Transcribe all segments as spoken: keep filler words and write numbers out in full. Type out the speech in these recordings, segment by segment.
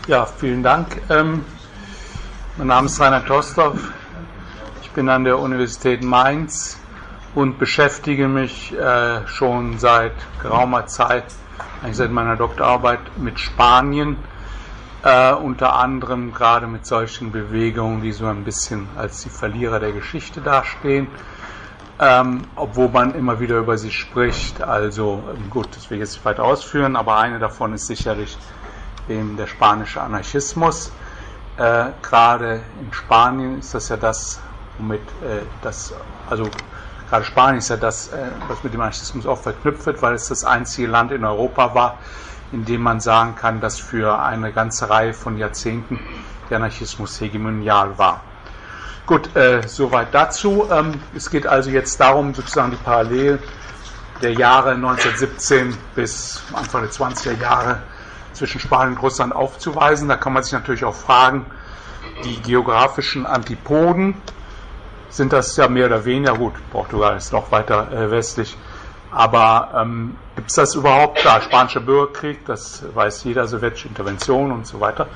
Ja, vielen Dank. Ähm, mein Name ist Rainer Torsdorf. Ich bin an der Universität Mainz und beschäftige mich äh, schon seit geraumer Zeit, eigentlich seit meiner Doktorarbeit, mit Spanien. Äh, unter anderem gerade mit solchen Bewegungen, die so ein bisschen als die Verlierer der Geschichte dastehen. Ähm, obwohl man immer wieder über sie spricht. Also gut, das will ich jetzt nicht weiter ausführen, aber eine davon ist sicherlich eben der spanische Anarchismus. Äh, gerade in Spanien ist das ja das, womit äh, das, also gerade Spanien ist ja das, äh, was mit dem Anarchismus auch verknüpft wird, weil es das einzige Land in Europa war, in dem man sagen kann, dass für eine ganze Reihe von Jahrzehnten der Anarchismus hegemonial war. Gut, äh, soweit dazu. Ähm, es geht also jetzt darum, sozusagen die Parallelen der Jahre neunzehnhundertsiebzehn bis Anfang der zwanziger Jahre zwischen Spanien und Russland aufzuweisen. Da kann man sich natürlich auch fragen, die geografischen Antipoden, sind das ja mehr oder weniger, gut, Portugal ist noch weiter äh, westlich, aber ähm, gibt es das überhaupt? Klar, Spanischer Bürgerkrieg, das weiß jeder, sowjetische Intervention und so weiter.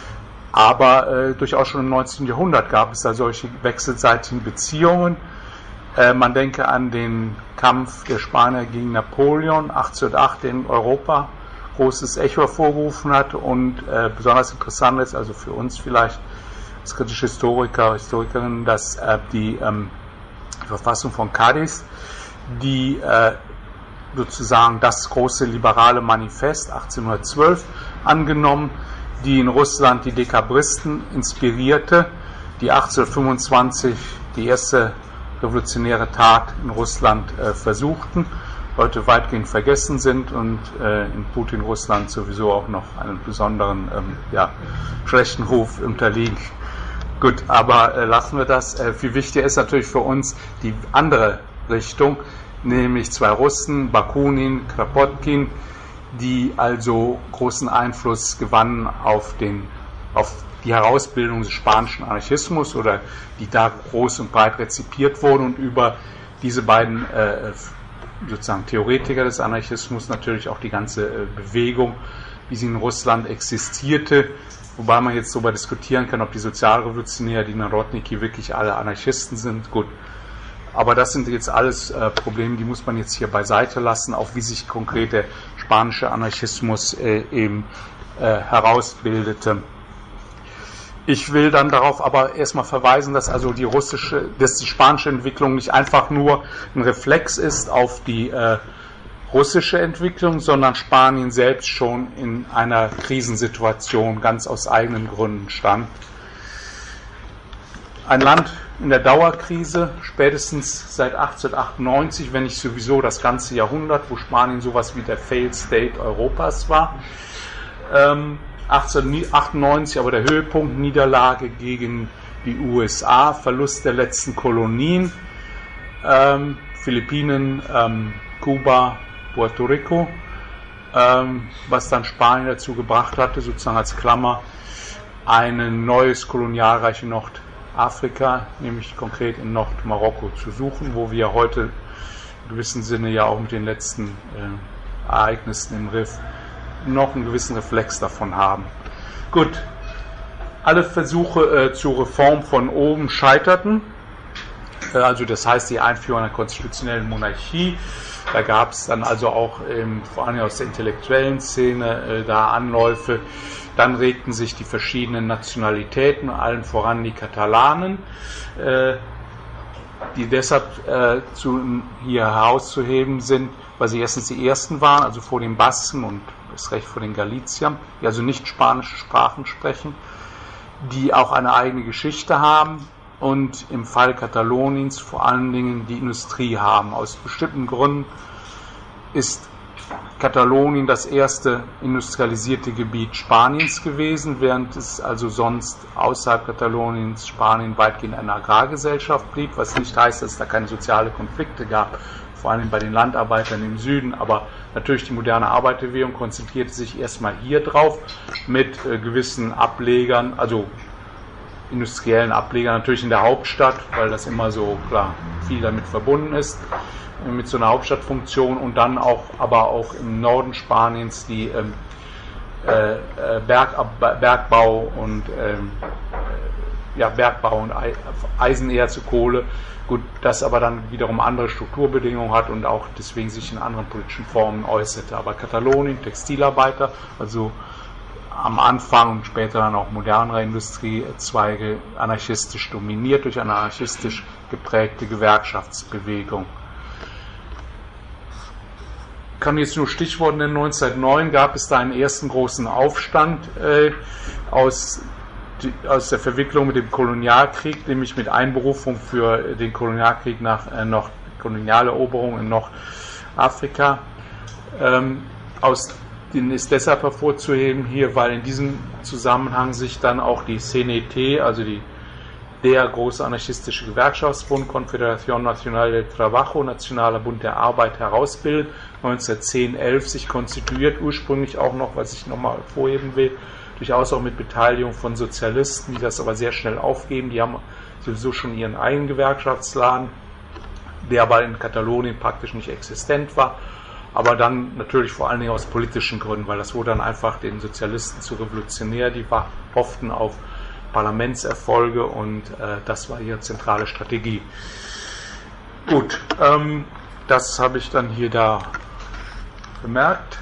Aber äh, durchaus schon im neunzehnten Jahrhundert gab es da solche wechselseitigen Beziehungen. Äh, man denke an den Kampf der Spanier gegen Napoleon achtzehnhundertacht, der in Europa großes Echo hervorgerufen hat. Und äh, besonders interessant ist, also für uns vielleicht als kritische Historiker, Historikerinnen, dass äh, die ähm, Verfassung von Cádiz, die äh, sozusagen das große liberale Manifest achtzehnhundertzwölf angenommen, die in Russland die Dekabristen inspirierte, die achtzehnhundertfünfundzwanzig die erste revolutionäre Tat in Russland äh, versuchten, heute weitgehend vergessen sind und äh, in Putin-Russland sowieso auch noch einen besonderen ähm, ja, schlechten Ruf unterliegen. Gut, aber äh, lassen wir das. Äh, viel wichtiger ist natürlich für uns die andere Richtung, nämlich zwei Russen, Bakunin, Kropotkin, die also großen Einfluss gewannen auf, den, auf die Herausbildung des spanischen Anarchismus oder die da groß und breit rezipiert wurden und über diese beiden äh, sozusagen Theoretiker des Anarchismus natürlich auch die ganze äh, Bewegung, wie sie in Russland existierte, wobei man jetzt darüber diskutieren kann, ob die Sozialrevolutionäre, die Narodniki, wirklich alle Anarchisten sind. Gut. Aber das sind jetzt alles äh, Probleme, die muss man jetzt hier beiseite lassen, auch wie sich konkret der spanische Anarchismus äh, eben äh, herausbildete. Ich will dann darauf aber erstmal verweisen, dass also die russische, dass die spanische Entwicklung nicht einfach nur ein Reflex ist auf die äh, russische Entwicklung, sondern Spanien selbst schon in einer Krisensituation ganz aus eigenen Gründen stand. Ein Land in der Dauerkrise, spätestens seit achtzehnhundertachtundneunzig, wenn nicht sowieso das ganze Jahrhundert, wo Spanien sowas wie der Failed State Europas war. Ähm, achtzehnhundertachtundneunzig aber der Höhepunkt, Niederlage gegen die U S A, Verlust der letzten Kolonien, ähm, Philippinen, ähm, Kuba, Puerto Rico, ähm, was dann Spanien dazu gebracht hatte, sozusagen als Klammer, ein neues Kolonialreich in Nordafrika, nämlich konkret in Nordmarokko zu suchen, wo wir heute in gewissem Sinne ja auch mit den letzten äh, Ereignissen im Riff noch einen gewissen Reflex davon haben. Gut, alle Versuche äh, zur Reform von oben scheiterten, äh, also das heißt die Einführung einer konstitutionellen Monarchie. Da gab es dann also auch ähm, vor allem aus der intellektuellen Szene äh, da Anläufe. Dann regten sich die verschiedenen Nationalitäten, allen voran die Katalanen, äh, die deshalb äh, zu, hier herauszuheben sind, weil sie erstens die ersten waren, also vor den Basken und das Recht vor den Galiciern, die also nicht spanische Sprachen sprechen, die auch eine eigene Geschichte haben und im Fall Kataloniens vor allen Dingen die Industrie haben. Aus bestimmten Gründen ist Katalonien das erste industrialisierte Gebiet Spaniens gewesen, während es also sonst außerhalb Kataloniens Spanien weitgehend eine Agrargesellschaft blieb, was nicht heißt, dass es da keine sozialen Konflikte gab, vor allem bei den Landarbeitern im Süden, aber natürlich die moderne Arbeiterbewegung konzentrierte sich erstmal hier drauf mit äh, gewissen Ablegern, also industriellen Ablegern, natürlich in der Hauptstadt, weil das immer so klar viel damit verbunden ist, äh, mit so einer Hauptstadtfunktion und dann auch, aber auch im Norden Spaniens die ähm, äh, Berg, Bergbau und ähm, ja, Bergbau und Eisen eher zu Kohle. Gut, das aber dann wiederum andere Strukturbedingungen hat und auch deswegen sich in anderen politischen Formen äußerte. Aber Katalonien, Textilarbeiter, also am Anfang und später dann auch modernere Industriezweige, anarchistisch dominiert durch eine anarchistisch geprägte Gewerkschaftsbewegung. Ich kann jetzt nur Stichworte nennen. neunzehnhundertneun gab es da einen ersten großen Aufstand äh, aus aus der Verwicklung mit dem Kolonialkrieg, nämlich mit Einberufung für den Kolonialkrieg nach äh, noch Kolonialeroberung in Nordafrika. Ähm, aus den ist deshalb hervorzuheben hier, weil in diesem Zusammenhang sich dann auch die C N T, also die, der große anarchistische Gewerkschaftsbund, Confederación Nacional del Trabajo, Nationaler Bund der Arbeit, herausbildet, neunzehnhundertzehn elf sich konstituiert, ursprünglich auch noch, was ich nochmal vorheben will, durchaus auch mit Beteiligung von Sozialisten, die das aber sehr schnell aufgeben. Die haben sowieso schon ihren eigenen Gewerkschaftsladen, der aber in Katalonien praktisch nicht existent war, aber dann natürlich vor allen Dingen aus politischen Gründen, weil das wurde dann einfach den Sozialisten zu revolutionär, die war, hofften auf Parlamentserfolge und äh, das war ihre zentrale Strategie. Gut, ähm, das habe ich dann hier da bemerkt.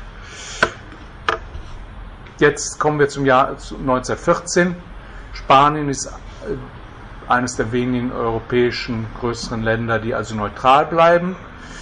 Jetzt kommen wir zum Jahr neunzehnhundertvierzehn. Spanien ist eines der wenigen europäischen größeren Länder, die also neutral bleiben.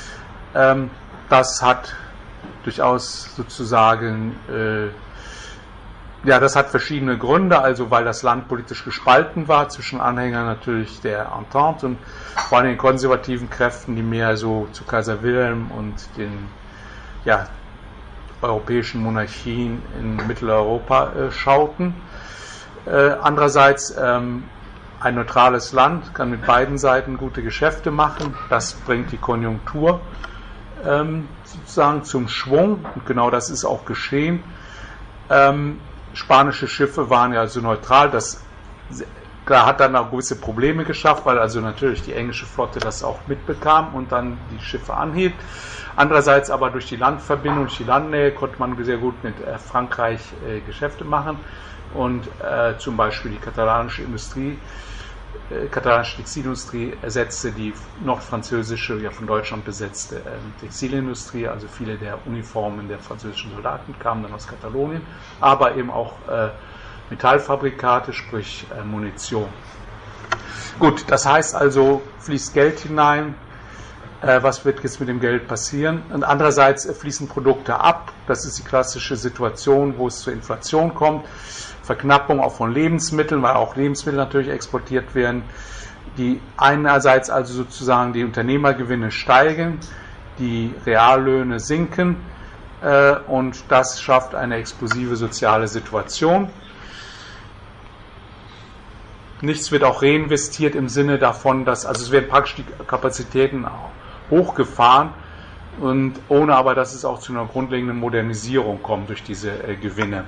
Das hat durchaus sozusagen, ja, das hat verschiedene Gründe, also weil das Land politisch gespalten war zwischen Anhängern natürlich der Entente und vor allem den konservativen Kräften, die mehr so zu Kaiser Wilhelm und den, ja, europäischen Monarchien in Mitteleuropa äh, schauten. Äh, andererseits ähm, ein neutrales Land kann mit beiden Seiten gute Geschäfte machen. Das bringt die Konjunktur ähm, sozusagen zum Schwung und genau das ist auch geschehen. Ähm, spanische Schiffe waren ja also neutral. Das klar, hat dann auch gewisse Probleme geschafft, weil also natürlich die englische Flotte das auch mitbekam und dann die Schiffe anhielt. Andererseits aber durch die Landverbindung, durch die Landnähe konnte man sehr gut mit äh, Frankreich äh, Geschäfte machen und äh, zum Beispiel die katalanische Industrie, äh, katalanische Textilindustrie ersetzte die nordfranzösische, ja von Deutschland besetzte äh, Textilindustrie, also viele der Uniformen der französischen Soldaten kamen dann aus Katalonien, aber eben auch äh, Metallfabrikate, sprich äh, Munition. Gut, das heißt also, fließt Geld hinein. Äh, was wird jetzt mit dem Geld passieren? Und andererseits äh, fließen Produkte ab. Das ist die klassische Situation, wo es zur Inflation kommt. Verknappung auch von Lebensmitteln, weil auch Lebensmittel natürlich exportiert werden. Die einerseits also sozusagen die Unternehmergewinne steigen, die Reallöhne sinken äh, und das schafft eine explosive soziale Situation. Nichts wird auch reinvestiert im Sinne davon, dass, also es werden praktisch die Kapazitäten hochgefahren und ohne aber, dass es auch zu einer grundlegenden Modernisierung kommt durch diese äh, Gewinne.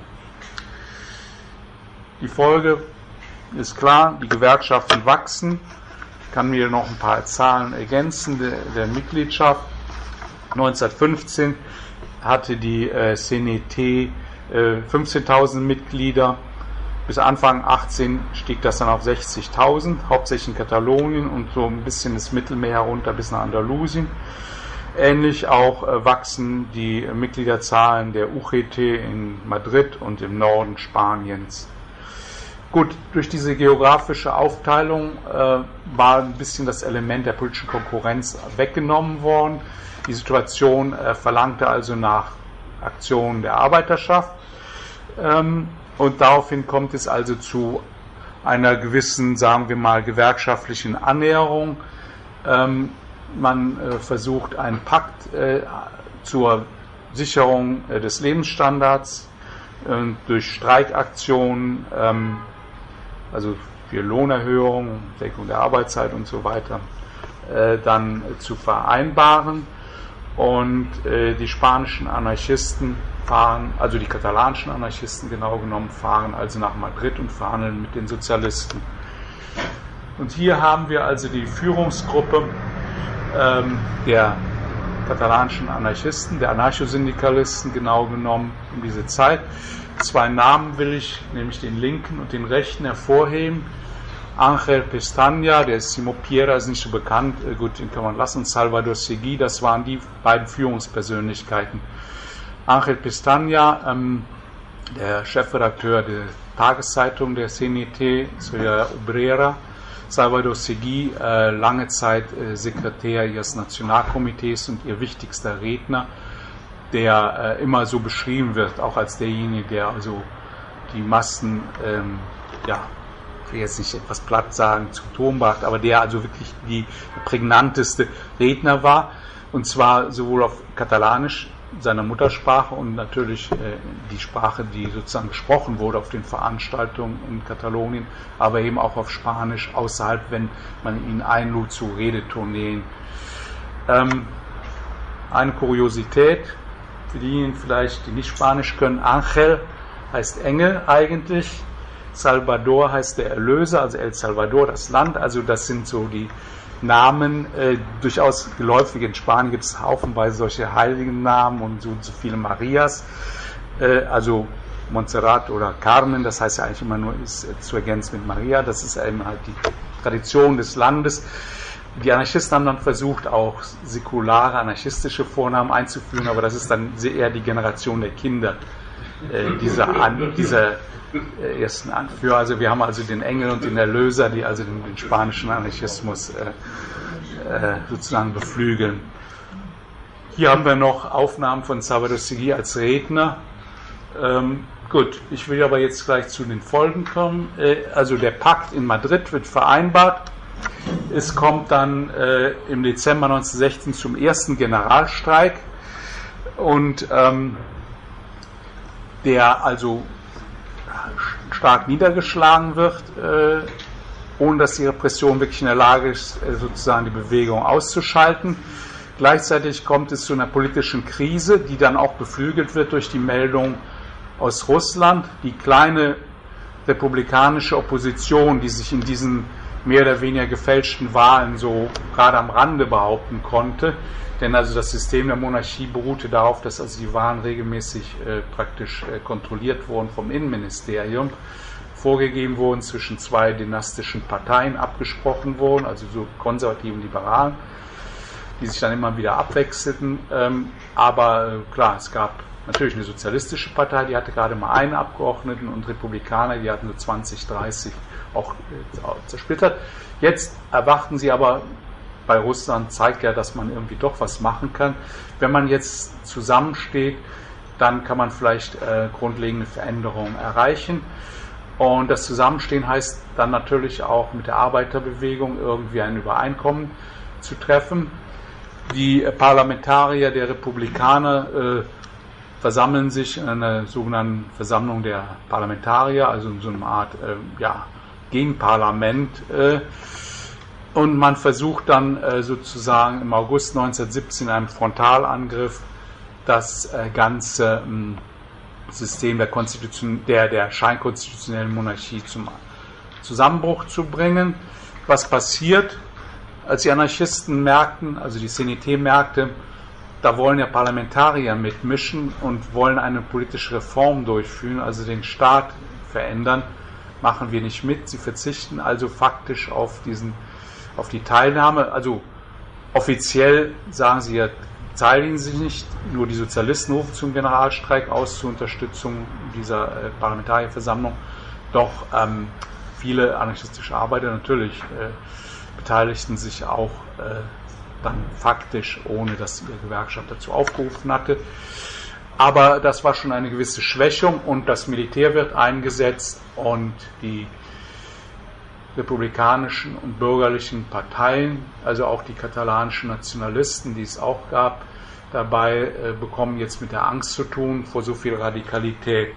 Die Folge ist klar, die Gewerkschaften wachsen. Ich kann mir noch ein paar Zahlen ergänzen der, der Mitgliedschaft. neunzehnhundertfünfzehn hatte die äh, C N T äh, fünfzehntausend Mitglieder. Bis Anfang achtzehn stieg das dann auf sechzigtausend, hauptsächlich in Katalonien und so ein bisschen das Mittelmeer herunter bis nach Andalusien. Ähnlich auch äh, wachsen die Mitgliederzahlen der U G T in Madrid und im Norden Spaniens. Gut, durch diese geografische Aufteilung äh, war ein bisschen das Element der politischen Konkurrenz weggenommen worden. Die Situation äh, verlangte also nach Aktionen der Arbeiterschaft. Ähm, Und daraufhin kommt es also zu einer gewissen, sagen wir mal, gewerkschaftlichen Annäherung. Ähm, man äh, versucht einen Pakt äh, zur Sicherung äh, des Lebensstandards äh, durch Streikaktionen, ähm, also für Lohnerhöhung, Deckung der Arbeitszeit und so weiter, äh, dann äh, zu vereinbaren. Und äh, die spanischen Anarchisten fahren, also die katalanischen Anarchisten genau genommen, fahren also nach Madrid und verhandeln mit den Sozialisten. Und hier haben wir also die Führungsgruppe ähm, der katalanischen Anarchisten, der Anarchosyndikalisten genau genommen in diese Zeit. Zwei Namen will ich, nämlich den linken und den rechten, hervorheben. Ángel Pestaña, der Simón Piera ist nicht so bekannt, gut, den kann man lassen, und Salvador Seguí, das waren die beiden Führungspersönlichkeiten. Ángel Pestaña, ähm, der Chefredakteur der Tageszeitung der C N T, Ciudad Obrera, Salvador Seguí, äh, lange Zeit äh, Sekretär ihres Nationalkomitees und ihr wichtigster Redner, der äh, immer so beschrieben wird, auch als derjenige, der also die Massen, ähm, ja, ich will jetzt nicht etwas platt sagen, zu Ton brachte, aber der also wirklich die prägnanteste Redner war, und zwar sowohl auf Katalanisch, seiner Muttersprache, und natürlich äh, die Sprache, die sozusagen gesprochen wurde auf den Veranstaltungen in Katalonien, aber eben auch auf Spanisch außerhalb, wenn man ihn einlud zu Redetourneen. Ähm, eine Kuriosität für diejenigen vielleicht, die nicht Spanisch können: Ángel heißt Engel eigentlich, Salvador heißt der Erlöser, also El Salvador, das Land, also das sind so die Namen, äh, durchaus geläufig. In Spanien gibt es haufenweise solche heiligen Namen und so, so viele Marias, äh, also Montserrat oder Carmen, das heißt ja eigentlich immer nur, ist äh, zu ergänzen mit Maria, das ist eben halt die Tradition des Landes. Die Anarchisten haben dann versucht, auch säkulare, anarchistische Vornamen einzuführen, aber das ist dann eher die Generation der Kinder äh, dieser, an, dieser äh, ersten Anführer. Also wir haben also den Engel und den Erlöser, die also den, den spanischen Anarchismus äh, äh, sozusagen beflügeln. Hier haben wir noch Aufnahmen von Salvador Seguí als Redner. Ähm, gut, ich will aber jetzt gleich zu den Folgen kommen. Äh, also der Pakt in Madrid wird vereinbart. Es kommt dann äh, im Dezember neunzehnhundertsechzehn zum ersten Generalstreik, und ähm, der also stark niedergeschlagen wird, äh, ohne dass die Repression wirklich in der Lage ist, äh, sozusagen die Bewegung auszuschalten. Gleichzeitig kommt es zu einer politischen Krise, die dann auch beflügelt wird durch die Meldung aus Russland. Die kleine republikanische Opposition, die sich in diesen mehr oder weniger gefälschten Wahlen so gerade am Rande behaupten konnte, denn also das System der Monarchie beruhte darauf, dass also die Wahlen regelmäßig äh, praktisch äh, kontrolliert wurden vom Innenministerium, vorgegeben wurden, zwischen zwei dynastischen Parteien abgesprochen wurden, also so konservativen Liberalen, die sich dann immer wieder abwechselten. Ähm, aber äh, klar, es gab natürlich eine sozialistische Partei, die hatte gerade mal einen Abgeordneten, und Republikaner, die hatten so zwanzig, dreißig, auch äh, zersplittert. Jetzt erwarten sie aber, bei Russland zeigt ja, dass man irgendwie doch was machen kann. Wenn man jetzt zusammensteht, dann kann man vielleicht äh, grundlegende Veränderungen erreichen. Und das Zusammenstehen heißt dann natürlich auch mit der Arbeiterbewegung irgendwie ein Übereinkommen zu treffen. Die Parlamentarier der Republikaner äh, versammeln sich in einer sogenannten Versammlung der Parlamentarier, also in so einer Art äh, ja, Gegenparlament. Äh, und man versucht dann äh, sozusagen im August neunzehnhundertsiebzehn in einem Frontalangriff das äh, ganze äh, System der, Konstitution, der, der scheinkonstitutionellen Monarchie zum Zusammenbruch zu bringen. Was passiert, als die Anarchisten merkten, also die C N T merkte, da wollen ja Parlamentarier mitmischen und wollen eine politische Reform durchführen, also den Staat verändern, machen wir nicht mit. Sie verzichten also faktisch auf, diesen, auf die Teilnahme. Also offiziell sagen sie ja, teiligen sich nicht, nur die Sozialisten rufen zum Generalstreik aus zur Unterstützung dieser äh, Parlamentarierversammlung. Doch ähm, viele anarchistische Arbeiter natürlich äh, beteiligten sich auch äh, dann faktisch, ohne dass ihre Gewerkschaft dazu aufgerufen hatte. Aber das war schon eine gewisse Schwächung, und das Militär wird eingesetzt, und die republikanischen und bürgerlichen Parteien, also auch die katalanischen Nationalisten, die es auch gab, dabei äh, bekommen jetzt mit der Angst zu tun vor so viel Radikalität.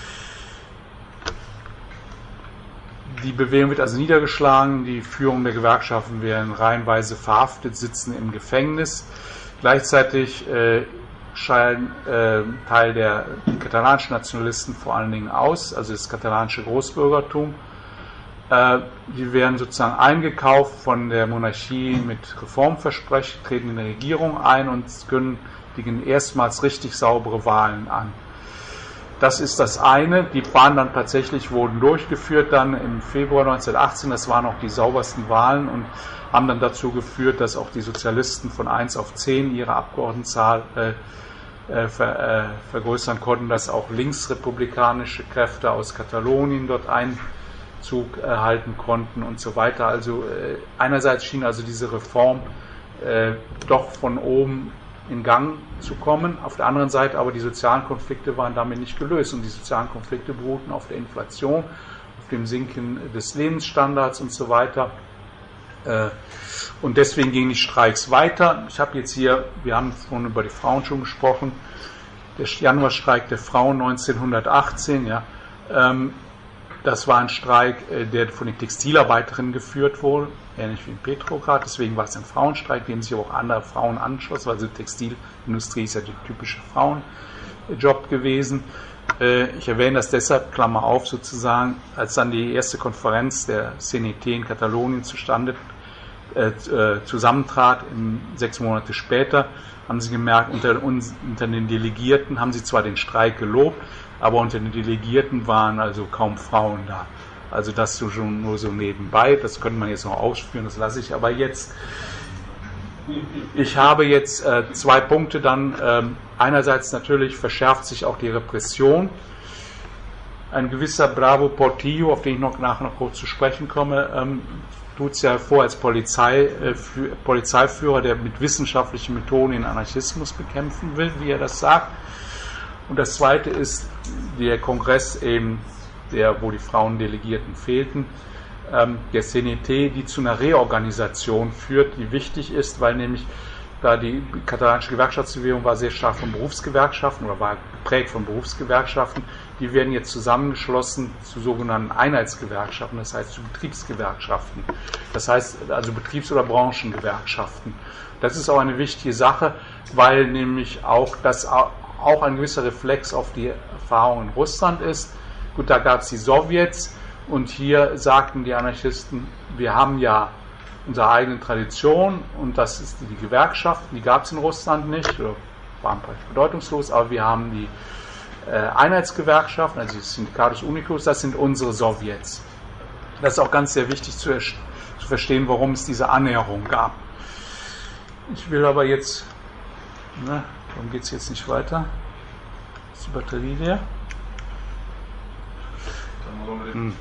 Die Bewegung wird also niedergeschlagen, die Führung der Gewerkschaften werden reihenweise verhaftet, sitzen im Gefängnis. Gleichzeitig äh, scheiden äh, Teil der katalanischen Nationalisten vor allen Dingen aus, also das katalanische Großbürgertum. Äh, die werden sozusagen eingekauft von der Monarchie mit Reformversprechen, treten in die Regierung ein und kündigen erstmals richtig saubere Wahlen an. Das ist das eine. Die waren dann tatsächlich, wurden durchgeführt dann im Februar neunzehnhundertachtzehn. Das waren auch die saubersten Wahlen und haben dann dazu geführt, dass auch die Sozialisten von eins auf zehn ihre Abgeordnetenzahl äh, äh, ver, äh, vergrößern konnten, dass auch linksrepublikanische Kräfte aus Katalonien dort Einzug erhalten konnten und so weiter. Also äh, einerseits schien also diese Reform äh, doch von oben in Gang zu kommen. Auf der anderen Seite aber die sozialen Konflikte waren damit nicht gelöst und die sozialen Konflikte beruhten auf der Inflation, auf dem Sinken des Lebensstandards und so weiter. Und deswegen gingen die Streiks weiter. Ich habe jetzt hier, wir haben vorhin über die Frauen schon gesprochen, der Januarstreik der Frauen neunzehnhundertachtzehn, ja, das war ein Streik, der von den Textilarbeiterinnen geführt wurde, ähnlich wie in Petrograd, deswegen war es ein Frauenstreik, dem sich aber auch andere Frauen anschlossen, weil die Textilindustrie ist ja der typische Frauenjob gewesen. Ich erwähne das deshalb, Klammer auf sozusagen, als dann die erste Konferenz der C N T in Katalonien zustande äh, zusammentrat, im, sechs Monate später, haben sie gemerkt, unter, uns, unter den Delegierten haben sie zwar den Streik gelobt, aber unter den Delegierten waren also kaum Frauen da. Also das so schon nur so nebenbei, das könnte man jetzt noch ausführen, das lasse ich aber jetzt. Ich habe jetzt äh, zwei Punkte dann. Ähm, einerseits natürlich verschärft sich auch die Repression. Ein gewisser Bravo Portillo, auf den ich noch nachher noch kurz zu sprechen komme, ähm, tut es ja vor als Polizei, äh, für, Polizeiführer, der mit wissenschaftlichen Methoden den Anarchismus bekämpfen will, wie er das sagt. Und das Zweite ist der Kongress, eben, der, wo die Frauendelegierten fehlten, der C N T, die zu einer Reorganisation führt, die wichtig ist, weil nämlich da die katalanische Gewerkschaftsbewegung war sehr stark von Berufsgewerkschaften oder war geprägt von Berufsgewerkschaften, die werden jetzt zusammengeschlossen zu sogenannten Einheitsgewerkschaften, das heißt zu Betriebsgewerkschaften, das heißt also Betriebs- oder Branchengewerkschaften. Das ist auch eine wichtige Sache, weil nämlich auch das auch ein gewisser Reflex auf die Erfahrung in Russland ist. Gut, da gab es die Sowjets. Und hier sagten die Anarchisten, wir haben ja unsere eigene Tradition und das ist die Gewerkschaften, die gab es in Russland nicht, oder waren bedeutungslos, aber wir haben die äh, Einheitsgewerkschaften, also die Syndicatus Unicus, das sind unsere Sowjets. Das ist auch ganz sehr wichtig zu, zu verstehen, warum es diese Annäherung gab. Ich will aber jetzt, ne, warum geht es jetzt nicht weiter? Ist die Batterie leer? Hm.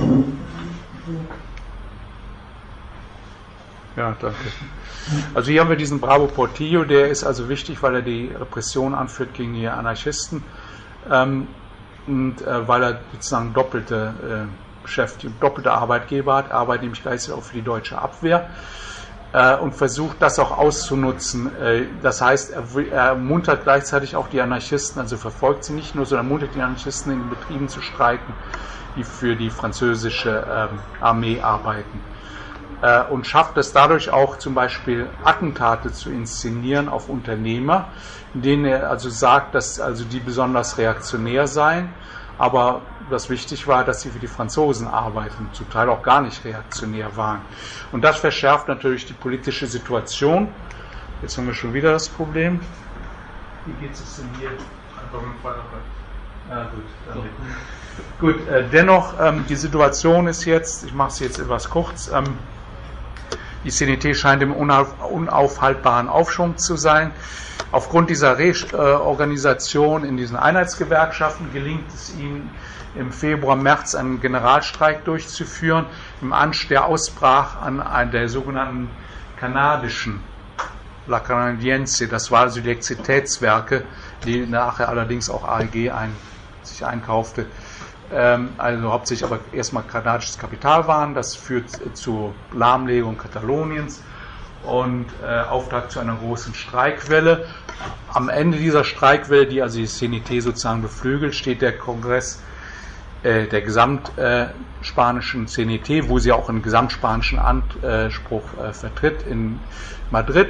Ja, danke. Also hier haben wir diesen Bravo Portillo, der ist also wichtig, weil er die Repression anführt gegen die Anarchisten ähm, und äh, weil er sozusagen doppelte äh, Beschäftigung, doppelte Arbeitgeber hat, arbeitet nämlich gleichzeitig auch für die deutsche Abwehr äh, und versucht das auch auszunutzen. Äh, das heißt, er, er ermuntert gleichzeitig auch die Anarchisten, also verfolgt sie nicht nur, sondern ermuntert die Anarchisten in den Betrieben zu streiken, die für die französische ähm, Armee arbeiten. Äh, und schafft es dadurch auch zum Beispiel Attentate zu inszenieren auf Unternehmer, in denen er also sagt, dass also die besonders reaktionär seien, aber was wichtig war, dass sie für die Franzosen arbeiten, zum Teil auch gar nicht reaktionär waren. Und das verschärft natürlich die politische Situation. Jetzt haben wir schon wieder das Problem. Wie geht es denn hier? Einfach mit Feuerwehr. Ah, gut, danke. Gut, äh, dennoch, ähm, die Situation ist jetzt, ich mache es jetzt etwas kurz, ähm, die C N T scheint im unauf, unaufhaltbaren Aufschwung zu sein. Aufgrund dieser Reorganisation in diesen Einheitsgewerkschaften gelingt es ihnen im Februar, März einen Generalstreik durchzuführen, im Anschluss der ausbrach an einen der sogenannten kanadischen La Canadiense, das war also die Elektrizitätswerke, die nachher allerdings auch A E G ein, sich einkaufte, ähm, also hauptsächlich aber erstmal kanadisches Kapital waren. Das führt zur Lahmlegung Kataloniens und äh, Auftakt zu einer großen Streikwelle. Am Ende dieser Streikwelle, die also die C N T sozusagen beflügelt, steht der Kongress äh, der gesamtspanischen äh, C N T, wo sie auch einen gesamtspanischen Anspruch äh, vertritt in Madrid.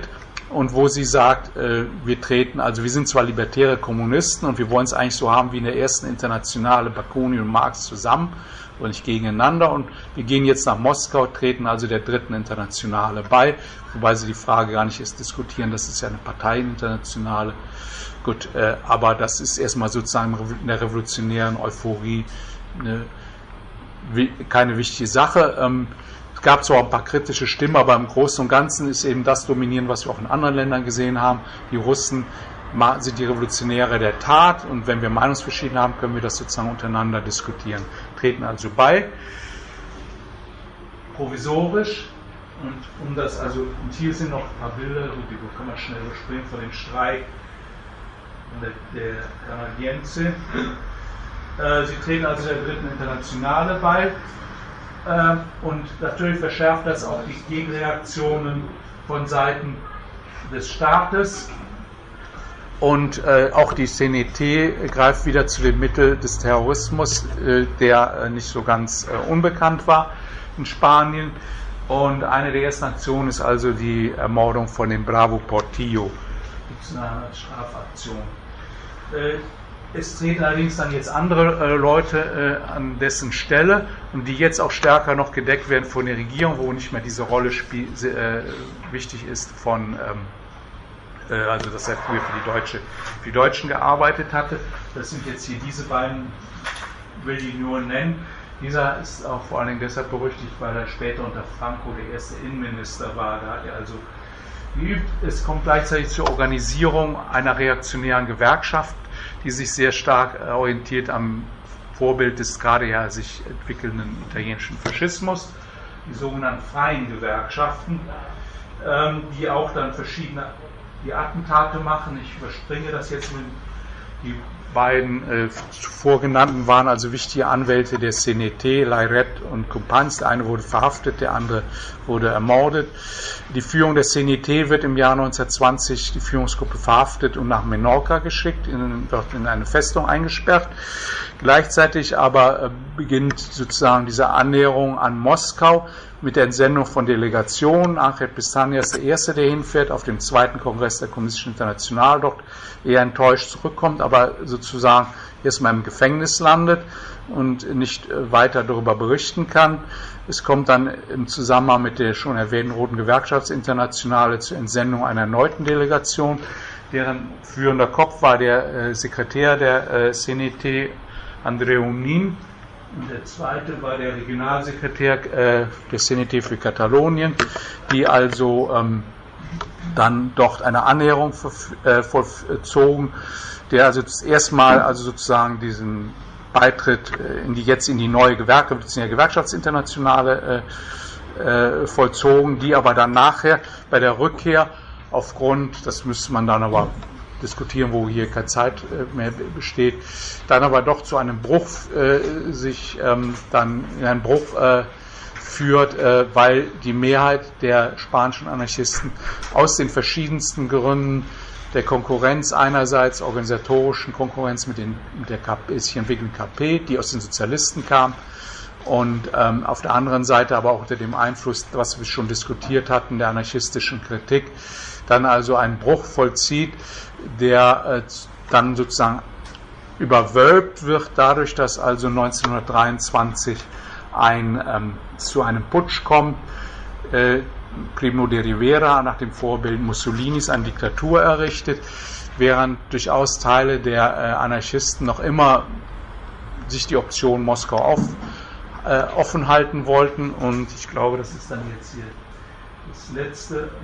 und wo sie sagt, äh, wir treten, also wir sind zwar libertäre Kommunisten und wir wollen es eigentlich so haben wie in der ersten Internationale, Bakunin und Marx zusammen und nicht gegeneinander, und wir gehen jetzt nach Moskau, treten also der dritten Internationale bei, wobei sie die Frage gar nicht erst diskutieren, das ist ja eine Parteieninternationale. Gut, äh, aber das ist erstmal sozusagen in der revolutionären Euphorie eine, keine wichtige Sache. Ähm, Es gab zwar ein paar kritische Stimmen, aber im Großen und Ganzen ist eben das dominierend, was wir auch in anderen Ländern gesehen haben. Die Russen sind die Revolutionäre der Tat, und wenn wir Meinungsverschiedenheiten haben, können wir das sozusagen untereinander diskutieren. Treten also bei, provisorisch, und um das, also, und hier sind noch ein paar Bilder, die kann man schnell überspringen, von dem Streik der, der Canadiense. Äh, sie treten also der dritten Internationale bei. Und natürlich verschärft das auch die Gegenreaktionen von Seiten des Staates. Und äh, auch die C N T greift wieder zu dem Mittel des Terrorismus, äh, der äh, nicht so ganz äh, unbekannt war in Spanien. Und eine der ersten Aktionen ist also die Ermordung von dem Bravo Portillo, eine Strafaktion. Äh, Es treten allerdings dann jetzt andere äh, Leute äh, an dessen Stelle, und die jetzt auch stärker noch gedeckt werden von der Regierung, wo nicht mehr diese Rolle spiel, äh, wichtig ist von, ähm, äh, also dass er früher für die, Deutsche, für die Deutschen gearbeitet hatte. Das sind jetzt hier diese beiden, will ich nur nennen. Dieser ist auch vor allen Dingen deshalb berüchtigt, weil er später unter Franco der erste Innenminister war. Da hat er also geübt. Es kommt gleichzeitig zur Organisierung einer reaktionären Gewerkschaft, die sich sehr stark orientiert am Vorbild des gerade ja sich entwickelnden italienischen Faschismus, die sogenannten freien Gewerkschaften, ähm, die auch dann verschiedene die Attentate machen. Ich überspringe das jetzt mit die beiden äh, zuvor genannten waren also wichtige Anwälte der C N T, Layret und Compans. Der eine wurde verhaftet, der andere wurde ermordet. Die Führung der C N T wird im Jahr neunzehnhundertzwanzig, die Führungsgruppe, verhaftet und nach Menorca geschickt, in, dort in eine Festung eingesperrt. Gleichzeitig aber äh, beginnt sozusagen diese Annäherung an Moskau mit der Entsendung von Delegationen. Ángel Pestaña ist der Erste, der hinfährt, auf dem zweiten Kongress der Kommunistischen Internationale dort eher enttäuscht zurückkommt, aber sozusagen erstmal im Gefängnis landet und nicht weiter darüber berichten kann. Es kommt dann im Zusammenhang mit der schon erwähnten Roten Gewerkschaftsinternationale zur Entsendung einer erneuten Delegation, deren führender Kopf war der äh, Sekretär der äh, C N T, Andreu Nin. Und der zweite war der Regionalsekretär äh, der C N T für Katalonien, die also ähm, dann dort eine Annäherung äh, vollzogen, der also erstmal also sozusagen diesen Beitritt äh, in die jetzt in die neue Gewerke, bzw. Gewerkschaftsinternationale äh, äh, vollzogen, die aber dann nachher bei der Rückkehr aufgrund, das müsste man dann aber diskutieren, wo hier keine Zeit mehr besteht, dann aber doch zu einem Bruch äh, sich ähm, dann in einen Bruch äh, führt, äh, weil die Mehrheit der spanischen Anarchisten aus den verschiedensten Gründen der Konkurrenz, einerseits organisatorischen Konkurrenz mit, den, mit der K P, sich entwickelnden K P, die aus den Sozialisten kam, und ähm, auf der anderen Seite aber auch unter dem Einfluss, was wir schon diskutiert hatten, der anarchistischen Kritik, dann also einen Bruch vollzieht, der äh, dann sozusagen überwölbt wird, dadurch, dass also neunzehnhundertdreiundzwanzig ein, ähm, zu einem Putsch kommt. Äh, Primo de Rivera nach dem Vorbild Mussolinis eine Diktatur errichtet, während durchaus Teile der äh, Anarchisten noch immer sich die Option Moskau auf, äh, offen halten wollten. Und ich glaube, das ist dann jetzt hier das letzte. Äh,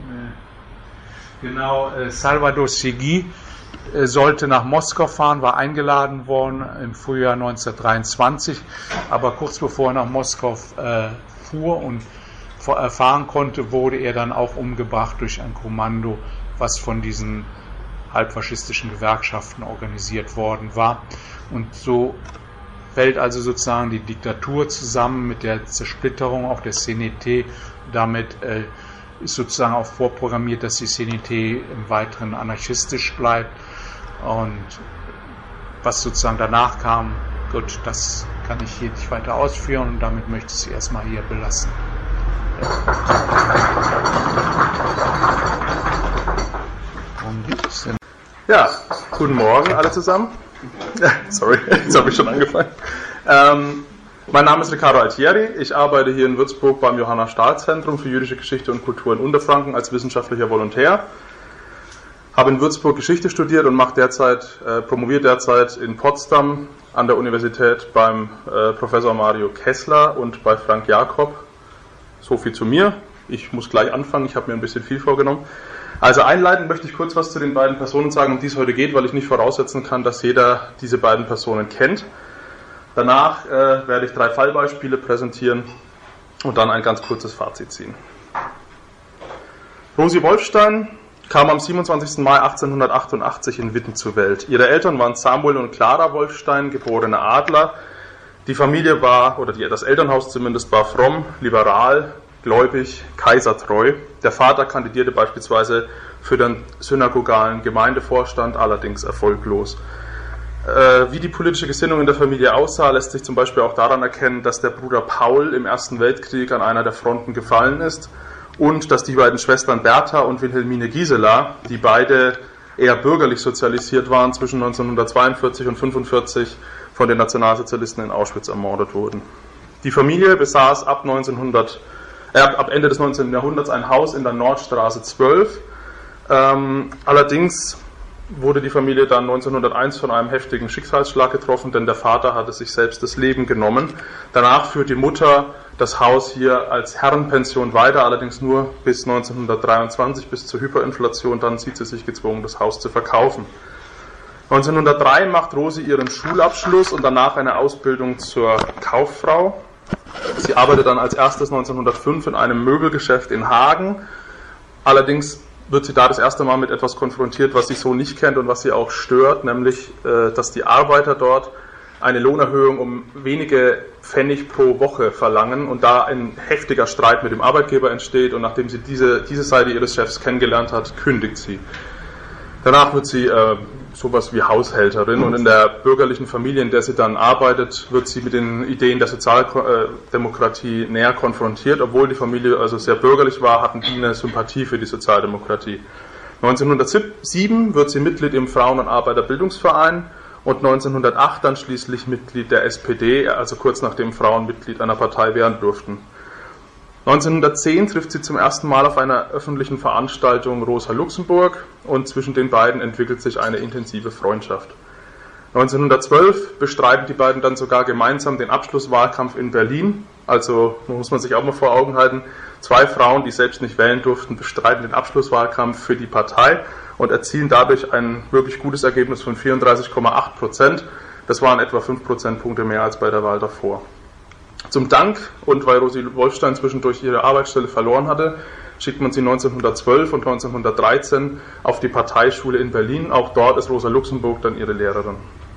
genau, äh, Salvador Seguí äh, sollte nach Moskau fahren, war eingeladen worden im Frühjahr neunzehnhundertdreiundzwanzig, aber kurz bevor er nach Moskau äh, fuhr und erfahren konnte, wurde er dann auch umgebracht durch ein Kommando, was von diesen halbfaschistischen Gewerkschaften organisiert worden war. Und so fällt also sozusagen die Diktatur zusammen mit der Zersplitterung auch der C N T. Damit äh, ist sozusagen auch vorprogrammiert, dass die C N T im Weiteren anarchistisch bleibt. Und was sozusagen danach kam, gut, das kann ich hier nicht weiter ausführen, und damit möchte ich es erstmal hier belassen. Ja, guten Morgen alle zusammen. Sorry, jetzt habe ich schon angefangen. Ähm, mein Name ist Riccardo Altieri. Ich arbeite hier in Würzburg beim Johanna Stahl Zentrum für jüdische Geschichte und Kultur in Unterfranken als wissenschaftlicher Volontär. Habe in Würzburg Geschichte studiert und mache derzeit, äh, promoviert derzeit in Potsdam an der Universität beim äh, Professor Mario Kessler und bei Frank Jakob. So viel zu mir. Ich muss gleich anfangen, ich habe mir ein bisschen viel vorgenommen. Also einleitend möchte ich kurz was zu den beiden Personen sagen, um die es heute geht, weil ich nicht voraussetzen kann, dass jeder diese beiden Personen kennt. Danach äh, werde ich drei Fallbeispiele präsentieren und dann ein ganz kurzes Fazit ziehen. Rosi Wolfstein kam am siebenundzwanzigsten Mai achtzehnhundertachtundachtzig in Witten zur Welt. Ihre Eltern waren Samuel und Clara Wolfstein, geborene Adler. Die Familie war, oder die, das Elternhaus zumindest, war fromm, liberal, gläubig, kaisertreu. Der Vater kandidierte beispielsweise für den synagogalen Gemeindevorstand, allerdings erfolglos. Äh, wie die politische Gesinnung in der Familie aussah, lässt sich zum Beispiel auch daran erkennen, dass der Bruder Paul im Ersten Weltkrieg an einer der Fronten gefallen ist und dass die beiden Schwestern Bertha und Wilhelmine Gisela, die beide eher bürgerlich sozialisiert waren, zwischen neunzehnhundertzweiundvierzig und fünfundvierzig von den Nationalsozialisten in Auschwitz ermordet wurden. Die Familie besaß ab neunzehnhundert ab Ende des neunzehnten Jahrhunderts ein Haus in der Nordstraße zwölf. Ähm, allerdings wurde die Familie dann neunzehnhunderteins von einem heftigen Schicksalsschlag getroffen, denn der Vater hatte sich selbst das Leben genommen. Danach führt die Mutter das Haus hier als Herrenpension weiter, allerdings nur bis neunzehnhundertdreiundzwanzig, bis zur Hyperinflation. Dann sieht sie sich gezwungen, das Haus zu verkaufen. neunzehnhundertdrei macht Rosi ihren Schulabschluss und danach eine Ausbildung zur Kauffrau. Sie arbeitet dann als erstes neunzehnhundertfünf in einem Möbelgeschäft in Hagen. Allerdings wird sie da das erste Mal mit etwas konfrontiert, was sie so nicht kennt und was sie auch stört, nämlich, dass die Arbeiter dort eine Lohnerhöhung um wenige Pfennig pro Woche verlangen und da ein heftiger Streit mit dem Arbeitgeber entsteht und nachdem sie diese, diese Seite ihres Chefs kennengelernt hat, kündigt sie. Danach wird sie äh, sowas wie Haushälterin und in der bürgerlichen Familie, in der sie dann arbeitet, wird sie mit den Ideen der Sozialdemokratie näher konfrontiert. Obwohl die Familie also sehr bürgerlich war, hatten die eine Sympathie für die Sozialdemokratie. neunzehnhundertsieben wird sie Mitglied im Frauen- und Arbeiterbildungsverein und neunzehnhundertacht dann schließlich Mitglied der S P D, also kurz nachdem Frauen Mitglied einer Partei werden durften. neunzehnhundertzehn trifft sie zum ersten Mal auf einer öffentlichen Veranstaltung Rosa Luxemburg und zwischen den beiden entwickelt sich eine intensive Freundschaft. neunzehnhundertzwölf bestreiten die beiden dann sogar gemeinsam den Abschlusswahlkampf in Berlin. Also muss man sich auch mal vor Augen halten, zwei Frauen, die selbst nicht wählen durften, bestreiten den Abschlusswahlkampf für die Partei und erzielen dadurch ein wirklich gutes Ergebnis von vierunddreißig Komma acht Prozent. Das waren etwa fünf Prozentpunkte mehr als bei der Wahl davor. Zum Dank und weil Rosi Wolfstein zwischendurch ihre Arbeitsstelle verloren hatte, schickt man sie neunzehnhundertzwölf und neunzehnhundertdreizehn auf die Parteischule in Berlin. Auch dort ist Rosa Luxemburg dann ihre Lehrerin.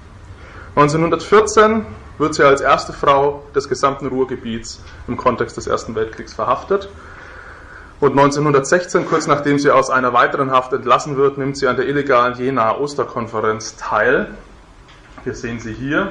neunzehnhundertvierzehn wird sie als erste Frau des gesamten Ruhrgebiets im Kontext des Ersten Weltkriegs verhaftet. Und neunzehnhundertsechzehn, kurz nachdem sie aus einer weiteren Haft entlassen wird, nimmt sie an der illegalen Jenaer Osterkonferenz teil. Wir sehen sie hier.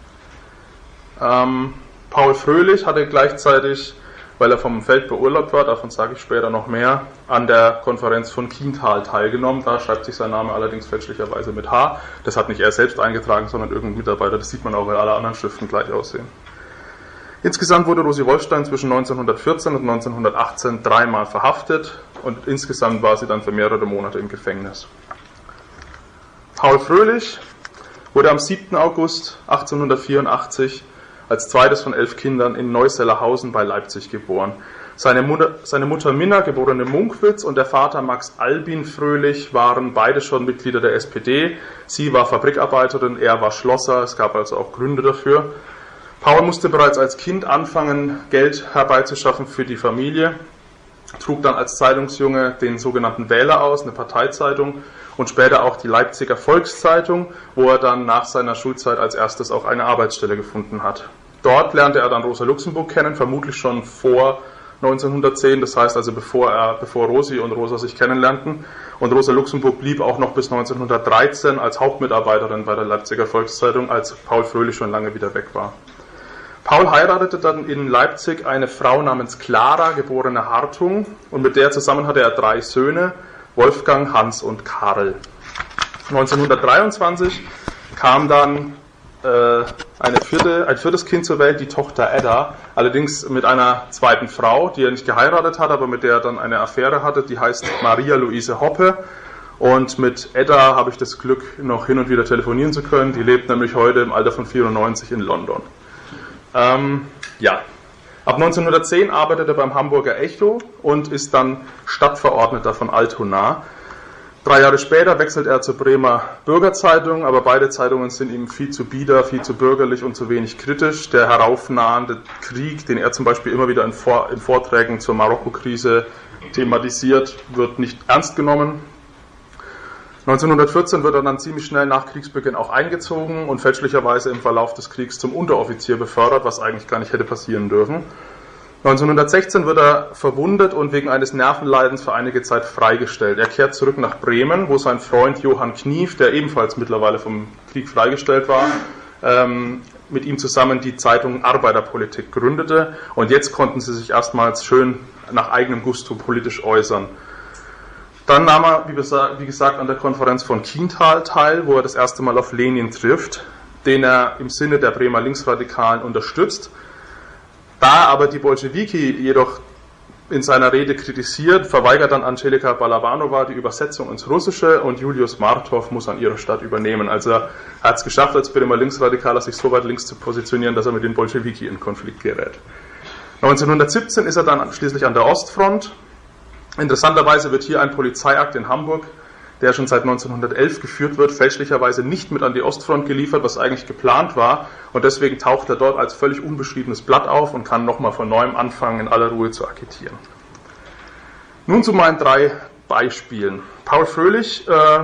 Ähm, Paul Fröhlich hatte gleichzeitig, weil er vom Feld beurlaubt war, davon sage ich später noch mehr, an der Konferenz von Kiental teilgenommen. Da schreibt sich sein Name allerdings fälschlicherweise mit H. Das hat nicht er selbst eingetragen, sondern irgendein Mitarbeiter. Das sieht man auch, weil alle anderen Schriften gleich aussehen. Insgesamt wurde Rosi Wolfstein zwischen neunzehnhundertvierzehn und neunzehnhundertachtzehn dreimal verhaftet und insgesamt war sie dann für mehrere Monate im Gefängnis. Paul Fröhlich wurde am siebten August achtzehnhundertvierundachtzig als zweites von elf Kindern in Neusellerhausen bei Leipzig geboren. Seine Mutter, seine Mutter Minna, geborene Munkwitz, und der Vater Max Albin Fröhlich waren beide schon Mitglieder der S P D. Sie war Fabrikarbeiterin, er war Schlosser, es gab also auch Gründe dafür. Paul musste bereits als Kind anfangen, Geld herbeizuschaffen für die Familie, trug dann als Zeitungsjunge den sogenannten Wähler aus, eine Parteizeitung, und später auch die Leipziger Volkszeitung, wo er dann nach seiner Schulzeit als erstes auch eine Arbeitsstelle gefunden hat. Dort lernte er dann Rosa Luxemburg kennen, vermutlich schon vor neunzehnhundertzehn, das heißt also bevor, er, bevor Rosi und Rosa sich kennenlernten. Und Rosa Luxemburg blieb auch noch bis neunzehnhundertdreizehn als Hauptmitarbeiterin bei der Leipziger Volkszeitung, als Paul Fröhlich schon lange wieder weg war. Paul heiratete dann in Leipzig eine Frau namens Clara, geborene Hartung, und mit der zusammen hatte er drei Söhne, Wolfgang, Hans und Karl. neunzehnhundertdreiundzwanzig kam dann äh, eine vierte, ein viertes Kind zur Welt, die Tochter Edda, allerdings mit einer zweiten Frau, die er nicht geheiratet hat, aber mit der er dann eine Affäre hatte, die heißt Maria Luise Hoppe. Und mit Edda habe ich das Glück, noch hin und wieder telefonieren zu können. Die lebt nämlich heute im Alter von vierundneunzig in London. Ähm, ja, ab neunzehnhundertzehn arbeitet er beim Hamburger Echo und ist dann Stadtverordneter von Altona. Drei Jahre später wechselt er zur Bremer Bürgerzeitung, aber beide Zeitungen sind ihm viel zu bieder, viel zu bürgerlich und zu wenig kritisch. Der heraufnahende Krieg, den er zum Beispiel immer wieder in, Vor- in Vorträgen zur Marokko-Krise thematisiert, wird nicht ernst genommen. neunzehnhundertvierzehn wird er dann ziemlich schnell nach Kriegsbeginn auch eingezogen und fälschlicherweise im Verlauf des Kriegs zum Unteroffizier befördert, was eigentlich gar nicht hätte passieren dürfen. neunzehnhundertsechzehn wird er verwundet und wegen eines Nervenleidens für einige Zeit freigestellt. Er kehrt zurück nach Bremen, wo sein Freund Johann Knief, der ebenfalls mittlerweile vom Krieg freigestellt war, ähm, mit ihm zusammen die Zeitung Arbeiterpolitik gründete. Und jetzt konnten sie sich erstmals schön nach eigenem Gusto politisch äußern. Dann nahm er, wie gesagt, an der Konferenz von Kienthal teil, wo er das erste Mal auf Lenin trifft, den er im Sinne der Bremer Linksradikalen unterstützt. Da aber die Bolschewiki jedoch in seiner Rede kritisiert, verweigert dann Angelika Balabanova die Übersetzung ins Russische und Julius Martov muss an ihrer Stadt übernehmen. Also er hat es geschafft, als Bremer Linksradikaler sich so weit links zu positionieren, dass er mit den Bolschewiki in Konflikt gerät. neunzehnhundertsiebzehn ist er dann schließlich an der Ostfront. Interessanterweise wird hier ein Polizeiakt in Hamburg, der schon seit neunzehnhundertelf geführt wird, fälschlicherweise nicht mit an die Ostfront geliefert, was eigentlich geplant war. Und deswegen taucht er dort als völlig unbeschriebenes Blatt auf und kann nochmal von neuem anfangen, in aller Ruhe zu agitieren. Nun zu meinen drei Beispielen. Paul Fröhlich, äh,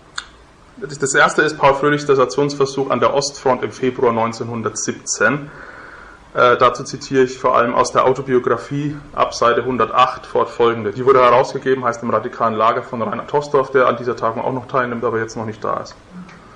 das erste ist Paul Fröhlichs Desertionsversuch an der Ostfront im Februar neunzehnhundertsiebzehn. Äh, dazu zitiere ich vor allem aus der Autobiografie ab Seite hundertacht fortfolgende. Die wurde herausgegeben, heißt im radikalen Lager von Rainer Tostorff, der an dieser Tagung auch noch teilnimmt, aber jetzt noch nicht da ist.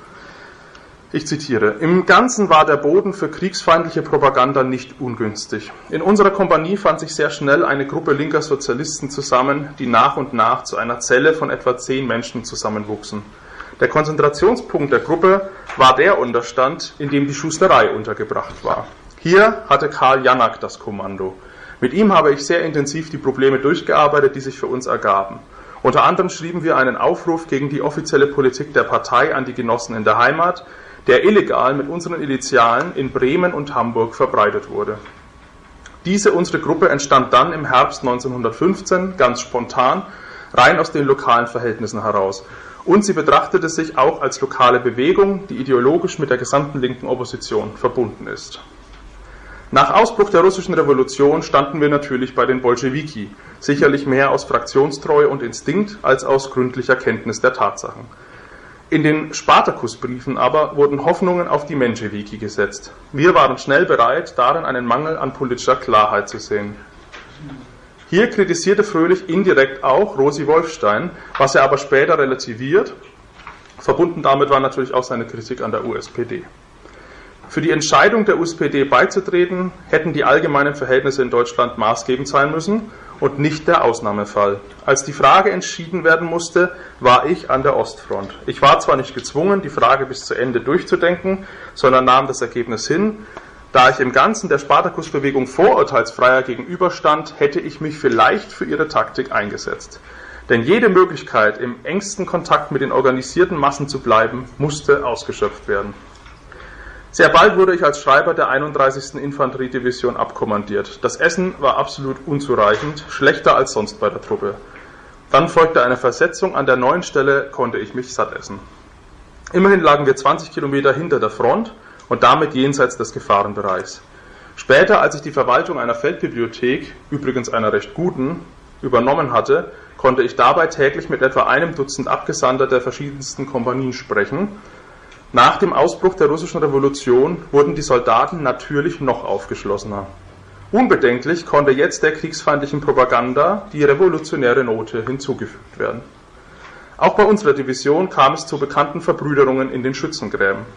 Ich zitiere: Im Ganzen war der Boden für kriegsfeindliche Propaganda nicht ungünstig. In unserer Kompanie fand sich sehr schnell eine Gruppe linker Sozialisten zusammen, die nach und nach zu einer Zelle von etwa zehn Menschen zusammenwuchsen. Der Konzentrationspunkt der Gruppe war der Unterstand, in dem die Schusterei untergebracht war. Hier hatte Karl Janak das Kommando. Mit ihm habe ich sehr intensiv die Probleme durchgearbeitet, die sich für uns ergaben. Unter anderem schrieben wir einen Aufruf gegen die offizielle Politik der Partei an die Genossen in der Heimat, der illegal mit unseren Initialen in Bremen und Hamburg verbreitet wurde. Diese unsere Gruppe entstand dann im Herbst neunzehnhundertfünfzehn ganz spontan, rein aus den lokalen Verhältnissen heraus. Und sie betrachtete sich auch als lokale Bewegung, die ideologisch mit der gesamten linken Opposition verbunden ist. Nach Ausbruch der russischen Revolution standen wir natürlich bei den Bolschewiki, sicherlich mehr aus Fraktionstreue und Instinkt als aus gründlicher Kenntnis der Tatsachen. In den Spartakusbriefen aber wurden Hoffnungen auf die Menschewiki gesetzt. Wir waren schnell bereit, darin einen Mangel an politischer Klarheit zu sehen. Hier kritisierte Fröhlich indirekt auch Rosi Wolfstein, was er aber später relativiert. Verbunden damit war natürlich auch seine Kritik an der U S P D. Für die Entscheidung der U S P D beizutreten, hätten die allgemeinen Verhältnisse in Deutschland maßgebend sein müssen und nicht der Ausnahmefall. Als die Frage entschieden werden musste, war ich an der Ostfront. Ich war zwar nicht gezwungen, die Frage bis zu Ende durchzudenken, sondern nahm das Ergebnis hin. Da ich im Ganzen der Spartakusbewegung vorurteilsfreier gegenüberstand, hätte ich mich vielleicht für ihre Taktik eingesetzt. Denn jede Möglichkeit, im engsten Kontakt mit den organisierten Massen zu bleiben, musste ausgeschöpft werden. Sehr bald wurde ich als Schreiber der einunddreißigsten Infanteriedivision abkommandiert. Das Essen war absolut unzureichend, schlechter als sonst bei der Truppe. Dann folgte eine Versetzung, an der neuen Stelle konnte ich mich satt essen. Immerhin lagen wir zwanzig Kilometer hinter der Front und damit jenseits des Gefahrenbereichs. Später, als ich die Verwaltung einer Feldbibliothek, übrigens einer recht guten, übernommen hatte, konnte ich dabei täglich mit etwa einem Dutzend Abgesandter der verschiedensten Kompanien sprechen. Nach dem Ausbruch der russischen Revolution wurden die Soldaten natürlich noch aufgeschlossener. Unbedenklich konnte jetzt der kriegsfeindlichen Propaganda die revolutionäre Note hinzugefügt werden. Auch bei unserer Division kam es zu bekannten Verbrüderungen in den Schützengräben.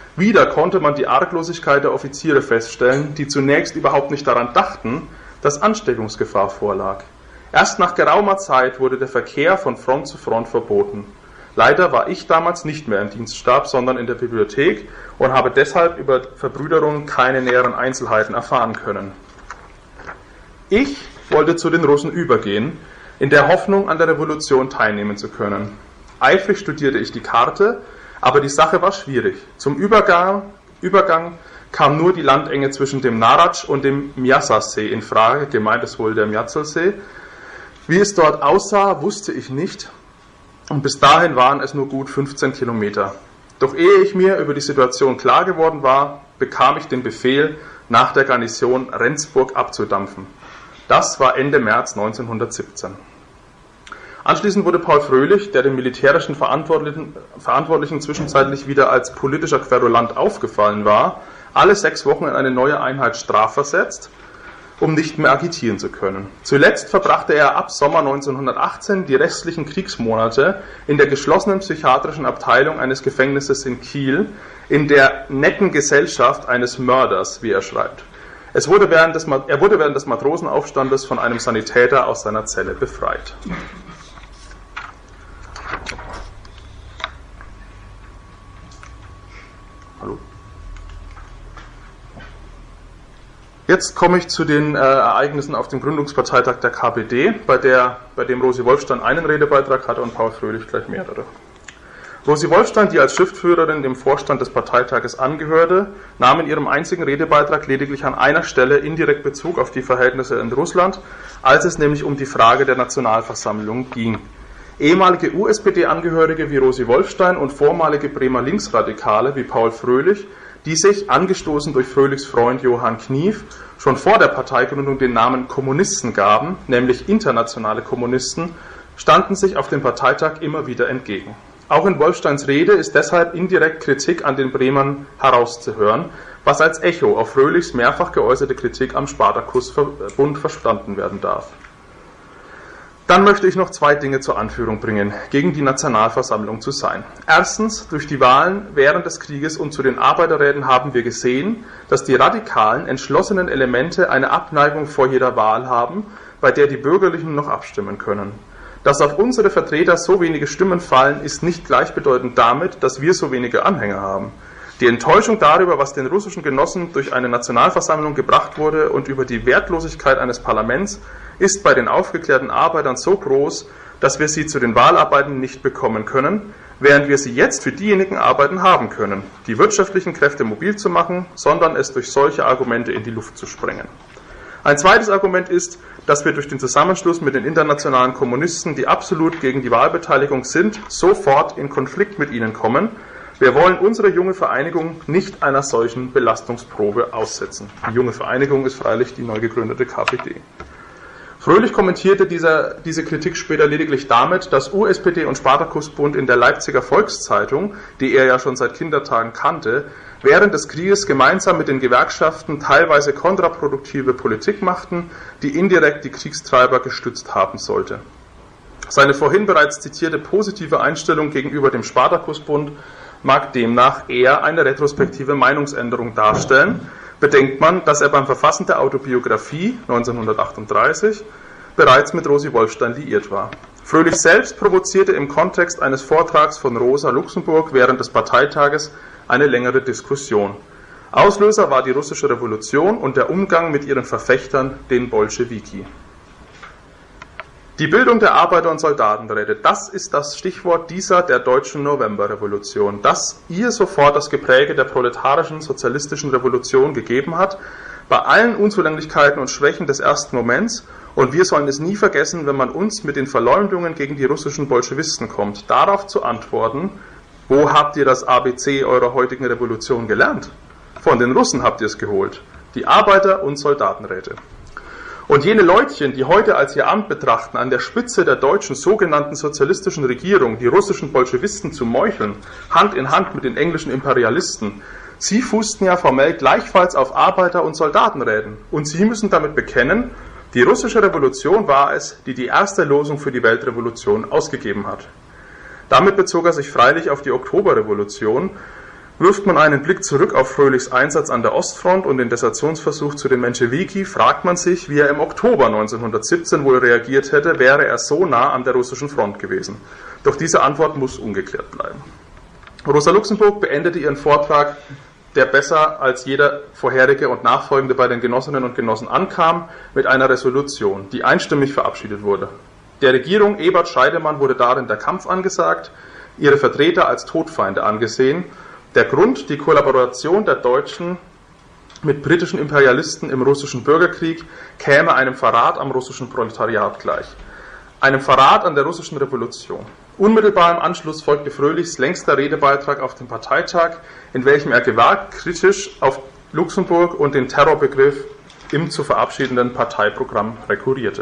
Wieder konnte man die Arglosigkeit der Offiziere feststellen, die zunächst überhaupt nicht daran dachten, dass Ansteckungsgefahr vorlag. Erst nach geraumer Zeit wurde der Verkehr von Front zu Front verboten. Leider war ich damals nicht mehr im Dienststab, sondern in der Bibliothek und habe deshalb über Verbrüderungen keine näheren Einzelheiten erfahren können. Ich wollte zu den Russen übergehen, in der Hoffnung, an der Revolution teilnehmen zu können. Eifrig studierte ich die Karte, aber die Sache war schwierig. Zum Übergang, Übergang kam nur die Landenge zwischen dem Naratsch und dem Mjasa-See in Frage, gemeint ist wohl der Mjatzelsee. Wie es dort aussah, wusste ich nicht, und bis dahin waren es nur gut fünfzehn Kilometer. Doch ehe ich mir über die Situation klar geworden war, bekam ich den Befehl, nach der Garnison Rendsburg abzudampfen. Das war Ende März neunzehnhundertsiebzehn. Anschließend wurde Paul Fröhlich, der den militärischen Verantwortlichen, Verantwortlichen zwischenzeitlich wieder als politischer Querulant aufgefallen war, alle sechs Wochen in eine neue Einheit strafversetzt, um nicht mehr agitieren zu können. Zuletzt verbrachte er ab Sommer neunzehnhundertachtzehn die restlichen Kriegsmonate in der geschlossenen psychiatrischen Abteilung eines Gefängnisses in Kiel, in der netten Gesellschaft eines Mörders, wie er schreibt. Es wurde während des, er wurde während des Matrosenaufstandes von einem Sanitäter aus seiner Zelle befreit. Hallo? Jetzt komme ich zu den äh, Ereignissen auf dem Gründungsparteitag der K P D, bei, der, bei dem Rosi Wolfstein einen Redebeitrag hatte und Paul Fröhlich gleich mehrere. Rosi Wolfstein, die als Schriftführerin dem Vorstand des Parteitages angehörte, nahm in ihrem einzigen Redebeitrag lediglich an einer Stelle indirekt Bezug auf die Verhältnisse in Russland, als es nämlich um die Frage der Nationalversammlung ging. Ehemalige U S P D-Angehörige wie Rosi Wolfstein und vormalige Bremer Linksradikale wie Paul Fröhlich, die sich, angestoßen durch Fröhlichs Freund Johann Knief, schon vor der Parteigründung den Namen Kommunisten gaben, nämlich internationale Kommunisten, standen sich auf dem Parteitag immer wieder entgegen. Auch in Wolfsteins Rede ist deshalb indirekt Kritik an den Bremern herauszuhören, was als Echo auf Fröhlichs mehrfach geäußerte Kritik am Spartakusbund verstanden werden darf. Dann möchte ich noch zwei Dinge zur Anführung bringen, gegen die Nationalversammlung zu sein. Erstens, durch die Wahlen während des Krieges und zu den Arbeiterräten haben wir gesehen, dass die radikalen, entschlossenen Elemente eine Abneigung vor jeder Wahl haben, bei der die Bürgerlichen noch abstimmen können. Dass auf unsere Vertreter so wenige Stimmen fallen, ist nicht gleichbedeutend damit, dass wir so wenige Anhänger haben. Die Enttäuschung darüber, was den russischen Genossen durch eine Nationalversammlung gebracht wurde und über die Wertlosigkeit eines Parlaments, ist bei den aufgeklärten Arbeitern so groß, dass wir sie zu den Wahlarbeiten nicht bekommen können, während wir sie jetzt für diejenigen Arbeiten haben können, die wirtschaftlichen Kräfte mobil zu machen, sondern es durch solche Argumente in die Luft zu sprengen. Ein zweites Argument ist, dass wir durch den Zusammenschluss mit den internationalen Kommunisten, die absolut gegen die Wahlbeteiligung sind, sofort in Konflikt mit ihnen kommen. Wir wollen unsere junge Vereinigung nicht einer solchen Belastungsprobe aussetzen. Die junge Vereinigung ist freilich die neu gegründete K P D. Fröhlich kommentierte dieser, diese Kritik später lediglich damit, dass U S P D und Spartakusbund in der Leipziger Volkszeitung, die er ja schon seit Kindertagen kannte, während des Krieges gemeinsam mit den Gewerkschaften teilweise kontraproduktive Politik machten, die indirekt die Kriegstreiber gestützt haben sollte. Seine vorhin bereits zitierte positive Einstellung gegenüber dem Spartakusbund mag demnach eher eine retrospektive Meinungsänderung darstellen, bedenkt man, dass er beim Verfassen der Autobiografie neunzehnhundertachtunddreißig bereits mit Rosi Wolfstein liiert war. Fröhlich selbst provozierte im Kontext eines Vortrags von Rosa Luxemburg während des Parteitages eine längere Diskussion. Auslöser war die russische Revolution und der Umgang mit ihren Verfechtern, den Bolschewiki. Die Bildung der Arbeiter- und Soldatenräte, das ist das Stichwort dieser der deutschen Novemberrevolution, das ihr sofort das Gepräge der proletarischen sozialistischen Revolution gegeben hat, bei allen Unzulänglichkeiten und Schwächen des ersten Moments, und wir sollen es nie vergessen, wenn man uns mit den Verleumdungen gegen die russischen Bolschewisten kommt, darauf zu antworten: Wo habt ihr das A B C eurer heutigen Revolution gelernt? Von den Russen habt ihr es geholt, die Arbeiter- und Soldatenräte. Und jene Leutchen, die heute als ihr Amt betrachten, an der Spitze der deutschen sogenannten sozialistischen Regierung die russischen Bolschewisten zu meucheln, Hand in Hand mit den englischen Imperialisten, sie fußten ja formell gleichfalls auf Arbeiter- und Soldatenräten. Und sie müssen damit bekennen, die russische Revolution war es, die die erste Losung für die Weltrevolution ausgegeben hat. Damit bezog er sich freilich auf die Oktoberrevolution, Wirft man einen Blick zurück auf Fröhlichs Einsatz an der Ostfront und den Desertionsversuch zu den Menschewiki, fragt man sich, wie er im Oktober neunzehnhundertsiebzehn wohl reagiert hätte, wäre er so nah an der russischen Front gewesen. Doch diese Antwort muss ungeklärt bleiben. Rosa Luxemburg beendete ihren Vortrag, der besser als jeder vorherige und nachfolgende bei den Genossinnen und Genossen ankam, mit einer Resolution, die einstimmig verabschiedet wurde. Der Regierung Ebert Scheidemann wurde darin der Kampf angesagt, ihre Vertreter als Todfeinde angesehen. Der Grund, die Kollaboration der Deutschen mit britischen Imperialisten im russischen Bürgerkrieg, käme einem Verrat am russischen Proletariat gleich. Einem Verrat an der russischen Revolution. Unmittelbar im Anschluss folgte Fröhlichs längster Redebeitrag auf dem Parteitag, in welchem er gewaltkritisch auf Luxemburg und den Terrorbegriff im zu verabschiedenden Parteiprogramm rekurrierte.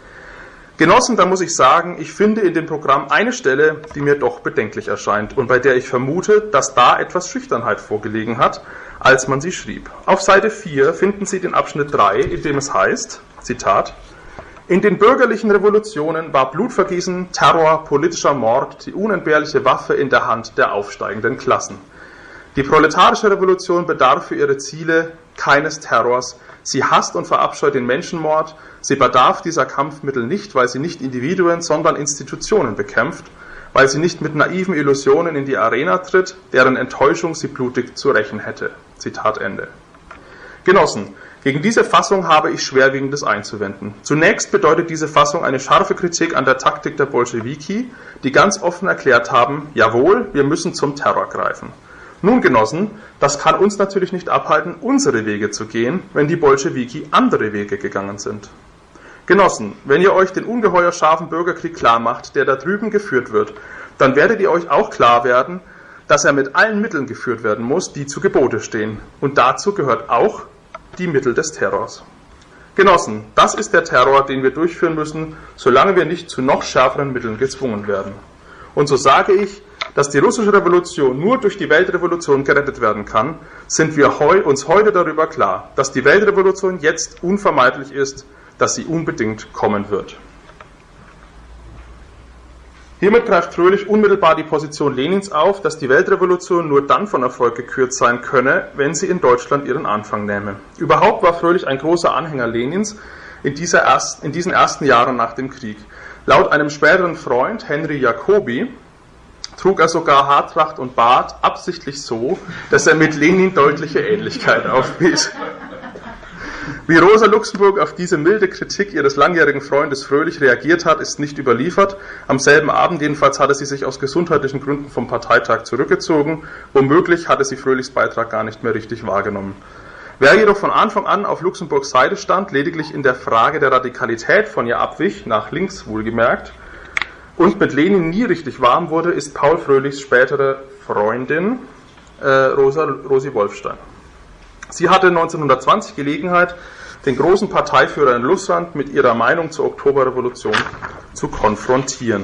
Genossen, da muss ich sagen, ich finde in dem Programm eine Stelle, die mir doch bedenklich erscheint und bei der ich vermute, dass da etwas Schüchternheit vorgelegen hat, als man sie schrieb. Auf Seite vier finden Sie den Abschnitt drei, in dem es heißt, Zitat, in den bürgerlichen Revolutionen war Blutvergießen, Terror, politischer Mord die unentbehrliche Waffe in der Hand der aufsteigenden Klassen. Die proletarische Revolution bedarf für ihre Ziele keines Terrors. Sie hasst und verabscheut den Menschenmord. Sie bedarf dieser Kampfmittel nicht, weil sie nicht Individuen, sondern Institutionen bekämpft, weil sie nicht mit naiven Illusionen in die Arena tritt, deren Enttäuschung sie blutig zu rächen hätte. Zitat Ende. Genossen, gegen diese Fassung habe ich Schwerwiegendes einzuwenden. Zunächst bedeutet diese Fassung eine scharfe Kritik an der Taktik der Bolschewiki, die ganz offen erklärt haben, jawohl, wir müssen zum Terror greifen. Nun, Genossen, das kann uns natürlich nicht abhalten, unsere Wege zu gehen, wenn die Bolschewiki andere Wege gegangen sind. Genossen, wenn ihr euch den ungeheuer scharfen Bürgerkrieg klar macht, der da drüben geführt wird, dann werdet ihr euch auch klar werden, dass er mit allen Mitteln geführt werden muss, die zu Gebote stehen. Und dazu gehört auch die Mittel des Terrors. Genossen, das ist der Terror, den wir durchführen müssen, solange wir nicht zu noch schärferen Mitteln gezwungen werden. Und so sage ich, dass die russische Revolution nur durch die Weltrevolution gerettet werden kann, sind wir heu, uns heute darüber klar, dass die Weltrevolution jetzt unvermeidlich ist, dass sie unbedingt kommen wird. Hiermit greift Fröhlich unmittelbar die Position Lenins auf, dass die Weltrevolution nur dann von Erfolg gekürt sein könne, wenn sie in Deutschland ihren Anfang nähme. Überhaupt war Fröhlich ein großer Anhänger Lenins in, dieser erst, in diesen ersten Jahren nach dem Krieg. Laut einem späteren Freund, Henry Jacobi, trug er sogar Haartracht und Bart absichtlich so, dass er mit Lenin deutliche Ähnlichkeit aufwies. Wie Rosa Luxemburg auf diese milde Kritik ihres langjährigen Freundes Fröhlich reagiert hat, ist nicht überliefert. Am selben Abend jedenfalls hatte sie sich aus gesundheitlichen Gründen vom Parteitag zurückgezogen. Womöglich hatte sie Fröhlichs Beitrag gar nicht mehr richtig wahrgenommen. Wer jedoch von Anfang an auf Luxemburgs Seite stand, lediglich in der Frage der Radikalität von ihr abwich, nach links wohlgemerkt, und mit Lenin nie richtig warm wurde, ist Paul Fröhlichs spätere Freundin äh, Rosa, Rosi Wolfstein. Sie hatte neunzehnhundertzwanzig Gelegenheit, den großen Parteiführer in Russland mit ihrer Meinung zur Oktoberrevolution zu konfrontieren.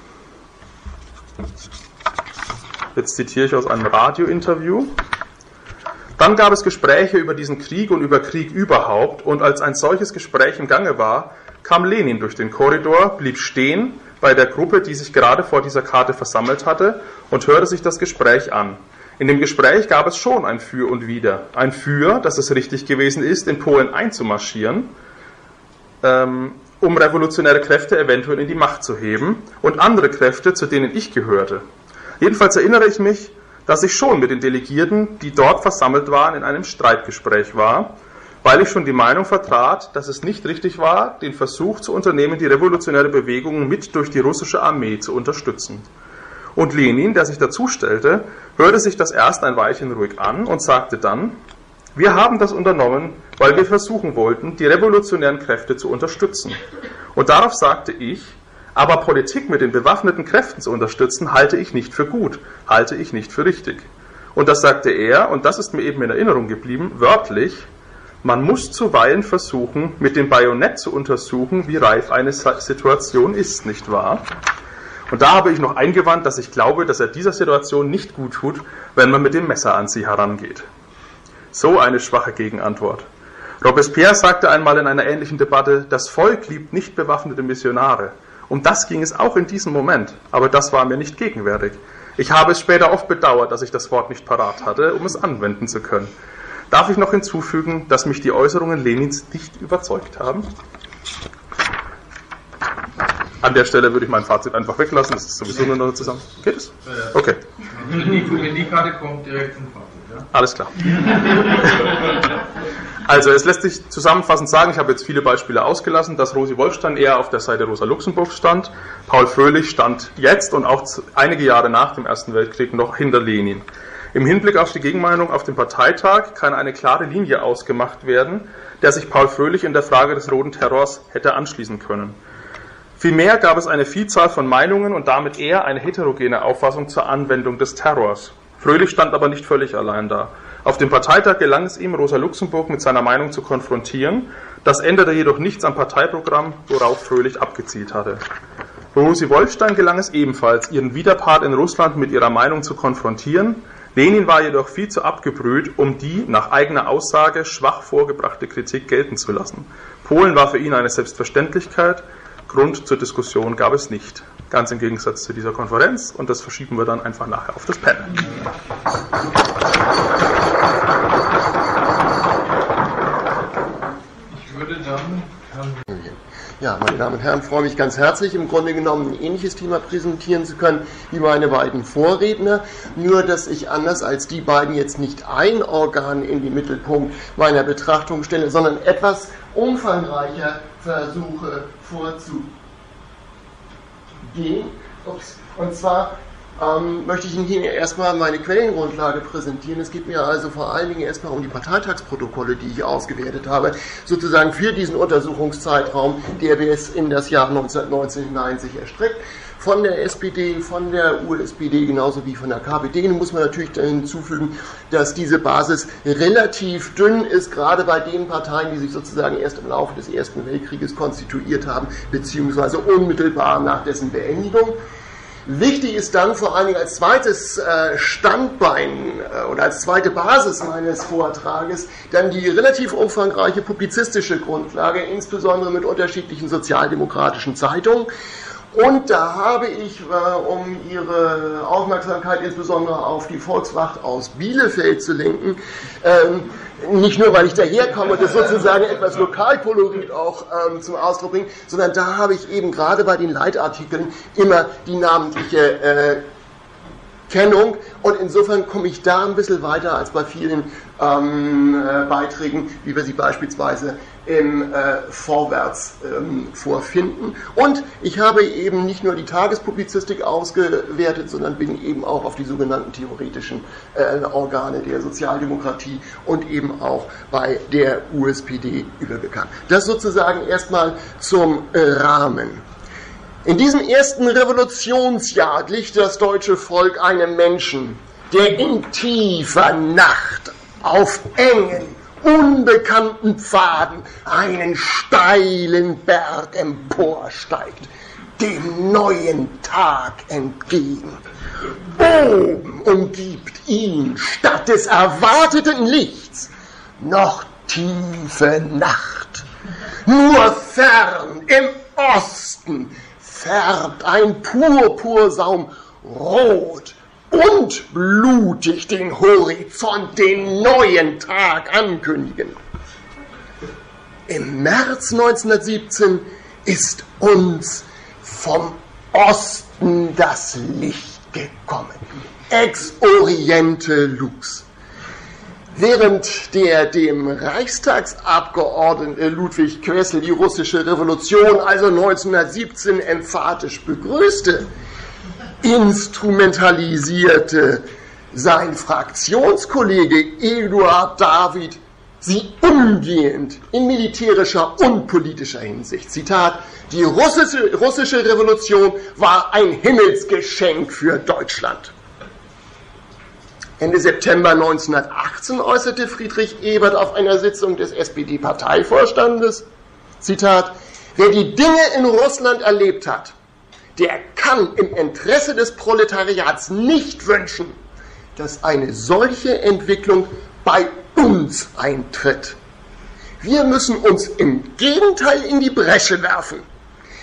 Jetzt zitiere ich aus einem Radiointerview. Dann gab es Gespräche über diesen Krieg und über Krieg überhaupt, und als ein solches Gespräch im Gange war, kam Lenin durch den Korridor, blieb stehen bei der Gruppe, die sich gerade vor dieser Karte versammelt hatte, und hörte sich das Gespräch an. In dem Gespräch gab es schon ein Für und Wider. Ein Für, dass es richtig gewesen ist, in Polen einzumarschieren, ähm, um revolutionäre Kräfte eventuell in die Macht zu heben, und andere Kräfte, zu denen ich gehörte. Jedenfalls erinnere ich mich, dass ich schon mit den Delegierten, die dort versammelt waren, in einem Streitgespräch war, weil ich schon die Meinung vertrat, dass es nicht richtig war, den Versuch zu unternehmen, die revolutionäre Bewegung mit durch die russische Armee zu unterstützen. Und Lenin, der sich dazustellte, hörte sich das erst ein Weilchen ruhig an und sagte dann, wir haben das unternommen, weil wir versuchen wollten, die revolutionären Kräfte zu unterstützen. Und darauf sagte ich, aber Politik mit den bewaffneten Kräften zu unterstützen, halte ich nicht für gut, halte ich nicht für richtig. Und das sagte er, und das ist mir eben in Erinnerung geblieben, wörtlich, man muss zuweilen versuchen, mit dem Bajonett zu untersuchen, wie reif eine Situation ist, nicht wahr? Und da habe ich noch eingewandt, dass ich glaube, dass er dieser Situation nicht gut tut, wenn man mit dem Messer an sie herangeht. So eine schwache Gegenantwort. Robespierre sagte einmal in einer ähnlichen Debatte, das Volk liebt nicht bewaffnete Missionare. Um das ging es auch in diesem Moment, aber das war mir nicht gegenwärtig. Ich habe es später oft bedauert, dass ich das Wort nicht parat hatte, um es anwenden zu können. Darf ich noch hinzufügen, dass mich die Äußerungen Lenins nicht überzeugt haben? An der Stelle würde ich mein Fazit einfach weglassen, das ist sowieso nur noch zusammen. Geht es? Okay. Wenn die, wenn die Karte kommt, direkt zum Fazit, ja? Alles klar. Also es lässt sich zusammenfassend sagen, ich habe jetzt viele Beispiele ausgelassen, dass Rosi Wolfstein eher auf der Seite Rosa Luxemburgs stand, Paul Fröhlich stand jetzt und auch einige Jahre nach dem Ersten Weltkrieg noch hinter Lenin. Im Hinblick auf die Gegenmeinung auf dem Parteitag kann eine klare Linie ausgemacht werden, der sich Paul Fröhlich in der Frage des roten Terrors hätte anschließen können. Vielmehr gab es eine Vielzahl von Meinungen und damit eher eine heterogene Auffassung zur Anwendung des Terrors. Fröhlich stand aber nicht völlig allein da. Auf dem Parteitag gelang es ihm, Rosa Luxemburg mit seiner Meinung zu konfrontieren. Das änderte jedoch nichts am Parteiprogramm, worauf Fröhlich abgezielt hatte. Rosi Wolfstein gelang es ebenfalls, ihren Widerpart in Russland mit ihrer Meinung zu konfrontieren. Lenin war jedoch viel zu abgebrüht, um die, nach eigener Aussage, schwach vorgebrachte Kritik gelten zu lassen. Polen war für ihn eine Selbstverständlichkeit. Grund zur Diskussion gab es nicht. Ganz im Gegensatz zu dieser Konferenz, und das verschieben wir dann einfach nachher auf das Panel. Ich würde dann Herrn Ja, meine Damen und Herren, freue mich ganz herzlich, im Grunde genommen ein ähnliches Thema präsentieren zu können wie meine beiden Vorredner, nur dass ich anders als die beiden jetzt nicht ein Organ in den Mittelpunkt meiner Betrachtung stelle, sondern etwas umfangreicher versuche vorzugehen. Ups. Und zwar ähm, möchte ich Ihnen hier erstmal meine Quellengrundlage präsentieren. Es geht mir also vor allen Dingen erstmal um die Parteitagsprotokolle, die ich ausgewertet habe, sozusagen für diesen Untersuchungszeitraum, der bis in das Jahr neunzehnhundertneunzig hinein sich erstreckt. Von der S P D, von der U S P D genauso wie von der K P D. Nun muss man natürlich hinzufügen, dass diese Basis relativ dünn ist, gerade bei den Parteien, die sich sozusagen erst im Laufe des Ersten Weltkrieges konstituiert haben, beziehungsweise unmittelbar nach dessen Beendigung. Wichtig ist dann vor allen Dingen als zweites Standbein oder als zweite Basis meines Vortrages dann die relativ umfangreiche publizistische Grundlage, insbesondere mit unterschiedlichen sozialdemokratischen Zeitungen. Und da habe ich, äh, um Ihre Aufmerksamkeit insbesondere auf die Volkswacht aus Bielefeld zu lenken, ähm, nicht nur, weil ich daherkomme und das sozusagen etwas Lokalkolorit auch ähm, zum Ausdruck bringt, sondern da habe ich eben gerade bei den Leitartikeln immer die namentliche äh, Kennung, und insofern komme ich da ein bisschen weiter als bei vielen ähm, äh, Beiträgen, wie wir sie beispielsweise im äh, Vorwärts ähm, vorfinden. Und ich habe eben nicht nur die Tagespublizistik ausgewertet, sondern bin eben auch auf die sogenannten theoretischen äh, Organe der Sozialdemokratie und eben auch bei der U S P D übergegangen. Das sozusagen erstmal zum äh, Rahmen. In diesem ersten Revolutionsjahr glich das deutsche Volk einem Menschen, der in tiefer Nacht auf engen, unbekannten Pfaden einen steilen Berg emporsteigt, dem neuen Tag entgegen. Oben umgibt ihn statt des erwarteten Lichts noch tiefe Nacht. Nur fern im Osten färbt ein Purpursaum rot und blutig den Horizont, den neuen Tag ankündigen. Im März neunzehnhundertsiebzehn ist uns vom Osten das Licht gekommen. Ex oriente lux. Während der dem Reichstagsabgeordneten Ludwig Quessel die russische Revolution, also neunzehnhundertsiebzehn, emphatisch begrüßte, instrumentalisierte sein Fraktionskollege Eduard David sie umgehend in militärischer und politischer Hinsicht. Zitat: Die russische, russische Revolution war ein Himmelsgeschenk für Deutschland. Ende September neunzehnhundertachtzehn äußerte Friedrich Ebert auf einer Sitzung des S P D-Parteivorstandes, Zitat: Wer die Dinge in Russland erlebt hat, der kann im Interesse des Proletariats nicht wünschen, dass eine solche Entwicklung bei uns eintritt. Wir müssen uns im Gegenteil in die Bresche werfen.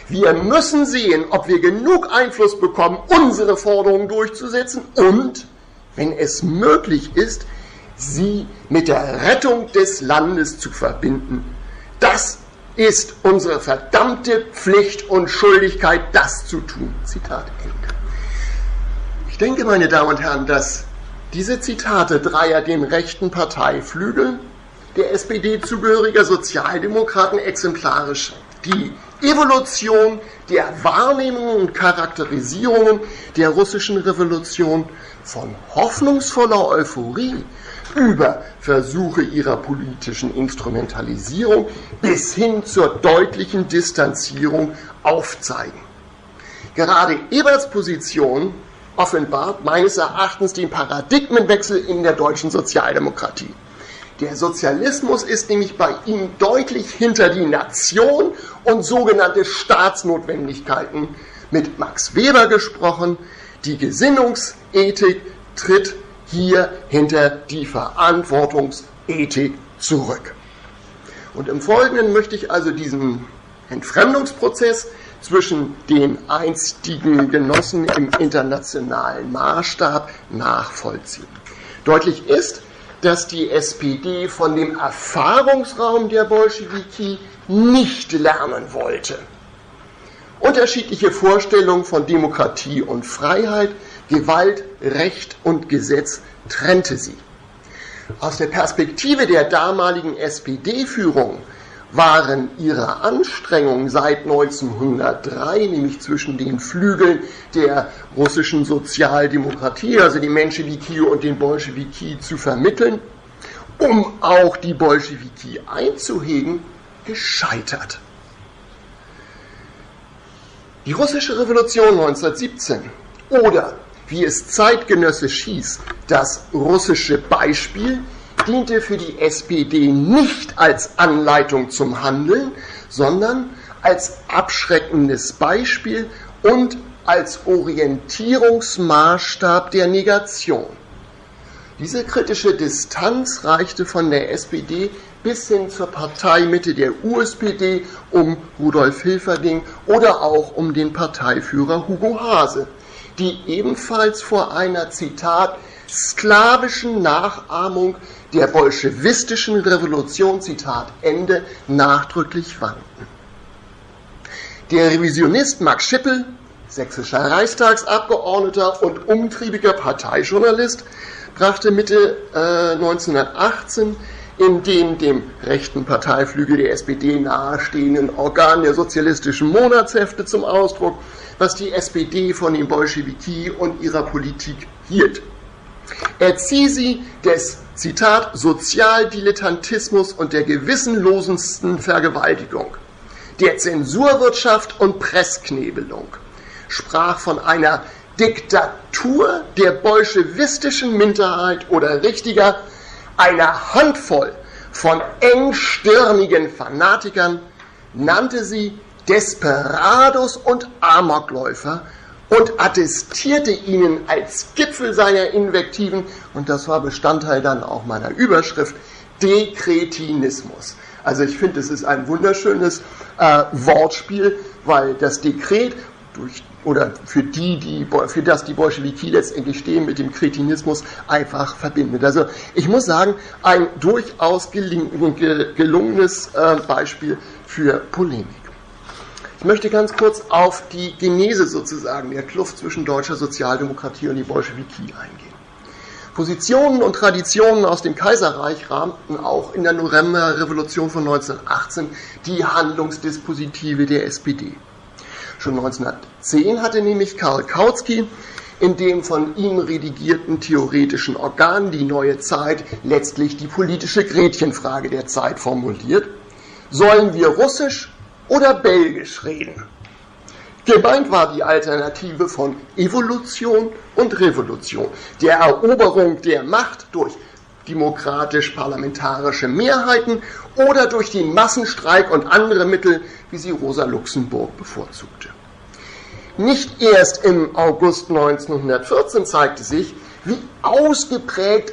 Wir müssen sehen, ob wir genug Einfluss bekommen, unsere Forderungen durchzusetzen und, wenn es möglich ist, sie mit der Rettung des Landes zu verbinden. Das ist unsere verdammte Pflicht und Schuldigkeit, das zu tun. Zitat Ende. Ich denke, meine Damen und Herren, dass diese Zitate dreier dem rechten Parteiflügel der S P D zugehöriger Sozialdemokraten exemplarisch die Evolution der Wahrnehmungen und Charakterisierungen der russischen Revolution von hoffnungsvoller Euphorie über Versuche ihrer politischen Instrumentalisierung bis hin zur deutlichen Distanzierung aufzeigen. Gerade Eberts Position offenbart meines Erachtens den Paradigmenwechsel in der deutschen Sozialdemokratie. Der Sozialismus ist nämlich bei ihm deutlich hinter die Nation und sogenannte Staatsnotwendigkeiten, mit Max Weber gesprochen. Die Gesinnungsethik tritt hier hinter die Verantwortungsethik zurück. Und im Folgenden möchte ich also diesen Entfremdungsprozess zwischen den einstigen Genossen im internationalen Maßstab nachvollziehen. Deutlich ist, dass die S P D von dem Erfahrungsraum der Bolschewiki nicht lernen wollte. Unterschiedliche Vorstellungen von Demokratie und Freiheit, Gewalt, Recht und Gesetz trennte sie. Aus der Perspektive der damaligen S P D-Führung waren ihre Anstrengungen seit neunzehnhundertdrei, nämlich zwischen den Flügeln der russischen Sozialdemokratie, also die Menschewiki und den Bolschewiki, zu vermitteln, um auch die Bolschewiki einzuhegen, gescheitert. Die russische Revolution neunzehnhundertsiebzehn oder, wie es zeitgenössisch hieß, das russische Beispiel, diente für die S P D nicht als Anleitung zum Handeln, sondern als abschreckendes Beispiel und als Orientierungsmaßstab der Negation. Diese kritische Distanz reichte von der S P D bis hin zur Parteimitte der U S P D um Rudolf Hilferding oder auch um den Parteiführer Hugo Haase, die ebenfalls vor einer, Zitat, sklavischen Nachahmung der bolschewistischen Revolution, Zitat Ende, nachdrücklich warnten. Der Revisionist Max Schippel, sächsischer Reichstagsabgeordneter und umtriebiger Parteijournalist, brachte Mitte äh, neunzehnhundertachtzehn in dem dem rechten Parteiflügel der S P D nahestehenden Organ der sozialistischen Monatshefte zum Ausdruck, was die S P D von den Bolschewiki und ihrer Politik hielt. Er ziehe sie des, Zitat, Sozialdilettantismus und der gewissenlosesten Vergewaltigung, der Zensurwirtschaft und Pressknebelung, sprach von einer Diktatur der bolschewistischen Minderheit oder richtiger, einer Handvoll von engstirnigen Fanatikern, nannte sie Desperados und Amokläufer und attestierte ihnen als Gipfel seiner Invektiven, und das war Bestandteil dann auch meiner Überschrift, Dekretinismus. Also ich finde, es ist ein wunderschönes äh, Wortspiel, weil das Dekret durch, oder für die, die, für das die Bolschewiki letztendlich stehen, mit dem Kretinismus einfach verbindet. Also ich muss sagen, ein durchaus geling, gelungenes äh, Beispiel für Polemik. Ich möchte ganz kurz auf die Genese sozusagen der Kluft zwischen deutscher Sozialdemokratie und die Bolschewiki eingehen. Positionen und Traditionen aus dem Kaiserreich rahmten auch in der Novemberrevolution von neunzehnhundertachtzehn die Handlungsdispositive der S P D. Schon neunzehnhundertzehn hatte nämlich Karl Kautsky in dem von ihm redigierten theoretischen Organ Die Neue Zeit letztlich die politische Gretchenfrage der Zeit formuliert: Sollen wir Russisch oder Belgisch reden? Gemeint war die Alternative von Evolution und Revolution, der Eroberung der Macht durch demokratisch-parlamentarische Mehrheiten oder durch den Massenstreik und andere Mittel, wie sie Rosa Luxemburg bevorzugte. Nicht erst im August neunzehnhundertvierzehn zeigte sich, wie ausgeprägt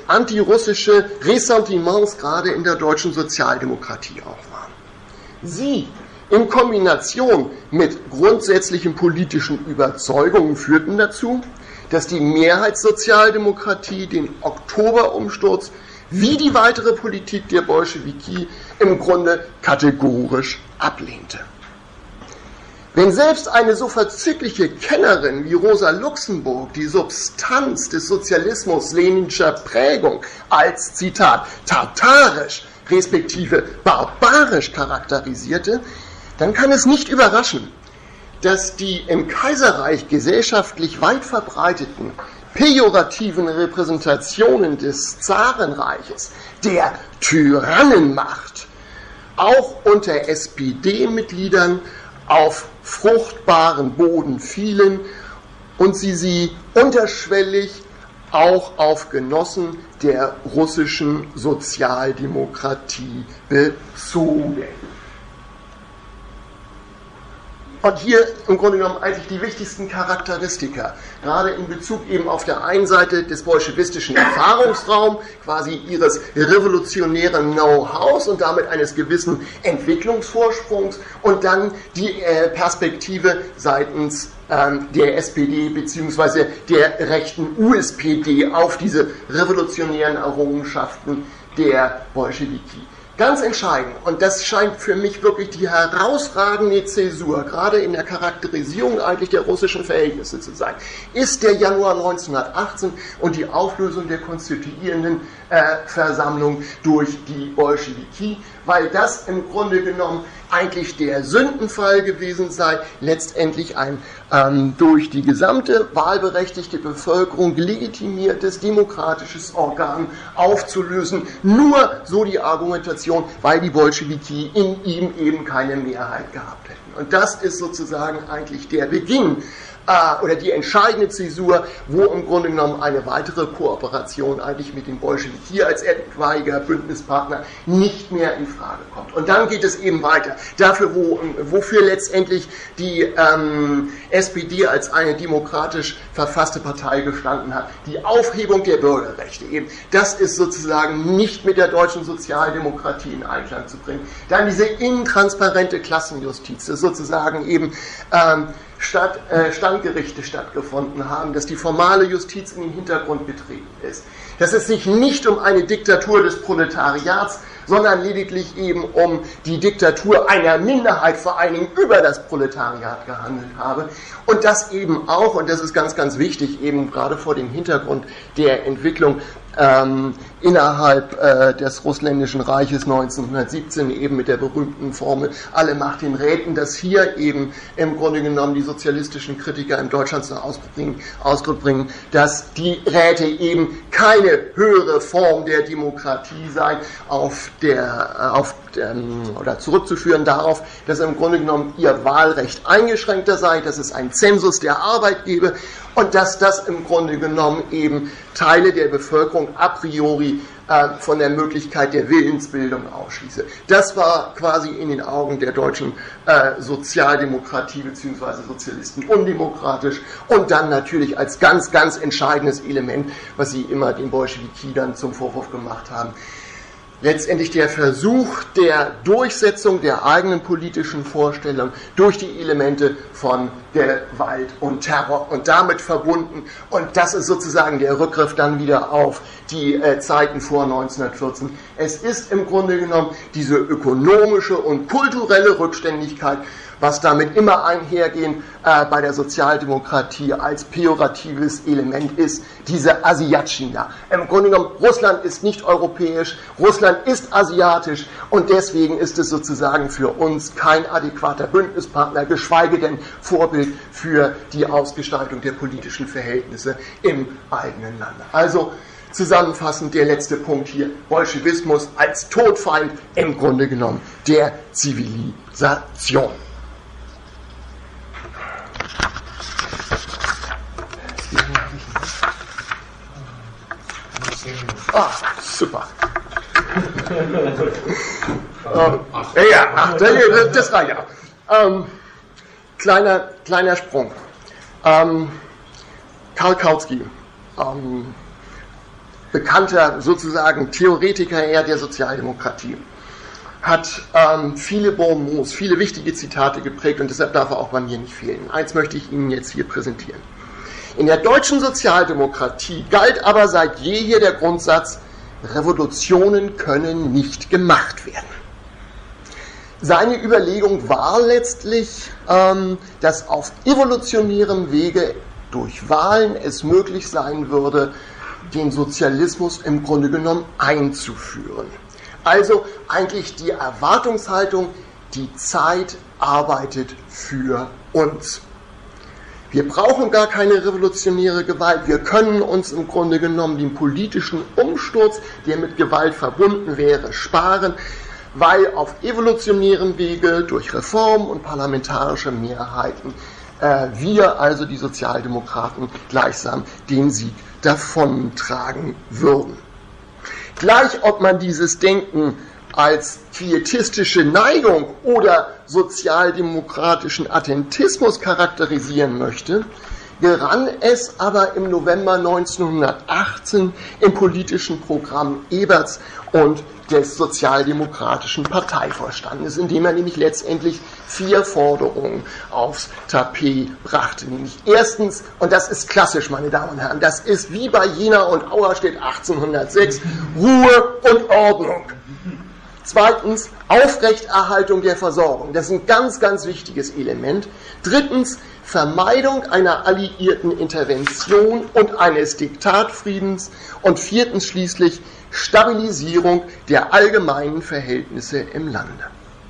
antirussische Ressentiments gerade in der deutschen Sozialdemokratie auch waren. Sie, in Kombination mit grundsätzlichen politischen Überzeugungen führten dazu, dass die Mehrheitssozialdemokratie den Oktoberumsturz wie die weitere Politik der Bolschewiki im Grunde kategorisch ablehnte. Wenn selbst eine so verzügliche Kennerin wie Rosa Luxemburg die Substanz des Sozialismus leninscher Prägung als, Zitat, tartarisch respektive barbarisch charakterisierte, dann kann es nicht überraschen, dass die im Kaiserreich gesellschaftlich weit verbreiteten pejorativen Repräsentationen des Zarenreiches, der Tyrannenmacht, auch unter S P D-Mitgliedern auf fruchtbaren Boden fielen und sie sie unterschwellig auch auf Genossen der russischen Sozialdemokratie bezogen. Und hier im Grunde genommen eigentlich die wichtigsten Charakteristika, gerade in Bezug eben auf der einen Seite des bolschewistischen Erfahrungsraums, quasi ihres revolutionären Know-hows und damit eines gewissen Entwicklungsvorsprungs und dann die äh, Perspektive seitens ähm, der S P D bzw. der rechten U S P D auf diese revolutionären Errungenschaften der Bolschewiki. Ganz entscheidend, und das scheint für mich wirklich die herausragende Zäsur, gerade in der Charakterisierung eigentlich der russischen Verhältnisse zu sein, ist der Januar neunzehnhundertachtzehn und die Auflösung der konstituierenden äh, Versammlung durch die Bolschewiki, weil das im Grunde genommen eigentlich der Sündenfall gewesen sei, letztendlich ein ähm, durch die gesamte wahlberechtigte Bevölkerung legitimiertes demokratisches Organ aufzulösen. Nur so die Argumentation, weil die Bolschewiki in ihm eben keine Mehrheit gehabt hätten. Und das ist sozusagen eigentlich der Beginn äh, oder die entscheidende Zäsur, wo im Grunde genommen eine weitere Kooperation eigentlich mit den Bolschewiki als etwaiger Bündnispartner nicht mehr in Frage kommt. Und dann geht es eben weiter. Dafür, wo, wofür letztendlich die ähm, S P D als eine demokratisch verfasste Partei gestanden hat. Die Aufhebung der Bürgerrechte eben. Das ist sozusagen nicht mit der deutschen Sozialdemokratie in Einklang zu bringen. Dann diese intransparente Klassenjustiz, das sozusagen eben ähm, Stadt, äh, Standgerichte stattgefunden haben, dass die formale Justiz in den Hintergrund getreten ist. Dass es sich nicht um eine Diktatur des Proletariats, sondern lediglich eben um die Diktatur einer Minderheit, vor allen Dingen über das Proletariat gehandelt habe. Und das eben auch, und das ist ganz, ganz wichtig, eben gerade vor dem Hintergrund der Entwicklung ähm, innerhalb äh, des Russländischen Reiches neunzehnhundertsiebzehn eben mit der berühmten Formel alle Macht den Räten, dass hier eben im Grunde genommen die sozialistischen Kritiker in Deutschland zum Ausdruck bringen, Ausdruck bringen, dass die Räte eben keine höhere Form der Demokratie seien, auf der, auf der, oder zurückzuführen darauf, dass im Grunde genommen ihr Wahlrecht eingeschränkter sei, dass es einen Zensus der Arbeit gebe und dass das im Grunde genommen eben Teile der Bevölkerung a priori äh, von der Möglichkeit der Willensbildung ausschließe. Das war quasi in den Augen der deutschen äh, Sozialdemokratie bzw. Sozialisten undemokratisch und dann natürlich als ganz, ganz entscheidendes Element, was sie immer den Bolschewiki dann zum Vorwurf gemacht haben, letztendlich der Versuch der Durchsetzung der eigenen politischen Vorstellung durch die Elemente von Gewalt und Terror und damit verbunden. Und das ist sozusagen der Rückgriff dann wieder auf die äh, Zeiten vor neunzehnhundertvierzehn. Es ist im Grunde genommen diese ökonomische und kulturelle Rückständigkeit, was damit immer einhergehen äh, bei der Sozialdemokratie als pejoratives Element ist, diese Asiatschina. Im Grunde genommen, Russland ist nicht europäisch, Russland ist asiatisch und deswegen ist es sozusagen für uns kein adäquater Bündnispartner, geschweige denn Vorbild für die Ausgestaltung der politischen Verhältnisse im eigenen Lande. Also zusammenfassend der letzte Punkt hier, Bolschewismus als Todfeind im Grunde genommen der Zivilisation. Ah, super. ähm, ja, ach, das, das reicht ja. Ähm, kleiner, kleiner Sprung. Ähm, Karl Kautsky, ähm, bekannter sozusagen Theoretiker eher der Sozialdemokratie, hat ähm, viele Bonmots, viele wichtige Zitate geprägt und deshalb darf er auch bei mir nicht fehlen. Eins möchte ich Ihnen jetzt hier präsentieren. In der deutschen Sozialdemokratie galt aber seit jeher der Grundsatz, Revolutionen können nicht gemacht werden. Seine Überlegung war letztlich, ähm, dass auf evolutionärem Wege durch Wahlen es möglich sein würde, den Sozialismus im Grunde genommen einzuführen. Also eigentlich die Erwartungshaltung, die Zeit arbeitet für uns. Wir brauchen gar keine revolutionäre Gewalt. Wir können uns im Grunde genommen den politischen Umsturz, der mit Gewalt verbunden wäre, sparen, weil auf evolutionärem Wege durch Reformen und parlamentarische Mehrheiten äh, wir, also die Sozialdemokraten, gleichsam den Sieg davontragen würden. Gleich ob man dieses Denken als pietistische Neigung oder sozialdemokratischen Attentismus charakterisieren möchte, gerann es aber im November neunzehnhundertachtzehn im politischen Programm Eberts und des Sozialdemokratischen Parteivorstandes, indem er nämlich letztendlich vier Forderungen aufs Tapet brachte. Nämlich erstens, und das ist klassisch, meine Damen und Herren, das ist wie bei Jena und Auerstedt achtzehnhundertsechs, Ruhe und Ordnung. Zweitens, Aufrechterhaltung der Versorgung. Das ist ein ganz, ganz wichtiges Element. Drittens, Vermeidung einer alliierten Intervention und eines Diktatfriedens. Und viertens schließlich Stabilisierung der allgemeinen Verhältnisse im Lande.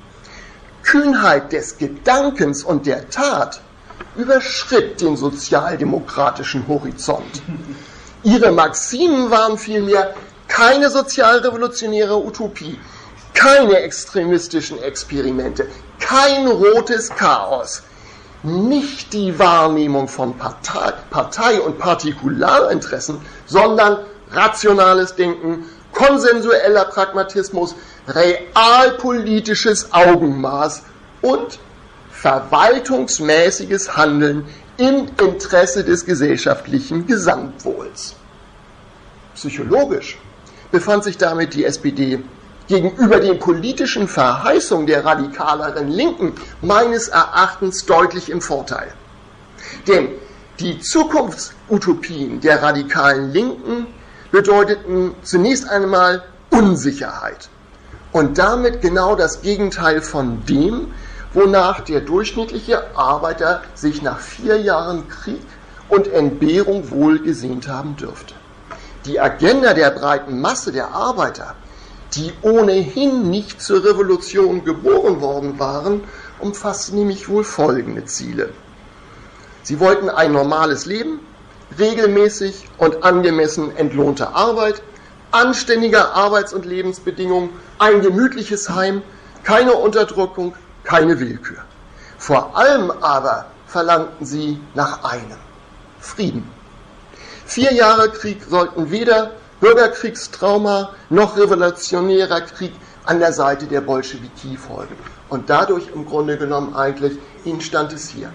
Kühnheit des Gedankens und der Tat überschritt den sozialdemokratischen Horizont. Ihre Maximen waren vielmehr keine sozialrevolutionäre Utopie, keine extremistischen Experimente, kein rotes Chaos, nicht die Wahrnehmung von Partei, Partei- und Partikularinteressen, sondern rationales Denken, konsensueller Pragmatismus, realpolitisches Augenmaß und verwaltungsmäßiges Handeln im Interesse des gesellschaftlichen Gesamtwohls. Psychologisch befand sich damit die S P D gegenüber den politischen Verheißungen der radikaleren Linken meines Erachtens deutlich im Vorteil. Denn die Zukunftsutopien der radikalen Linken bedeuteten zunächst einmal Unsicherheit und damit genau das Gegenteil von dem, wonach der durchschnittliche Arbeiter sich nach vier Jahren Krieg und Entbehrung wohl gesehnt haben dürfte. Die Agenda der breiten Masse der Arbeiter, die ohnehin nicht zur Revolution geboren worden waren, umfasste nämlich wohl folgende Ziele. Sie wollten ein normales Leben, regelmäßig und angemessen entlohnte Arbeit, anständige Arbeits- und Lebensbedingungen, ein gemütliches Heim, keine Unterdrückung, keine Willkür. Vor allem aber verlangten sie nach einem: Frieden. Vier Jahre Krieg sollten weder Bürgerkriegstrauma noch revolutionärer Krieg an der Seite der Bolschewiki folgen. Und dadurch im Grunde genommen eigentlich, ihnen stand es hier.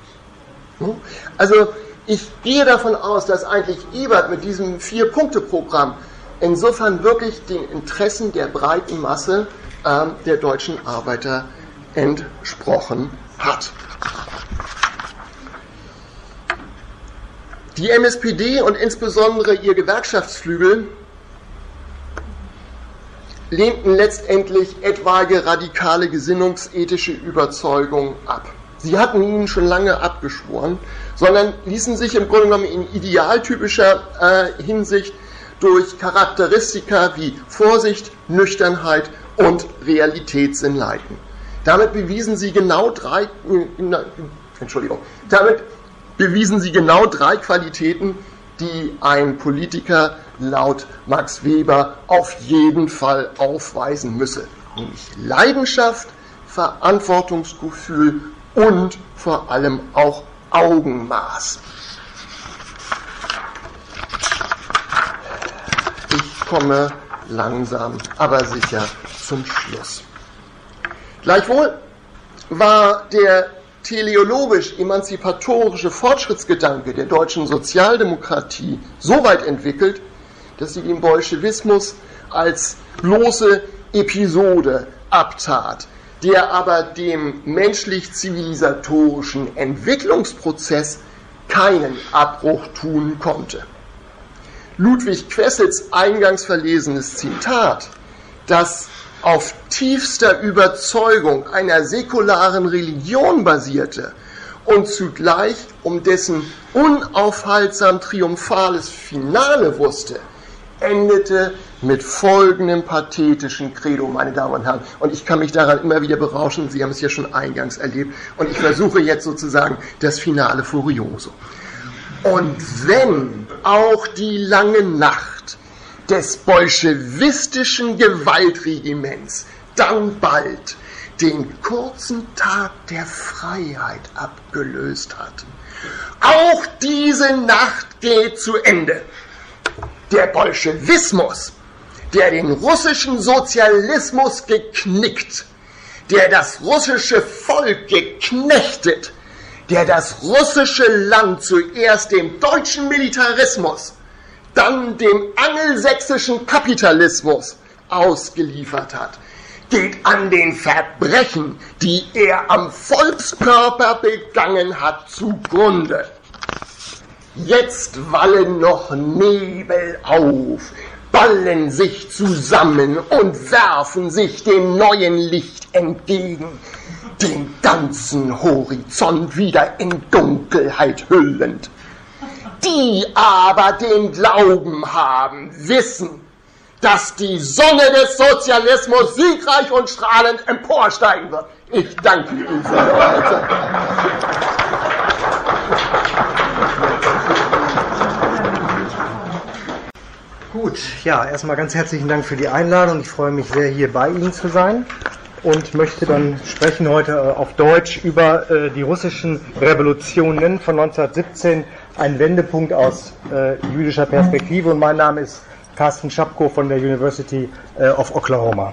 Also ich gehe davon aus, dass eigentlich Ebert mit diesem Vier-Punkte-Programm insofern wirklich den Interessen der breiten Masse äh, der deutschen Arbeiter entsprochen hat. Die M S P D und insbesondere ihr Gewerkschaftsflügel lehnten letztendlich etwaige radikale gesinnungsethische Überzeugungen ab. Sie hatten ihnen schon lange abgeschworen, sondern ließen sich im Grunde genommen in idealtypischer äh, Hinsicht durch Charakteristika wie Vorsicht, Nüchternheit und Realitätssinn leiten. Damit bewiesen sie genau drei, äh, Entschuldigung, damit bewiesen sie genau drei Qualitäten, die ein Politiker laut Max Weber auf jeden Fall aufweisen müsse. Nämlich Leidenschaft, Verantwortungsgefühl und vor allem auch Augenmaß. Ich komme langsam, aber sicher zum Schluss. Gleichwohl war der teleologisch-emanzipatorische Fortschrittsgedanke der deutschen Sozialdemokratie so weit entwickelt, dass sie den Bolschewismus als bloße Episode abtat, der aber dem menschlich-zivilisatorischen Entwicklungsprozess keinen Abbruch tun konnte. Ludwig Quessels eingangs verlesenes Zitat, das auf tiefster Überzeugung einer säkularen Religion basierte und zugleich um dessen unaufhaltsam triumphales Finale wusste, endete mit folgendem pathetischen Credo, meine Damen und Herren. Und ich kann mich daran immer wieder berauschen, Sie haben es ja schon eingangs erlebt. Und ich versuche jetzt sozusagen das Finale Furioso. Und wenn auch die lange Nacht des bolschewistischen Gewaltregiments dann bald den kurzen Tag der Freiheit abgelöst hat, auch diese Nacht geht zu Ende. Der Bolschewismus, der den russischen Sozialismus geknickt, der das russische Volk geknechtet, der das russische Land zuerst dem deutschen Militarismus, dann dem angelsächsischen Kapitalismus ausgeliefert hat, geht an den Verbrechen, die er am Volkskörper begangen hat, zugrunde. Jetzt wallen noch Nebel auf, ballen sich zusammen und werfen sich dem neuen Licht entgegen, den ganzen Horizont wieder in Dunkelheit hüllend. Die aber den Glauben haben, wissen, dass die Sonne des Sozialismus siegreich und strahlend emporsteigen wird. Ich danke Ihnen für Ihre Aufmerksamkeit. Gut, ja, erstmal ganz herzlichen Dank für die Einladung. Ich freue mich sehr, hier bei Ihnen zu sein und möchte dann sprechen heute auf Deutsch über äh, die russischen Revolutionen von neunzehnhundertsiebzehn, ein Wendepunkt aus äh, jüdischer Perspektive. Und mein Name ist Carsten Schapko von der University of Oklahoma.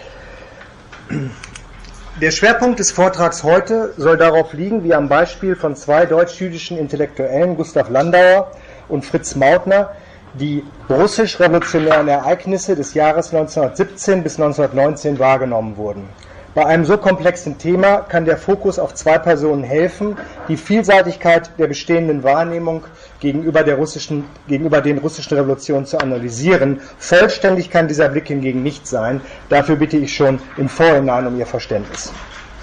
Der Schwerpunkt des Vortrags heute soll darauf liegen, wie am Beispiel von zwei deutsch-jüdischen Intellektuellen, Gustav Landauer und Fritz Mautner, die russisch-revolutionären Ereignisse des Jahres neunzehnhundertsiebzehn bis neunzehnhundertneunzehn wahrgenommen wurden. Bei einem so komplexen Thema kann der Fokus auf zwei Personen helfen, die Vielseitigkeit der bestehenden Wahrnehmung gegenüber, der russischen, gegenüber den russischen Revolutionen zu analysieren. Vollständig kann dieser Blick hingegen nicht sein. Dafür bitte ich schon im Vorhinein um Ihr Verständnis.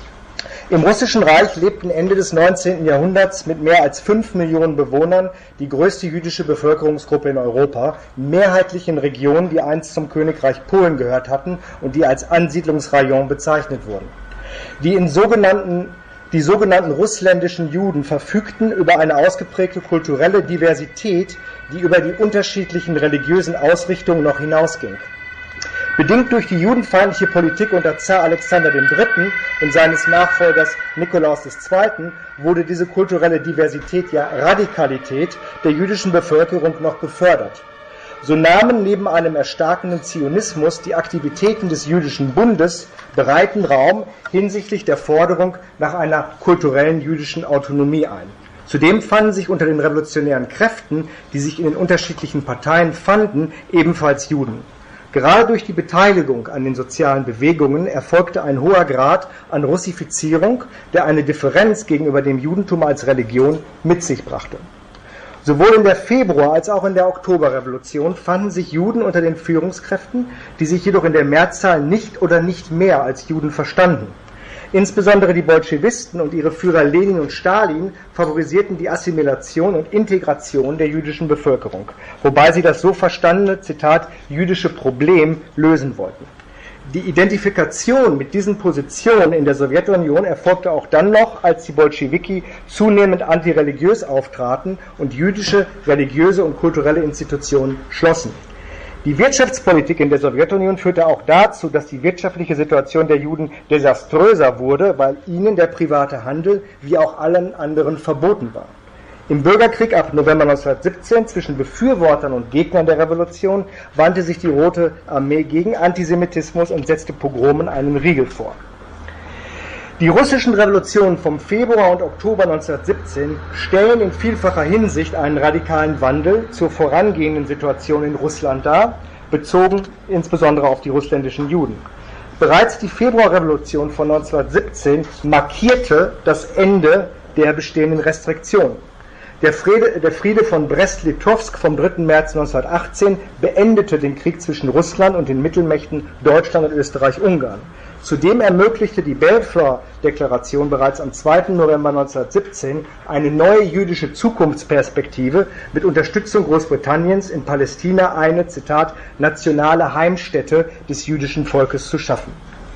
Im Russischen Reich lebten Ende des neunzehnten Jahrhunderts mit mehr als fünf Millionen Bewohnern die größte jüdische Bevölkerungsgruppe in Europa, mehrheitlich in Regionen, die einst zum Königreich Polen gehört hatten und die als Ansiedlungsrayon bezeichnet wurden. Die, in sogenannten, die sogenannten russländischen Juden verfügten über eine ausgeprägte kulturelle Diversität, die über die unterschiedlichen religiösen Ausrichtungen noch hinausging. Bedingt durch die judenfeindliche Politik unter Zar Alexander der Dritte und seines Nachfolgers Nikolaus der Zweite wurde diese kulturelle Diversität, ja Radikalität der jüdischen Bevölkerung noch befördert. So nahmen neben einem erstarkenden Zionismus die Aktivitäten des Jüdischen Bundes breiten Raum hinsichtlich der Forderung nach einer kulturellen jüdischen Autonomie ein. Zudem fanden sich unter den revolutionären Kräften, die sich in den unterschiedlichen Parteien fanden, ebenfalls Juden. Gerade durch die Beteiligung an den sozialen Bewegungen erfolgte ein hoher Grad an Russifizierung, der eine Differenz gegenüber dem Judentum als Religion mit sich brachte. Sowohl in der Februar- als auch in der Oktoberrevolution fanden sich Juden unter den Führungskräften, die sich jedoch in der Mehrzahl nicht oder nicht mehr als Juden verstanden. Insbesondere die Bolschewisten und ihre Führer Lenin und Stalin favorisierten die Assimilation und Integration der jüdischen Bevölkerung, wobei sie das so verstandene, Zitat, jüdische Problem lösen wollten. Die Identifikation mit diesen Positionen in der Sowjetunion erfolgte auch dann noch, als die Bolschewiki zunehmend antireligiös auftraten und jüdische, religiöse und kulturelle Institutionen schlossen. Die Wirtschaftspolitik in der Sowjetunion führte auch dazu, dass die wirtschaftliche Situation der Juden desaströser wurde, weil ihnen der private Handel wie auch allen anderen verboten war. Im Bürgerkrieg ab November neunzehnhundertsiebzehn zwischen Befürwortern und Gegnern der Revolution wandte sich die Rote Armee gegen Antisemitismus und setzte Pogromen einen Riegel vor. Die russischen Revolutionen vom Februar und Oktober neunzehnhundertsiebzehn stellen in vielfacher Hinsicht einen radikalen Wandel zur vorangehenden Situation in Russland dar, bezogen insbesondere auf die russländischen Juden. Bereits die Februarrevolution von neunzehnhundertsiebzehn markierte das Ende der bestehenden Restriktionen. Der Friede, der Friede von Brest-Litowsk vom dritten März neunzehnhundertachtzehn beendete den Krieg zwischen Russland und den Mittelmächten Deutschland und Österreich-Ungarn. Zudem ermöglichte die Balfour-Deklaration bereits am zweiten November neunzehnhundertsiebzehn eine neue jüdische Zukunftsperspektive mit Unterstützung Großbritanniens in Palästina eine, Zitat, nationale Heimstätte des jüdischen Volkes zu schaffen.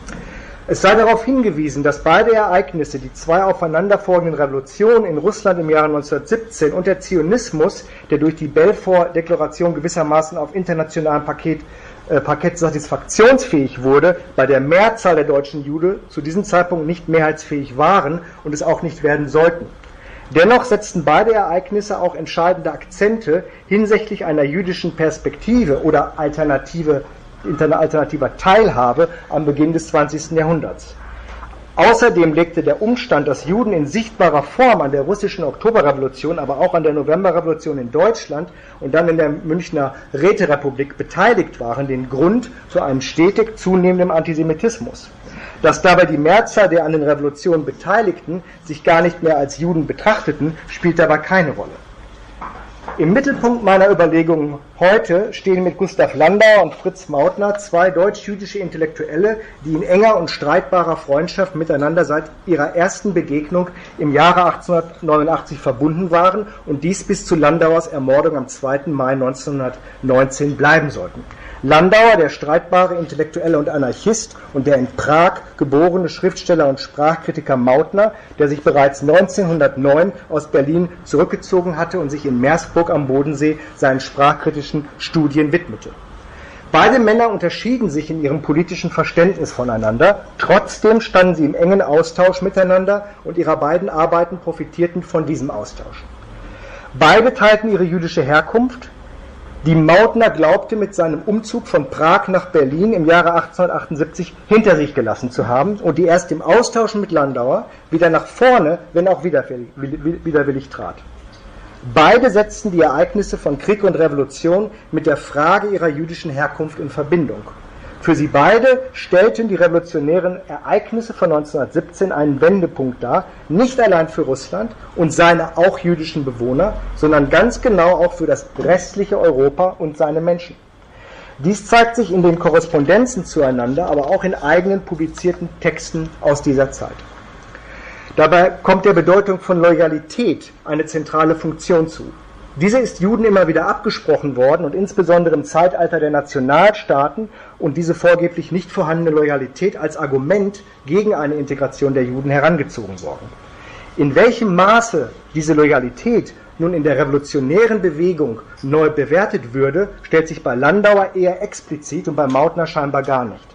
Es sei darauf hingewiesen, dass beide Ereignisse, die zwei aufeinanderfolgenden Revolutionen in Russland im Jahre neunzehnhundertsiebzehn und der Zionismus, der durch die Balfour-Deklaration gewissermaßen auf internationalem Paket, äh, Parkett satisfaktionsfähig wurde, bei der Mehrzahl der deutschen Juden zu diesem Zeitpunkt nicht mehrheitsfähig waren und es auch nicht werden sollten. Dennoch setzten beide Ereignisse auch entscheidende Akzente hinsichtlich einer jüdischen Perspektive oder alternative alternativer Teilhabe am Beginn des zwanzigsten Jahrhunderts. Außerdem legte der Umstand, dass Juden in sichtbarer Form an der russischen Oktoberrevolution, aber auch an der Novemberrevolution in Deutschland und dann in der Münchner Räterepublik beteiligt waren, den Grund zu einem stetig zunehmenden Antisemitismus. Dass dabei die Mehrzahl der an den Revolutionen Beteiligten sich gar nicht mehr als Juden betrachteten, spielt dabei keine Rolle. Im Mittelpunkt meiner Überlegungen heute stehen mit Gustav Landauer und Fritz Mautner zwei deutsch-jüdische Intellektuelle, die in enger und streitbarer Freundschaft miteinander seit ihrer ersten Begegnung im Jahre achtzehnhundertneunundachtzig verbunden waren und dies bis zu Landauers Ermordung am zweiten Mai neunzehnhundertneunzehn bleiben sollten. Landauer, der streitbare Intellektuelle und Anarchist, und der in Prag geborene Schriftsteller und Sprachkritiker Mautner, der sich bereits neunzehnhundertneun aus Berlin zurückgezogen hatte und sich in Meersburg am Bodensee seinen sprachkritischen Studien widmete. Beide Männer unterschieden sich in ihrem politischen Verständnis voneinander, trotzdem standen sie im engen Austausch miteinander und ihre beiden Arbeiten profitierten von diesem Austausch. Beide teilten ihre jüdische Herkunft, die Mautner glaubte, mit seinem Umzug von Prag nach Berlin im Jahre achtzehnhundertachtundsiebzig hinter sich gelassen zu haben und die erst im Austausch mit Landauer wieder nach vorne, wenn auch widerwillig, widerwillig trat. Beide setzten die Ereignisse von Krieg und Revolution mit der Frage ihrer jüdischen Herkunft in Verbindung. Für sie beide stellten die revolutionären Ereignisse von neunzehnhundertsiebzehn einen Wendepunkt dar, nicht allein für Russland und seine auch jüdischen Bewohner, sondern ganz genau auch für das restliche Europa und seine Menschen. Dies zeigt sich in den Korrespondenzen zueinander, aber auch in eigenen publizierten Texten aus dieser Zeit. Dabei kommt der Bedeutung von Loyalität eine zentrale Funktion zu. Diese ist Juden immer wieder abgesprochen worden und insbesondere im Zeitalter der Nationalstaaten und diese vorgeblich nicht vorhandene Loyalität als Argument gegen eine Integration der Juden herangezogen worden. In welchem Maße diese Loyalität nun in der revolutionären Bewegung neu bewertet würde, stellt sich bei Landauer eher explizit und bei Mautner scheinbar gar nicht.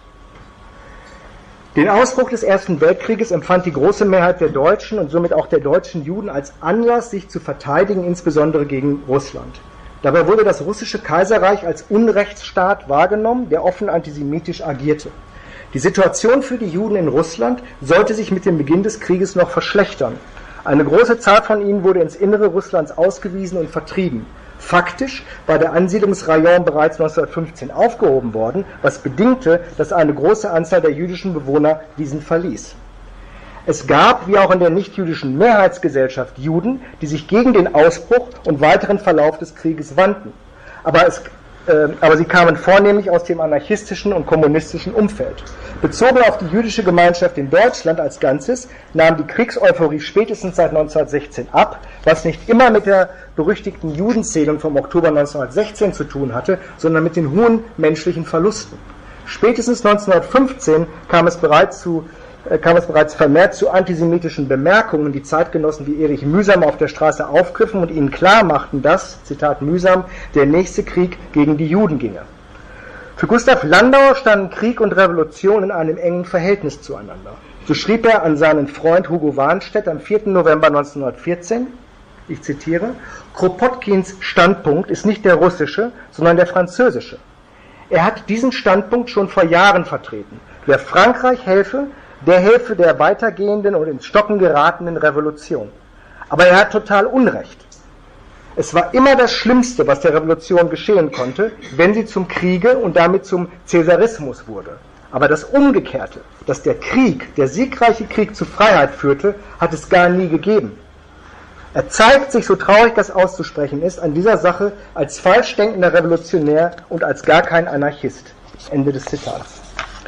Den Ausbruch des Ersten Weltkrieges empfand die große Mehrheit der Deutschen und somit auch der deutschen Juden als Anlass, sich zu verteidigen, insbesondere gegen Russland. Dabei wurde das russische Kaiserreich als Unrechtsstaat wahrgenommen, der offen antisemitisch agierte. Die Situation für die Juden in Russland sollte sich mit dem Beginn des Krieges noch verschlechtern. Eine große Zahl von ihnen wurde ins Innere Russlands ausgewiesen und vertrieben. Faktisch war der Ansiedlungsrayon bereits neunzehnhundertfünfzehn aufgehoben worden, was bedingte, dass eine große Anzahl der jüdischen Bewohner diesen verließ. Es gab, wie auch in der nichtjüdischen Mehrheitsgesellschaft, Juden, die sich gegen den Ausbruch und weiteren Verlauf des Krieges wandten. Aber, es, äh, aber sie kamen vornehmlich aus dem anarchistischen und kommunistischen Umfeld. Bezogen auf die jüdische Gemeinschaft in Deutschland als Ganzes nahm die Kriegseuphorie spätestens seit neunzehnhundertsechzehn ab, was nicht immer mit der berüchtigten Judenzählung vom Oktober neunzehnhundertsechzehn zu tun hatte, sondern mit den hohen menschlichen Verlusten. Spätestens neunzehnhundertfünfzehn kam es bereits zu kam es bereits vermehrt zu antisemitischen Bemerkungen, die Zeitgenossen wie Erich Mühsam auf der Straße aufgriffen und ihnen klar machten, dass, Zitat Mühsam, der nächste Krieg gegen die Juden ginge. Für Gustav Landauer standen Krieg und Revolution in einem engen Verhältnis zueinander. So schrieb er an seinen Freund Hugo Warnstedt am vierten November neunzehnhundertvierzehn, ich zitiere, Kropotkins Standpunkt ist nicht der russische, sondern der französische. Er hat diesen Standpunkt schon vor Jahren vertreten. Wer Frankreich helfe, der helfe der weitergehenden und ins Stocken geratenen Revolution. Aber er hat total Unrecht. Es war immer das Schlimmste, was der Revolution geschehen konnte, wenn sie zum Kriege und damit zum Cäsarismus wurde. Aber das Umgekehrte, dass der Krieg, der siegreiche Krieg zur Freiheit führte, hat es gar nie gegeben. Er zeigt sich, so traurig das auszusprechen ist, an dieser Sache als falsch denkender Revolutionär und als gar kein Anarchist. Ende des Zitats.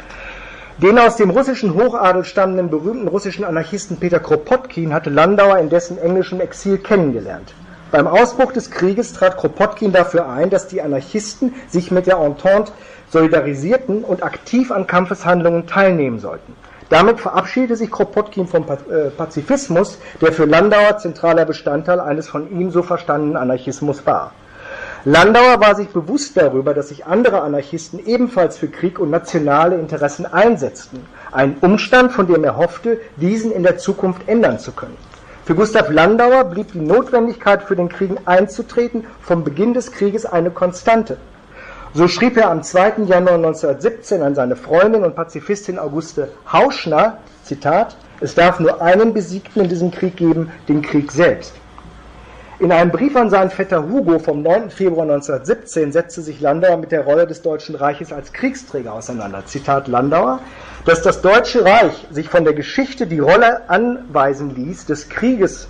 Den aus dem russischen Hochadel stammenden berühmten russischen Anarchisten Peter Kropotkin hatte Landauer in dessen englischem Exil kennengelernt. Beim Ausbruch des Krieges trat Kropotkin dafür ein, dass die Anarchisten sich mit der Entente solidarisierten und aktiv an Kampfeshandlungen teilnehmen sollten. Damit verabschiedete sich Kropotkin vom Pazifismus, der für Landauer zentraler Bestandteil eines von ihm so verstandenen Anarchismus war. Landauer war sich bewusst darüber, dass sich andere Anarchisten ebenfalls für Krieg und nationale Interessen einsetzten, ein Umstand, von dem er hoffte, diesen in der Zukunft ändern zu können. Für Gustav Landauer blieb die Notwendigkeit, für den Krieg einzutreten, vom Beginn des Krieges eine Konstante. So schrieb er am zweiten Januar neunzehnhundertsiebzehn an seine Freundin und Pazifistin Auguste Hauschner, Zitat, es darf nur einen Besiegten in diesem Krieg geben, den Krieg selbst. In einem Brief an seinen Vetter Hugo vom neunten Februar neunzehnhundertsiebzehn setzte sich Landauer mit der Rolle des Deutschen Reiches als Kriegsträger auseinander. Zitat Landauer, dass das Deutsche Reich sich von der Geschichte die Rolle anweisen ließ, des Krieges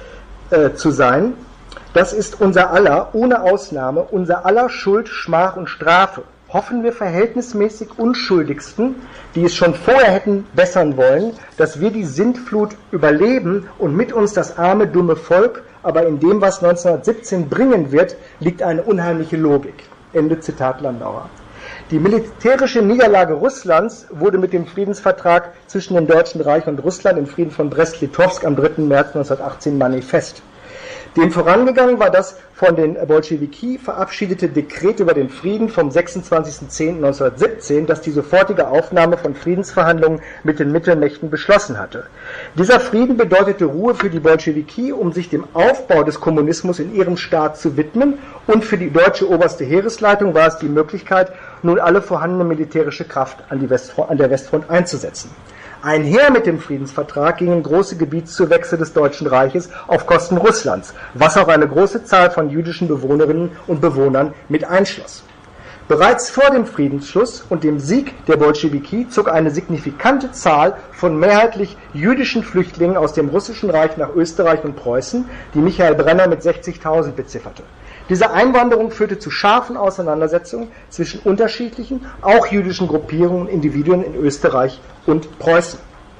äh, zu sein, das ist unser aller, ohne Ausnahme, unser aller Schuld, Schmach und Strafe. Hoffen wir verhältnismäßig Unschuldigsten, die es schon vorher hätten bessern wollen, dass wir die Sintflut überleben und mit uns das arme, dumme Volk, aber in dem, was neunzehnhundertsiebzehn bringen wird, liegt eine unheimliche Logik. Ende Zitat Landauer. Die militärische Niederlage Russlands wurde mit dem Friedensvertrag zwischen dem Deutschen Reich und Russland im Frieden von Brest-Litovsk am dritten März neunzehnhundertachtzehn manifest. Dem vorangegangen war das von den Bolschewiki verabschiedete Dekret über den Frieden vom sechsundzwanzigsten zehnten neunzehnhundertsiebzehn, das die sofortige Aufnahme von Friedensverhandlungen mit den Mittelmächten beschlossen hatte. Dieser Frieden bedeutete Ruhe für die Bolschewiki, um sich dem Aufbau des Kommunismus in ihrem Staat zu widmen, und für die deutsche oberste Heeresleitung war es die Möglichkeit, nun alle vorhandene militärische Kraft an, die Westfront, an der Westfront einzusetzen. Einher mit dem Friedensvertrag gingen große Gebietszuwächse des Deutschen Reiches auf Kosten Russlands, was auch eine große Zahl von jüdischen Bewohnerinnen und Bewohnern mit einschloss. Bereits vor dem Friedensschluss und dem Sieg der Bolschewiki zog eine signifikante Zahl von mehrheitlich jüdischen Flüchtlingen aus dem Russischen Reich nach Österreich und Preußen, die Michael Brenner mit sechzigtausend bezifferte. Diese Einwanderung führte zu scharfen Auseinandersetzungen zwischen unterschiedlichen, auch jüdischen Gruppierungen und Individuen in Österreich und Preußen.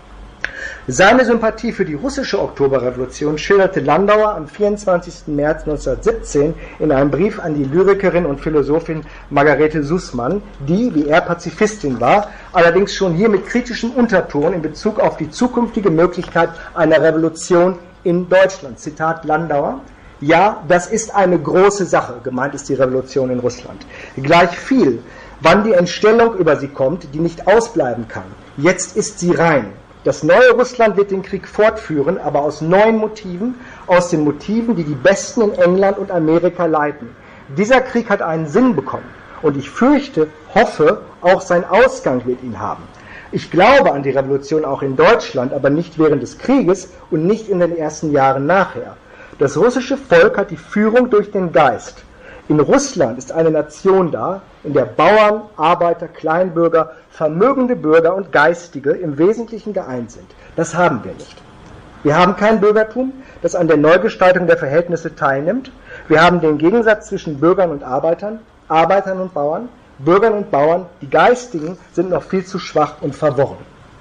Seine Sympathie für die russische Oktoberrevolution schilderte Landauer am vierundzwanzigsten März neunzehnhundertsiebzehn in einem Brief an die Lyrikerin und Philosophin Margarete Sussmann, die, wie er, Pazifistin war, allerdings schon hier mit kritischem Unterton in Bezug auf die zukünftige Möglichkeit einer Revolution in Deutschland. Zitat Landauer: Ja, das ist eine große Sache, gemeint ist die Revolution in Russland. Gleich viel, wann die Entstellung über sie kommt, die nicht ausbleiben kann. Jetzt ist sie rein. Das neue Russland wird den Krieg fortführen, aber aus neuen Motiven, aus den Motiven, die die Besten in England und Amerika leiten. Dieser Krieg hat einen Sinn bekommen und ich fürchte, hoffe, auch sein Ausgang wird ihn haben. Ich glaube an die Revolution auch in Deutschland, aber nicht während des Krieges und nicht in den ersten Jahren nachher. Das russische Volk hat die Führung durch den Geist. In Russland ist eine Nation da, in der Bauern, Arbeiter, Kleinbürger, vermögende Bürger und Geistige im Wesentlichen geeint sind. Das haben wir nicht. Wir haben kein Bürgertum, das an der Neugestaltung der Verhältnisse teilnimmt. Wir haben den Gegensatz zwischen Bürgern und Arbeitern, Arbeitern und Bauern, Bürgern und Bauern. Die Geistigen sind noch viel zu schwach und verworren.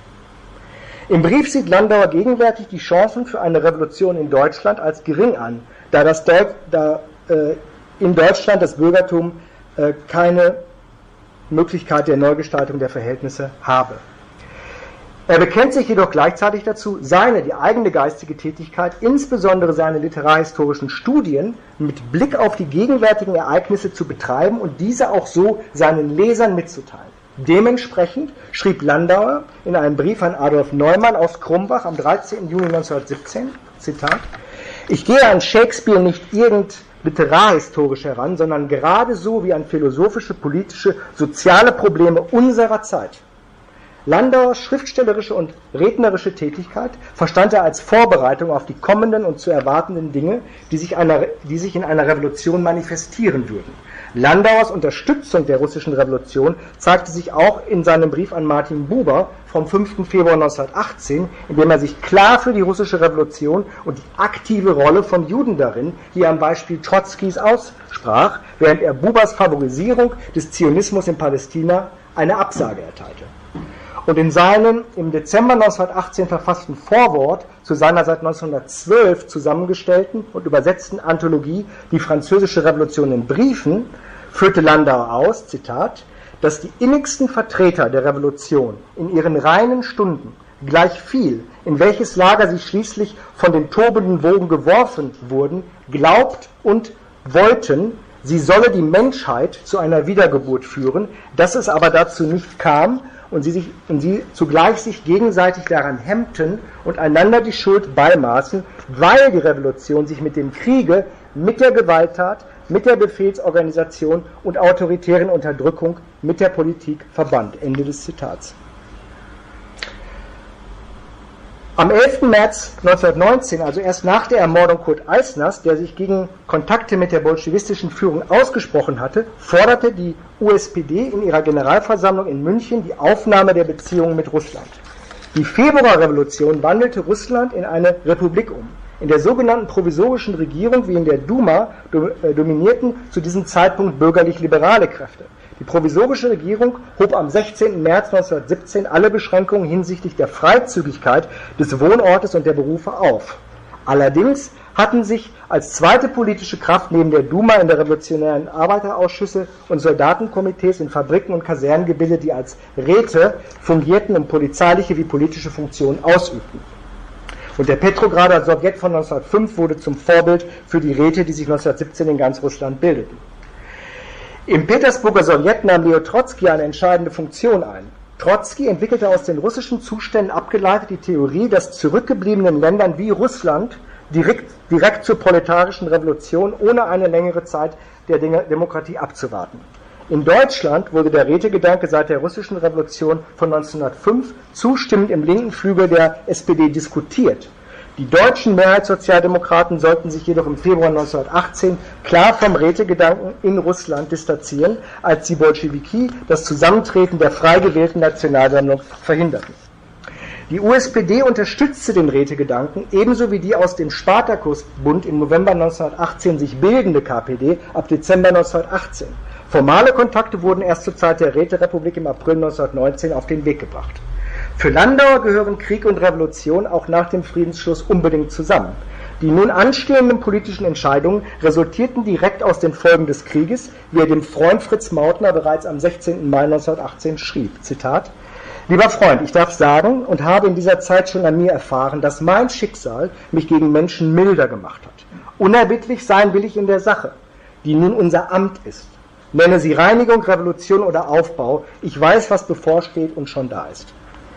Im Brief sieht Landauer gegenwärtig die Chancen für eine Revolution in Deutschland als gering an, da, das Deut- da äh, in Deutschland das Bürgertum äh, keine Möglichkeit der Neugestaltung der Verhältnisse habe. Er bekennt sich jedoch gleichzeitig dazu, seine, die eigene geistige Tätigkeit, insbesondere seine literarhistorischen Studien, mit Blick auf die gegenwärtigen Ereignisse zu betreiben und diese auch so seinen Lesern mitzuteilen. Dementsprechend schrieb Landauer in einem Brief an Adolf Neumann aus Krumbach am dreizehnten Juni neunzehnhundertsiebzehn, Zitat, ich gehe an Shakespeare nicht irgend literarhistorisch heran, sondern gerade so wie an philosophische, politische, soziale Probleme unserer Zeit. Landauers schriftstellerische und rednerische Tätigkeit verstand er als Vorbereitung auf die kommenden und zu erwartenden Dinge, die sich, einer, die sich in einer Revolution manifestieren würden. Landauers Unterstützung der russischen Revolution zeigte sich auch in seinem Brief an Martin Buber vom fünften Februar neunzehnhundertachtzehn, in dem er sich klar für die russische Revolution und die aktive Rolle von Juden darin, die er am Beispiel Trotzkis aussprach, während er Bubers Favorisierung des Zionismus in Palästina eine Absage erteilte. Und in seinem im Dezember neunzehnhundertachtzehn verfassten Vorwort zu seiner seit neunzehnhundertzwölf zusammengestellten und übersetzten Anthologie Die französische Revolution in Briefen führte Landau aus, Zitat, dass die innigsten Vertreter der Revolution in ihren reinen Stunden gleich viel, in welches Lager sie schließlich von den tobenden Wogen geworfen wurden, glaubt und wollten, sie solle die Menschheit zu einer Wiedergeburt führen, dass es aber dazu nicht kam, und sie, sich, und sie zugleich sich gegenseitig daran hemmten und einander die Schuld beimaßen, weil die Revolution sich mit dem Kriege, mit der Gewalttat, mit der Befehlsorganisation und autoritären Unterdrückung, mit der Politik verband. Ende des Zitats. Am elften März neunzehnhundertneunzehn, also erst nach der Ermordung Kurt Eisners, der sich gegen Kontakte mit der bolschewistischen Führung ausgesprochen hatte, forderte die U S P D in ihrer Generalversammlung in München die Aufnahme der Beziehungen mit Russland. Die Februarrevolution wandelte Russland in eine Republik um. In der sogenannten provisorischen Regierung wie in der Duma dominierten zu diesem Zeitpunkt bürgerlich-liberale Kräfte. Die provisorische Regierung hob am sechzehnten März neunzehnhundertsiebzehn alle Beschränkungen hinsichtlich der Freizügigkeit des Wohnortes und der Berufe auf. Allerdings hatten sich als zweite politische Kraft neben der Duma in der revolutionären Arbeiterausschüsse und Soldatenkomitees in Fabriken und Kasernen gebildet, die als Räte fungierten und polizeiliche wie politische Funktionen ausübten. Und der Petrograder Sowjet von neunzehnhundertfünf wurde zum Vorbild für die Räte, die sich neunzehnhundertsiebzehn in ganz Russland bildeten. Im Petersburger Sowjet nahm Leo Trotzki eine entscheidende Funktion ein. Trotzki entwickelte aus den russischen Zuständen abgeleitet die Theorie, dass zurückgebliebenen Ländern wie Russland direkt, direkt zur proletarischen Revolution ohne eine längere Zeit der Demokratie abzuwarten. In Deutschland wurde der Rätegedanke seit der russischen Revolution von neunzehnhundertfünf zustimmend im linken Flügel der S P D diskutiert. Die deutschen Mehrheitssozialdemokraten sollten sich jedoch im Februar neunzehnhundertachtzehn klar vom Rätegedanken in Russland distanzieren, als die Bolschewiki das Zusammentreten der frei gewählten Nationalsammlung verhinderten. Die U S P D unterstützte den Rätegedanken, ebenso wie die aus dem Spartakusbund im November neunzehnhundertachtzehn sich bildende K P D ab Dezember neunzehnhundertachtzehn. Formale Kontakte wurden erst zur Zeit der Räterepublik im April neunzehnhundertneunzehn auf den Weg gebracht. Für Landauer gehören Krieg und Revolution auch nach dem Friedensschluss unbedingt zusammen. Die nun anstehenden politischen Entscheidungen resultierten direkt aus den Folgen des Krieges, wie er dem Freund Fritz Mautner bereits am sechzehnten Mai neunzehnhundertachtzehn schrieb. Zitat: Lieber Freund, ich darf sagen und habe in dieser Zeit schon an mir erfahren, dass mein Schicksal mich gegen Menschen milder gemacht hat. Unerbittlich sein will ich in der Sache, die nun unser Amt ist. Nenne sie Reinigung, Revolution oder Aufbau. Ich weiß, was bevorsteht und schon da ist.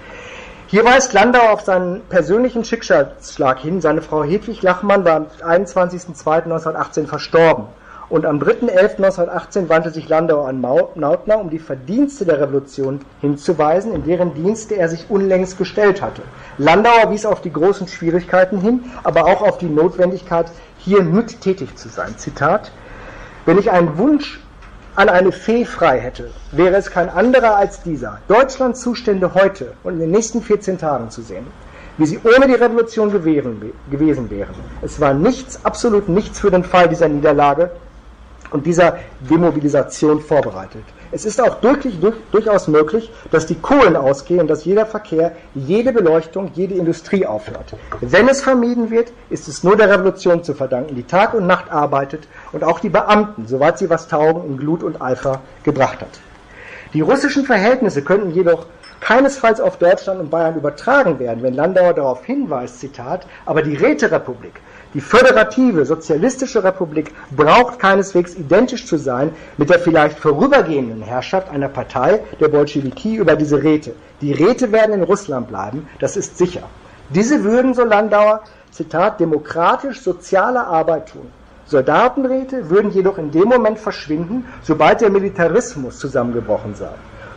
Hier weist Landau auf seinen persönlichen Schicksalsschlag hin. Seine Frau Hedwig Lachmann war am einundzwanzigsten zweiten neunzehnhundertachtzehn verstorben. Und am dritten elften neunzehnhundertachtzehn wandte sich Landau an Mautner, um die Verdienste der Revolution hinzuweisen, in deren Dienste er sich unlängst gestellt hatte. Landauer wies auf die großen Schwierigkeiten hin, aber auch auf die Notwendigkeit, hier mit tätig zu sein. Zitat: Wenn ich einen Wunsch an eine Fee frei hätte, wäre es kein anderer als dieser, Deutschlands Zustände heute und in den nächsten vierzehn Tagen zu sehen, wie sie ohne die Revolution gewesen wären. Es war nichts, absolut nichts für den Fall dieser Niederlage und dieser Demobilisation vorbereitet. Es ist auch durch, durch, durchaus möglich, dass die Kohlen ausgehen, dass jeder Verkehr, jede Beleuchtung, jede Industrie aufhört. Wenn es vermieden wird, ist es nur der Revolution zu verdanken, die Tag und Nacht arbeitet und auch die Beamten, soweit sie was taugen, in Glut und Eifer gebracht hat. Die russischen Verhältnisse könnten jedoch keinesfalls auf Deutschland und Bayern übertragen werden, wenn Landauer darauf hinweist, Zitat, aber die Räterepublik, die föderative, sozialistische Republik braucht keineswegs identisch zu sein mit der vielleicht vorübergehenden Herrschaft einer Partei der Bolschewiki über diese Räte. Die Räte werden in Russland bleiben, das ist sicher. Diese würden, so Landauer, Zitat, demokratisch-soziale Arbeit tun. Soldatenräte würden jedoch in dem Moment verschwinden, sobald der Militarismus zusammengebrochen sei.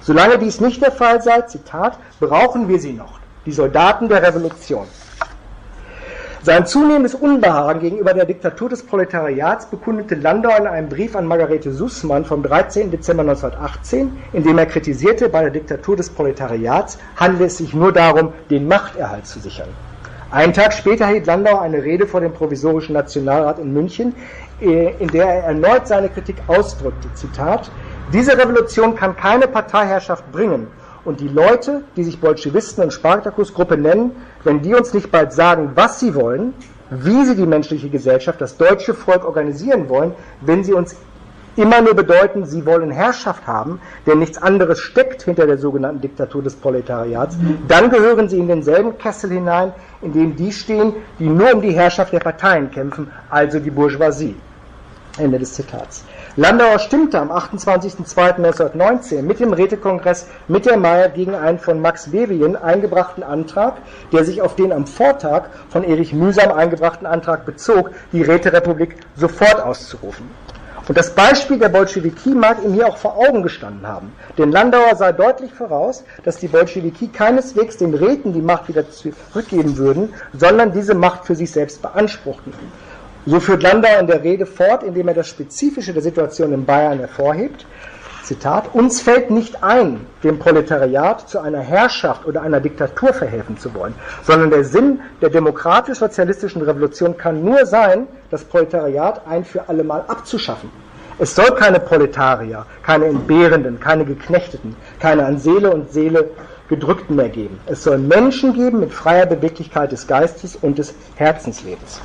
Solange dies nicht der Fall sei, Zitat, brauchen wir sie noch, die Soldaten der Revolution. Sein zunehmendes Unbehagen gegenüber der Diktatur des Proletariats bekundete Landauer in einem Brief an Margarete Sussmann vom dreizehnten Dezember neunzehnhundertachtzehn, in dem er kritisierte, bei der Diktatur des Proletariats handle es sich nur darum, den Machterhalt zu sichern. Einen Tag später hielt Landauer eine Rede vor dem Provisorischen Nationalrat in München, in der er erneut seine Kritik ausdrückte. Zitat: Diese Revolution kann keine Parteiherrschaft bringen. Und die Leute, die sich Bolschewisten und Spartakusgruppe nennen, wenn die uns nicht bald sagen, was sie wollen, wie sie die menschliche Gesellschaft, das deutsche Volk organisieren wollen, wenn sie uns immer nur bedeuten, sie wollen Herrschaft haben, denn nichts anderes steckt hinter der sogenannten Diktatur des Proletariats, dann gehören sie in denselben Kessel hinein, in dem die stehen, die nur um die Herrschaft der Parteien kämpfen, also die Bourgeoisie. Ende des Zitats. Landauer stimmte am achtundzwanzigsten zweiten neunzehnhundertneunzehn mit dem Rätekongress mit der Meier gegen einen von Max Vevien eingebrachten Antrag, der sich auf den am Vortag von Erich Mühsam eingebrachten Antrag bezog, die Räterepublik sofort auszurufen. Und das Beispiel der Bolschewiki mag ihm hier auch vor Augen gestanden haben. Denn Landauer sah deutlich voraus, dass die Bolschewiki keineswegs den Räten die Macht wieder zurückgeben würden, sondern diese Macht für sich selbst beanspruchten. So führt Landauer in der Rede fort, indem er das Spezifische der Situation in Bayern hervorhebt. Zitat: Uns fällt nicht ein, dem Proletariat zu einer Herrschaft oder einer Diktatur verhelfen zu wollen, sondern der Sinn der demokratisch-sozialistischen Revolution kann nur sein, das Proletariat ein für allemal abzuschaffen. Es soll keine Proletarier, keine Entbehrenden, keine Geknechteten, keine an Seele und Seele Gedrückten mehr geben. Es soll Menschen geben mit freier Beweglichkeit des Geistes und des Herzenslebens.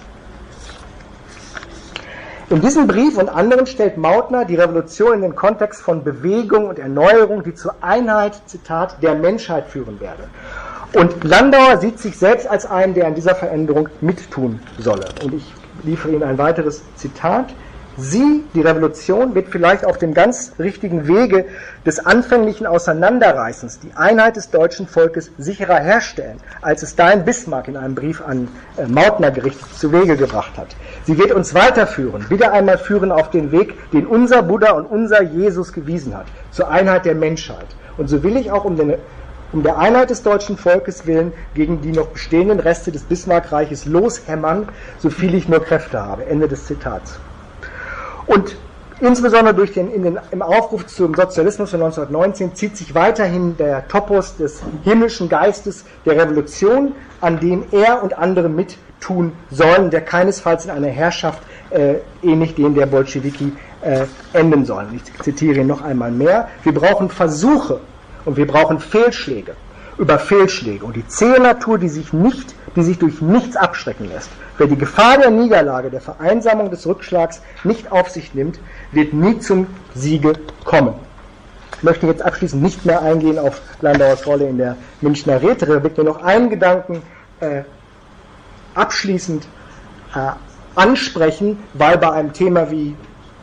In diesem Brief und anderen stellt Mautner die Revolution in den Kontext von Bewegung und Erneuerung, die zur Einheit, Zitat, der Menschheit führen werde. Und Landauer sieht sich selbst als einen, der an dieser Veränderung mittun solle. Und ich liefere Ihnen ein weiteres Zitat. Sie, die Revolution, wird vielleicht auf dem ganz richtigen Wege des anfänglichen Auseinanderreißens die Einheit des deutschen Volkes sicherer herstellen, als es Stein Bismarck in einem Brief an äh, Mautner gerichtet zu Wege gebracht hat. Sie wird uns weiterführen, wieder einmal führen auf den Weg, den unser Buddha und unser Jesus gewiesen hat, zur Einheit der Menschheit. Und so will ich auch um, den, um der Einheit des deutschen Volkes willen gegen die noch bestehenden Reste des Bismarck-Reiches loshämmern, so viel ich nur Kräfte habe. Ende des Zitats. Und insbesondere durch den, in den, im Aufruf zum Sozialismus von neunzehnhundertneunzehn zieht sich weiterhin der Topos des himmlischen Geistes der Revolution, an dem er und andere mittun sollen, der keinesfalls in einer Herrschaft äh, ähnlich dem der Bolschewiki äh, enden soll. Ich zitiere ihn noch einmal mehr. Wir brauchen Versuche und wir brauchen Fehlschläge über Fehlschläge und die zähe Natur, die sich nicht, die sich durch nichts abschrecken lässt. Wer die Gefahr der Niederlage, der Vereinsamung, des Rückschlags nicht auf sich nimmt, wird nie zum Siege kommen. Ich möchte jetzt abschließend nicht mehr eingehen auf Landauers Rolle in der Münchner Räterepublik, nur noch einen Gedanken äh, abschließend äh, ansprechen, weil bei einem Thema wie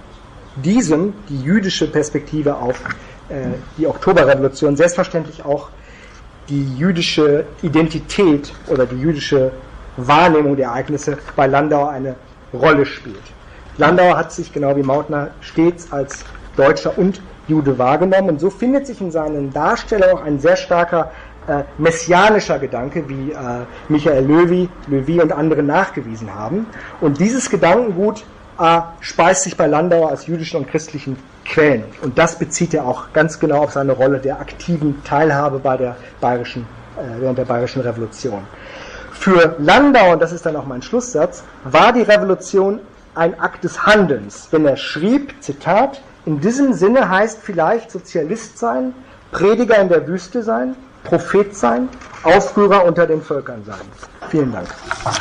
diesem die jüdische Perspektive auf äh, die Oktoberrevolution selbstverständlich auch die jüdische Identität oder die jüdische Wahrnehmung der Ereignisse bei Landauer eine Rolle spielt. Landauer hat sich, genau wie Mautner, stets als Deutscher und Jude wahrgenommen und so findet sich in seinen Darstellungen auch ein sehr starker äh, messianischer Gedanke, wie äh, Michael Löwy, Löwy und andere nachgewiesen haben. Und dieses Gedankengut äh, speist sich bei Landauer aus jüdischen und christlichen Quellen. Und das bezieht er auch ganz genau auf seine Rolle der aktiven Teilhabe bei der bayerischen, äh, während der Bayerischen Revolution. Für Landauer, und das ist dann auch mein Schlusssatz, war die Revolution ein Akt des Handelns, wenn er schrieb, Zitat, in diesem Sinne heißt vielleicht Sozialist sein, Prediger in der Wüste sein, Prophet sein, Aufrührer unter den Völkern sein. Vielen Dank.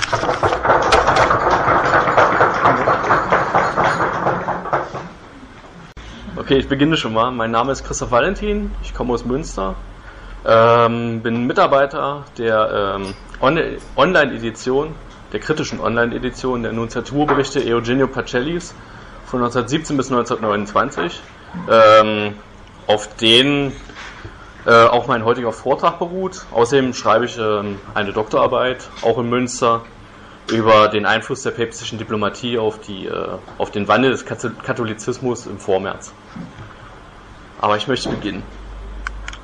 Okay, ich beginne schon mal. Mein Name ist Christoph Valentin, ich komme aus Münster, ähm, bin Mitarbeiter der ähm, On- Online-Edition, der kritischen Online-Edition der Nunziaturberichte Eugenio Pacellis von neunzehnhundertsiebzehn bis neunzehnhundertneunundzwanzig, ähm, auf denen äh, auch mein heutiger Vortrag beruht. Außerdem schreibe ich ähm, eine Doktorarbeit, auch in Münster, über den Einfluss der päpstlichen Diplomatie auf, die, äh, auf den Wandel des Katholizismus im Vormärz. Aber ich möchte beginnen.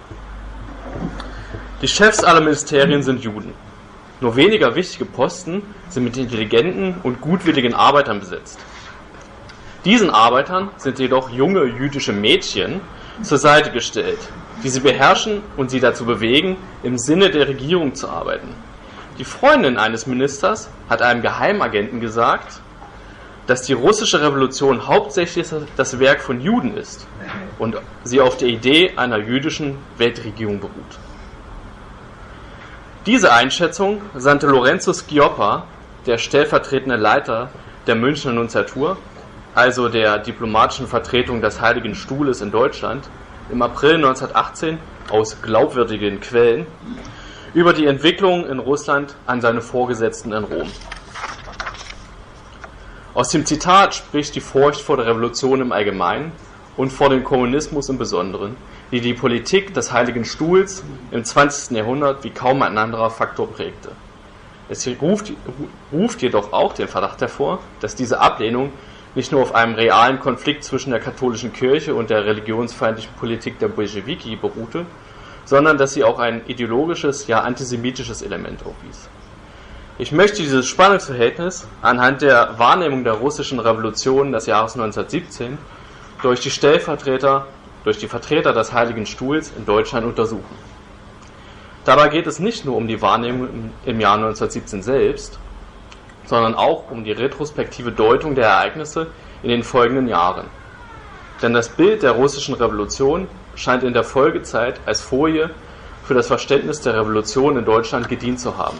Die Chefs aller Ministerien sind Juden. Nur weniger wichtige Posten sind mit intelligenten und gutwilligen Arbeitern besetzt. Diesen Arbeitern sind jedoch junge jüdische Mädchen zur Seite gestellt, die sie beherrschen und sie dazu bewegen, im Sinne der Regierung zu arbeiten. Die Freundin eines Ministers hat einem Geheimagenten gesagt, dass die russische Revolution hauptsächlich das Werk von Juden ist und sie auf der Idee einer jüdischen Weltregierung beruht. Diese Einschätzung sandte Lorenzo Schioppa, der stellvertretende Leiter der Münchner Nunziatur, also der diplomatischen Vertretung des Heiligen Stuhles in Deutschland, im April neunzehnhundertachtzehn aus glaubwürdigen Quellen über die Entwicklung in Russland an seine Vorgesetzten in Rom. Aus dem Zitat spricht die Furcht vor der Revolution im Allgemeinen und vor dem Kommunismus im Besonderen, die die Politik des Heiligen Stuhls im zwanzigsten Jahrhundert wie kaum ein anderer Faktor prägte. Es ruft, ruft jedoch auch den Verdacht hervor, dass diese Ablehnung nicht nur auf einem realen Konflikt zwischen der katholischen Kirche und der religionsfeindlichen Politik der Bolschewiki beruhte, sondern dass sie auch ein ideologisches, ja antisemitisches Element aufwies. Ich möchte dieses Spannungsverhältnis anhand der Wahrnehmung der russischen Revolution des Jahres neunzehnhundertsiebzehn durch die Stellvertreter, durch die Vertreter des Heiligen Stuhls in Deutschland untersuchen. Dabei geht es nicht nur um die Wahrnehmung im Jahr neunzehnhundertsiebzehn selbst, sondern auch um die retrospektive Deutung der Ereignisse in den folgenden Jahren. Denn das Bild der russischen Revolution scheint in der Folgezeit als Folie für das Verständnis der Revolution in Deutschland gedient zu haben.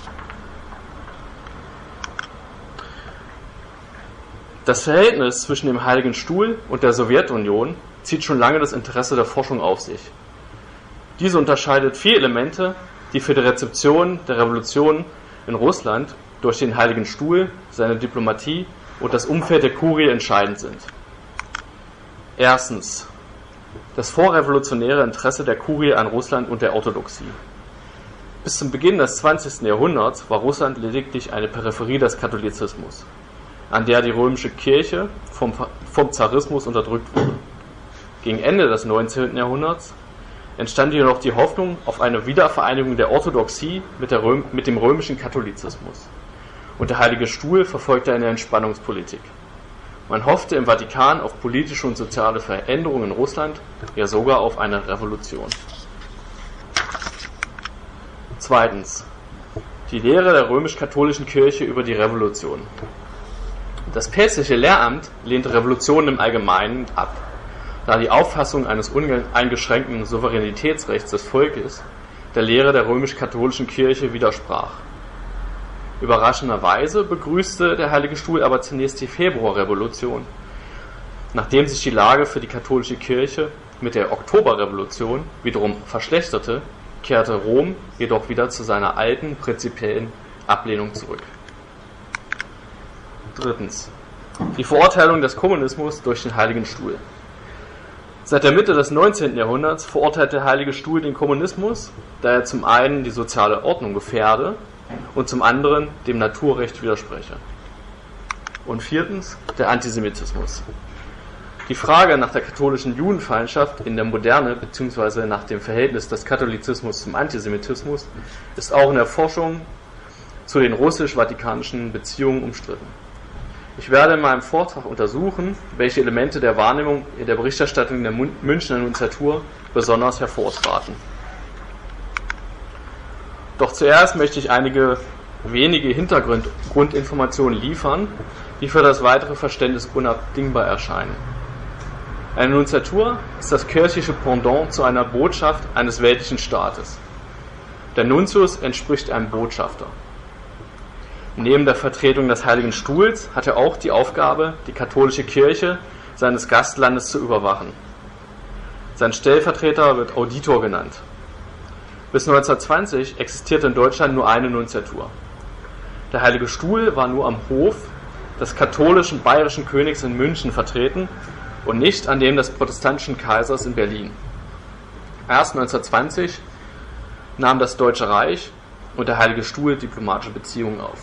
Das Verhältnis zwischen dem Heiligen Stuhl und der Sowjetunion zieht schon lange das Interesse der Forschung auf sich. Diese unterscheidet vier Elemente, die für die Rezeption der Revolution in Russland durch den Heiligen Stuhl, seine Diplomatie und das Umfeld der Kurie entscheidend sind. Erstens, das vorrevolutionäre Interesse der Kurie an Russland und der Orthodoxie. Bis zum Beginn des zwanzigsten Jahrhunderts war Russland lediglich eine Peripherie des Katholizismus, an der die römische Kirche vom, vom Zarismus unterdrückt wurde. Gegen Ende des neunzehnten Jahrhunderts entstand jedoch die Hoffnung auf eine Wiedervereinigung der Orthodoxie mit, der Röm, mit dem römischen Katholizismus. Und der Heilige Stuhl verfolgte eine Entspannungspolitik. Man hoffte im Vatikan auf politische und soziale Veränderungen in Russland, ja sogar auf eine Revolution. Zweitens, die Lehre der römisch-katholischen Kirche über die Revolution. Das päpstliche Lehramt lehnte Revolutionen im Allgemeinen ab, da die Auffassung eines uneingeschränkten Souveränitätsrechts des Volkes der Lehre der römisch-katholischen Kirche widersprach. Überraschenderweise begrüßte der Heilige Stuhl aber zunächst die Februarrevolution. Nachdem sich die Lage für die katholische Kirche mit der Oktoberrevolution wiederum verschlechterte, kehrte Rom jedoch wieder zu seiner alten prinzipiellen Ablehnung zurück. Drittens. Die Verurteilung des Kommunismus durch den Heiligen Stuhl. Seit der Mitte des neunzehnten Jahrhunderts verurteilt der Heilige Stuhl den Kommunismus, da er zum einen die soziale Ordnung gefährde und zum anderen dem Naturrecht widerspreche. Und viertens, der Antisemitismus. Die Frage nach der katholischen Judenfeindschaft in der Moderne bzw. nach dem Verhältnis des Katholizismus zum Antisemitismus ist auch in der Forschung zu den russisch-vatikanischen Beziehungen umstritten. Ich werde in meinem Vortrag untersuchen, welche Elemente der Wahrnehmung in der Berichterstattung der Münchner Nunziatur besonders hervortraten. Doch zuerst möchte ich einige wenige Hintergrundinformationen liefern, die für das weitere Verständnis unabdingbar erscheinen. Eine Nunziatur ist das kirchliche Pendant zu einer Botschaft eines weltlichen Staates. Der Nuntius entspricht einem Botschafter. Neben der Vertretung des Heiligen Stuhls hat er auch die Aufgabe, die katholische Kirche seines Gastlandes zu überwachen. Sein Stellvertreter wird Auditor genannt. Bis neunzehnhundertzwanzig existierte in Deutschland nur eine Nunziatur. Der Heilige Stuhl war nur am Hof des katholischen bayerischen Königs in München vertreten und nicht an dem des protestantischen Kaisers in Berlin. Erst neunzehnhundertzwanzig nahm das Deutsche Reich und der Heilige Stuhl diplomatische Beziehungen auf.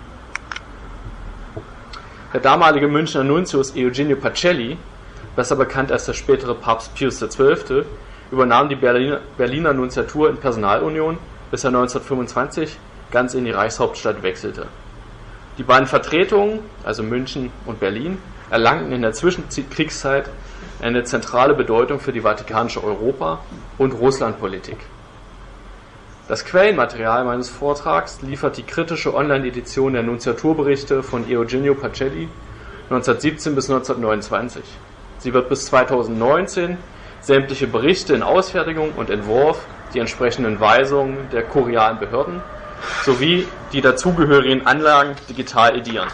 Der damalige Münchner Nuntius Eugenio Pacelli, besser bekannt als der spätere Papst Pius der Zwölfte, übernahm die Berliner, Berliner Nunziatur in Personalunion, bis er neunzehnhundertfünfundzwanzig ganz in die Reichshauptstadt wechselte. Die beiden Vertretungen, also München und Berlin, erlangten in der Zwischenkriegszeit eine zentrale Bedeutung für die vatikanische Europa- und Russlandpolitik. Das Quellenmaterial meines Vortrags liefert die kritische Online-Edition der Nunziaturberichte von Eugenio Pacelli neunzehnhundertsiebzehn bis neunzehnhundertneunundzwanzig. Sie wird bis zweitausendneunzehn sämtliche Berichte in Ausfertigung und Entwurf, die entsprechenden Weisungen der kurialen Behörden sowie die dazugehörigen Anlagen digital edieren.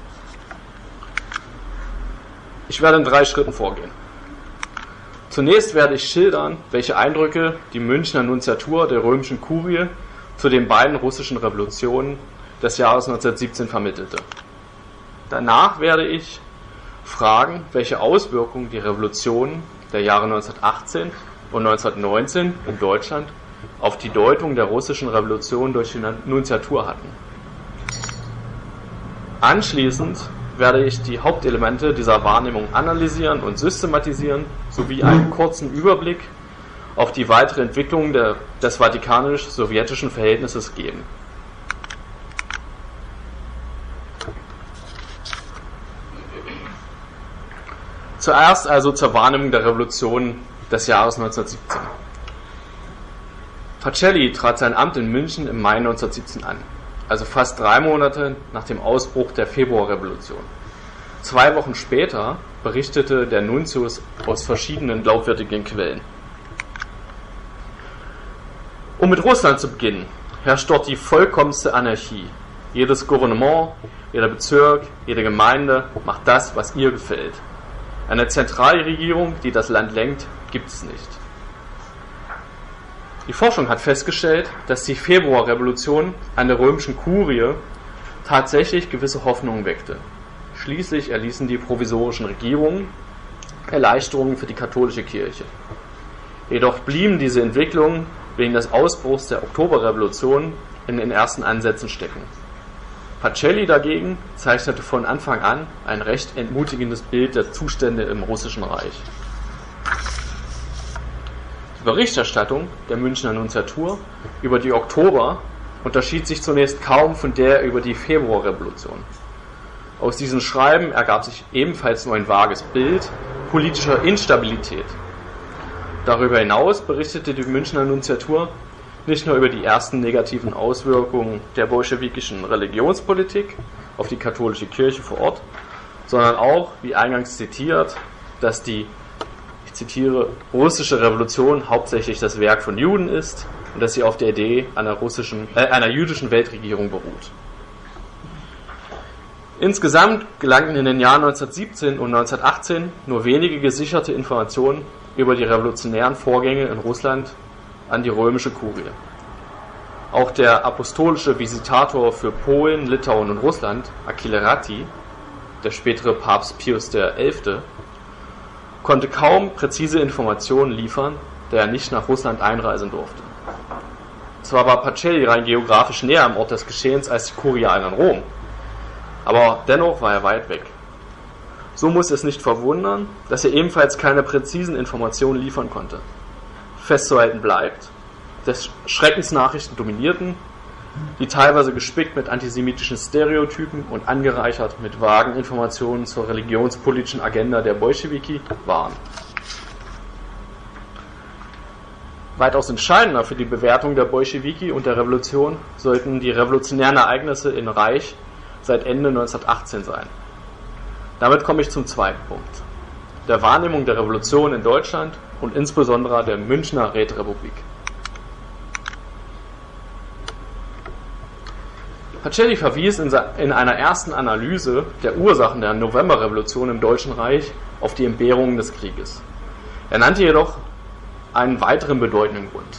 Ich werde in drei Schritten vorgehen. Zunächst werde ich schildern, welche Eindrücke die Münchner Nunziatur der römischen Kurie zu den beiden russischen Revolutionen des Jahres neunzehnhundertsiebzehn vermittelte. Danach werde ich fragen, welche Auswirkungen die Revolutionen der Jahre neunzehnhundertachtzehn und neunzehnhundertneunzehn in Deutschland auf die Deutung der russischen Revolution durch die Nunziatur hatten. Anschließend werde ich die Hauptelemente dieser Wahrnehmung analysieren und systematisieren, sowie einen kurzen Überblick auf die weitere Entwicklung der, des vatikanisch-sowjetischen Verhältnisses geben. Zuerst also zur Wahrnehmung der Revolution des Jahres neunzehnhundertsiebzehn. Pacelli trat sein Amt in München im Mai neunzehnhundertsiebzehn an, also fast drei Monate nach dem Ausbruch der Februarrevolution. Zwei Wochen später berichtete der Nuntius aus verschiedenen glaubwürdigen Quellen. Um mit Russland zu beginnen, herrscht dort die vollkommenste Anarchie. Jedes Gouvernement, jeder Bezirk, jede Gemeinde macht das, was ihr gefällt. Eine Zentralregierung, die das Land lenkt, gibt es nicht. Die Forschung hat festgestellt, dass die Februarrevolution an der römischen Kurie tatsächlich gewisse Hoffnungen weckte. Schließlich erließen die provisorischen Regierungen Erleichterungen für die katholische Kirche. Jedoch blieben diese Entwicklungen wegen des Ausbruchs der Oktoberrevolution in den ersten Ansätzen stecken. Pacelli dagegen zeichnete von Anfang an ein recht entmutigendes Bild der Zustände im Russischen Reich. Die Berichterstattung der Münchner Nunziatur über die Oktober unterschied sich zunächst kaum von der über die Februarrevolution. Aus diesen Schreiben ergab sich ebenfalls nur ein vages Bild politischer Instabilität. Darüber hinaus berichtete die Münchner Nunziatur nicht nur über die ersten negativen Auswirkungen der bolschewikischen Religionspolitik auf die katholische Kirche vor Ort, sondern auch, wie eingangs zitiert, dass die, ich zitiere, russische Revolution hauptsächlich das Werk von Juden ist und dass sie auf der Idee einer, russischen, äh, einer jüdischen Weltregierung beruht. Insgesamt gelangten in den Jahren neunzehnhundertsiebzehn und neunzehnhundertachtzehn nur wenige gesicherte Informationen über die revolutionären Vorgänge in Russland an die römische Kurie. Auch der apostolische Visitator für Polen, Litauen und Russland, Achille Ratti, der spätere Papst Pius der Elfte, konnte kaum präzise Informationen liefern, da er nicht nach Russland einreisen durfte. Zwar war Pacelli rein geografisch näher am Ort des Geschehens als die Kurialen in Rom, aber dennoch war er weit weg. So muss es nicht verwundern, dass er ebenfalls keine präzisen Informationen liefern konnte. Festzuhalten bleibt, dass Schreckensnachrichten dominierten, die teilweise gespickt mit antisemitischen Stereotypen und angereichert mit vagen Informationen zur religionspolitischen Agenda der Bolschewiki waren. Weitaus entscheidender für die Bewertung der Bolschewiki und der Revolution sollten die revolutionären Ereignisse im Reich seit Ende neunzehnhundertachtzehn sein. Damit komme ich zum zweiten Punkt, der Wahrnehmung der Revolution in Deutschland und insbesondere der Münchner Räterepublik. Pacelli verwies in einer ersten Analyse der Ursachen der Novemberrevolution im Deutschen Reich auf die Entbehrungen des Krieges. Er nannte jedoch einen weiteren bedeutenden Grund.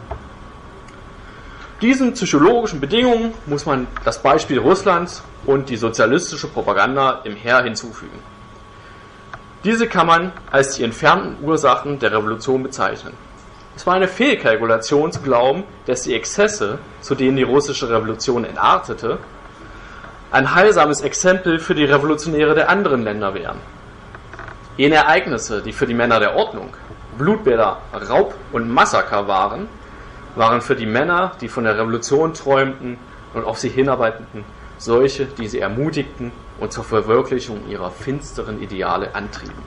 Diesen psychologischen Bedingungen muss man das Beispiel Russlands und die sozialistische Propaganda im Heer hinzufügen. Diese kann man als die entfernten Ursachen der Revolution bezeichnen. Es war eine Fehlkalkulation zu glauben, dass die Exzesse, zu denen die russische Revolution entartete, ein heilsames Exempel für die Revolutionäre der anderen Länder wären. Jene Ereignisse, die für die Männer der Ordnung Blutbäder, Raub und Massaker waren, waren für die Männer, die von der Revolution träumten und auf sie hinarbeiteten, solche, die sie ermutigten und zur Verwirklichung ihrer finsteren Ideale antrieben.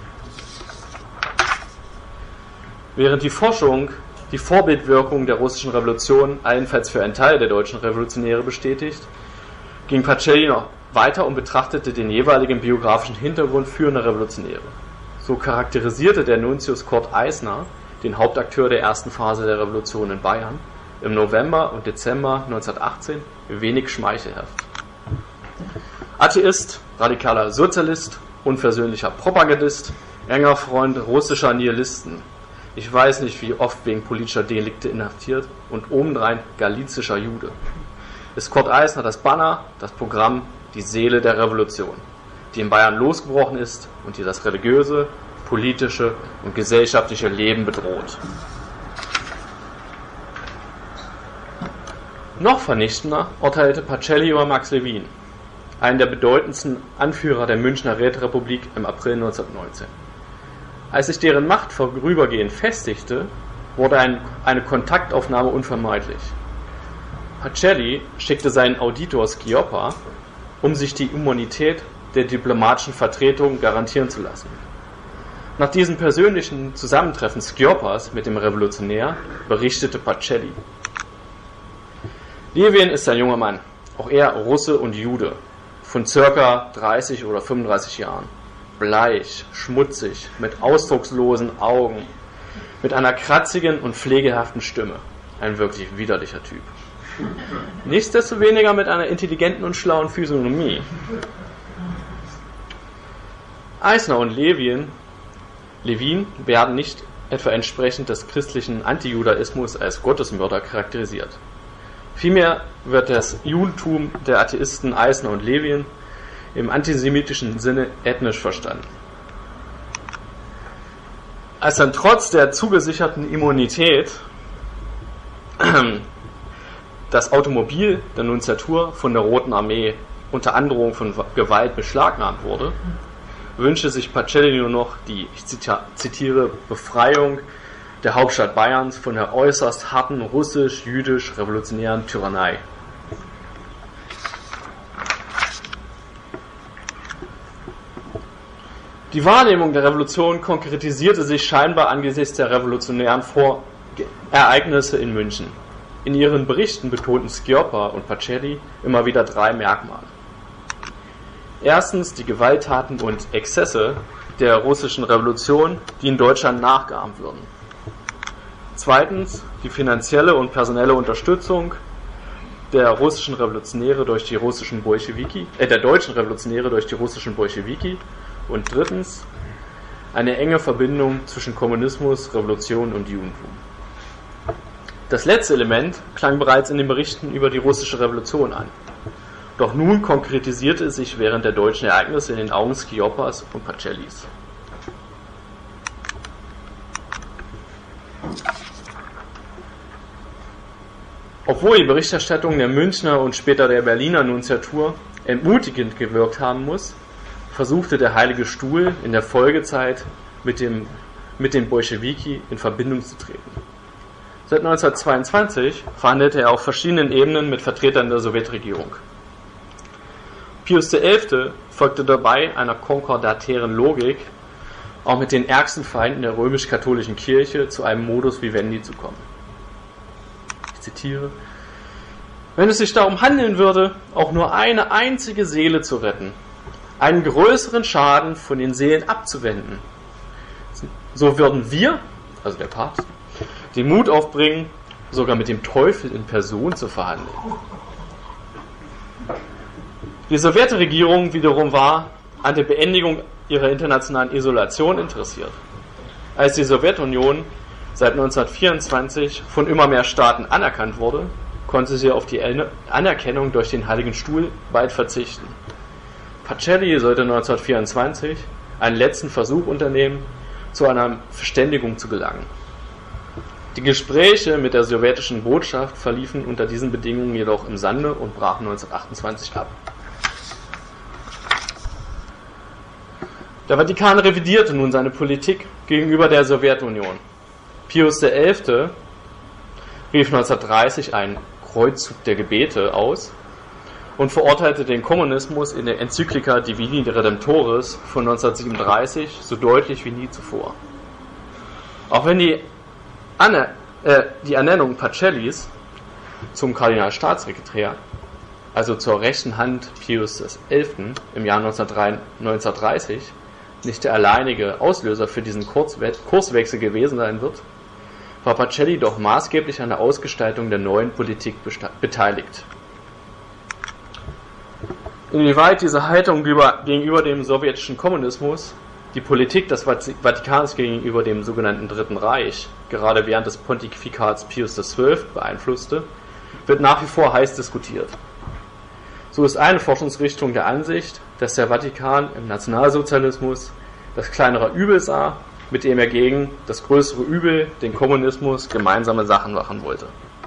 Während die Forschung die Vorbildwirkung der russischen Revolution allenfalls für einen Teil der deutschen Revolutionäre bestätigt, ging Pacelli noch weiter und betrachtete den jeweiligen biografischen Hintergrund führender Revolutionäre. So charakterisierte der Nuntius Kurt Eisner, den Hauptakteur der ersten Phase der Revolution in Bayern, im November und Dezember neunzehnhundertachtzehn wenig schmeichelhaft. Atheist, radikaler Sozialist, unversöhnlicher Propagandist, enger Freund russischer Nihilisten. Ich weiß nicht, wie oft wegen politischer Delikte inhaftiert und obendrein galizischer Jude. Ist Kurt Eisner das Banner, das Programm, die Seele der Revolution, die in Bayern losgebrochen ist und die das religiöse, politische und gesellschaftliche Leben bedroht. Noch vernichtender urteilte Pacelli über Max Levin, einen der bedeutendsten Anführer der Münchner Räterepublik im April neunzehnhundertneunzehn. Als sich deren Macht vorübergehend festigte, wurde ein, eine Kontaktaufnahme unvermeidlich. Pacelli schickte seinen Auditor Schioppa, um sich die Immunität der diplomatischen Vertretung garantieren zu lassen. Nach diesem persönlichen Zusammentreffen Schioppas mit dem Revolutionär berichtete Pacelli: Levin ist ein junger Mann, auch er Russe und Jude, von circa dreißig oder fünfunddreißig Jahren, bleich, schmutzig, mit ausdruckslosen Augen, mit einer kratzigen und pflegehaften Stimme, ein wirklich widerlicher Typ. Nichtsdestoweniger mit einer intelligenten und schlauen Physiognomie. Eisner und Levin, Levin werden nicht etwa entsprechend des christlichen Antijudaismus als Gottesmörder charakterisiert. Vielmehr wird das Judentum der Atheisten Eisner und Levin im antisemitischen Sinne ethnisch verstanden. Als dann trotz der zugesicherten Immunität das Automobil der Nunziatur von der Roten Armee unter Androhung von Gewalt beschlagnahmt wurde, wünschte sich Pacelli nur noch die, ich zitiere, Befreiung der Hauptstadt Bayerns von der äußerst harten russisch-jüdisch-revolutionären Tyrannei. Die Wahrnehmung der Revolution konkretisierte sich scheinbar angesichts der revolutionären Vor- Ereignisse in München. In ihren Berichten betonten Schioppa und Pacelli immer wieder drei Merkmale. Erstens die Gewalttaten und Exzesse der russischen Revolution, die in Deutschland nachgeahmt würden. Zweitens die finanzielle und personelle Unterstützung der russischen Revolutionäre durch die russischen Bolschewiki, äh, der deutschen Revolutionäre durch die russischen Bolschewiki. Und drittens eine enge Verbindung zwischen Kommunismus, Revolution und Judentum. Das letzte Element klang bereits in den Berichten über die russische Revolution an. Doch nun konkretisierte es sich während der deutschen Ereignisse in den Augen Schioppas und Pacellis. Obwohl die Berichterstattung der Münchner und später der Berliner Nunziatur entmutigend gewirkt haben muss, versuchte der Heilige Stuhl in der Folgezeit mit, dem, mit den Bolschewiki in Verbindung zu treten. Seit neunzehnhundertzweiundzwanzig verhandelte er auf verschiedenen Ebenen mit Vertretern der Sowjetregierung. Pius der Elfte folgte dabei einer konkordatären Logik, auch mit den ärgsten Feinden der römisch-katholischen Kirche zu einem Modus vivendi zu kommen. Ich zitiere: Wenn es sich darum handeln würde, auch nur eine einzige Seele zu retten, einen größeren Schaden von den Seelen abzuwenden, so würden wir, also der Papst, den Mut aufbringen, sogar mit dem Teufel in Person zu verhandeln. Die Sowjetregierung wiederum war an der Beendigung ihrer internationalen Isolation interessiert. Als die Sowjetunion seit neunzehnhundertvierundzwanzig von immer mehr Staaten anerkannt wurde, konnte sie auf die Anerkennung durch den Heiligen Stuhl bald verzichten. Pacelli sollte neunzehnhundertvierundzwanzig einen letzten Versuch unternehmen, zu einer Verständigung zu gelangen. Die Gespräche mit der sowjetischen Botschaft verliefen unter diesen Bedingungen jedoch im Sande und brachen neunzehnhundertachtundzwanzig ab. Der Vatikan revidierte nun seine Politik gegenüber der Sowjetunion. Pius der Elfte rief neunzehnhundertdreißig einen Kreuzzug der Gebete aus und verurteilte den Kommunismus in der Enzyklika Divini Redemptoris von neunzehnhundertsiebenunddreißig so deutlich wie nie zuvor. Auch wenn die, Anne, äh, die Ernennung Pacellis zum Kardinalstaatssekretär, also zur rechten Hand Pius des Elften im Jahr neunzehnhundertdreißig, nicht der alleinige Auslöser für diesen Kurswechsel gewesen sein wird, war Pacelli doch maßgeblich an der Ausgestaltung der neuen Politik beteiligt. Inwieweit diese Haltung gegenüber dem sowjetischen Kommunismus die Politik des Vatikans gegenüber dem sogenannten Dritten Reich gerade während des Pontifikats Pius des Zwölften beeinflusste, wird nach wie vor heiß diskutiert. So ist eine Forschungsrichtung der Ansicht, dass der Vatikan im Nationalsozialismus das kleinere Übel sah, mit dem er gegen das größere Übel, den Kommunismus, gemeinsame Sachen machen wollte.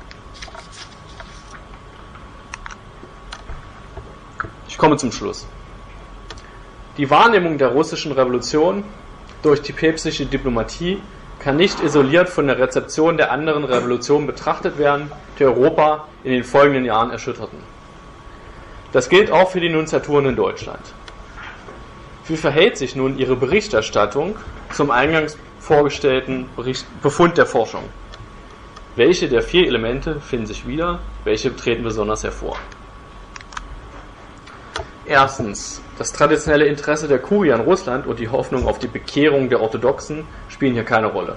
Ich komme zum Schluss. Die Wahrnehmung der russischen Revolution durch die päpstliche Diplomatie kann nicht isoliert von der Rezeption der anderen Revolutionen betrachtet werden, die Europa in den folgenden Jahren erschütterten. Das gilt auch für die Nunziaturen in Deutschland. Wie verhält sich nun ihre Berichterstattung zum eingangs vorgestellten Bericht, Befund der Forschung? Welche der vier Elemente finden sich wieder, welche treten besonders hervor? Erstens, das traditionelle Interesse der Kurie an Russland und die Hoffnung auf die Bekehrung der Orthodoxen spielen hier keine Rolle.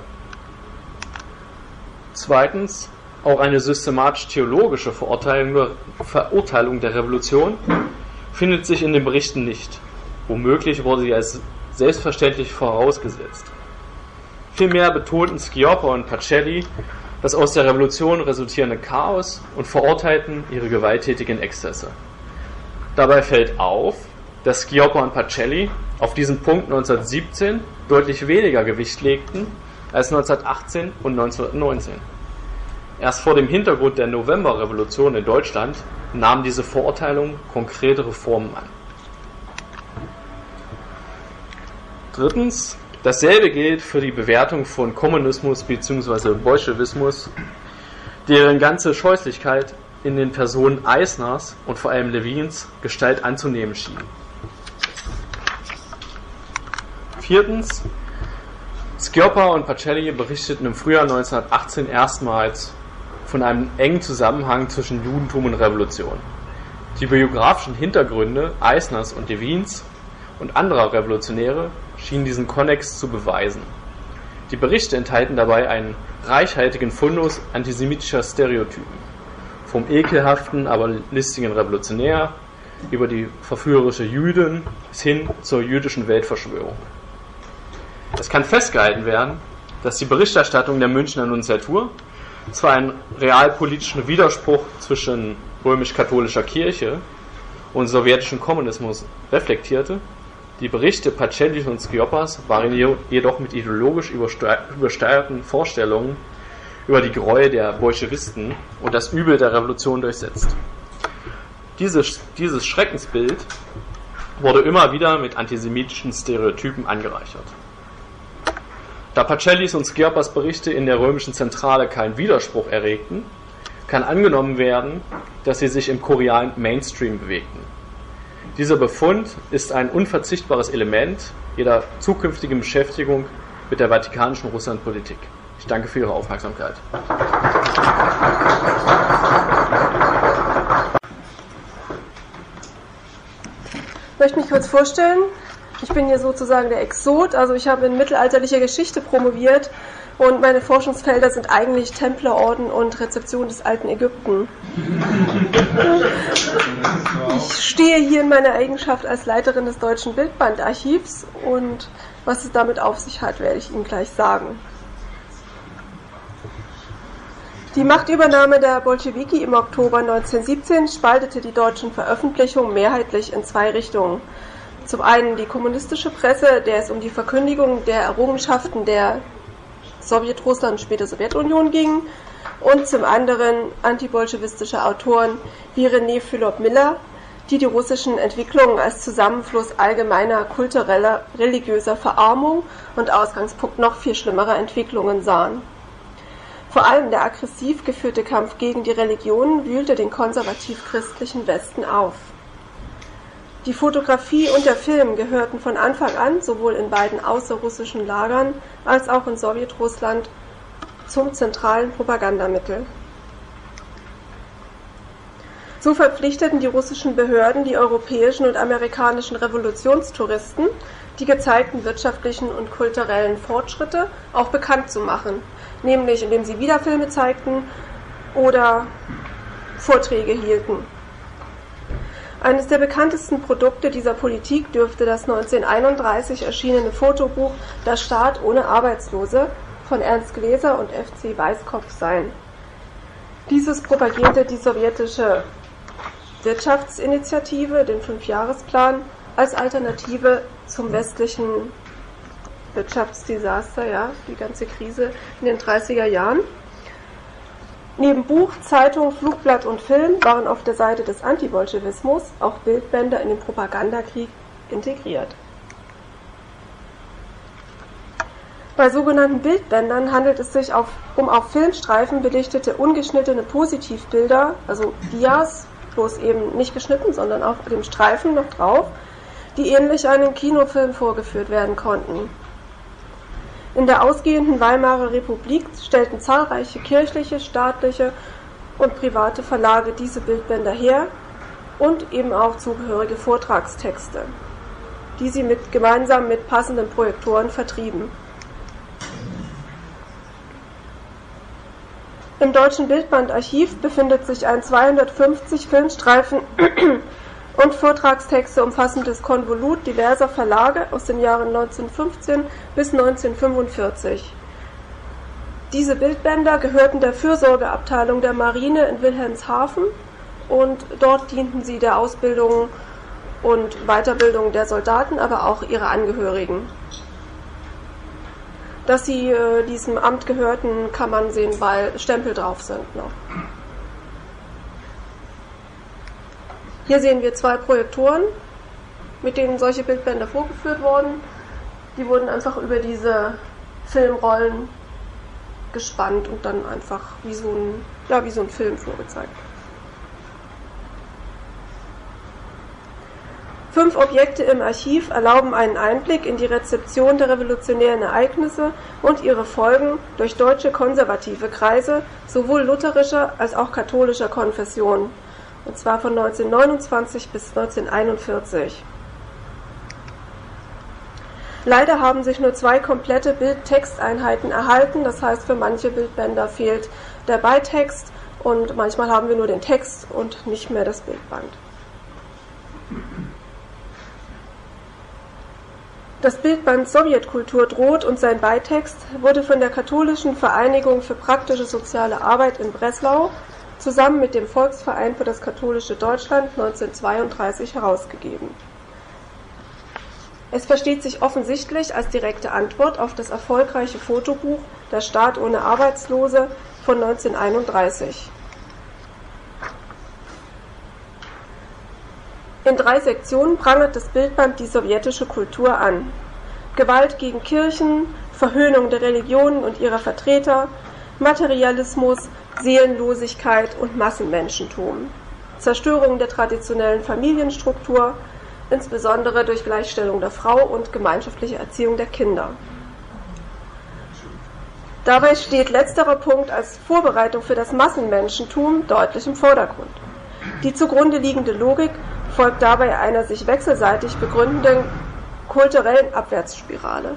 Zweitens, auch eine systematisch-theologische Verurteilung, Verurteilung der Revolution findet sich in den Berichten nicht. Womöglich wurde sie als selbstverständlich vorausgesetzt. Vielmehr betonten Schioppa und Pacelli das aus der Revolution resultierende Chaos und verurteilten ihre gewalttätigen Exzesse. Dabei fällt auf, dass Schioppa und Pacelli auf diesen Punkt neunzehnhundertsiebzehn deutlich weniger Gewicht legten als neunzehnhundertachtzehn und neunzehnhundertneunzehn. Erst vor dem Hintergrund der Novemberrevolution in Deutschland nahm diese Verurteilung konkretere Formen an. Drittens, dasselbe gilt für die Bewertung von Kommunismus bzw. Bolschewismus, deren ganze Scheußlichkeit in den Personen Eisners und vor allem Lewins Gestalt anzunehmen schien. Viertens, Schioppa und Pacelli berichteten im Frühjahr neunzehnhundertachtzehn erstmals von einem engen Zusammenhang zwischen Judentum und Revolution. Die biografischen Hintergründe Eisners und Lewins und anderer Revolutionäre schienen diesen Konnex zu beweisen. Die Berichte enthalten dabei einen reichhaltigen Fundus antisemitischer Stereotypen. Vom ekelhaften, aber listigen Revolutionär über die verführerische Jüdin bis hin zur jüdischen Weltverschwörung. Es kann festgehalten werden, dass die Berichterstattung der Münchner Nunziatur zwar einen realpolitischen Widerspruch zwischen römisch-katholischer Kirche und sowjetischem Kommunismus reflektierte, die Berichte Pacellis und Schioppas waren jedoch mit ideologisch übersteuerten Vorstellungen über die Gräuel der Bolschewisten und das Übel der Revolution durchsetzt. Dieses, dieses Schreckensbild wurde immer wieder mit antisemitischen Stereotypen angereichert. Da Pacellis und Schioppas Berichte in der römischen Zentrale keinen Widerspruch erregten, kann angenommen werden, dass sie sich im kurialen Mainstream bewegten. Dieser Befund ist ein unverzichtbares Element jeder zukünftigen Beschäftigung mit der vatikanischen Russlandpolitik. Ich danke für Ihre Aufmerksamkeit. Ich möchte mich kurz vorstellen. Ich bin hier sozusagen der Exot, also ich habe in mittelalterlicher Geschichte promoviert und meine Forschungsfelder sind eigentlich Templerorden und Rezeption des alten Ägypten. Ich stehe hier in meiner Eigenschaft als Leiterin des Deutschen Bildbandarchivs und was es damit auf sich hat, werde ich Ihnen gleich sagen. Die Machtübernahme der Bolschewiki im Oktober neunzehnhundertsiebzehn spaltete die deutschen Veröffentlichungen mehrheitlich in zwei Richtungen. Zum einen die kommunistische Presse, der es um die Verkündigung der Errungenschaften der Sowjetrussland und später Sowjetunion ging, und zum anderen antibolschewistische Autoren wie René Philip Miller, die die russischen Entwicklungen als Zusammenfluss allgemeiner kultureller, religiöser Verarmung und Ausgangspunkt noch viel schlimmerer Entwicklungen sahen. Vor allem der aggressiv geführte Kampf gegen die Religionen wühlte den konservativ-christlichen Westen auf. Die Fotografie und der Film gehörten von Anfang an sowohl in beiden außerrussischen Lagern als auch in Sowjetrussland zum zentralen Propagandamittel. So verpflichteten die russischen Behörden die europäischen und amerikanischen Revolutionstouristen, die gezeigten wirtschaftlichen und kulturellen Fortschritte auch bekannt zu machen, nämlich indem sie Wiederfilme zeigten oder Vorträge hielten. Eines der bekanntesten Produkte dieser Politik dürfte das neunzehnhunderteinunddreißig erschienene Fotobuch »Der Staat ohne Arbeitslose« von Ernst Gläser und F C Weißkopf sein. Dieses propagierte die sowjetische Wirtschaftsinitiative, den Fünfjahresplan, als Alternative zum westlichen Wirtschaftsdesaster, ja, die ganze Krise in den dreißiger Jahren. Neben Buch, Zeitung, Flugblatt und Film waren auf der Seite des Antibolschewismus auch Bildbänder in den Propagandakrieg integriert. Bei sogenannten Bildbändern handelt es sich auf, um auf Filmstreifen belichtete ungeschnittene Positivbilder, also Dias, bloß eben nicht geschnitten, sondern auf dem Streifen noch drauf, die ähnlich einem Kinofilm vorgeführt werden konnten. In der ausgehenden Weimarer Republik stellten zahlreiche kirchliche, staatliche und private Verlage diese Bildbänder her und eben auch zugehörige Vortragstexte, die sie mit, gemeinsam mit passenden Projektoren vertrieben. Im Deutschen Bildbandarchiv befindet sich ein zweihundertfünfzig Filmstreifen und Vortragstexte umfassendes Konvolut diverser Verlage aus den Jahren neunzehnhundertfünfzehn bis neunzehnhundertfünfundvierzig. Diese Bildbänder gehörten der Fürsorgeabteilung der Marine in Wilhelmshaven und dort dienten sie der Ausbildung und Weiterbildung der Soldaten, aber auch ihrer Angehörigen. Dass sie äh, diesem Amt gehörten, kann man sehen, weil Stempel drauf sind noch. Hier sehen wir zwei Projektoren, mit denen solche Bildbänder vorgeführt wurden. Die wurden einfach über diese Filmrollen gespannt und dann einfach wie so ein, ja, wie so ein Film vorgezeigt. Fünf Objekte im Archiv erlauben einen Einblick in die Rezeption der revolutionären Ereignisse und ihre Folgen durch deutsche konservative Kreise sowohl lutherischer als auch katholischer Konfession, und zwar von neunzehnhundertneunundzwanzig bis neunzehnhunderteinundvierzig. Leider haben sich nur zwei komplette Bild-Text-Einheiten erhalten, das heißt, für manche Bildbänder fehlt der Beitext und manchmal haben wir nur den Text und nicht mehr das Bildband. Das Bildband Sowjetkultur droht und sein Beitext wurde von der Katholischen Vereinigung für praktische soziale Arbeit in Breslau zusammen mit dem Volksverein für das katholische Deutschland neunzehnhundertzweiunddreißig herausgegeben. Es versteht sich offensichtlich als direkte Antwort auf das erfolgreiche Fotobuch Der Staat ohne Arbeitslose von neunzehnhunderteinunddreißig. In drei Sektionen prangert das Bildband die sowjetische Kultur an. Gewalt gegen Kirchen, Verhöhnung der Religionen und ihrer Vertreter, Materialismus, Seelenlosigkeit und Massenmenschentum, Zerstörung der traditionellen Familienstruktur, insbesondere durch Gleichstellung der Frau und gemeinschaftliche Erziehung der Kinder. Dabei steht letzterer Punkt als Vorbereitung für das Massenmenschentum deutlich im Vordergrund. Die zugrunde liegende Logik folgt dabei einer sich wechselseitig begründenden kulturellen Abwärtsspirale.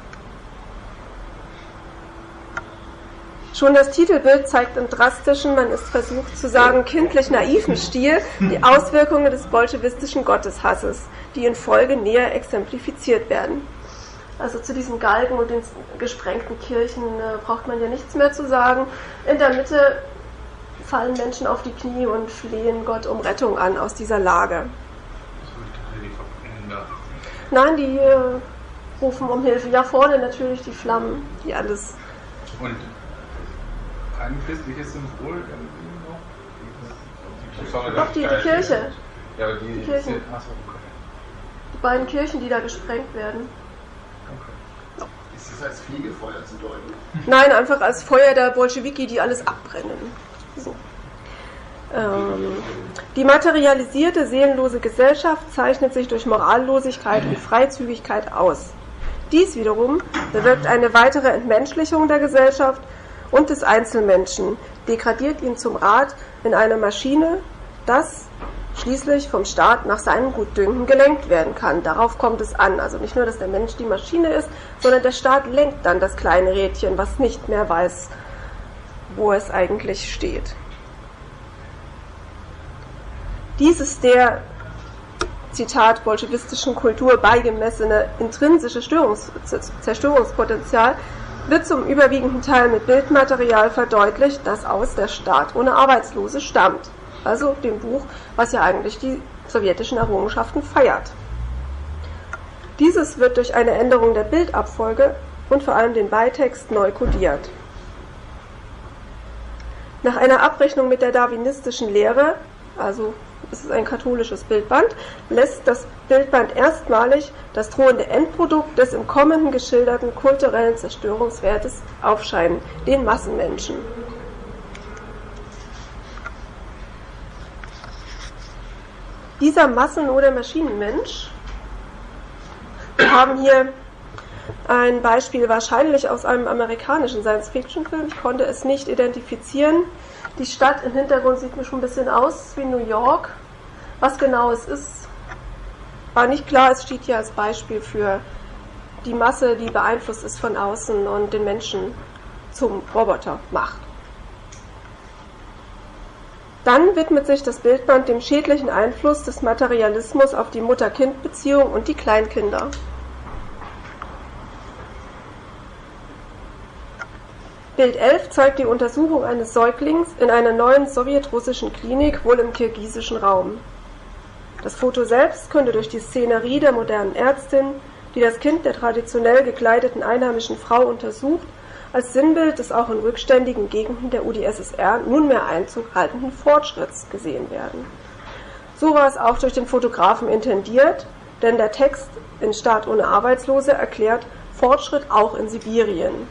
Schon das Titelbild zeigt im drastischen, man ist versucht zu sagen, kindlich naiven Stil die Auswirkungen des bolschewistischen Gotteshasses, die in Folge näher exemplifiziert werden. Also zu diesen Galgen und den gesprengten Kirchen äh, braucht man ja nichts mehr zu sagen. In der Mitte fallen Menschen auf die Knie und flehen Gott um Rettung an aus dieser Lage. Nein, die äh, rufen um Hilfe. Ja, vorne natürlich die Flammen, die alles... Und kein christliches Symbol noch? Doch, die, die Kirche. Ja, aber die, Die Kirchen. sind, achso, okay. Die beiden Kirchen, die da gesprengt werden. Ist das als Fegefeuer zu deuten? Nein, einfach als Feuer der Bolschewiki, die alles abbrennen. So. Ähm, die materialisierte, seelenlose Gesellschaft zeichnet sich durch Morallosigkeit und Freizügigkeit aus. Dies wiederum bewirkt eine weitere Entmenschlichung der Gesellschaft und des Einzelmenschen, degradiert ihn zum Rad in einer Maschine, das schließlich vom Staat nach seinem Gutdünken gelenkt werden kann. Darauf kommt es an. Also nicht nur, dass der Mensch die Maschine ist, sondern der Staat lenkt dann das kleine Rädchen, was nicht mehr weiß, wo es eigentlich steht. Dies ist der, Zitat, bolschewistischen Kultur beigemessene intrinsische Störungs- Zerstörungspotenzial wird zum überwiegenden Teil mit Bildmaterial verdeutlicht, das aus Der Staat ohne Arbeitslose stammt. Also dem Buch, was ja eigentlich die sowjetischen Errungenschaften feiert. Dieses wird durch eine Änderung der Bildabfolge und vor allem den Beitext neu kodiert. Nach einer Abrechnung mit der darwinistischen Lehre, also es ist ein katholisches Bildband, lässt das Bildband erstmalig das drohende Endprodukt des im Kommenden geschilderten kulturellen Zerstörungswertes aufscheinen, den Massenmenschen. Dieser Massen- oder Maschinenmensch, wir haben hier ein Beispiel wahrscheinlich aus einem amerikanischen Science-Fiction-Film, ich konnte es nicht identifizieren. Die Stadt im Hintergrund sieht mir schon ein bisschen aus wie New York. Was genau es ist, war nicht klar. Es steht hier als Beispiel für die Masse, die beeinflusst ist von außen und den Menschen zum Roboter macht. Dann widmet sich das Bildband dem schädlichen Einfluss des Materialismus auf die Mutter-Kind-Beziehung und die Kleinkinder. Bild elf zeigt die Untersuchung eines Säuglings in einer neuen sowjetrussischen Klinik, wohl im kirgisischen Raum. Das Foto selbst könnte durch die Szenerie der modernen Ärztin, die das Kind der traditionell gekleideten einheimischen Frau untersucht, als Sinnbild des auch in rückständigen Gegenden der U d S S R nunmehr Einzug haltenden Fortschritts gesehen werden. So war es auch durch den Fotografen intendiert, denn der Text in Staat ohne Arbeitslose erklärt Fortschritt auch in Sibirien.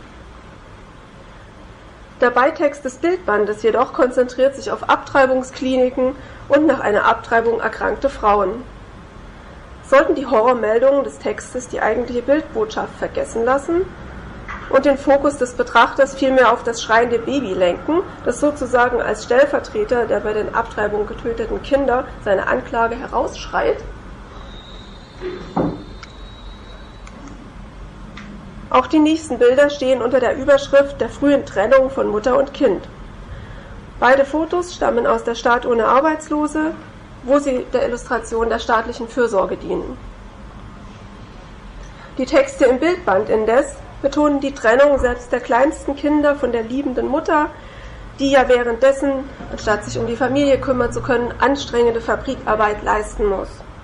Der Beitext des Bildbandes jedoch konzentriert sich auf Abtreibungskliniken und nach einer Abtreibung erkrankte Frauen. Sollten die Horrormeldungen des Textes die eigentliche Bildbotschaft vergessen lassen und den Fokus des Betrachters vielmehr auf das schreiende Baby lenken, das sozusagen als Stellvertreter der bei den Abtreibungen getöteten Kinder seine Anklage herausschreit? Auch die nächsten Bilder stehen unter der Überschrift der frühen Trennung von Mutter und Kind. Beide Fotos stammen aus Der Staat ohne Arbeitslose, wo sie der Illustration der staatlichen Fürsorge dienen. Die Texte im Bildband indes betonen die Trennung selbst der kleinsten Kinder von der liebenden Mutter, die ja währenddessen, anstatt sich um die Familie kümmern zu können, anstrengende Fabrikarbeit leisten muss.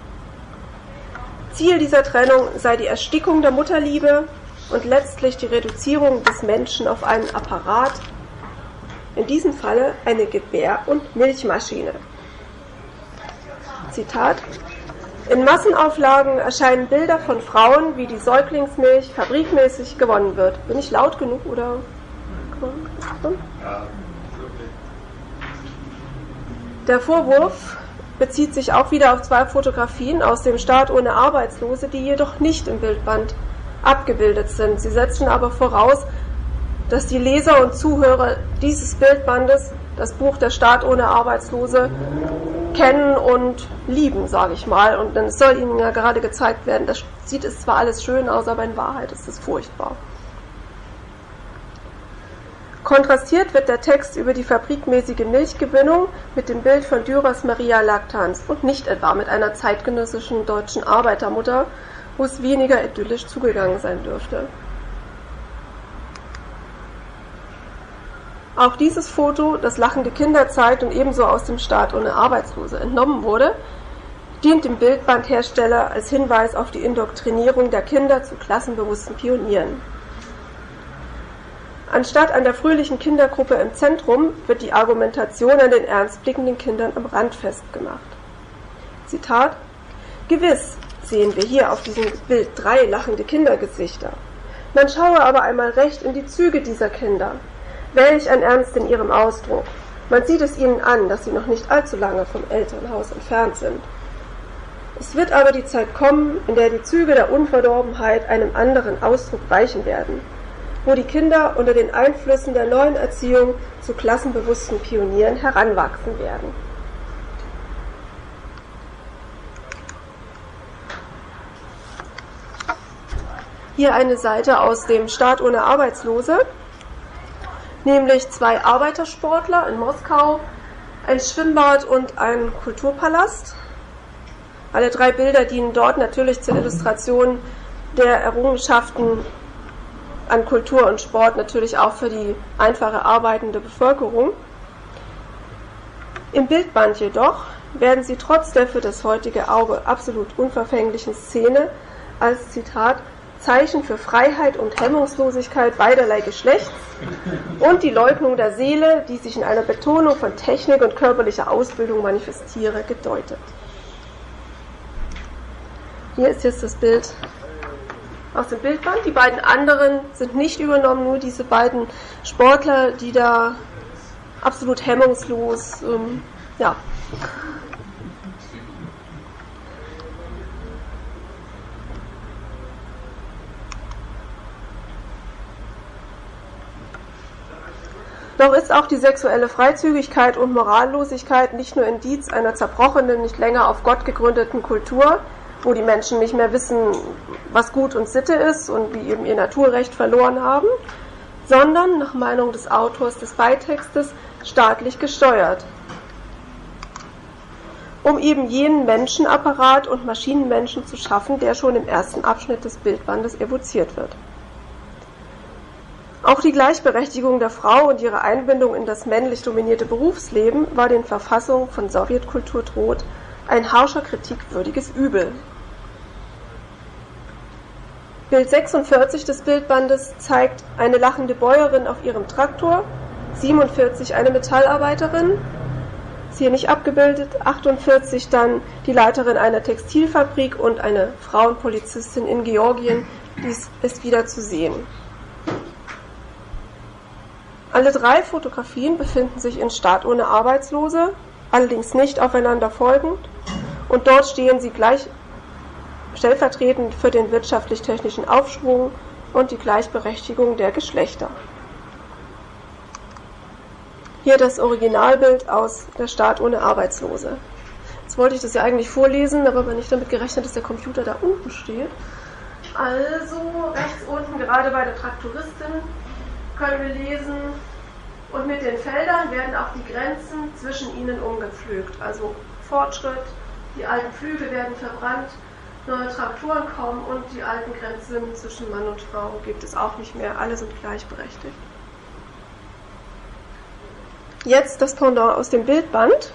Ziel dieser Trennung sei die Erstickung der Mutterliebe und letztlich die Reduzierung des Menschen auf einen Apparat, in diesem Falle eine Gebär- und Milchmaschine. Zitat: In Massenauflagen erscheinen Bilder von Frauen, wie die Säuglingsmilch fabrikmäßig gewonnen wird. Bin ich laut genug oder? Der Vorwurf bezieht sich auch wieder auf zwei Fotografien aus dem Staat ohne Arbeitslose, die jedoch nicht im Bildband abgebildet sind. Sie setzen aber voraus, dass die Leser und Zuhörer dieses Bildbandes, das Buch Der Staat ohne Arbeitslose, kennen und lieben, sage ich mal. Und dann soll ihnen ja gerade gezeigt werden, das sieht es zwar alles schön aus, aber in Wahrheit ist es furchtbar. Kontrastiert wird der Text über die fabrikmäßige Milchgewinnung mit dem Bild von Dürers Maria Lactans und nicht etwa mit einer zeitgenössischen deutschen Arbeitermutter, wo es weniger idyllisch zugegangen sein dürfte. Auch dieses Foto, das lachende Kinder zeigt und ebenso aus dem Staat ohne Arbeitslose entnommen wurde, dient dem Bildbandhersteller als Hinweis auf die Indoktrinierung der Kinder zu klassenbewussten Pionieren. Anstatt an der fröhlichen Kindergruppe im Zentrum wird die Argumentation an den ernstblickenden Kindern am Rand festgemacht. Zitat: Gewiss sehen wir hier auf diesem Bild drei lachende Kindergesichter. Man schaue aber einmal recht in die Züge dieser Kinder. Welch ein Ernst in ihrem Ausdruck. Man sieht es ihnen an, dass sie noch nicht allzu lange vom Elternhaus entfernt sind. Es wird aber die Zeit kommen, in der die Züge der Unverdorbenheit einem anderen Ausdruck weichen werden, wo die Kinder unter den Einflüssen der neuen Erziehung zu klassenbewussten Pionieren heranwachsen werden. Hier eine Seite aus dem Staat ohne Arbeitslose, nämlich zwei Arbeitersportler in Moskau, ein Schwimmbad und ein Kulturpalast. Alle drei Bilder dienen dort natürlich zur Illustration der Errungenschaften an Kultur und Sport, natürlich auch für die einfache arbeitende Bevölkerung. Im Bildband jedoch werden sie trotz der für das heutige Auge absolut unverfänglichen Szene als Zitat Zeichen für Freiheit und Hemmungslosigkeit beiderlei Geschlechts und die Leugnung der Seele, die sich in einer Betonung von Technik und körperlicher Ausbildung manifestiere, gedeutet. Hier ist jetzt das Bild aus dem Bildband. Die beiden anderen sind nicht übernommen, nur diese beiden Sportler, die da absolut hemmungslos, ähm, ja. Doch ist auch die sexuelle Freizügigkeit und Morallosigkeit nicht nur Indiz einer zerbrochenen, nicht länger auf Gott gegründeten Kultur, wo die Menschen nicht mehr wissen, was Gut und Sitte ist und wie eben ihr Naturrecht verloren haben, sondern, nach Meinung des Autors des Beitextes, staatlich gesteuert, um eben jenen Menschenapparat und Maschinenmenschen zu schaffen, der schon im ersten Abschnitt des Bildbandes evoziert wird. Auch die Gleichberechtigung der Frau und ihre Einbindung in das männlich dominierte Berufsleben war den Verfassungen von Sowjetkultur droht ein harscher kritikwürdiges Übel. Bild sechsundvierzig des Bildbandes zeigt eine lachende Bäuerin auf ihrem Traktor, siebenundvierzig eine Metallarbeiterin, ist hier nicht abgebildet, achtundvierzig dann die Leiterin einer Textilfabrik und eine Frauenpolizistin in Georgien, dies ist wieder zu sehen. Alle drei Fotografien befinden sich in Staat ohne Arbeitslose, allerdings nicht aufeinander folgend, und dort stehen sie gleich stellvertretend für den wirtschaftlich-technischen Aufschwung und die Gleichberechtigung der Geschlechter. Hier das Originalbild aus der Staat ohne Arbeitslose. Jetzt wollte ich das ja eigentlich vorlesen, aber nicht damit gerechnet, dass der Computer da unten steht. Also rechts unten, gerade bei der Traktoristin, können wir lesen, und mit den Feldern werden auch die Grenzen zwischen ihnen umgepflügt. Also Fortschritt, die alten Pflüge werden verbrannt, neue Traktoren kommen und die alten Grenzen zwischen Mann und Frau gibt es auch nicht mehr. Alle sind gleichberechtigt. Jetzt das Pendant aus dem Bildband.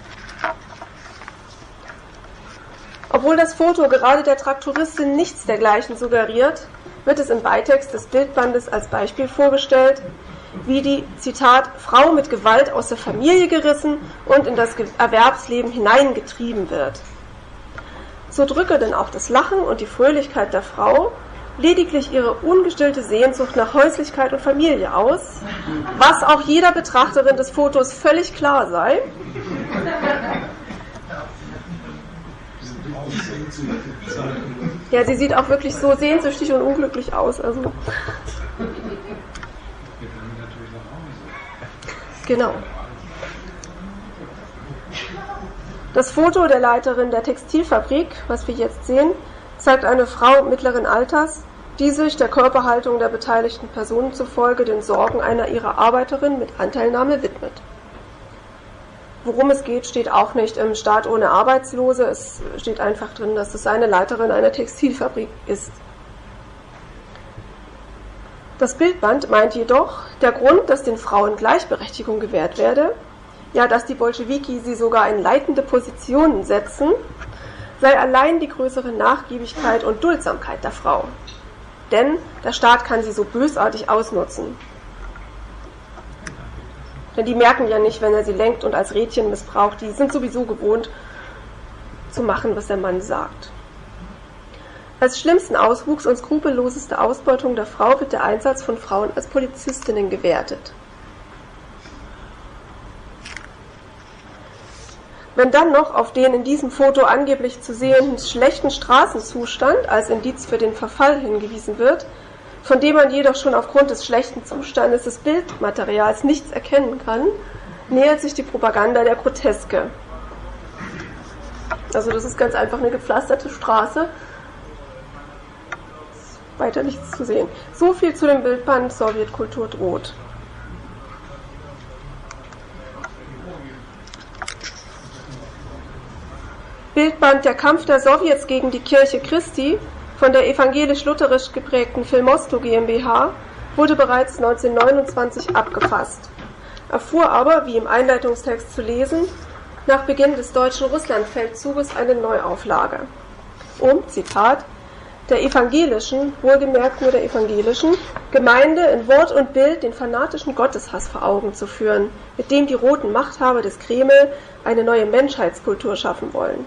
Obwohl das Foto gerade der Traktoristin nichts dergleichen suggeriert, wird es im Beitext des Bildbandes als Beispiel vorgestellt, wie die, Zitat, Frau mit Gewalt aus der Familie gerissen und in das Erwerbsleben hineingetrieben wird. So drücke denn auch das Lachen und die Fröhlichkeit der Frau lediglich ihre ungestillte Sehnsucht nach Häuslichkeit und Familie aus, was auch jeder Betrachterin des Fotos völlig klar sei. Ja, sie sieht auch wirklich so sehnsüchtig und unglücklich aus. Also. Genau. Das Foto der Leiterin der Textilfabrik, was wir jetzt sehen, zeigt eine Frau mittleren Alters, die sich der Körperhaltung der beteiligten Personen zufolge den Sorgen einer ihrer Arbeiterinnen mit Anteilnahme widmet. Worum es geht, steht auch nicht im Staat ohne Arbeitslose. Es steht einfach drin, dass es eine Leiterin einer Textilfabrik ist. Das Bildband meint jedoch, der Grund, dass den Frauen Gleichberechtigung gewährt werde, ja, dass die Bolschewiki sie sogar in leitende Positionen setzen, sei allein die größere Nachgiebigkeit und Duldsamkeit der Frau. Denn der Staat kann sie so bösartig ausnutzen. Denn die merken ja nicht, wenn er sie lenkt und als Rädchen missbraucht. Die sind sowieso gewohnt, zu machen, was der Mann sagt. Als schlimmsten Auswuchs und skrupelloseste Ausbeutung der Frau wird der Einsatz von Frauen als Polizistinnen gewertet. Wenn dann noch auf den in diesem Foto angeblich zu sehenden schlechten Straßenzustand als Indiz für den Verfall hingewiesen wird, von dem man jedoch schon aufgrund des schlechten Zustandes des Bildmaterials nichts erkennen kann, nähert sich die Propaganda der Groteske. Also das ist ganz einfach eine gepflasterte Straße. Weiter nichts zu sehen. So viel zu dem Bildband Sowjetkultur droht. Bildband Der Kampf der Sowjets gegen die Kirche Christi von der evangelisch-lutherisch geprägten Filmosto GmbH wurde bereits neunzehnhundertneunundzwanzig abgefasst, erfuhr aber, wie im Einleitungstext zu lesen, nach Beginn des deutschen Russlandfeldzuges eine Neuauflage, um, Zitat, der evangelischen, wohlgemerkt nur der evangelischen, Gemeinde in Wort und Bild den fanatischen Gotteshass vor Augen zu führen, mit dem die roten Machthaber des Kreml eine neue Menschheitskultur schaffen wollen.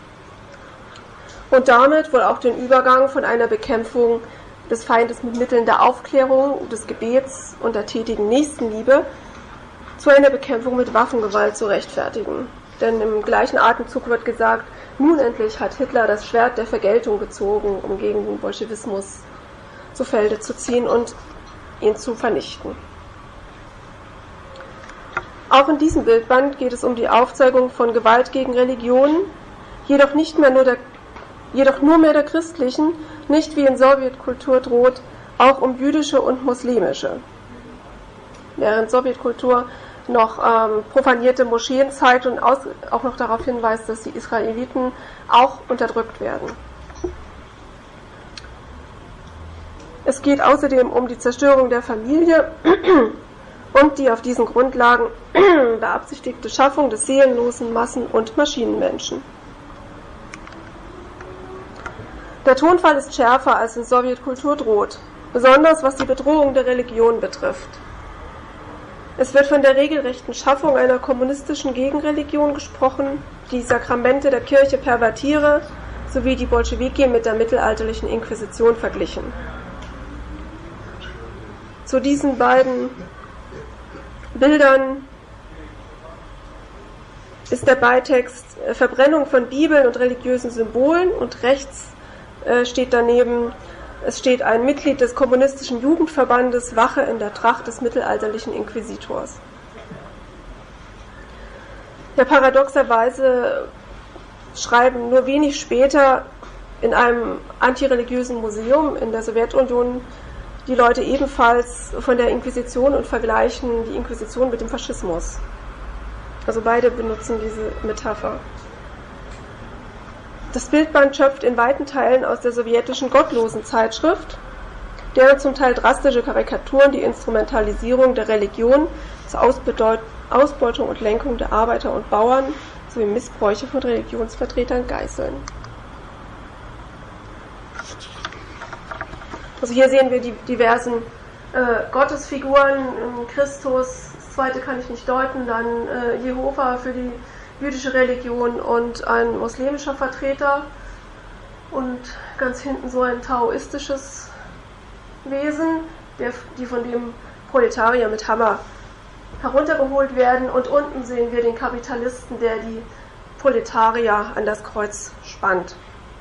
Und damit wohl auch den Übergang von einer Bekämpfung des Feindes mit Mitteln der Aufklärung, des Gebets und der tätigen Nächstenliebe zu einer Bekämpfung mit Waffengewalt zu rechtfertigen. Denn im gleichen Atemzug wird gesagt, nun endlich hat Hitler das Schwert der Vergeltung gezogen, um gegen den Bolschewismus zu Felde zu ziehen und ihn zu vernichten. Auch in diesem Bildband geht es um die Aufzeigung von Gewalt gegen Religionen, jedoch nicht mehr nur der jedoch nur mehr der christlichen, nicht wie in Sowjetkultur droht, auch um jüdische und muslimische. Während Sowjetkultur noch ähm, profanierte Moscheen zeigt und aus, auch noch darauf hinweist, dass die Israeliten auch unterdrückt werden. Es geht außerdem um die Zerstörung der Familie und die auf diesen Grundlagen beabsichtigte Schaffung des seelenlosen Massen- und Maschinenmenschen. Der Tonfall ist schärfer, als in Sowjetkultur droht, besonders was die Bedrohung der Religion betrifft. Es wird von der regelrechten Schaffung einer kommunistischen Gegenreligion gesprochen, die Sakramente der Kirche pervertiere, sowie die Bolschewiki mit der mittelalterlichen Inquisition verglichen. Zu diesen beiden Bildern ist der Beitext Verbrennung von Bibeln und religiösen Symbolen und rechts steht daneben, es steht ein Mitglied des kommunistischen Jugendverbandes Wache in der Tracht des mittelalterlichen Inquisitors. Ja, paradoxerweise schreiben nur wenig später in einem antireligiösen Museum in der Sowjetunion die Leute ebenfalls von der Inquisition und vergleichen die Inquisition mit dem Faschismus. Also beide benutzen diese Metapher. Das Bildband schöpft in weiten Teilen aus der sowjetischen Gottlosen-Zeitschrift, deren zum Teil drastische Karikaturen die Instrumentalisierung der Religion zur Ausbeutung und Lenkung der Arbeiter und Bauern sowie Missbräuche von Religionsvertretern geißeln. Also hier sehen wir die diversen äh, Gottesfiguren, Christus, das zweite kann ich nicht deuten, dann äh, Jehova für die jüdische Religion und ein muslimischer Vertreter und ganz hinten so ein taoistisches Wesen, der, die von dem Proletarier mit Hammer heruntergeholt werden, und unten sehen wir den Kapitalisten, der die Proletarier an das Kreuz spannt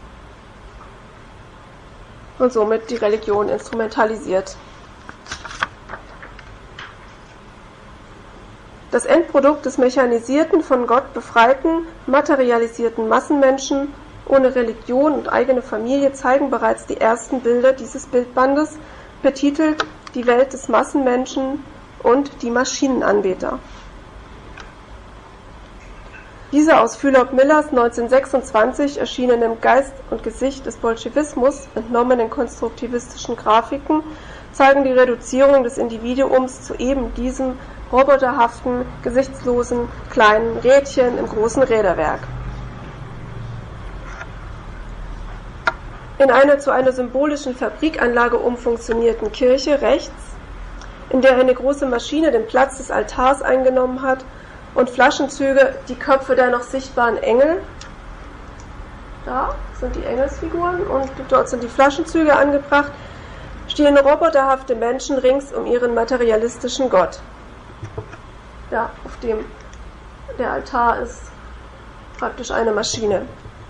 und somit die Religion instrumentalisiert. Das Endprodukt des mechanisierten, von Gott befreiten, materialisierten Massenmenschen ohne Religion und eigene Familie zeigen bereits die ersten Bilder dieses Bildbandes, betitelt Die Welt des Massenmenschen und die Maschinenanbeter. Diese aus Philip Millers neunzehnhundertsechsundzwanzig erschienenen Geist und Gesicht des Bolschewismus entnommenen konstruktivistischen Grafiken zeigen die Reduzierung des Individuums zu eben diesem roboterhaften, gesichtslosen, kleinen Rädchen im großen Räderwerk. In einer zu einer symbolischen Fabrikanlage umfunktionierten Kirche rechts, in der eine große Maschine den Platz des Altars eingenommen hat und Flaschenzüge die Köpfe der noch sichtbaren Engel, da sind die Engelsfiguren und dort sind die Flaschenzüge angebracht, stehen roboterhafte Menschen rings um ihren materialistischen Gott. Ja, auf dem der Altar ist praktisch eine Maschine.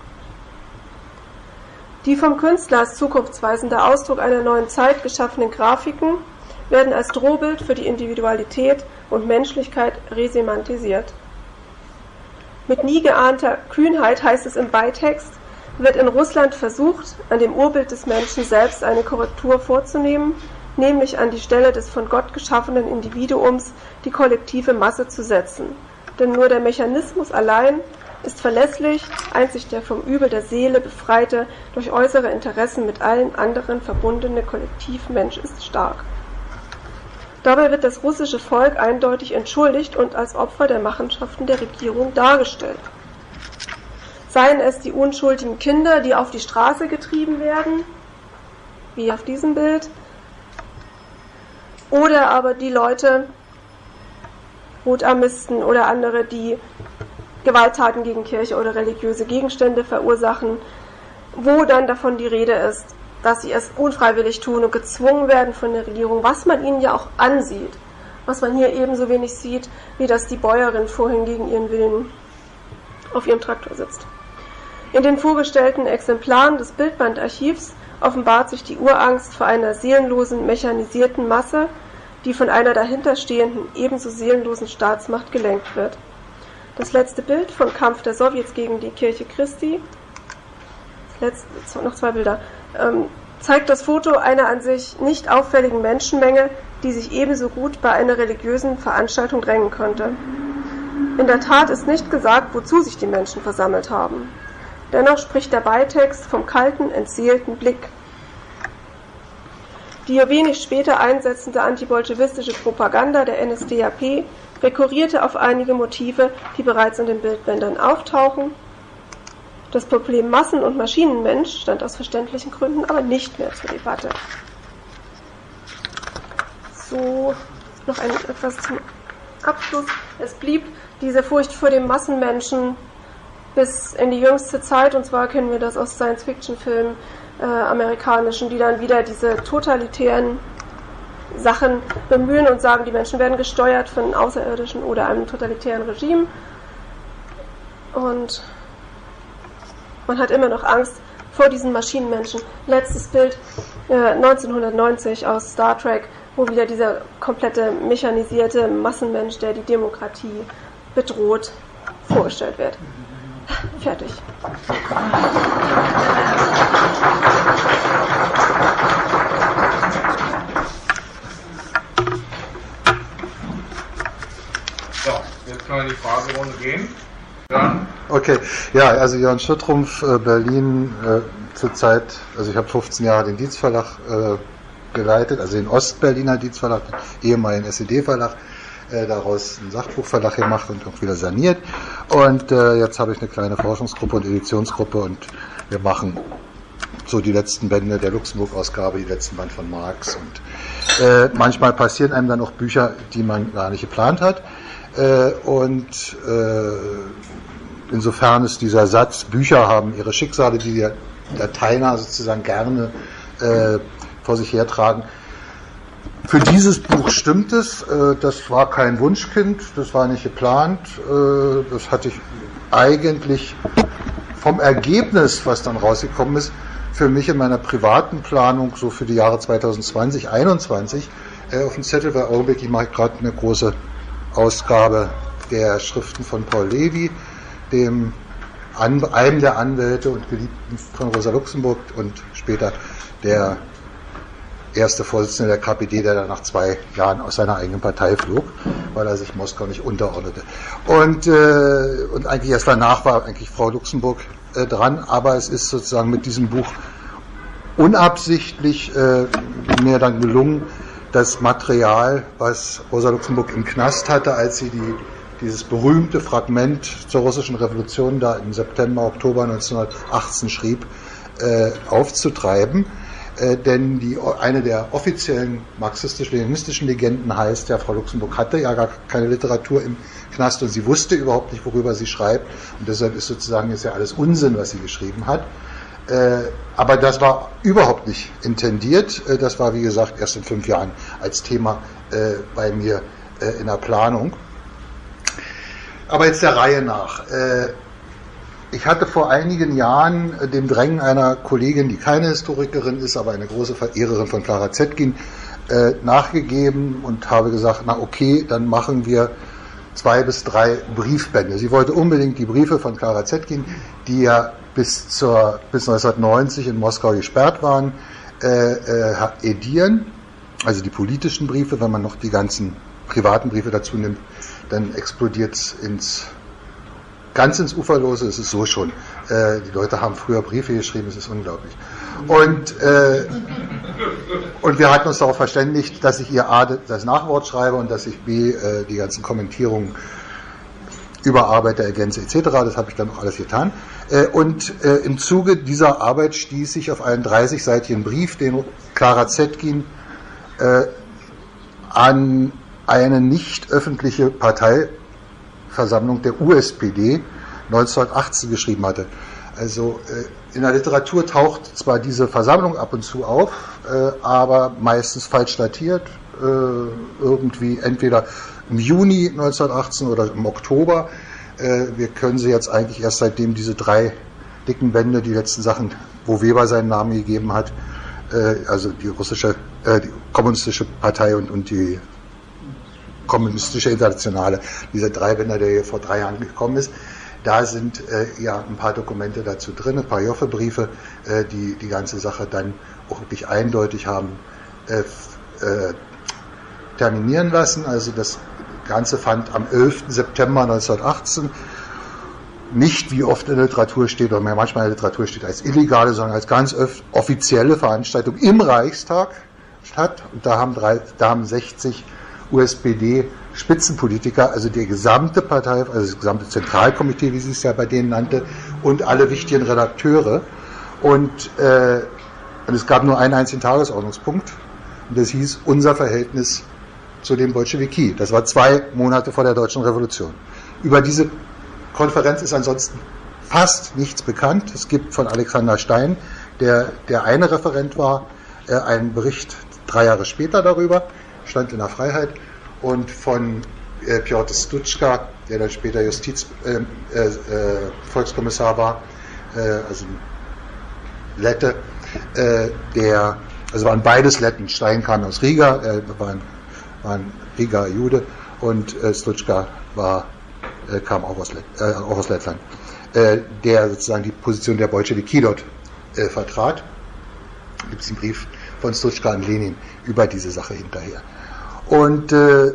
Die vom Künstler als zukunftsweisender Ausdruck einer neuen Zeit geschaffenen Grafiken werden als Drohbild für die Individualität und Menschlichkeit resemantisiert. Mit nie geahnter Kühnheit, heißt es im Beitext, wird in Russland versucht, an dem Urbild des Menschen selbst eine Korrektur vorzunehmen, nämlich an die Stelle des von Gott geschaffenen Individuums die kollektive Masse zu setzen. Denn nur der Mechanismus allein ist verlässlich, einzig der vom Übel der Seele befreite, durch äußere Interessen mit allen anderen verbundene Kollektivmensch ist stark. Dabei wird das russische Volk eindeutig entschuldigt und als Opfer der Machenschaften der Regierung dargestellt. Seien es die unschuldigen Kinder, die auf die Straße getrieben werden, wie auf diesem Bild, oder aber die Leute, Rotarmisten oder andere, die Gewalttaten gegen Kirche oder religiöse Gegenstände verursachen, wo dann davon die Rede ist, dass sie es unfreiwillig tun und gezwungen werden von der Regierung, was man ihnen ja auch ansieht, was man hier ebenso wenig sieht, wie dass die Bäuerin vorhin gegen ihren Willen auf ihrem Traktor sitzt. In den vorgestellten Exemplaren des Bildbandarchivs offenbart sich die Urangst vor einer seelenlosen, mechanisierten Masse, die von einer dahinterstehenden, ebenso seelenlosen Staatsmacht gelenkt wird. Das letzte Bild vom Kampf der Sowjets gegen die Kirche Christi, letzte, noch zwei Bilder, ähm, zeigt das Foto einer an sich nicht auffälligen Menschenmenge, die sich ebenso gut bei einer religiösen Veranstaltung drängen könnte. In der Tat ist nicht gesagt, wozu sich die Menschen versammelt haben. Dennoch spricht der Beitext vom kalten, entseelten Blick. Die wenig später einsetzende antibolschewistische Propaganda der N S D A P rekurrierte auf einige Motive, die bereits in den Bildbändern auftauchen. Das Problem Massen- und Maschinenmensch stand aus verständlichen Gründen aber nicht mehr zur Debatte. So, noch ein, etwas zum Abschluss. Es blieb diese Furcht vor dem Massenmenschen bis in die jüngste Zeit, und zwar kennen wir das aus Science-Fiction-Filmen, äh, amerikanischen, die dann wieder diese totalitären Sachen bemühen und sagen, die Menschen werden gesteuert von Außerirdischen oder einem totalitären Regime. Und man hat immer noch Angst vor diesen Maschinenmenschen. Letztes Bild, äh, neunzehnhundertneunzig aus Star Trek, wo wieder dieser komplette mechanisierte Massenmensch, der die Demokratie bedroht, vorgestellt wird. Fertig. So, jetzt können wir in die Fragerunde gehen. Dann. Okay, ja, also Jörn Schüttrumpf, äh, Berlin, äh, zurzeit, also ich habe fünfzehn Jahre den Dietz-Verlag äh, geleitet, also den Ostberliner Dietz-Verlag, den ehemaligen S E D-Verlag, äh, daraus einen Sachbuchverlag gemacht und auch wieder saniert. Und äh, jetzt habe ich eine kleine Forschungsgruppe und Editionsgruppe und wir machen so die letzten Bände der Luxemburg-Ausgabe, die letzten Band von Marx. Und äh, manchmal passieren einem dann auch Bücher, die man gar nicht geplant hat. Äh, und äh, insofern ist dieser Satz, Bücher haben ihre Schicksale, die der Dateiner sozusagen gerne äh, vor sich hertragen. Für dieses Buch stimmt es, äh, das war kein Wunschkind, das war nicht geplant, äh, das hatte ich eigentlich vom Ergebnis, was dann rausgekommen ist, für mich in meiner privaten Planung so für die Jahre zweitausendzwanzig, zweitausendeinundzwanzig äh, auf dem Zettel, weil augenblicklich mache ich gerade eine große Ausgabe der Schriften von Paul Levy, dem An einem der Anwälte und Geliebten von Rosa Luxemburg und später der erste Vorsitzende der K P D, der dann nach zwei Jahren aus seiner eigenen Partei flog, weil er sich Moskau nicht unterordnete. Und, äh, und eigentlich erst danach war eigentlich Frau Luxemburg äh, dran, aber es ist sozusagen mit diesem Buch unabsichtlich äh, mir dann gelungen, das Material, was Rosa Luxemburg im Knast hatte, als sie die, dieses berühmte Fragment zur russischen Revolution da im September, Oktober neunzehnhundertachtzehn schrieb, äh, aufzutreiben. Äh, denn die, eine der offiziellen marxistisch-leninistischen Legenden heißt ja, Frau Luxemburg hatte ja gar keine Literatur im Knast und sie wusste überhaupt nicht, worüber sie schreibt. Und deshalb ist sozusagen jetzt ja alles Unsinn, was sie geschrieben hat. Äh, aber das war überhaupt nicht intendiert. Äh, das war, wie gesagt, erst in fünf Jahren als Thema äh, bei mir äh, in der Planung. Aber jetzt der Reihe nach. Äh, Ich hatte vor einigen Jahren dem Drängen einer Kollegin, die keine Historikerin ist, aber eine große Verehrerin von Clara Zetkin, äh, nachgegeben und habe gesagt, na okay, dann machen wir zwei bis drei Briefbände. Sie wollte unbedingt die Briefe von Clara Zetkin, die ja bis, zur, bis neunzehnhundertneunzig in Moskau gesperrt waren, äh, äh, edieren. Also die politischen Briefe, wenn man noch die ganzen privaten Briefe dazu nimmt, dann explodiert es ins... Ganz ins Uferlose ist es so schon. Äh, die Leute haben früher Briefe geschrieben, es ist unglaublich. Und, äh, und wir hatten uns darauf verständigt, dass ich ihr A das Nachwort schreibe und dass ich B äh, die ganzen Kommentierungen überarbeite, ergänze et cetera. Das habe ich dann auch alles getan. Äh, und äh, im Zuge dieser Arbeit stieß ich auf einen dreißigseitigen Brief, den Clara Zetkin äh, an eine nicht öffentliche Partei Versammlung der U S P D neunzehnhundertachtzehn geschrieben hatte. Also äh, in der Literatur taucht zwar diese Versammlung ab und zu auf, äh, aber meistens falsch datiert, äh, irgendwie entweder im Juni neunzehnhundertachtzehn oder im Oktober. Äh, wir können sie jetzt eigentlich erst seitdem diese drei dicken Bände, die letzten Sachen, wo Weber seinen Namen gegeben hat, äh, also die russische, äh, die kommunistische Partei und, und die kommunistische Internationale, dieser drei Bänder, der hier vor drei Jahren gekommen ist. Da sind äh, ja ein paar Dokumente dazu drin, ein paar Joffe-Briefe, äh, die die ganze Sache dann auch wirklich eindeutig haben äh, äh, terminieren lassen. Also das Ganze fand am elften September neunzehnhundertachtzehn nicht, wie oft in der Literatur steht, oder manchmal in der Literatur steht, als illegale, sondern als ganz offizielle Veranstaltung im Reichstag statt. Und da haben, drei, da haben sechzig U S P D-Spitzenpolitiker, also die gesamte Partei, also das gesamte Zentralkomitee, wie sie es ja bei denen nannte, und alle wichtigen Redakteure. Und, äh, und es gab nur einen einzigen Tagesordnungspunkt, und das hieß unser Verhältnis zu den Bolschewiki. Das war zwei Monate vor der Deutschen Revolution. Über diese Konferenz ist ansonsten fast nichts bekannt. Es gibt von Alexander Stein, der der eine Referent war, äh, einen Bericht drei Jahre später darüber, stand in der Freiheit, und von äh, Piotr Stutschka, der dann später Justiz, äh, äh, Volkskommissar war, äh, also Lette, äh, der, also waren beides Letten. Stein kam aus Riga, er war ein, war ein Riga Jude, und äh, Stutschka war, äh, kam auch aus, Lett, äh, auch aus Lettland, äh, der sozusagen die Position der Bolschewiki dort äh, vertrat. Da gibt es einen Brief von Stutschka an Lenin über diese Sache hinterher. Und äh,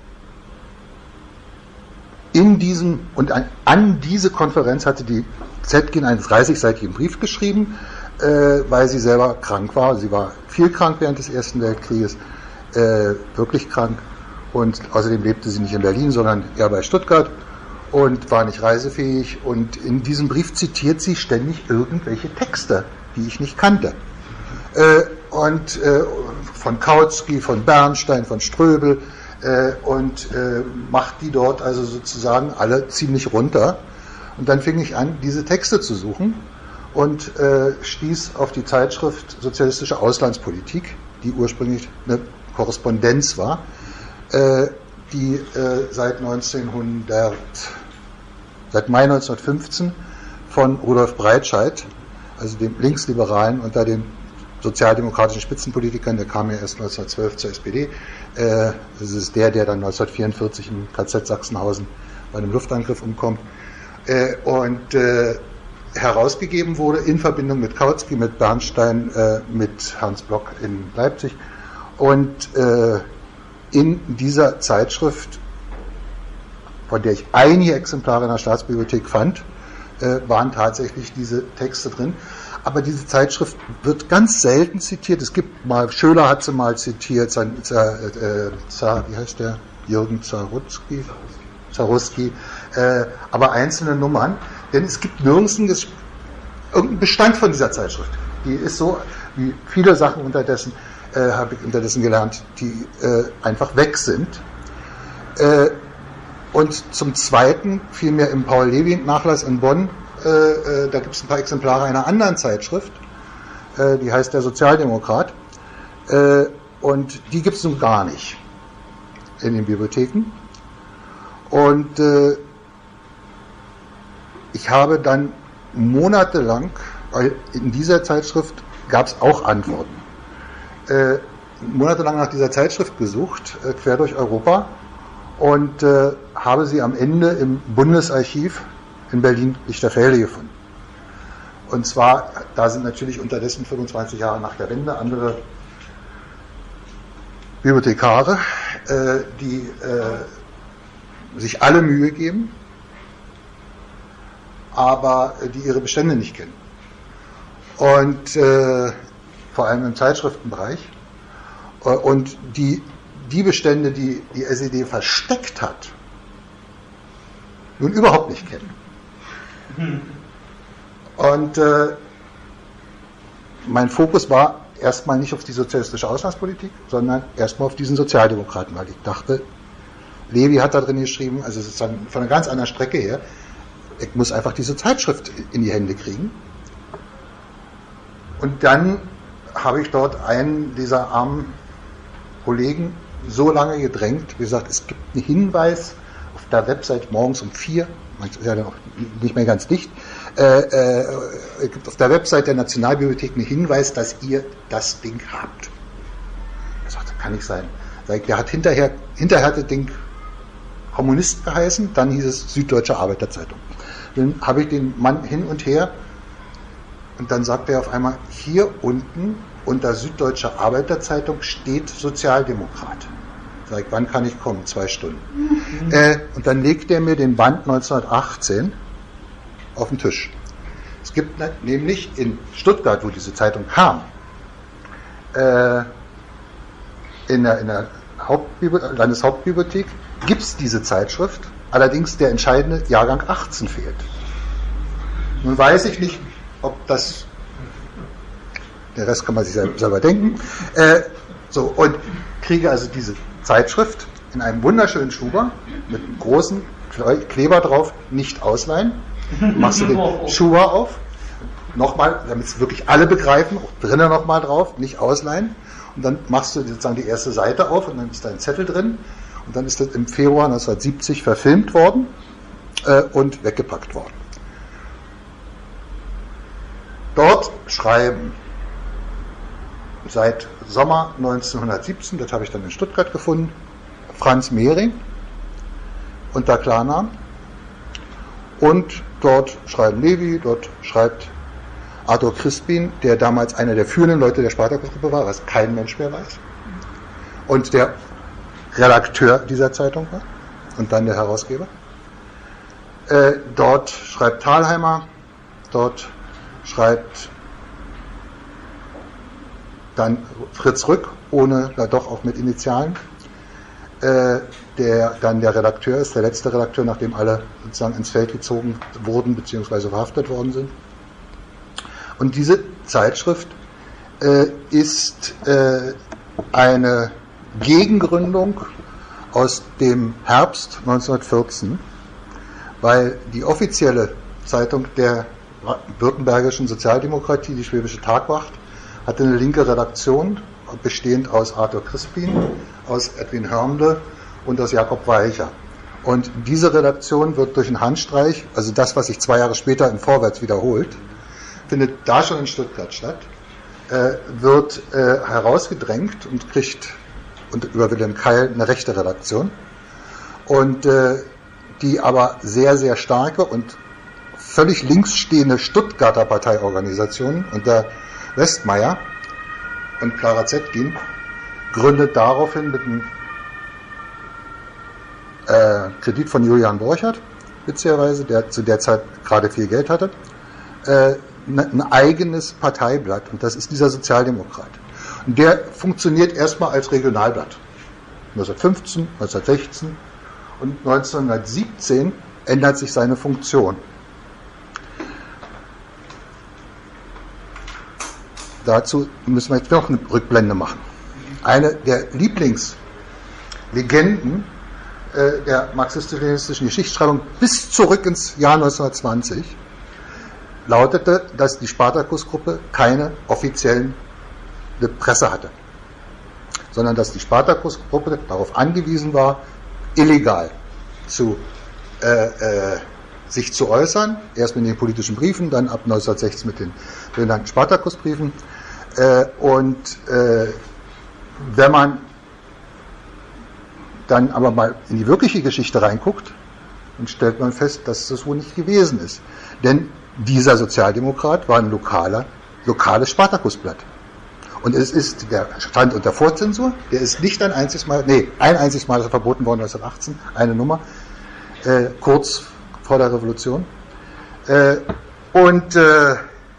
in diesem und an, an diese Konferenz hatte die Zetkin einen dreißigseitigen Brief geschrieben, äh, weil sie selber krank war. Sie war viel krank während des Ersten Weltkrieges, äh, wirklich krank, und außerdem lebte sie nicht in Berlin, sondern eher bei Stuttgart und war nicht reisefähig. Und in diesem Brief zitiert sie ständig irgendwelche Texte, die ich nicht kannte. Äh, und äh, von Kautsky, von Bernstein, von Ströbel, äh, und äh, macht die dort also sozusagen alle ziemlich runter. Und dann fing ich an, diese Texte zu suchen, und äh, stieß auf die Zeitschrift Sozialistische Auslandspolitik, die ursprünglich eine Korrespondenz war, äh, die äh, seit neunzehnhundert, seit Mai neunzehnhundertfünfzehn von Rudolf Breitscheid, also dem Linksliberalen unter den sozialdemokratischen Spitzenpolitikern, der kam ja erst neunzehnhundertzwölf zur S P D. Äh, das ist der, der dann neunzehnhundertvierundvierzig im K Z Sachsenhausen bei einem Luftangriff umkommt. Äh, und äh, herausgegeben wurde in Verbindung mit Kautsky, mit Bernstein, äh, mit Hans Block in Leipzig. Und äh, in dieser Zeitschrift, von der ich einige Exemplare in der Staatsbibliothek fand, äh, waren tatsächlich diese Texte drin. Aber diese Zeitschrift wird ganz selten zitiert. Es gibt mal, Schöler hat sie mal zitiert, sein, äh, Zar, wie heißt der? Jürgen Zarutzki? Zaruski. Äh, aber einzelne Nummern. Denn es gibt nirgends einen irgendeinen Bestand von dieser Zeitschrift. Die ist so, wie viele Sachen unterdessen, äh, habe ich unterdessen gelernt, die äh, einfach weg sind. Äh, und zum Zweiten fiel mir im Paul-Levin-Nachlass in Bonn, äh, äh, da gibt es ein paar Exemplare einer anderen Zeitschrift, äh, die heißt der Sozialdemokrat, äh, und die gibt es nun gar nicht in den Bibliotheken. Und äh, ich habe dann monatelang, weil in dieser Zeitschrift gab es auch Antworten, äh, monatelang nach dieser Zeitschrift gesucht, äh, quer durch Europa, und äh, habe sie am Ende im Bundesarchiv in Berlin-Lichterfelde gefunden. Und zwar, da sind natürlich unterdessen fünfundzwanzig Jahre nach der Wende andere Bibliothekare, äh, die äh, sich alle Mühe geben, aber äh, die ihre Bestände nicht kennen. Und äh, vor allem im Zeitschriftenbereich. Äh, und die, die Bestände, die die S E D versteckt hat, nun überhaupt nicht kennen. Und äh, mein Fokus war erstmal nicht auf die sozialistische Auslandspolitik, sondern erstmal auf diesen Sozialdemokraten, weil ich dachte, Levi hat da drin geschrieben, also sozusagen von einer ganz anderen Strecke her, ich muss einfach diese Zeitschrift in die Hände kriegen. Und dann habe ich dort einen dieser armen Kollegen so lange gedrängt, wie gesagt, es gibt einen Hinweis auf der Website morgens um vier, man ist ja dann auch nicht mehr ganz dicht, äh, äh, es gibt auf der Website der Nationalbibliothek einen Hinweis, dass ihr das Ding habt. Er sagt, das kann nicht sein. Der hat hinterher, hinterher hat das Ding Kommunist geheißen, dann hieß es Süddeutsche Arbeiterzeitung. Dann habe ich den Mann hin und her und dann sagt er auf einmal, hier unten unter Süddeutsche Arbeiterzeitung steht Sozialdemokrat. Sag ich, wann kann ich kommen? Zwei Stunden. Mhm. Äh, und dann legt er mir den Band neunzehnhundertachtzehn auf den Tisch. Es gibt nämlich in Stuttgart, wo diese Zeitung kam, äh, in der, in der Hauptbibli- Landeshauptbibliothek gibt es diese Zeitschrift, allerdings der entscheidende Jahrgang achtzehn fehlt. Nun weiß ich nicht, ob das, der Rest kann man sich selber denken, äh, so, und kriege also diese Zeitschrift in einem wunderschönen Schuber mit einem großen Kleber drauf, nicht ausleihen. Machst du den Schuber auf, nochmal, damit es wirklich alle begreifen, auch drinnen nochmal drauf, nicht ausleihen. Und dann machst du sozusagen die erste Seite auf und dann ist da ein Zettel drin. Und dann ist das im Februar neunzehnhundertsiebzig verfilmt worden äh, und weggepackt worden. Dort schreiben seit Sommer neunzehnhundertsiebzehn, das habe ich dann in Stuttgart gefunden, Franz Mehring unter Klarnamen. Und dort schreiben Levi, dort schreibt Arthur Crispin, der damals einer der führenden Leute der Spartakusgruppe war, was kein Mensch mehr weiß. Und der Redakteur dieser Zeitung war und dann der Herausgeber. Äh, dort schreibt Thalheimer, dort schreibt dann Fritz Rück, ohne, da doch auch mit Initialen, äh, der dann der Redakteur ist, der letzte Redakteur, nachdem alle sozusagen ins Feld gezogen wurden bzw. verhaftet worden sind. Und diese Zeitschrift äh, ist äh, eine Gegengründung aus dem Herbst neunzehnhundertvierzehn, weil die offizielle Zeitung der württembergischen Sozialdemokratie, die Schwäbische Tagwacht, hatte eine linke Redaktion, bestehend aus Arthur Crispin, aus Edwin Hörmle und aus Jakob Weicher. Und diese Redaktion wird durch einen Handstreich, also das, was sich zwei Jahre später im Vorwärts wiederholt, findet da schon in Stuttgart statt, äh, wird äh, herausgedrängt und kriegt und über Wilhelm Keil eine rechte Redaktion. Und äh, die aber sehr, sehr starke und völlig links stehende Stuttgarter Parteiorganisation unter Westmeier und Clara Zetkin gründet daraufhin mit einem äh, Kredit von Julian Borchert, witzigerweise, der zu der Zeit gerade viel Geld hatte, äh, ein eigenes Parteiblatt, und das ist dieser Sozialdemokrat. Und der funktioniert erstmal als Regionalblatt. neunzehnhundertfünfzehn, neunzehnhundertsechzehn und neunzehnhundertsiebzehn ändert sich seine Funktion. dazu müssen wir jetzt noch eine Rückblende machen. Eine der Lieblingslegenden äh, der marxistisch-leninistischen Geschichtsschreibung bis zurück ins Jahr neunzehnhundertzwanzig lautete, dass die Spartakus-Gruppe keine offizielle Presse hatte, sondern dass die Spartakus-Gruppe darauf angewiesen war, illegal zu, äh, äh, sich zu äußern, erst mit den politischen Briefen, dann ab neunzehnhundertsechzehn mit den sogenannten Spartakus-Briefen. Äh, und äh, wenn man dann aber mal in die wirkliche Geschichte reinguckt, dann stellt man fest, dass das wohl nicht gewesen ist. Denn dieser Sozialdemokrat war ein lokaler, lokales Spartakusblatt. Und es ist, der stand unter Vorzensur, der ist nicht ein einziges Mal, nee, ein einziges Mal ist er verboten worden, neunzehnhundertachtzehn, eine Nummer, äh, kurz vor der Revolution. Äh, und äh,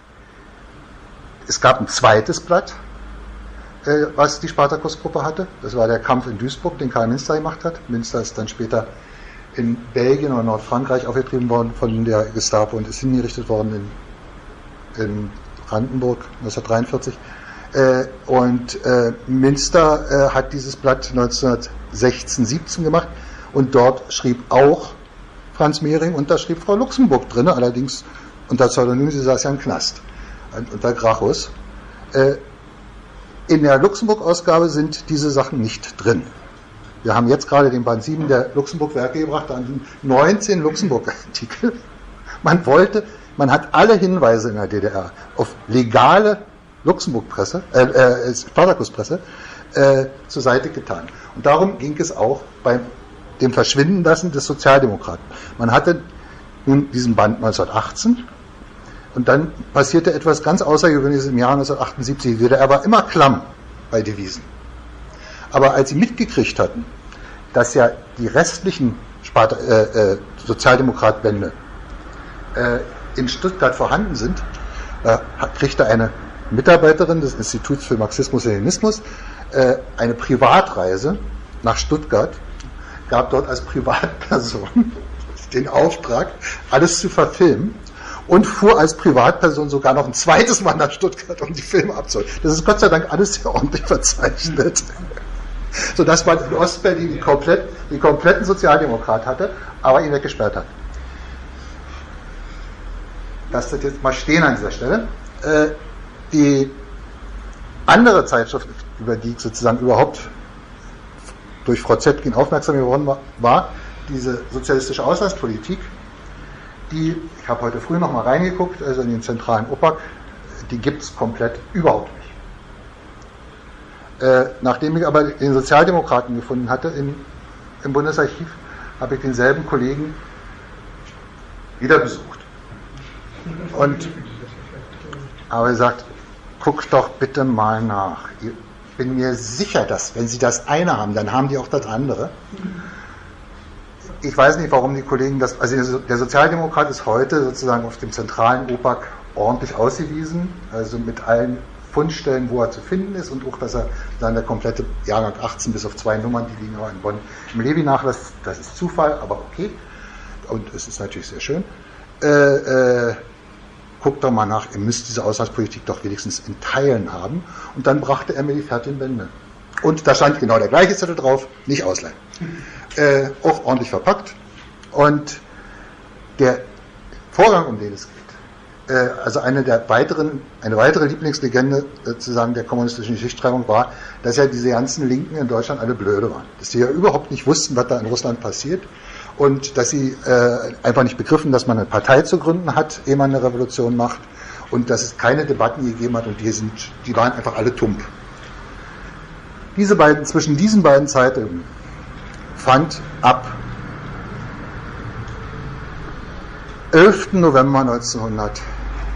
es gab ein zweites Blatt, äh, was die Spartakus-Gruppe hatte. Das war der Kampf in Duisburg, den Karl Münster gemacht hat. Münster ist dann später in Belgien oder Nordfrankreich aufgetrieben worden von der Gestapo und ist hingerichtet worden in, in Brandenburg neunzehnhundertdreiundvierzig. Äh, und äh, Münster äh, hat dieses Blatt neunzehnhundertsechzehn, siebzehn gemacht und dort schrieb auch Franz Mehring und da schrieb Frau Luxemburg drin, allerdings unter Pseudonym, sie saß ja im Knast, unter Gracchus. Äh, in der Luxemburg-Ausgabe sind diese Sachen nicht drin. Wir haben jetzt gerade den Band sieben der Luxemburg-Werke gebracht, da sind neunzehn Luxemburg-Artikel. Man wollte, man hat alle Hinweise in der D D R auf legale Luxemburg-Presse, äh, äh, Spartakus-Presse, äh, zur Seite getan. Und darum ging es auch bei dem Verschwindenlassen des Sozialdemokraten. Man hatte nun diesen Band neunzehnhundertachtzehn und dann passierte etwas ganz Außergewöhnliches im Jahr neunzehnhundertachtundsiebzig. Die D D R war immer klamm bei Devisen. Aber als sie mitgekriegt hatten, dass ja die restlichen Spart- äh, äh, Sozialdemokratbände äh, in Stuttgart vorhanden sind, äh, kriegte eine Mitarbeiterin des Instituts für Marxismus-Leninismus äh, eine Privatreise nach Stuttgart, gab dort als Privatperson den Auftrag, alles zu verfilmen und fuhr als Privatperson sogar noch ein zweites Mal nach Stuttgart, um die Filme abzuholen. Das ist Gott sei Dank alles sehr ordentlich verzeichnet. Sodass man in Ostberlin die, komplett, die kompletten Sozialdemokrat hatte, aber ihn weggesperrt hat. Lasst das jetzt mal stehen an dieser Stelle. Äh, die andere Zeitschrift, über die ich sozusagen überhaupt durch Frau Zetkin aufmerksam geworden war, war diese sozialistische Auslandspolitik, die, ich habe heute früh noch mal reingeguckt, also in den zentralen O P A C, die gibt es komplett überhaupt nicht. Äh, nachdem ich aber den Sozialdemokraten gefunden hatte in, im Bundesarchiv, habe ich denselben Kollegen wieder besucht. Und habe gesagt, guck doch bitte mal nach. Ich bin mir sicher, dass, wenn Sie das eine haben, dann haben die auch das andere. Ich weiß nicht, warum die Kollegen das, also der Sozialdemokrat ist heute sozusagen auf dem zentralen O P A C ordentlich ausgewiesen, also mit allen Fundstellen, wo er zu finden ist und auch, dass er dann der komplette Jahrgang achtzehn bis auf zwei Nummern, die liegen auch in Bonn im Levi-Nachlass, das ist Zufall, aber okay. Und es ist natürlich sehr schön. Äh, äh, guckt doch mal nach, ihr müsst diese Auslandspolitik doch wenigstens in Teilen haben. Und dann brachte er mir die fertigen Bände. Und da stand genau der gleiche Zettel drauf, nicht ausleihen. Äh, auch ordentlich verpackt. Und der Vorgang, um den es geht, äh, also eine der weiteren, eine weitere Lieblingslegende sozusagen der kommunistischen Geschichtsschreibung war, dass ja diese ganzen Linken in Deutschland alle blöde waren. Dass sie ja überhaupt nicht wussten, was da in Russland passiert. Und dass sie äh, einfach nicht begriffen, dass man eine Partei zu gründen hat, ehe man eine Revolution macht. Und dass es keine Debatten gegeben hat und die, sind, die waren einfach alle tump. Diese beiden, zwischen diesen beiden Zeiten fand ab elften November neunzehnhundertsiebzehn,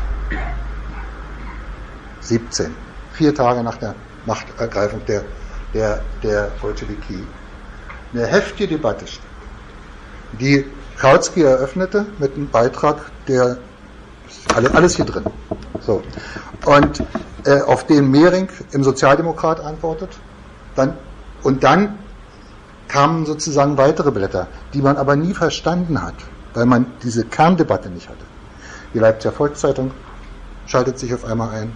vier Tage nach der Machtergreifung der, der, der Bolschewiki, eine heftige Debatte statt, die Kautsky eröffnete mit einem Beitrag, der alles hier drin. So. Und äh, auf den Mehring im Sozialdemokrat antwortet. Dann, und dann kamen sozusagen weitere Blätter, die man aber nie verstanden hat, weil man diese Kerndebatte nicht hatte. Die Leipziger Volkszeitung schaltet sich auf einmal ein,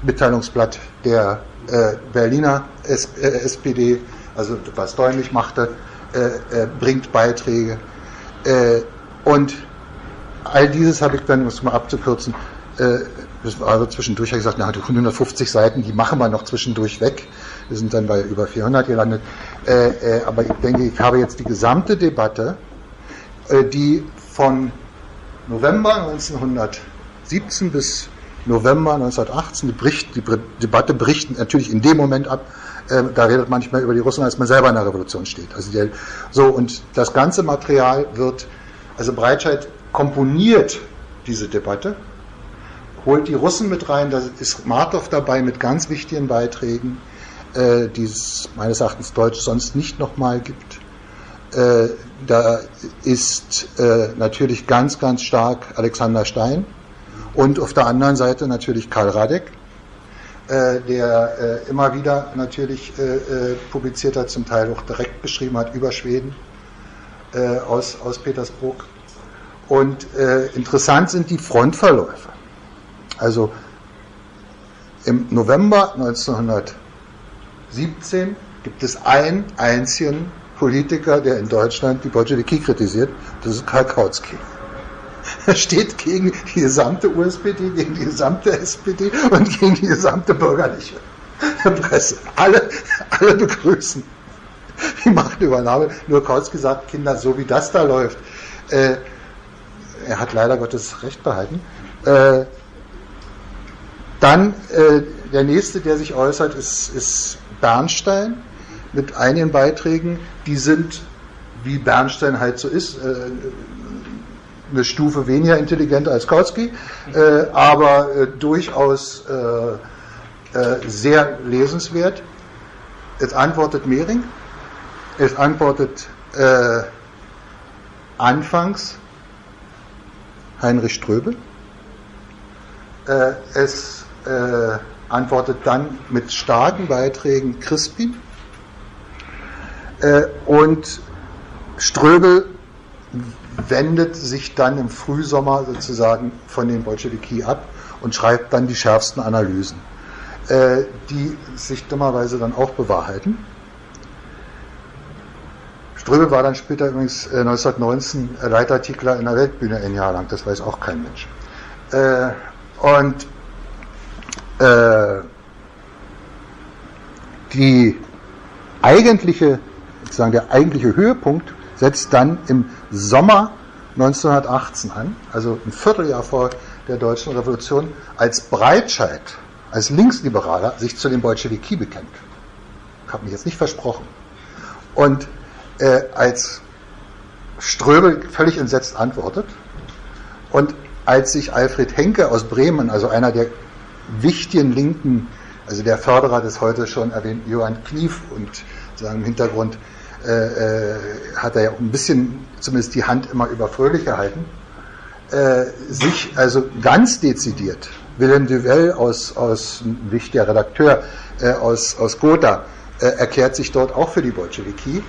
Mitteilungsblatt der äh, Berliner S äh, S P D, also was deutlich machte, äh, äh, bringt Beiträge. Äh, und all dieses habe ich dann, um es mal abzukürzen, äh, das war also zwischendurch, habe ich gesagt, na, die hundertfünfzig Seiten, die machen wir noch zwischendurch weg. Wir sind dann bei über vierhundert gelandet. Äh, äh, aber ich denke, ich habe jetzt die gesamte Debatte, äh, die von November neunzehnhundertsiebzehn bis November neunzehnhundertachtzehn, die, bricht, die Debatte bricht natürlich in dem Moment ab, äh, da redet man nicht mehr über die Russen, als man selber in der Revolution steht. Also die, so, und das ganze Material wird, also Breitscheid komponiert diese Debatte, holt die Russen mit rein, da ist Martov dabei mit ganz wichtigen Beiträgen, äh, die es meines Erachtens Deutsch sonst nicht nochmal gibt. Äh, da ist äh, natürlich ganz, ganz stark Alexander Stein und auf der anderen Seite natürlich Karl Radek, äh, der äh, immer wieder natürlich äh, äh, publiziert hat, zum Teil auch direkt beschrieben hat über Schweden äh, aus, aus Petersburg. Und äh, interessant sind die Frontverläufe. Also im November neunzehnhundertsiebzehn gibt es einen einzigen Politiker, der in Deutschland die Bolschewiki kritisiert, das ist Karl Kautsky. Er steht gegen die gesamte U S P D, gegen die gesamte S P D und gegen die gesamte bürgerliche Presse. Alle, alle begrüßen die Machtübernahme. Nur Kautsky sagt, Kinder, so wie das da läuft, äh, er hat leider Gottes Recht behalten, äh, Dann äh, der nächste, der sich äußert, ist, ist Bernstein mit einigen Beiträgen, die sind, wie Bernstein halt so ist, äh, eine Stufe weniger intelligent als Kautsky, äh, aber äh, durchaus äh, äh, sehr lesenswert. Es antwortet Mehring, es antwortet äh, anfangs Heinrich Ströbel, äh, es Äh, antwortet dann mit starken Beiträgen Crispin äh, und Ströbel wendet sich dann im Frühsommer sozusagen von den Bolschewiki ab und schreibt dann die schärfsten Analysen, äh, die sich dummerweise dann auch bewahrheiten. Ströbel war dann später übrigens äh, neunzehnhundertneunzehn Leitartikler in der Weltbühne ein Jahr lang, das weiß auch kein Mensch. Äh, und Die eigentliche, sozusagen der eigentliche Höhepunkt setzt dann im Sommer neunzehnhundertachtzehn an, also ein Vierteljahr vor der Deutschen Revolution, als Breitscheid, als Linksliberaler, sich zu den Bolschewiki bekennt. Ich habe mich jetzt nicht versprochen. Und äh, als Ströbel völlig entsetzt antwortet und als sich Alfred Henke aus Bremen, also einer der wichtigen Linken, also der Förderer des heute schon erwähnten Johann Knief und sagen im Hintergrund äh, äh, hat er ja auch ein bisschen zumindest die Hand immer über Fröhlich gehalten, äh, sich also ganz dezidiert, Wilhelm Duvel aus, aus ein wichtiger Redakteur äh, aus, aus Gotha, äh, erklärt sich dort auch für die Bolschewiki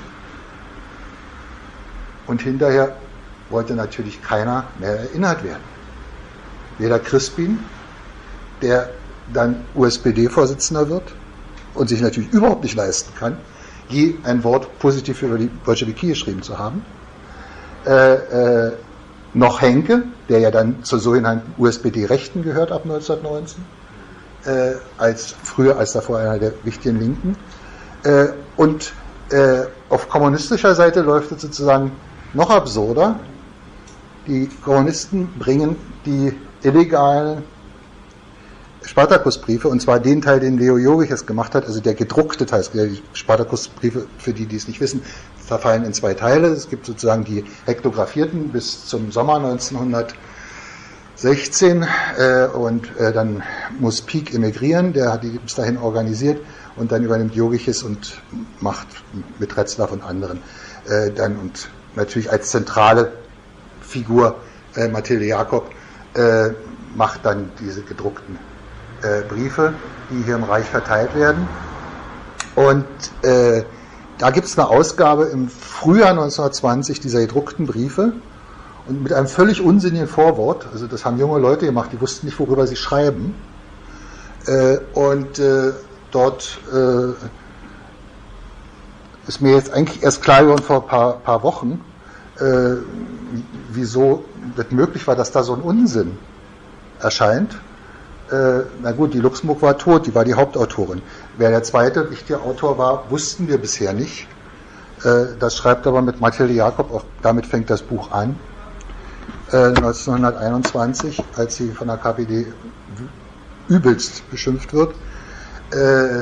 und hinterher wollte natürlich keiner mehr erinnert werden. Weder Crispin, der dann U S P D-Vorsitzender wird und sich natürlich überhaupt nicht leisten kann, je ein Wort positiv über die Bolschewiki geschrieben zu haben, äh, äh, noch Henke, der ja dann zur sogenannten U S P D-Rechten gehört ab neunzehnhundertneunzehn, äh, als früher als davor einer der wichtigen Linken. Äh, und äh, auf kommunistischer Seite läuft es sozusagen noch absurder. Die Kommunisten bringen die illegalen Spartakusbriefe, und zwar den Teil, den Leo Joriches gemacht hat, also der gedruckte Teil. Die Spartakusbriefe, für die, die es nicht wissen, verfallen in zwei Teile. Es gibt sozusagen die hektografierten bis zum Sommer neunzehnhundertsechzehn äh, und äh, dann muss Pieck emigrieren, der hat die bis dahin organisiert und dann übernimmt Joriches und macht mit Retzlaff und anderen äh, dann und natürlich als zentrale Figur äh, Mathilde Jakob äh, macht dann diese gedruckten Äh, Briefe, die hier im Reich verteilt werden. Und äh, da gibt es eine Ausgabe im Frühjahr neunzehnhundertzwanzig dieser gedruckten Briefe und mit einem völlig unsinnigen Vorwort, also das haben junge Leute gemacht, die wussten nicht, worüber sie schreiben, Äh, und äh, dort äh, ist mir jetzt eigentlich erst klar geworden vor ein paar, paar Wochen, äh, wieso das möglich war, dass da so ein Unsinn erscheint. Äh, na gut, die Luxemburg war tot, die war die Hauptautorin. Wer der zweite wichtige Autor war, wussten wir bisher nicht. Äh, das schreibt aber mit Mathilde Jakob, auch damit fängt das Buch an, äh, neunzehnhunderteinundzwanzig, als sie von der K P D übelst beschimpft wird. Äh,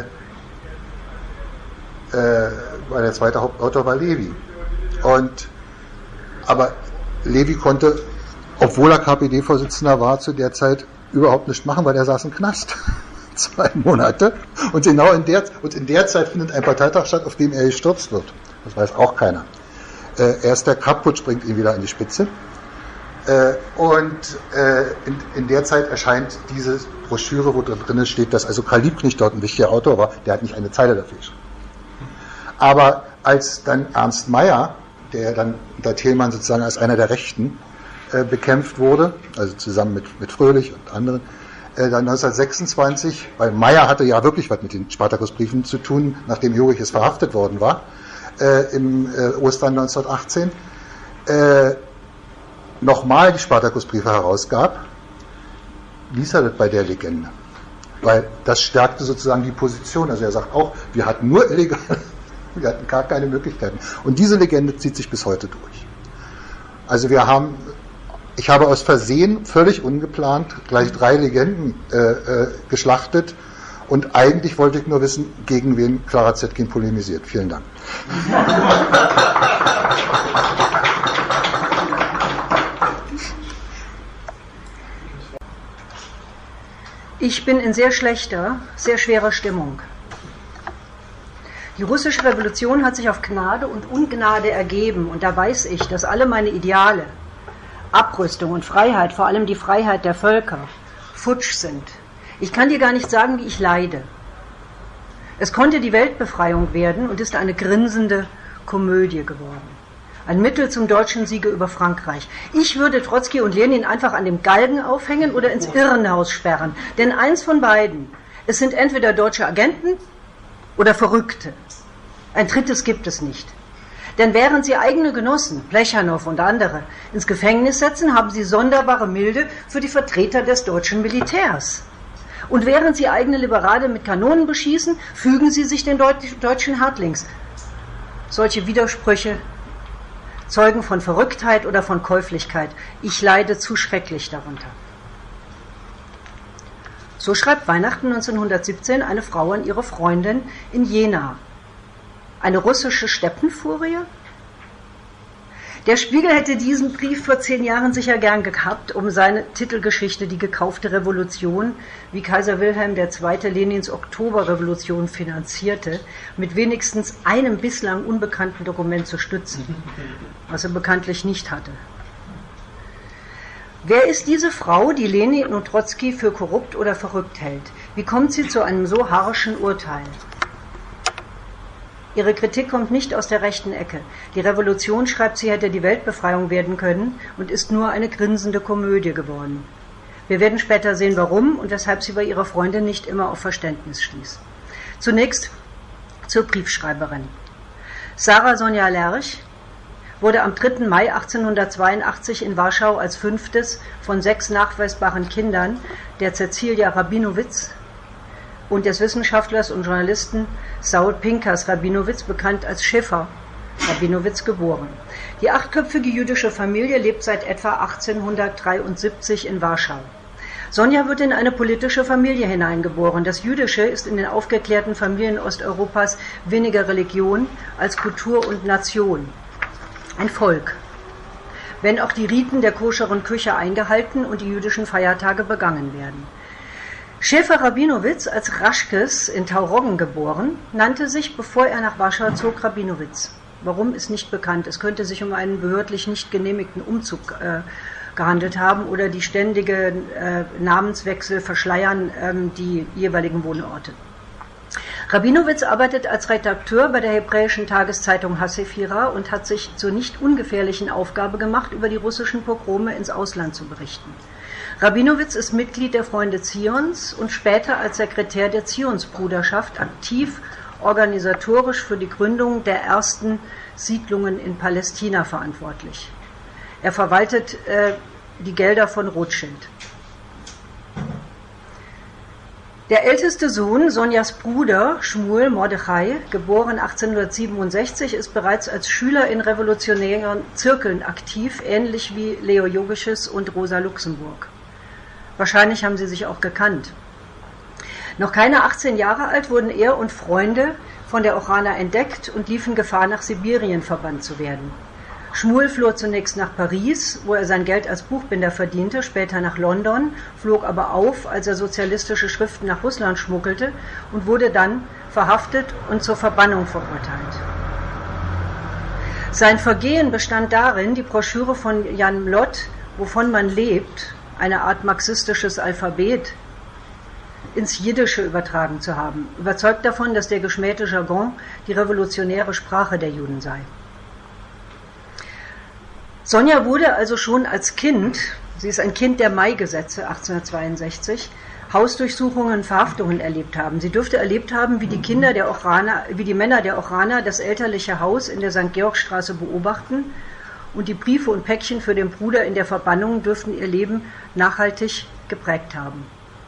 äh, weil der zweite Hauptautor war Levi. Und, aber Levi konnte, obwohl er K P D-Vorsitzender war, zu der Zeit überhaupt nicht machen, weil er saß im Knast. Zwei Monate. Und genau in der, und in der Zeit findet ein Parteitag statt, auf dem er gestürzt wird. Das weiß auch keiner. Äh, erst der Kapp-Putsch bringt ihn wieder an die Spitze. Äh, und äh, in, in der Zeit erscheint diese Broschüre, wo drin steht, dass also Karl Liebknecht dort ein wichtiger Autor war. Der hat nicht eine Zeile dafür geschrieben. Aber als dann Ernst Mayr, der dann unter Thälmann sozusagen als einer der Rechten äh, bekämpft wurde, also zusammen mit, mit Fröhlich und anderen, äh, dann neunzehnhundertsechsundzwanzig, weil Mayr hatte ja wirklich was mit den Spartakusbriefen zu tun, nachdem Juriches verhaftet worden war, äh, im äh, Ostern neunzehnhundertachtzehn, äh, nochmal die Spartakusbriefe herausgab, ließ er das bei der Legende. Weil das stärkte sozusagen die Position. Also er sagt auch, wir hatten nur illegal, wir hatten gar keine Möglichkeiten. Und diese Legende zieht sich bis heute durch. Also wir haben, ich habe aus Versehen, völlig ungeplant, gleich drei Legenden äh, äh, geschlachtet. Und eigentlich wollte ich nur wissen, gegen wen Clara Zetkin polemisiert. Vielen Dank. Ich bin in sehr schlechter, sehr schwerer Stimmung. Die russische Revolution hat sich auf Gnade und Ungnade ergeben und da weiß ich, dass alle meine Ideale, Abrüstung und Freiheit, vor allem die Freiheit der Völker, futsch sind. Ich kann dir gar nicht sagen, wie ich leide. Es konnte die Weltbefreiung werden und ist eine grinsende Komödie geworden. Ein Mittel zum deutschen Siege über Frankreich. Ich würde Trotzki und Lenin einfach an dem Galgen aufhängen oder ins Irrenhaus sperren. Denn eins von beiden, es sind entweder deutsche Agenten oder Verrückte. Ein drittes gibt es nicht. Denn während sie eigene Genossen, Plechanow und andere, ins Gefängnis setzen, haben sie sonderbare Milde für die Vertreter des deutschen Militärs. Und während sie eigene Liberale mit Kanonen beschießen, fügen sie sich den deutschen Hardlings. Solche Widersprüche zeugen von Verrücktheit oder von Käuflichkeit. Ich leide zu schrecklich darunter. So schreibt Weihnachten neunzehnhundertsiebzehn eine Frau an ihre Freundin in Jena. Eine russische Steppenfurie? Der Spiegel hätte diesen Brief vor zehn Jahren sicher gern gehabt, um seine Titelgeschichte Die gekaufte Revolution, wie Kaiser Wilhelm der Zweite Lenins Oktoberrevolution finanzierte, mit wenigstens einem bislang unbekannten Dokument zu stützen, was er bekanntlich nicht hatte. Wer ist diese Frau, die Lenin und Trotzki für korrupt oder verrückt hält? Wie kommt sie zu einem so harschen Urteil? Ihre Kritik kommt nicht aus der rechten Ecke. Die Revolution, schreibt sie, hätte die Weltbefreiung werden können und ist nur eine grinsende Komödie geworden. Wir werden später sehen, warum und weshalb sie bei ihrer Freundin nicht immer auf Verständnis stieß. Zunächst zur Briefschreiberin. Sarah Sonja Lerch wurde am dritten Mai achtzehnhundertzweiundachtzig in Warschau als fünftes von sechs nachweisbaren Kindern der Cäcilia Rabinowitz und des Wissenschaftlers und Journalisten Saul Pinkas Rabinowitz, bekannt als Schiffer Rabinowitz, geboren. Die achtköpfige jüdische Familie lebt seit etwa achtzehnhundertdreiundsiebzig in Warschau. Sonja wird in eine politische Familie hineingeboren. Das Jüdische ist in den aufgeklärten Familien Osteuropas weniger Religion als Kultur und Nation. Ein Volk. Wenn auch die Riten der koscheren Küche eingehalten und die jüdischen Feiertage begangen werden. Schäfer Rabinowitz, als Raschkes in Tauroggen geboren, nannte sich, bevor er nach Warschau zog, Rabinowitz. Warum, ist nicht bekannt. Es könnte sich um einen behördlich nicht genehmigten Umzug äh, gehandelt haben oder die ständige äh, Namenswechsel verschleiern ähm, die jeweiligen Wohnorte. Rabinowitz arbeitet als Redakteur bei der hebräischen Tageszeitung Hasefira und hat sich zur nicht ungefährlichen Aufgabe gemacht, über die russischen Pogrome ins Ausland zu berichten. Rabinowitz ist Mitglied der Freunde Zions und später als Sekretär der Zionsbruderschaft aktiv organisatorisch für die Gründung der ersten Siedlungen in Palästina verantwortlich. Er verwaltet äh, die Gelder von Rothschild. Der älteste Sohn, Sonjas Bruder, Shmuel Mordechai, geboren achtzehnhundertsiebenundsechzig, ist bereits als Schüler in revolutionären Zirkeln aktiv, ähnlich wie Leo Jogisches und Rosa Luxemburg. Wahrscheinlich haben sie sich auch gekannt. Noch keine achtzehn Jahre alt wurden er und Freunde von der Ochrana entdeckt und liefen Gefahr, nach Sibirien verbannt zu werden. Shmuel floh zunächst nach Paris, wo er sein Geld als Buchbinder verdiente, später nach London, flog aber auf, als er sozialistische Schriften nach Russland schmuggelte und wurde dann verhaftet und zur Verbannung verurteilt. Sein Vergehen bestand darin, die Broschüre von Jan Mlot, Wovon man lebt, eine Art marxistisches Alphabet, ins Jiddische übertragen zu haben, überzeugt davon, dass der geschmähte Jargon die revolutionäre Sprache der Juden sei. Sonja wurde also schon als Kind, sie ist ein Kind der Mai-Gesetze achtzehnhundertzweiundsechzig, Hausdurchsuchungen, Verhaftungen erlebt haben. Sie dürfte erlebt haben, wie die Kinder der Ochrana, wie die Männer der Ochrana das elterliche Haus in der Sankt Georgstraße beobachten, und die Briefe und Päckchen für den Bruder in der Verbannung dürften ihr Leben nachhaltig geprägt haben.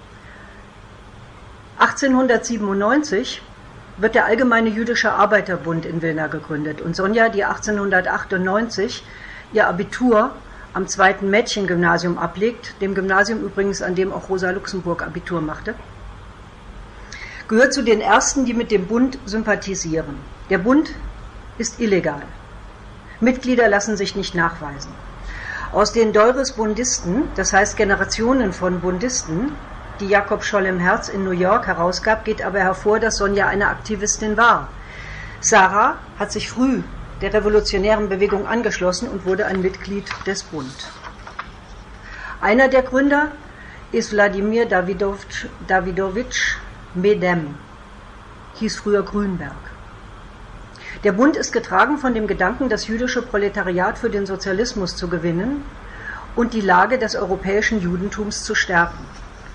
achtzehnhundertsiebenundneunzig wird der Allgemeine Jüdische Arbeiterbund in Wilna gegründet und Sonja, die achtzehnhundertachtundneunzig ihr Abitur am zweiten Mädchengymnasium ablegt, dem Gymnasium übrigens, an dem auch Rosa Luxemburg Abitur machte, gehört zu den ersten, die mit dem Bund sympathisieren. Der Bund ist illegal. Mitglieder lassen sich nicht nachweisen. Aus den Deures-Bundisten, das heißt Generationen von Bundisten, die Jakob Scholl-im-Herz in New York herausgab, geht aber hervor, dass Sonja eine Aktivistin war. Sarah hat sich früh der revolutionären Bewegung angeschlossen und wurde ein Mitglied des Bund. Einer der Gründer ist Wladimir Davidowitsch, Davidowitsch Medem, hieß früher Grünberg. Der Bund ist getragen von dem Gedanken, das jüdische Proletariat für den Sozialismus zu gewinnen und die Lage des europäischen Judentums zu stärken.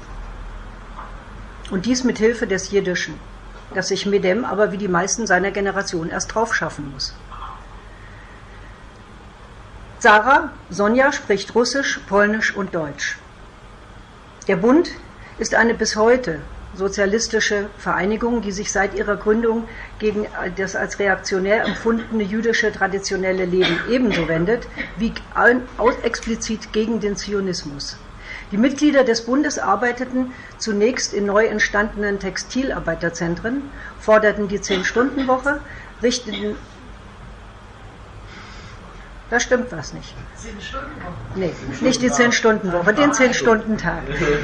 Und dies mit Hilfe des Jiddischen, das sich Medem aber wie die meisten seiner Generation erst drauf schaffen muss. Sarah, Sonja, spricht Russisch, Polnisch und Deutsch. Der Bund ist eine bis heute sozialistische Vereinigung, die sich seit ihrer Gründung gegen das als reaktionär empfundene jüdische traditionelle Leben ebenso wendet, wie explizit gegen den Zionismus. Die Mitglieder des Bundes arbeiteten zunächst in neu entstandenen Textilarbeiterzentren, forderten die Zehn-Stunden-Woche, richteten... Da stimmt was nicht. Zehn-Stunden-Woche? Nee, nicht die Zehn-Stunden-Woche, den Zehn-Stunden-Tag.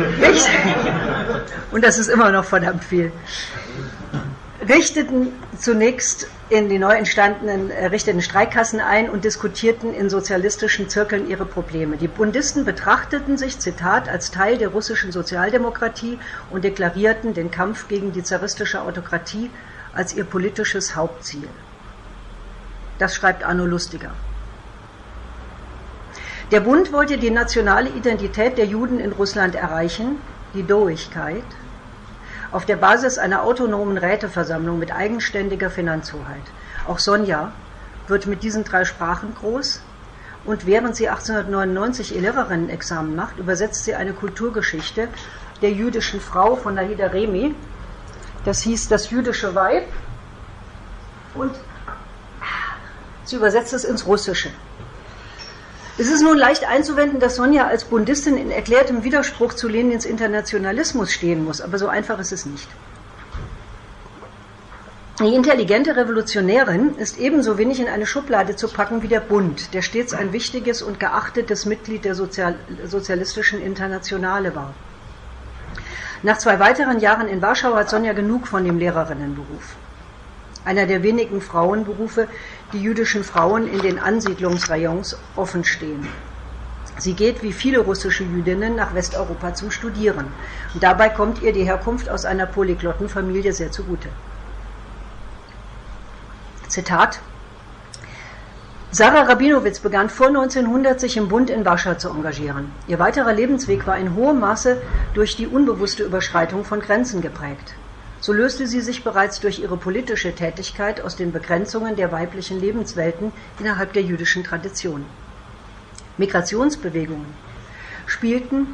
Und das ist immer noch verdammt viel. Richteten zunächst in die neu entstandenen richteten Streikkassen ein und diskutierten in sozialistischen Zirkeln ihre Probleme. Die Bundisten betrachteten sich, Zitat, als Teil der russischen Sozialdemokratie und deklarierten den Kampf gegen die zaristische Autokratie als ihr politisches Hauptziel. Das schreibt Arno Lustiger. Der Bund wollte die nationale Identität der Juden in Russland erreichen, die Doigkeit, auf der Basis einer autonomen Räteversammlung mit eigenständiger Finanzhoheit. Auch Sonja wird mit diesen drei Sprachen groß und während sie achtzehnhundertneunundneunzig ihr Lehrerinnenexamen macht, übersetzt sie eine Kulturgeschichte der jüdischen Frau von Nahida Remi. Das hieß Das jüdische Weib und sie übersetzt es ins Russische. Es ist nun leicht einzuwenden, dass Sonja als Bundistin in erklärtem Widerspruch zu Lenins Internationalismus stehen muss, aber so einfach ist es nicht. Die intelligente Revolutionärin ist ebenso wenig in eine Schublade zu packen wie der Bund, der stets ein wichtiges und geachtetes Mitglied der Sozial- sozialistischen Internationale war. Nach zwei weiteren Jahren in Warschau hat Sonja genug von dem Lehrerinnenberuf. Einer der wenigen Frauenberufe, die jüdischen Frauen in den Ansiedlungsrayons offen stehen. Sie geht wie viele russische Jüdinnen nach Westeuropa zum Studieren. Und dabei kommt ihr die Herkunft aus einer polyglotten Familie sehr zugute. Zitat: Sarah Rabinowitz begann vor neunzehnhundert, sich im Bund in Warschau zu engagieren. Ihr weiterer Lebensweg war in hohem Maße durch die unbewusste Überschreitung von Grenzen geprägt. So löste sie sich bereits durch ihre politische Tätigkeit aus den Begrenzungen der weiblichen Lebenswelten innerhalb der jüdischen Tradition. Migrationsbewegungen spielten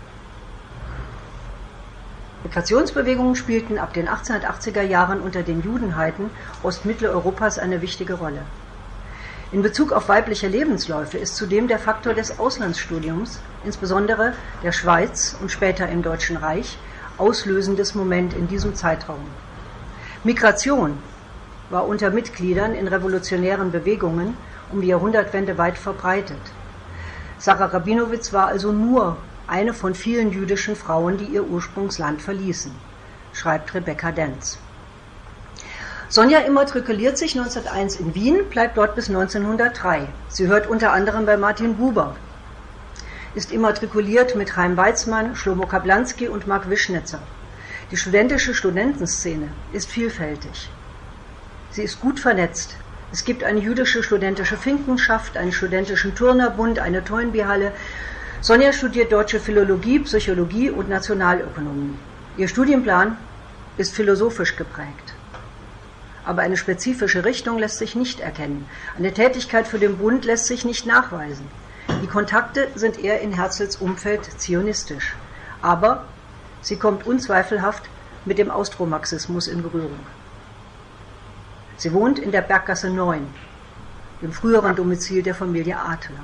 Migrationsbewegungen spielten ab den achtzehnhundertachtziger Jahren unter den Judenheiden Ostmitteleuropas eine wichtige Rolle. In Bezug auf weibliche Lebensläufe ist zudem der Faktor des Auslandsstudiums, insbesondere der Schweiz und später im Deutschen Reich, auslösendes Moment in diesem Zeitraum. Migration war unter Mitgliedern in revolutionären Bewegungen um die Jahrhundertwende weit verbreitet. Sarah Rabinowitz war also nur eine von vielen jüdischen Frauen, die ihr Ursprungsland verließen, schreibt Rebecca Denz. Sonja immatrikuliert sich neunzehnhunderteins in Wien, bleibt dort bis neunzehnhundertdrei. Sie hört unter anderem bei Martin Buber, ist immatrikuliert mit Chaim Weizmann, Shlomo Kablanski und Mark Wischnitzer. Die studentische Studentenszene ist vielfältig. Sie ist gut vernetzt. Es gibt eine jüdische studentische Finkenschaft, einen studentischen Turnerbund, eine Toynbee-Halle. Sonja studiert deutsche Philologie, Psychologie und Nationalökonomie. Ihr Studienplan ist philosophisch geprägt. Aber eine spezifische Richtung lässt sich nicht erkennen. Eine Tätigkeit für den Bund lässt sich nicht nachweisen. Die Kontakte sind eher in Herzls Umfeld zionistisch. Aber sie kommt unzweifelhaft mit dem Austromarxismus in Berührung. Sie wohnt in der Berggasse neun, dem früheren Domizil der Familie Adler.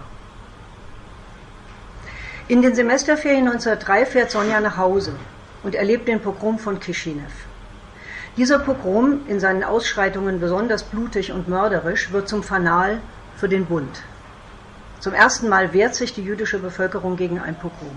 In den Semesterferien neunzehnhundertdrei fährt Sonja nach Hause und erlebt den Pogrom von Kischinew. Dieser Pogrom, in seinen Ausschreitungen besonders blutig und mörderisch, wird zum Fanal für den Bund. Zum ersten Mal wehrt sich die jüdische Bevölkerung gegen ein Pogrom.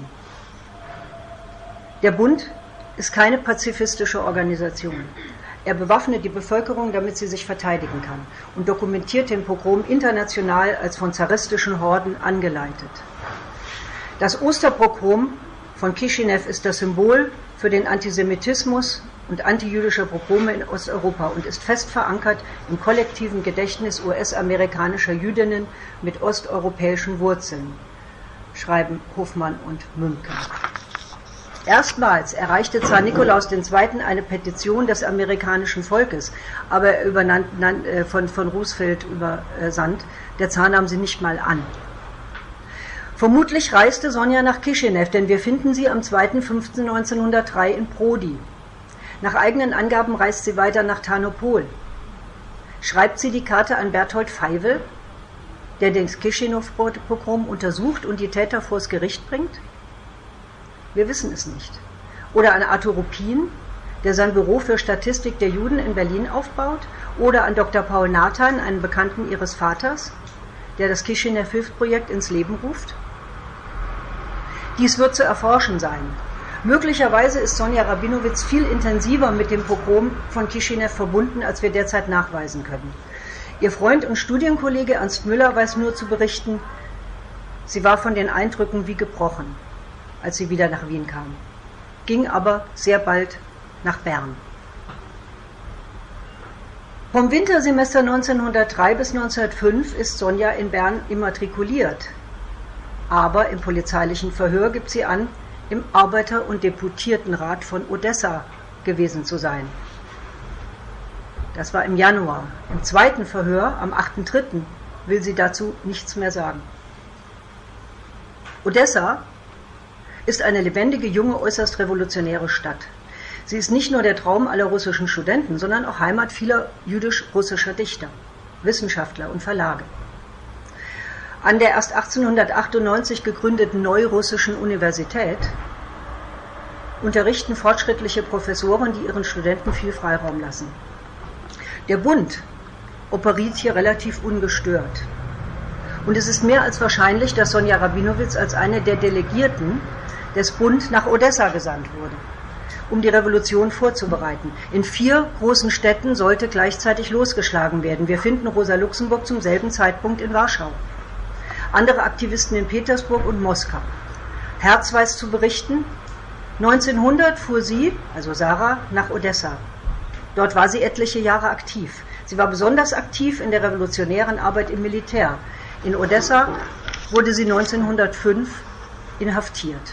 Der Bund ist keine pazifistische Organisation. Er bewaffnet die Bevölkerung, damit sie sich verteidigen kann, und dokumentiert den Pogrom international als von zaristischen Horden angeleitet. Das Osterpogrom von Kischinew ist das Symbol für den Antisemitismus und antijüdische Pogrome in Osteuropa und ist fest verankert im kollektiven Gedächtnis U S-amerikanischer Jüdinnen mit osteuropäischen Wurzeln, schreiben Hofmann und Mümke. Erstmals erreichte Zar Nikolaus der Zweite eine Petition des amerikanischen Volkes, aber er übernannt, äh, von, von Roosevelt übersandt. Der Zar nahm sie nicht mal an. Vermutlich reiste Sonja nach Kischinew, denn wir finden sie am zweiten fünften neunzehnhundertdrei in Prodi. Nach eigenen Angaben reist sie weiter nach Tarnopol. Schreibt sie die Karte an Berthold Feivel, der den Kischinew-Pogrom untersucht und die Täter vors Gericht bringt? Wir wissen es nicht. Oder an Arthur Ruppin, der sein Büro für Statistik der Juden in Berlin aufbaut? Oder an Doktor Paul Nathan, einen Bekannten ihres Vaters, der das Kischinew-Hilfsprojekt ins Leben ruft? Dies wird zu erforschen sein. Möglicherweise ist Sonja Rabinowitz viel intensiver mit dem Pogrom von Kischinew verbunden, als wir derzeit nachweisen können. Ihr Freund und Studienkollege Ernst Müller weiß nur zu berichten, sie war von den Eindrücken wie gebrochen, als sie wieder nach Wien kam, ging aber sehr bald nach Bern. Vom Wintersemester neunzehnhundertdrei bis neunzehnhundertfünf ist Sonja in Bern immatrikuliert, aber im polizeilichen Verhör gibt sie an, im Arbeiter- und Deputiertenrat von Odessa gewesen zu sein. Das war im Januar. Im zweiten Verhör, am achten dritten, will sie dazu nichts mehr sagen. Odessa ist eine lebendige, junge, äußerst revolutionäre Stadt. Sie ist nicht nur der Traum aller russischen Studenten, sondern auch Heimat vieler jüdisch-russischer Dichter, Wissenschaftler und Verlage. An der erst achtzehnhundertachtundneunzig gegründeten Neurussischen Universität unterrichten fortschrittliche Professoren, die ihren Studenten viel Freiraum lassen. Der Bund operiert hier relativ ungestört. Und es ist mehr als wahrscheinlich, dass Sonja Rabinowitz als eine der Delegierten des Bund nach Odessa gesandt wurde, um die Revolution vorzubereiten. In vier großen Städten sollte gleichzeitig losgeschlagen werden. Wir finden Rosa Luxemburg zum selben Zeitpunkt in Warschau. Andere Aktivisten in Petersburg und Moskau. Herz weiß zu berichten, neunzehnhundert fuhr sie, also Sarah, nach Odessa. Dort war sie etliche Jahre aktiv. Sie war besonders aktiv in der revolutionären Arbeit im Militär. In Odessa wurde sie neunzehnhundertfünf inhaftiert.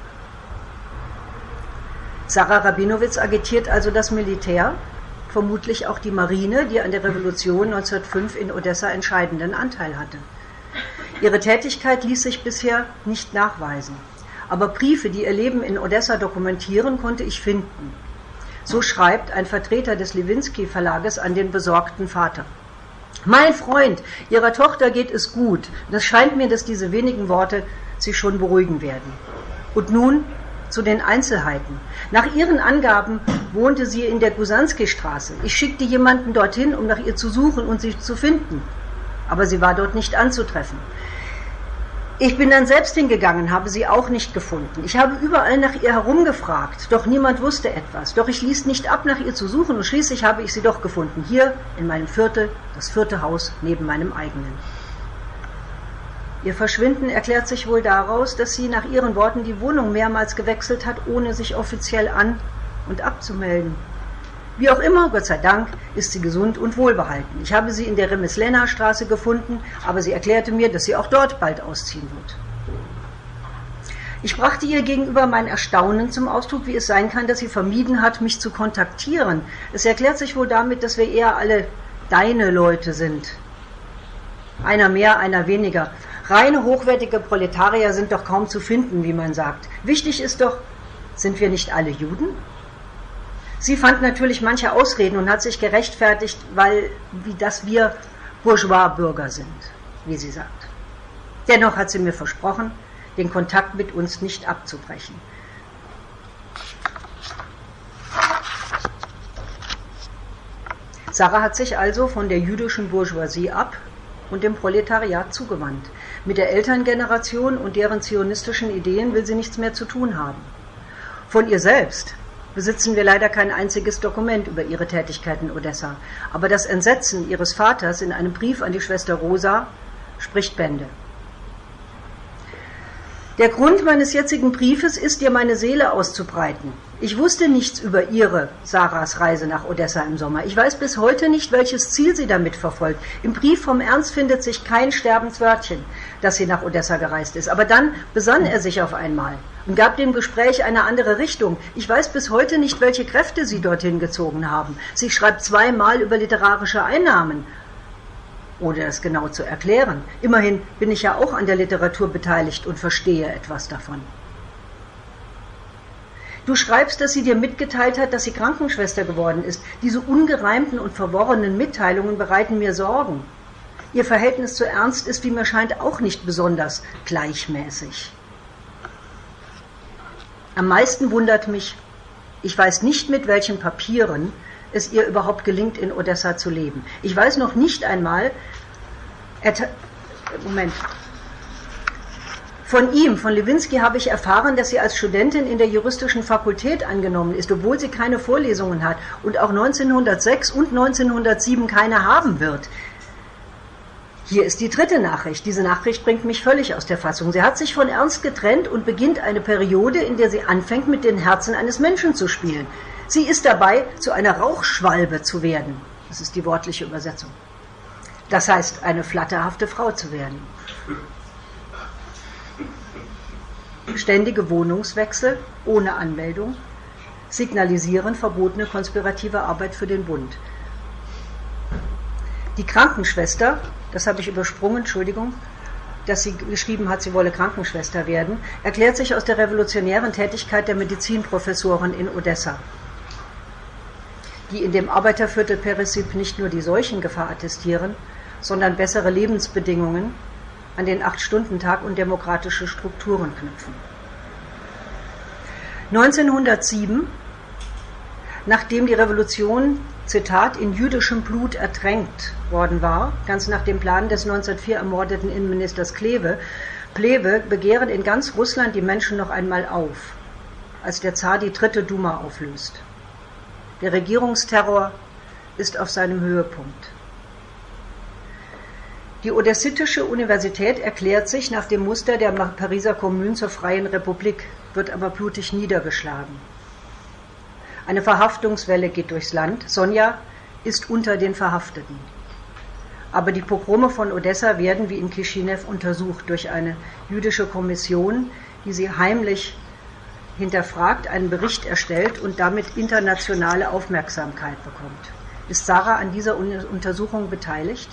Sarah Rabinowitz agitiert also das Militär, vermutlich auch die Marine, die an der Revolution neunzehnhundertfünf in Odessa entscheidenden Anteil hatte. Ihre Tätigkeit ließ sich bisher nicht nachweisen. Aber Briefe, die ihr Leben in Odessa dokumentieren, konnte ich finden. So schreibt ein Vertreter des Lewinsky-Verlages an den besorgten Vater. Mein Freund, Ihrer Tochter geht es gut. Und es scheint mir, dass diese wenigen Worte sie schon beruhigen werden. Und nun zu den Einzelheiten. Nach ihren Angaben wohnte sie in der Gusanski-Straße. Ich schickte jemanden dorthin, um nach ihr zu suchen und sie zu finden. Aber sie war dort nicht anzutreffen. Ich bin dann selbst hingegangen, habe sie auch nicht gefunden. Ich habe überall nach ihr herumgefragt, doch niemand wusste etwas. Doch ich ließ nicht ab, nach ihr zu suchen und schließlich habe ich sie doch gefunden. Hier in meinem Viertel, das vierte Haus neben meinem eigenen. Ihr Verschwinden erklärt sich wohl daraus, dass sie nach ihren Worten die Wohnung mehrmals gewechselt hat, ohne sich offiziell an- und abzumelden. Wie auch immer, Gott sei Dank, ist sie gesund und wohlbehalten. Ich habe sie in der Remeslena-Straße gefunden, aber sie erklärte mir, dass sie auch dort bald ausziehen wird. Ich brachte ihr gegenüber mein Erstaunen zum Ausdruck, wie es sein kann, dass sie vermieden hat, mich zu kontaktieren. Es erklärt sich wohl damit, dass wir eher alle deine Leute sind. Einer mehr, einer weniger. Reine, hochwertige Proletarier sind doch kaum zu finden, wie man sagt. Wichtig ist doch, sind wir nicht alle Juden? Sie fand natürlich manche Ausreden und hat sich gerechtfertigt, weil, wie dass wir Bourgeois-Bürger sind, wie sie sagt. Dennoch hat sie mir versprochen, den Kontakt mit uns nicht abzubrechen. Sarah hat sich also von der jüdischen Bourgeoisie ab und dem Proletariat zugewandt. Mit der Elterngeneration und deren zionistischen Ideen will sie nichts mehr zu tun haben. Von ihr selbst besitzen wir leider kein einziges Dokument über ihre Tätigkeit in Odessa. Aber das Entsetzen ihres Vaters in einem Brief an die Schwester Rosa spricht Bände. Der Grund meines jetzigen Briefes ist, dir meine Seele auszubreiten. Ich wusste nichts über ihre, Sarahs Reise nach Odessa im Sommer. Ich weiß bis heute nicht, welches Ziel sie damit verfolgt. Im Brief vom Ernst findet sich kein Sterbenswörtchen, dass sie nach Odessa gereist ist. Aber dann besann er sich auf einmal und gab dem Gespräch eine andere Richtung. Ich weiß bis heute nicht, welche Kräfte sie dorthin gezogen haben. Sie schreibt zweimal über literarische Einnahmen. Ohne das genau zu erklären. Immerhin bin ich ja auch an der Literatur beteiligt und verstehe etwas davon. Du schreibst, dass sie dir mitgeteilt hat, dass sie Krankenschwester geworden ist. Diese ungereimten und verworrenen Mitteilungen bereiten mir Sorgen. Ihr Verhältnis zu Ernst ist, wie mir scheint, auch nicht besonders gleichmäßig. Am meisten wundert mich, ich weiß nicht, mit welchen Papieren es ihr überhaupt gelingt, in Odessa zu leben. Ich weiß noch nicht einmal, er, Moment, von ihm, von Lewinsky, habe ich erfahren, dass sie als Studentin in der juristischen Fakultät angenommen ist, obwohl sie keine Vorlesungen hat und auch neunzehnhundertsechs und neunzehnhundertsieben keine haben wird. Hier ist die dritte Nachricht. Diese Nachricht bringt mich völlig aus der Fassung. Sie hat sich von Ernst getrennt und beginnt eine Periode, in der sie anfängt, mit den Herzen eines Menschen zu spielen. Sie ist dabei, zu einer Rauchschwalbe zu werden. Das ist die wortliche Übersetzung. Das heißt, eine flatterhafte Frau zu werden. Ständige Wohnungswechsel ohne Anmeldung signalisieren verbotene konspirative Arbeit für den Bund. Die Krankenschwester, das habe ich übersprungen, Entschuldigung, dass sie geschrieben hat, sie wolle Krankenschwester werden, erklärt sich aus der revolutionären Tätigkeit der Medizinprofessoren in Odessa, die in dem Arbeiterviertel Peresyp nicht nur die Seuchengefahr attestieren, sondern bessere Lebensbedingungen an den Acht-Stunden-Tag und demokratische Strukturen knüpfen. neunzehnhundertsieben, nachdem die Revolution, Zitat, in jüdischem Blut ertränkt worden war, ganz nach dem Plan des neunzehnhundertvier ermordeten Innenministers Plewe, Plewe begehren in ganz Russland die Menschen noch einmal auf, als der Zar die dritte Duma auflöst. Der Regierungsterror ist auf seinem Höhepunkt. Die Odessitische Universität erklärt sich nach dem Muster der Pariser Kommune zur Freien Republik, wird aber blutig niedergeschlagen. Eine Verhaftungswelle geht durchs Land. Sonja, ist unter den Verhafteten. Aber die Pogrome von Odessa werden wie in Kishinew untersucht durch eine jüdische Kommission, die sie heimlich hinterfragt, einen Bericht erstellt und damit internationale Aufmerksamkeit bekommt. Ist Sarah an dieser Untersuchung beteiligt?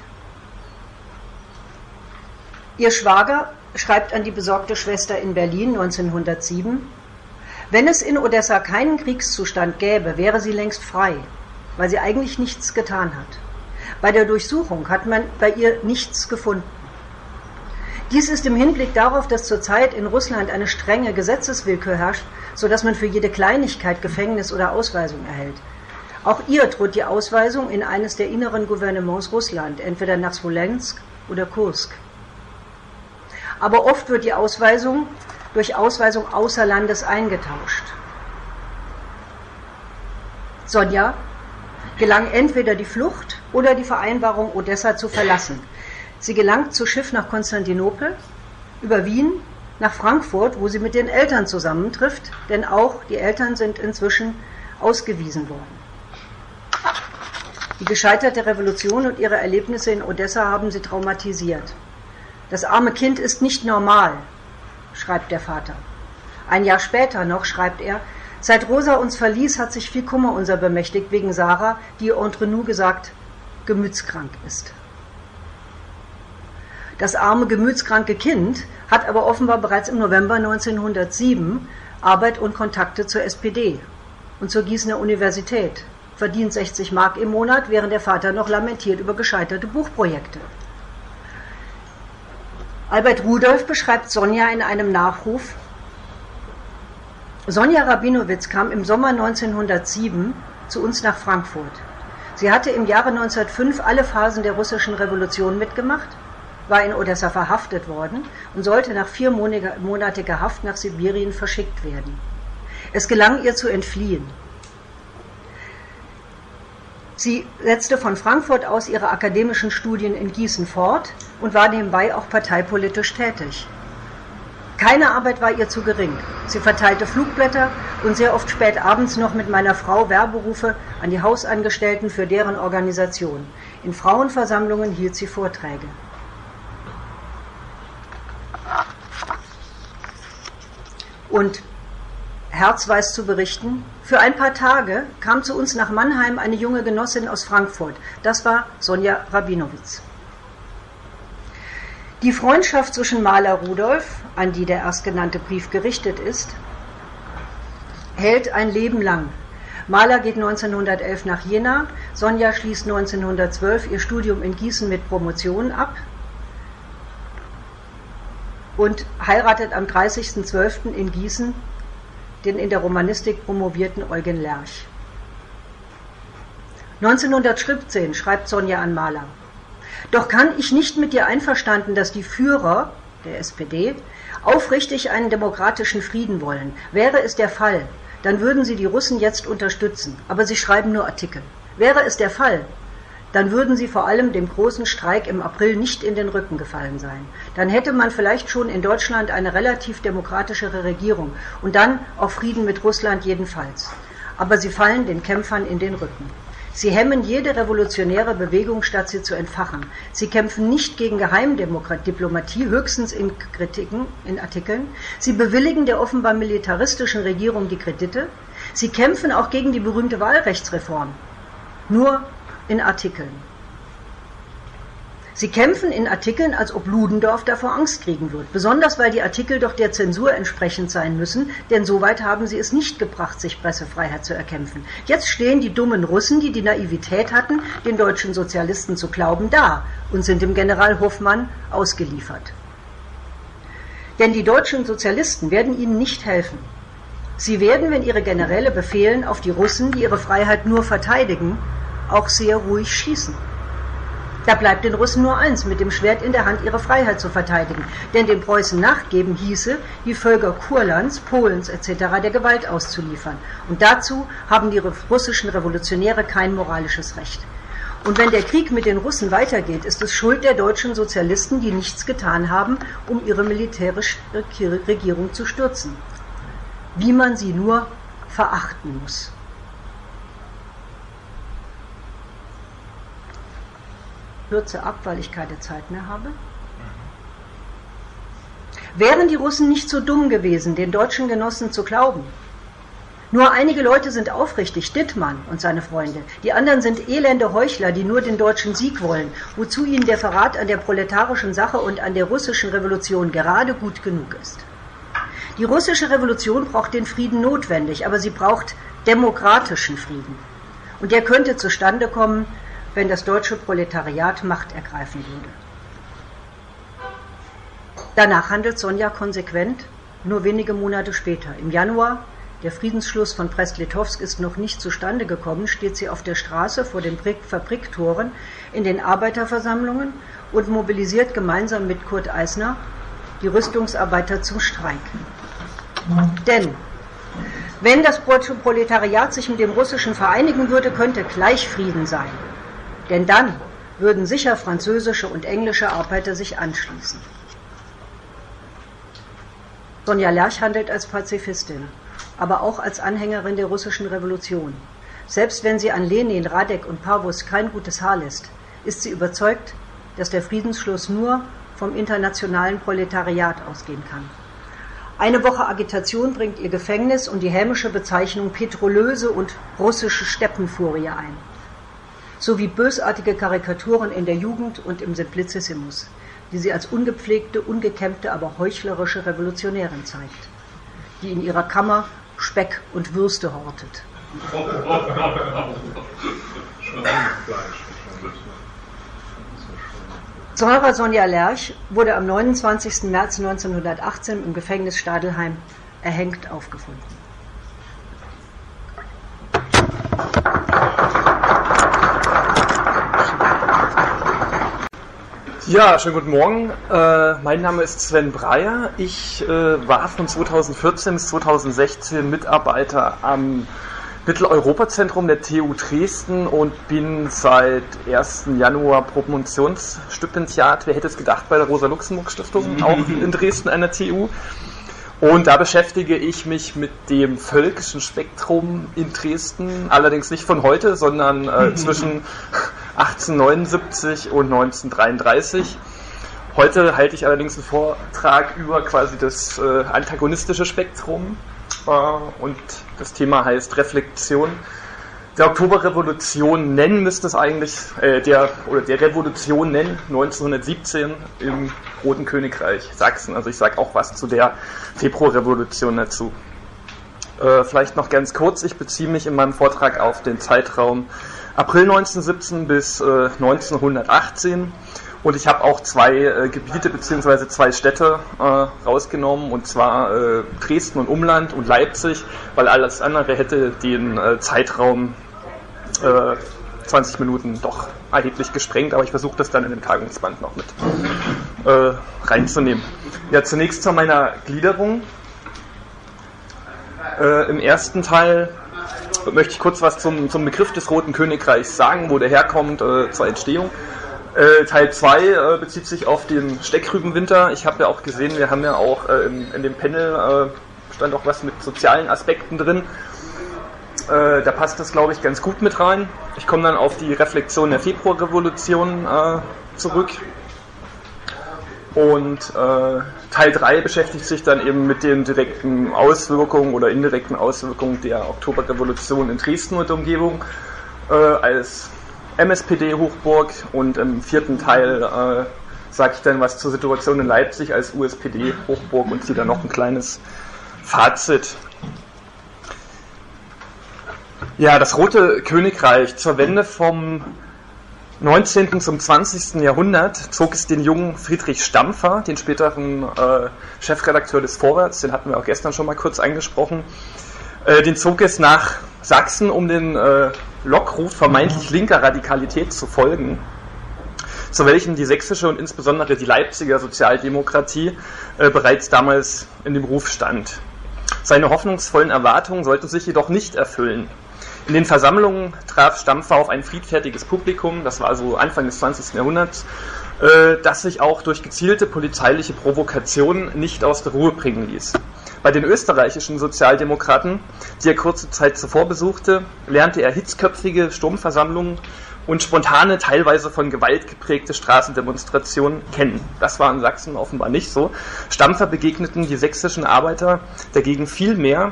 Ihr Schwager schreibt an die besorgte Schwester in Berlin neunzehnhundertsieben, wenn es in Odessa keinen Kriegszustand gäbe, wäre sie längst frei, weil sie eigentlich nichts getan hat. Bei der Durchsuchung hat man bei ihr nichts gefunden. Dies ist im Hinblick darauf, dass zurzeit in Russland eine strenge Gesetzeswillkür herrscht, sodass man für jede Kleinigkeit Gefängnis oder Ausweisung erhält. Auch ihr droht die Ausweisung in eines der inneren Gouvernements Russland, entweder nach Smolensk oder Kursk. Aber oft wird die Ausweisung durch Ausweisung außer Landes eingetauscht. Sonja gelang entweder die Flucht oder die Vereinbarung, Odessa zu verlassen. Sie gelangt zu Schiff nach Konstantinopel, über Wien nach Frankfurt, wo sie mit den Eltern zusammentrifft, denn auch die Eltern sind inzwischen ausgewiesen worden. Die gescheiterte Revolution und ihre Erlebnisse in Odessa haben sie traumatisiert. Das arme Kind ist nicht normal, schreibt der Vater. Ein Jahr später noch schreibt er, seit Rosa uns verließ, hat sich viel Kummer unser bemächtigt wegen Sarah, die entre nous gesagt gemütskrank ist. Das arme, gemütskranke Kind hat aber offenbar bereits im November neunzehnhundertsieben Arbeit und Kontakte zur S P D und zur Gießener Universität, verdient sechzig Mark im Monat, während der Vater noch lamentiert über gescheiterte Buchprojekte. Albert Rudolph beschreibt Sonja in einem Nachruf. Sonja Rabinowitz kam im Sommer neunzehnhundertsieben zu uns nach Frankfurt. Sie hatte im Jahre neunzehnhundertfünf alle Phasen der russischen Revolution mitgemacht, war in Odessa verhaftet worden und sollte nach viermonatiger Haft nach Sibirien verschickt werden. Es gelang ihr zu entfliehen. Sie setzte von Frankfurt aus ihre akademischen Studien in Gießen fort und war nebenbei auch parteipolitisch tätig. Keine Arbeit war ihr zu gering. Sie verteilte Flugblätter und sehr oft spät abends noch mit meiner Frau Werberufe an die Hausangestellten für deren Organisation. In Frauenversammlungen hielt sie Vorträge. Und Herz weiß zu berichten, für ein paar Tage kam zu uns nach Mannheim eine junge Genossin aus Frankfurt. Das war Sonja Rabinowitz. Die Freundschaft zwischen Maler Rudolph, an die der erstgenannte Brief gerichtet ist, hält ein Leben lang. Maler geht neunzehnhundertelf nach Jena, Sonja schließt neunzehnhundertzwölf ihr Studium in Gießen mit Promotion ab und heiratet am dreißigsten zwölften in Gießen den in der Romanistik promovierten Eugen Lerch. neunzehnhundertsiebzehn schreibt Sonja an Maler: Doch kann ich nicht mit dir einverstanden, dass die Führer der S P D aufrichtig einen demokratischen Frieden wollen. Wäre es der Fall, dann würden sie die Russen jetzt unterstützen, aber sie schreiben nur Artikel. Wäre es der Fall, dann würden sie vor allem dem großen Streik im April nicht in den Rücken gefallen sein. Dann hätte man vielleicht schon in Deutschland eine relativ demokratischere Regierung und dann auch Frieden mit Russland jedenfalls. Aber sie fallen den Kämpfern in den Rücken. Sie hemmen jede revolutionäre Bewegung, statt sie zu entfachen. Sie kämpfen nicht gegen Geheimdiplomatie, höchstens in Kritiken, in Artikeln. Sie bewilligen der offenbar militaristischen Regierung die Kredite. Sie kämpfen auch gegen die berühmte Wahlrechtsreform. Nur in Artikeln. Sie kämpfen in Artikeln, als ob Ludendorff davor Angst kriegen wird, besonders weil die Artikel doch der Zensur entsprechend sein müssen, denn soweit haben sie es nicht gebracht, sich Pressefreiheit zu erkämpfen. Jetzt stehen die dummen Russen, die die Naivität hatten, den deutschen Sozialisten zu glauben, da und sind dem General Hoffmann ausgeliefert. Denn die deutschen Sozialisten werden ihnen nicht helfen. Sie werden, wenn ihre Generäle befehlen, auf die Russen, die ihre Freiheit nur verteidigen, auch sehr ruhig schießen. Da bleibt den Russen nur eins, mit dem Schwert in der Hand ihre Freiheit zu verteidigen. Denn den Preußen nachgeben hieße, die Völker Kurlands, Polens et cetera der Gewalt auszuliefern. Und dazu haben die russischen Revolutionäre kein moralisches Recht. Und wenn der Krieg mit den Russen weitergeht, ist es Schuld der deutschen Sozialisten, die nichts getan haben, um ihre militärische Regierung zu stürzen. Wie man sie nur verachten muss. hört sie ab, weil ich keine Zeit mehr habe. Wären die Russen nicht so dumm gewesen, den deutschen Genossen zu glauben? Nur einige Leute sind aufrichtig, Dittmann und seine Freunde. Die anderen sind elende Heuchler, die nur den deutschen Sieg wollen, wozu ihnen der Verrat an der proletarischen Sache und an der russischen Revolution gerade gut genug ist. Die russische Revolution braucht den Frieden notwendig, aber sie braucht demokratischen Frieden. Und der könnte zustande kommen, wenn das deutsche Proletariat Macht ergreifen würde. Danach handelt Sonja konsequent, nur wenige Monate später. Im Januar, der Friedensschluss von Brest-Litovsk ist noch nicht zustande gekommen, steht sie auf der Straße vor den Fabriktoren in den Arbeiterversammlungen und mobilisiert gemeinsam mit Kurt Eisner die Rüstungsarbeiter zum Streik. Denn wenn das Proletariat sich mit dem Russischen vereinigen würde, könnte gleich Frieden sein. Denn dann würden sicher französische und englische Arbeiter sich anschließen. Sonja Lerch handelt als Pazifistin, aber auch als Anhängerin der russischen Revolution. Selbst wenn sie an Lenin, Radek und Pavus kein gutes Haar lässt, ist sie überzeugt, dass der Friedensschluss nur vom internationalen Proletariat ausgehen kann. Eine Woche Agitation bringt ihr Gefängnis und die hämische Bezeichnung Petrolöse und russische Steppenfurie ein, sowie bösartige Karikaturen in der Jugend und im Simplicissimus, die sie als ungepflegte, ungekämmte, aber heuchlerische Revolutionärin zeigt, die in ihrer Kammer Speck und Würste hortet. Sarah Sonja Lerch wurde am neunundzwanzigsten März neunzehnhundertachtzehn im Gefängnis Stadelheim erhängt aufgefunden. Ja, schönen guten Morgen. Äh, mein Name ist Sven Breyer. Ich äh, war von zweitausendvierzehn bis zweitausendsechzehn Mitarbeiter am Mitteleuropa-Zentrum der T U Dresden und bin seit ersten Januar Promotionsstipendiat, wer hätte es gedacht, bei der Rosa-Luxemburg-Stiftung, auch in Dresden an der T U. Und da beschäftige ich mich mit dem völkischen Spektrum in Dresden, allerdings nicht von heute, sondern äh, zwischen achtzehnhundertneunundsiebzig und neunzehnhundertdreiunddreißig. Heute halte ich allerdings einen Vortrag über quasi das äh, antagonistische Spektrum äh, und das Thema heißt Reflexion der Oktoberrevolution. Nennen müsste es eigentlich, äh, der, oder der Revolution nennen, neunzehnhundertsiebzehn im Roten Königreich Sachsen. Also ich sage auch was zu der Februarrevolution dazu. Äh, vielleicht noch ganz kurz, ich beziehe mich in meinem Vortrag auf den Zeitraum April neunzehnhundertsiebzehn bis äh, neunzehnhundertachtzehn und ich habe auch zwei äh, Gebiete bzw. zwei Städte äh, rausgenommen, und zwar äh, Dresden und Umland und Leipzig, weil alles andere hätte den äh, Zeitraum äh, zwanzig Minuten doch erheblich gesprengt, aber ich versuche das dann in dem Tagungsband noch mit äh, reinzunehmen. Ja, zunächst zu meiner Gliederung. Äh, Im ersten Teil möchte ich kurz was zum, zum Begriff des Roten Königreichs sagen, wo der herkommt, äh, zur Entstehung. Äh, Teil zwei äh, bezieht sich auf den Steckrübenwinter. Ich habe ja auch gesehen, wir haben ja auch äh, in, in dem Panel äh, stand auch was mit sozialen Aspekten drin. Äh, da passt das, glaube ich, ganz gut mit rein. Ich komme dann auf die Reflexion der Februarrevolution äh, zurück. Und äh, Teil drei beschäftigt sich dann eben mit den direkten Auswirkungen oder indirekten Auswirkungen der Oktoberrevolution in Dresden und der Umgebung äh, als M S P D-Hochburg, und im vierten Teil äh, sage ich dann was zur Situation in Leipzig als U S P D-Hochburg und ziehe dann noch ein kleines Fazit. Ja, das Rote Königreich. Zur Wende vom neunzehnten zum zwanzigsten Jahrhundert zog es den jungen Friedrich Stampfer, den späteren äh, Chefredakteur des Vorwärts, den hatten wir auch gestern schon mal kurz angesprochen, äh, den zog es nach Sachsen, um den äh, Lockruf vermeintlich linker Radikalität zu folgen, zu welchem die sächsische und insbesondere die Leipziger Sozialdemokratie äh, bereits damals in dem Ruf stand. Seine hoffnungsvollen Erwartungen sollten sich jedoch nicht erfüllen. In den Versammlungen traf Stampfer auf ein friedfertiges Publikum, das war so Anfang des zwanzigsten Jahrhunderts, äh, das sich auch durch gezielte polizeiliche Provokationen nicht aus der Ruhe bringen ließ. Bei den österreichischen Sozialdemokraten, die er kurze Zeit zuvor besuchte, lernte er hitzköpfige Sturmversammlungen und spontane, teilweise von Gewalt geprägte Straßendemonstrationen kennen. Das war in Sachsen offenbar nicht so. Stampfer begegneten die sächsischen Arbeiter dagegen viel mehr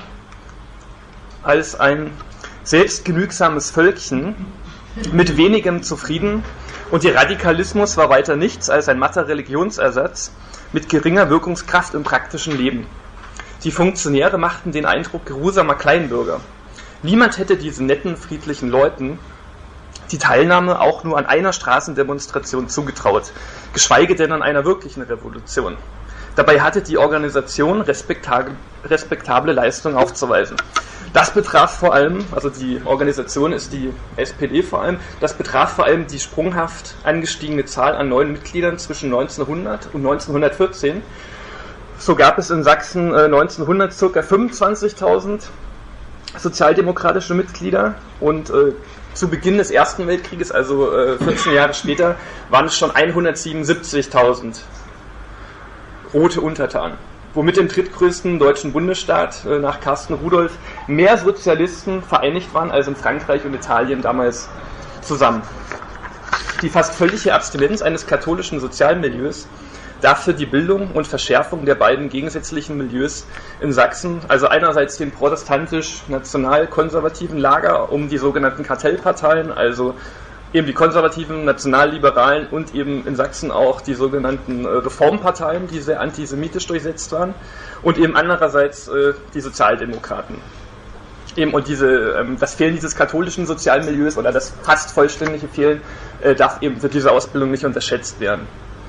als ein selbstgenügsames Völkchen, mit wenigem zufrieden, und ihr Radikalismus war weiter nichts als ein matter Religionsersatz mit geringer Wirkungskraft im praktischen Leben. Die Funktionäre machten den Eindruck geruhsamer Kleinbürger. Niemand hätte diesen netten, friedlichen Leuten die Teilnahme auch nur an einer Straßendemonstration zugetraut, geschweige denn an einer wirklichen Revolution. Dabei hatte die Organisation respektable, respektable Leistungen aufzuweisen. Das betraf vor allem, also die Organisation ist die S P D vor allem, das betraf vor allem die sprunghaft angestiegene Zahl an neuen Mitgliedern zwischen neunzehnhundert und neunzehnhundertvierzehn. So gab es in Sachsen äh, neunzehnhundert ca. fünfundzwanzigtausend sozialdemokratische Mitglieder und äh, zu Beginn des Ersten Weltkrieges, also äh, vierzehn Jahre später, waren es schon hundertsiebenundsiebzigtausend rote Untertanen, womit im drittgrößten deutschen Bundesstaat äh, nach Carsten Rudolph mehr Sozialisten vereinigt waren als in Frankreich und Italien damals zusammen. Die fast völlige Abstinenz eines katholischen Sozialmilieus darf für die Bildung und Verschärfung der beiden gegensätzlichen Milieus in Sachsen, also einerseits den protestantisch-national-konservativen Lager um die sogenannten Kartellparteien, also eben die konservativen, nationalliberalen und eben in Sachsen auch die sogenannten Reformparteien, die sehr antisemitisch durchsetzt waren, und eben andererseits äh, die Sozialdemokraten. Eben, und diese, ähm, das Fehlen dieses katholischen Sozialmilieus oder das fast vollständige Fehlen äh, darf eben für diese Ausbildung nicht unterschätzt werden.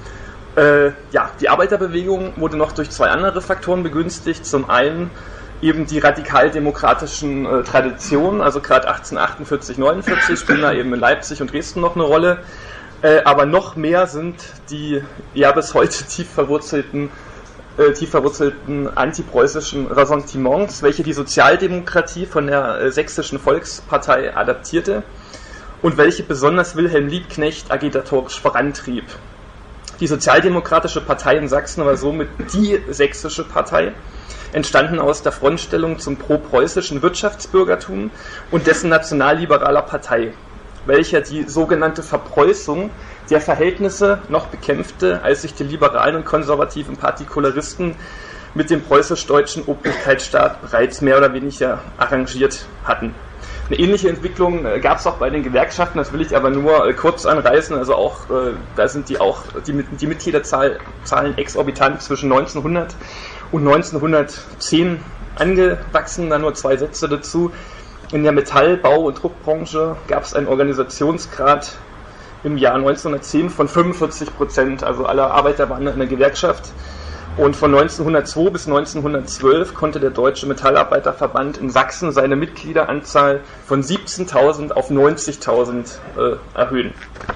Äh, ja, die Arbeiterbewegung wurde noch durch zwei andere Faktoren begünstigt. Zum einen eben die radikaldemokratischen äh, Traditionen, also gerade achtzehnhundertachtundvierzig, neunundvierzig spielen da eben in Leipzig und Dresden noch eine Rolle. Äh, aber noch mehr sind die ja bis heute tief verwurzelten, äh, tief verwurzelten antipreußischen Ressentiments, welche die Sozialdemokratie von der äh, Sächsischen Volkspartei adaptierte und welche besonders Wilhelm Liebknecht agitatorisch vorantrieb. Die Sozialdemokratische Partei in Sachsen war somit die sächsische Partei, entstanden aus der Frontstellung zum pro-preußischen Wirtschaftsbürgertum und dessen nationalliberaler Partei, welcher die sogenannte Verpreußung der Verhältnisse noch bekämpfte, als sich die liberalen und konservativen Partikularisten mit dem preußisch-deutschen Obrigkeitsstaat bereits mehr oder weniger arrangiert hatten. Eine ähnliche Entwicklung äh, gab es auch bei den Gewerkschaften, das will ich aber nur äh, kurz anreißen, also auch, äh, da sind die auch, die, die Mitgliederzahlen exorbitant zwischen neunzehnhundert und neunzehnhundertzehn angewachsen, da nur zwei Sätze dazu. In der Metall-, Bau- und Druckbranche gab es einen Organisationsgrad im Jahr neunzehnhundertzehn von fünfundvierzig Prozent, also alle Arbeiter waren in der Gewerkschaft. Und von neunzehnhundertzwei bis neunzehnhundertzwölf konnte der Deutsche Metallarbeiterverband in Sachsen seine Mitgliederanzahl von siebzehntausend auf neunzigtausend äh, erhöhen.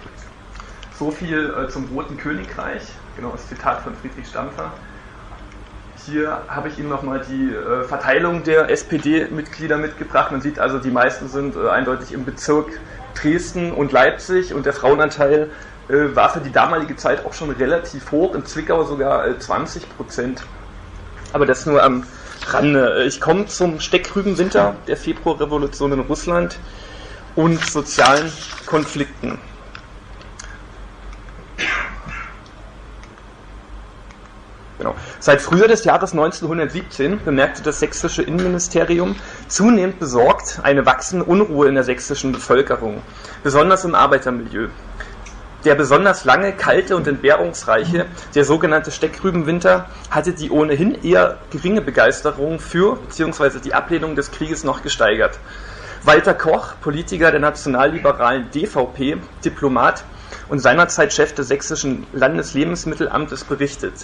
So viel äh, zum Roten Königreich, genau das Zitat von Friedrich Stampfer. Hier habe ich Ihnen nochmal die äh, Verteilung der S P D-Mitglieder mitgebracht. Man sieht also, die meisten sind äh, eindeutig im Bezirk Dresden und Leipzig und der Frauenanteil äh, war für die damalige Zeit auch schon relativ hoch, in Zwickau sogar äh, zwanzig Prozent. Aber das nur am Rande. Ich komme zum Steckrübenwinter der Februarrevolution in Russland und sozialen Konflikten. Genau. Seit Frühjahr des Jahres neunzehnhundertsiebzehn bemerkte das sächsische Innenministerium zunehmend besorgt eine wachsende Unruhe in der sächsischen Bevölkerung, besonders im Arbeitermilieu. Der besonders lange, kalte und entbehrungsreiche, der sogenannte Steckrübenwinter, hatte die ohnehin eher geringe Begeisterung für bzw. die Ablehnung des Krieges noch gesteigert. Walter Koch, Politiker der nationalliberalen D V P, Diplomat und seinerzeit Chef des sächsischen Landeslebensmittelamtes, berichtet: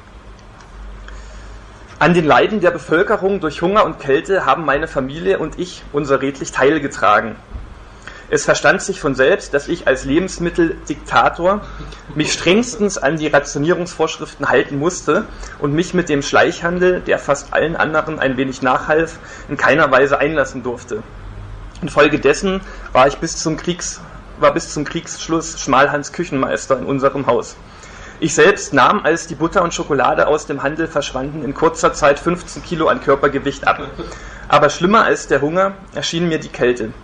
An den Leiden der Bevölkerung durch Hunger und Kälte haben meine Familie und ich unser redlich Teil getragen. Es verstand sich von selbst, dass ich als Lebensmitteldiktator mich strengstens an die Rationierungsvorschriften halten musste und mich mit dem Schleichhandel, der fast allen anderen ein wenig nachhalf, in keiner Weise einlassen durfte. Infolgedessen war ich bis zum Kriegs, war bis zum Kriegsschluss Schmalhans Küchenmeister in unserem Haus. Ich selbst nahm, als die Butter und Schokolade aus dem Handel verschwanden, in kurzer Zeit fünfzehn Kilo an Körpergewicht ab. Aber schlimmer als der Hunger erschien mir die Kälte.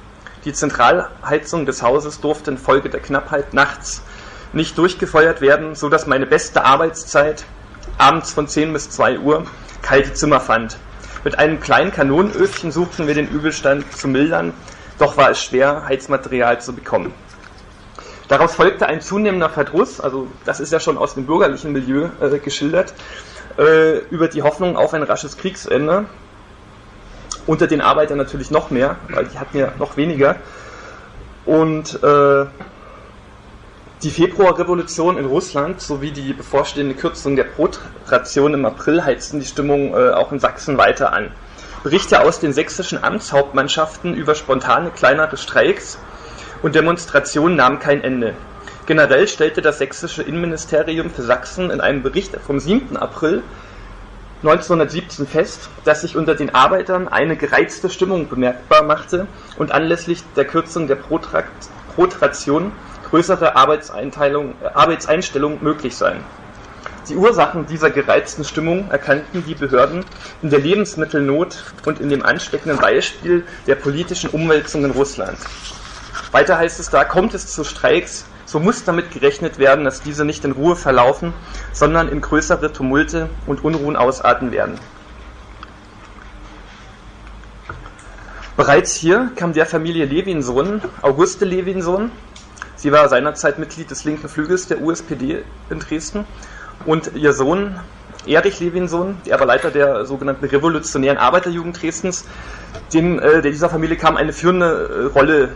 Die Zentralheizung des Hauses durfte infolge der Knappheit nachts nicht durchgefeuert werden, so dass meine beste Arbeitszeit abends von zehn bis zwei Uhr kalte Zimmer fand. Mit einem kleinen Kanonenöfchen suchten wir den Übelstand zu mildern, doch war es schwer, Heizmaterial zu bekommen. Daraus folgte ein zunehmender Verdruss, also das ist ja schon aus dem bürgerlichen Milieu äh, geschildert, äh, über die Hoffnung auf ein rasches Kriegsende. Unter den Arbeitern natürlich noch mehr, weil die hatten ja noch weniger. Und äh, die Februarrevolution in Russland sowie die bevorstehende Kürzung der Brotration im April heizten die Stimmung äh, auch in Sachsen weiter an. Berichte aus den sächsischen Amtshauptmannschaften über spontane kleinere Streiks und Demonstrationen nahmen kein Ende. Generell stellte das sächsische Innenministerium für Sachsen in einem Bericht vom siebten April neunzehnhundertsiebzehn fest, dass sich unter den Arbeitern eine gereizte Stimmung bemerkbar machte und anlässlich der Kürzung der Brotration größere Arbeitseinteilung, äh, Arbeitseinstellungen möglich seien. Die Ursachen dieser gereizten Stimmung erkannten die Behörden in der Lebensmittelnot und in dem ansteckenden Beispiel der politischen Umwälzung in Russland. Weiter heißt es da, kommt es zu Streiks, so muss damit gerechnet werden, dass diese nicht in Ruhe verlaufen, sondern in größere Tumulte und Unruhen ausarten werden. Bereits hier kam der Familie Levinsohn, Auguste Levinsohn, sie war seinerzeit Mitglied des linken Flügels der U S P D in Dresden, und ihr Sohn Erich Levinsohn, er war Leiter der sogenannten revolutionären Arbeiterjugend Dresdens, dem, äh, der dieser Familie kam eine führende äh, Rolle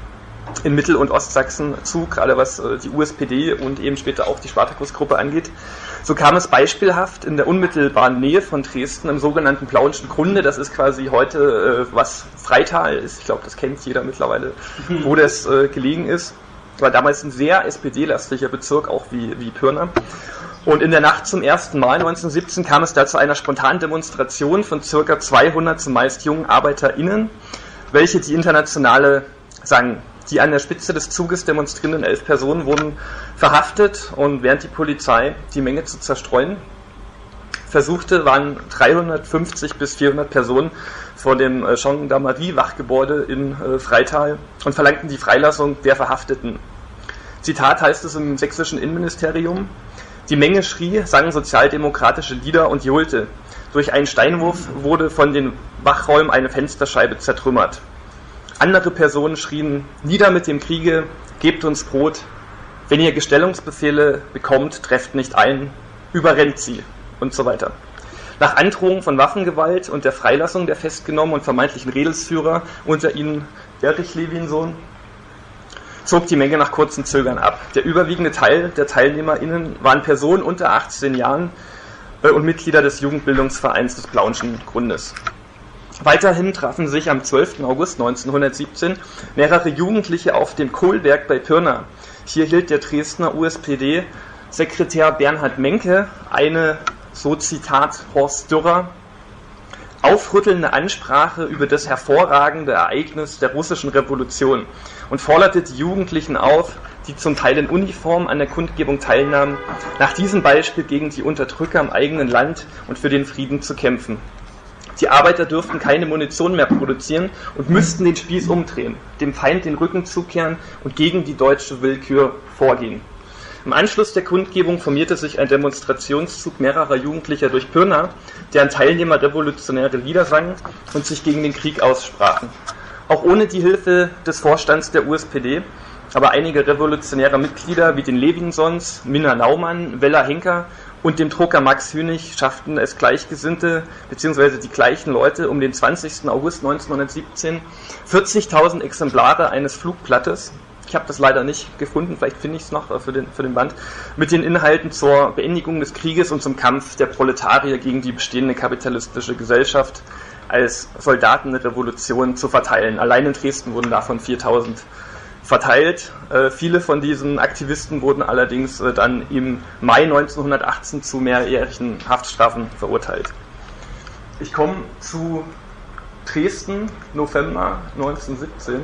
in Mittel- und Ostsachsen zu, gerade was äh, die U S P D und eben später auch die Spartakusgruppe angeht. So kam es beispielhaft in der unmittelbaren Nähe von Dresden im sogenannten Plauenschen Grunde, das ist quasi heute, äh, was Freital ist, ich glaube, das kennt jeder mittlerweile, wo das äh, gelegen ist. War damals ein sehr S P D-lastiger Bezirk, auch wie, wie Pirna. Und in der Nacht zum ersten Mal neunzehnhundertsiebzehn kam es da zu einer spontanen Demonstration von ca. zweihundert zumeist jungen ArbeiterInnen, welche die internationale sang. Die an der Spitze des Zuges demonstrierenden elf Personen wurden verhaftet, und während die Polizei die Menge zu zerstreuen versuchte, waren dreihundertfünfzig bis vierhundert Personen vor dem Gendarmerie-Wachgebäude in Freital und verlangten die Freilassung der Verhafteten. Zitat heißt es im sächsischen Innenministerium: Die Menge schrie, sang sozialdemokratische Lieder und johlte. Durch einen Steinwurf wurde von den Wachräumen eine Fensterscheibe zertrümmert. Andere Personen schrien: Nieder mit dem Kriege, gebt uns Brot. Wenn ihr Gestellungsbefehle bekommt, trefft nicht ein, überrennt sie und so weiter. Nach Androhung von Waffengewalt und der Freilassung der festgenommenen und vermeintlichen Redelsführer, unter ihnen Erich Levinsohn, zog die Menge nach kurzem Zögern ab. Der überwiegende Teil der TeilnehmerInnen waren Personen unter achtzehn Jahren äh, und Mitglieder des Jugendbildungsvereins des Plauenschen Grundes. Weiterhin trafen sich am zwölften August neunzehnhundertsiebzehn mehrere Jugendliche auf dem Kohlberg bei Pirna. Hier hielt der Dresdner U S P D-Sekretär Bernhard Menke eine, so Zitat Horst Dürrer, aufrüttelnde Ansprache über das hervorragende Ereignis der russischen Revolution und forderte die Jugendlichen auf, die zum Teil in Uniform an der Kundgebung teilnahmen, nach diesem Beispiel gegen die Unterdrücker im eigenen Land und für den Frieden zu kämpfen. Die Arbeiter dürften keine Munition mehr produzieren und müssten den Spieß umdrehen, dem Feind den Rücken zukehren und gegen die deutsche Willkür vorgehen. Im Anschluss der Kundgebung formierte sich ein Demonstrationszug mehrerer Jugendlicher durch Pirna, deren Teilnehmer revolutionäre Lieder sangen und sich gegen den Krieg aussprachen. Auch ohne die Hilfe des Vorstands der U S P D, aber einige revolutionäre Mitglieder wie den Levinsons, Minna Naumann, Wella Henker und dem Drucker Max Hünig schafften es Gleichgesinnte bzw. die gleichen Leute um den zwanzigsten August neunzehnhundertsiebzehn vierzigtausend Exemplare eines Flugblattes, ich habe das leider nicht gefunden, vielleicht finde ich es noch für den, für den Band, mit den Inhalten zur Beendigung des Krieges und zum Kampf der Proletarier gegen die bestehende kapitalistische Gesellschaft als Soldatenrevolution zu verteilen. Allein in Dresden wurden davon viertausend verteilt. Äh, viele von diesen Aktivisten wurden allerdings äh, dann im Mai neunzehnhundertachtzehn zu mehrjährigen Haftstrafen verurteilt. Ich komme zu Dresden, November neunzehnhundertsiebzehn.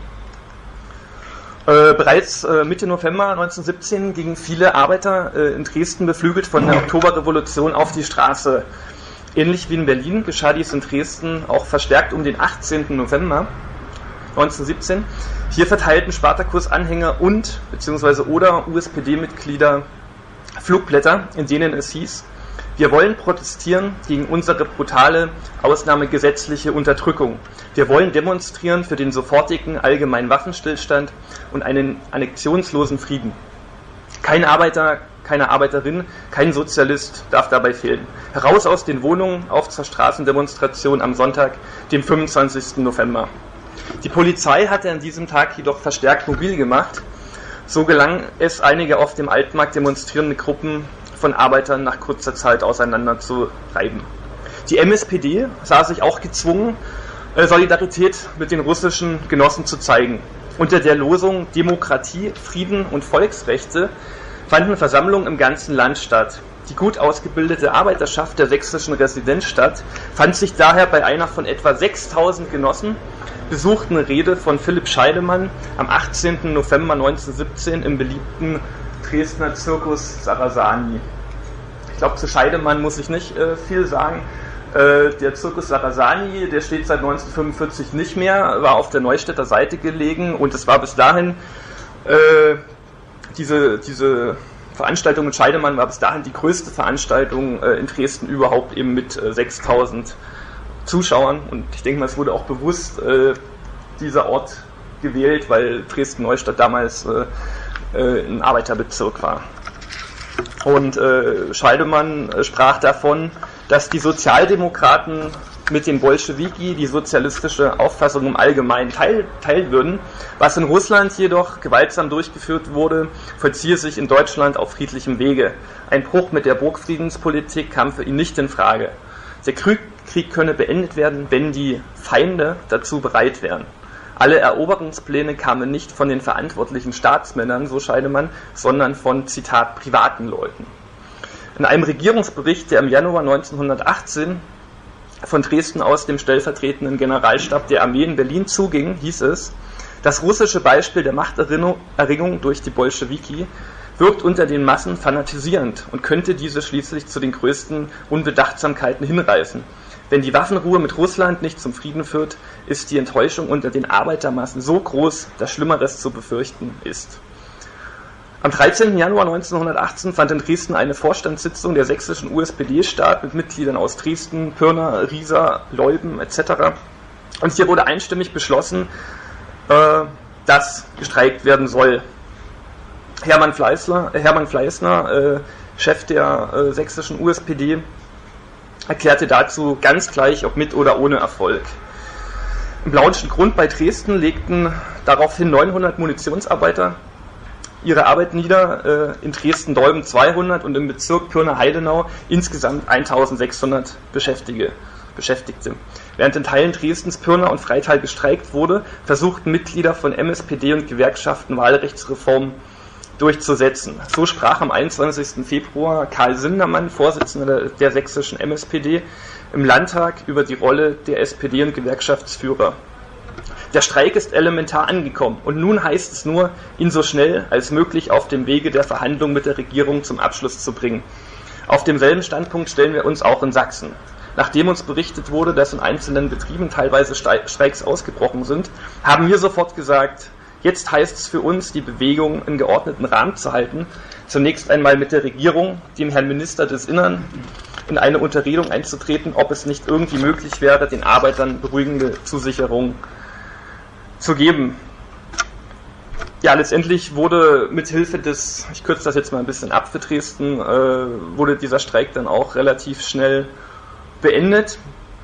Äh, bereits äh, Mitte November neunzehnhundertsiebzehn gingen viele Arbeiter äh, in Dresden, beflügelt von der Oktoberrevolution, auf die Straße. Ähnlich wie in Berlin geschah dies in Dresden auch verstärkt um den achtzehnten November. neunzehnhundertsiebzehn. Hier verteilten Spartakus-Anhänger und beziehungsweise oder U S P D-Mitglieder Flugblätter, in denen es hieß: Wir wollen protestieren gegen unsere brutale, ausnahmegesetzliche Unterdrückung. Wir wollen demonstrieren für den sofortigen allgemeinen Waffenstillstand und einen annexionslosen Frieden. Kein Arbeiter, keine Arbeiterin, kein Sozialist darf dabei fehlen. Heraus aus den Wohnungen, auf zur Straßendemonstration am Sonntag, dem fünfundzwanzigsten November. Die Polizei hatte an diesem Tag jedoch verstärkt mobil gemacht. So gelang es, einige auf dem Altmarkt demonstrierende Gruppen von Arbeitern nach kurzer Zeit auseinander zu reiben. Die M S P D sah sich auch gezwungen, Solidarität mit den russischen Genossen zu zeigen. Unter der Losung Demokratie, Frieden und Volksrechte fanden Versammlungen im ganzen Land statt. Die gut ausgebildete Arbeiterschaft der sächsischen Residenzstadt fand sich daher bei einer von etwa sechstausend Genossen besuchten Rede von Philipp Scheidemann am achtzehnten November neunzehnhundertsiebzehn im beliebten Dresdner Circus Sarasani. Ich glaube, zu Scheidemann muss ich nicht äh, viel sagen. Äh, der Circus Sarasani, der steht seit neunzehnhundertfünfundvierzig nicht mehr, war auf der Neustädter Seite gelegen und es war bis dahin, äh, diese, diese Veranstaltung mit Scheidemann war bis dahin die größte Veranstaltung äh, in Dresden überhaupt, eben mit äh, sechstausend Zuschauern, und ich denke mal, es wurde auch bewusst äh, dieser Ort gewählt, weil Dresden-Neustadt damals äh, äh, ein Arbeiterbezirk war. Und äh, Scheidemann äh, sprach davon, dass die Sozialdemokraten mit den Bolschewiki die sozialistische Auffassung im Allgemeinen teil, teilen würden. Was in Russland jedoch gewaltsam durchgeführt wurde, vollziehe sich in Deutschland auf friedlichem Wege. Ein Bruch mit der Burgfriedenspolitik kam für ihn nicht in Frage. Der Krieg Krieg könne beendet werden, wenn die Feinde dazu bereit wären. Alle Eroberungspläne kamen nicht von den verantwortlichen Staatsmännern, so Scheidemann, sondern von, Zitat, privaten Leuten. In einem Regierungsbericht, der im Januar neunzehnhundertachtzehn von Dresden aus dem stellvertretenden Generalstab der Armee in Berlin zuging, hieß es: Das russische Beispiel der Machterringung durch die Bolschewiki wirkt unter den Massen fanatisierend und könnte diese schließlich zu den größten Unbedachtsamkeiten hinreißen. Wenn die Waffenruhe mit Russland nicht zum Frieden führt, ist die Enttäuschung unter den Arbeitermassen so groß, dass Schlimmeres zu befürchten ist. Am dreizehnten Januar neunzehnhundertachtzehn fand in Dresden eine Vorstandssitzung der sächsischen U S P D statt mit Mitgliedern aus Dresden, Pirna, Riesa, Leuben et cetera. Und hier wurde einstimmig beschlossen, äh, dass gestreikt werden soll. Hermann Fleißler, äh, Hermann Fleißner, äh, Chef der äh, sächsischen U S P D, erklärte dazu ganz gleich, ob mit oder ohne Erfolg. Im Blaunschen Grund bei Dresden legten daraufhin neunhundert Munitionsarbeiter ihre Arbeit nieder, äh, in Dresden-Dolben zweihundert und im Bezirk Pirna-Heidenau insgesamt eintausendsechshundert Beschäftigte. Beschäftigte. Während in Teilen Dresdens, Pirna und Freital gestreikt wurde, versuchten Mitglieder von M S P D und Gewerkschaften Wahlrechtsreformen durchzusetzen. So sprach am einundzwanzigsten Februar Karl Sindermann, Vorsitzender der, der sächsischen M S P D, im Landtag über die Rolle der S P D und Gewerkschaftsführer. Der Streik ist elementar angekommen und nun heißt es nur, ihn so schnell als möglich auf dem Wege der Verhandlung mit der Regierung zum Abschluss zu bringen. Auf demselben Standpunkt stellen wir uns auch in Sachsen. Nachdem uns berichtet wurde, dass in einzelnen Betrieben teilweise Streiks ausgebrochen sind, haben wir sofort gesagt: Jetzt heißt es für uns, die Bewegung in geordneten Rahmen zu halten, zunächst einmal mit der Regierung, dem Herrn Minister des Innern, in eine Unterredung einzutreten, ob es nicht irgendwie möglich wäre, den Arbeitern beruhigende Zusicherungen zu geben. Ja, letztendlich wurde mit Hilfe des, ich kürze das jetzt mal ein bisschen ab für Dresden, äh, wurde dieser Streik dann auch relativ schnell beendet.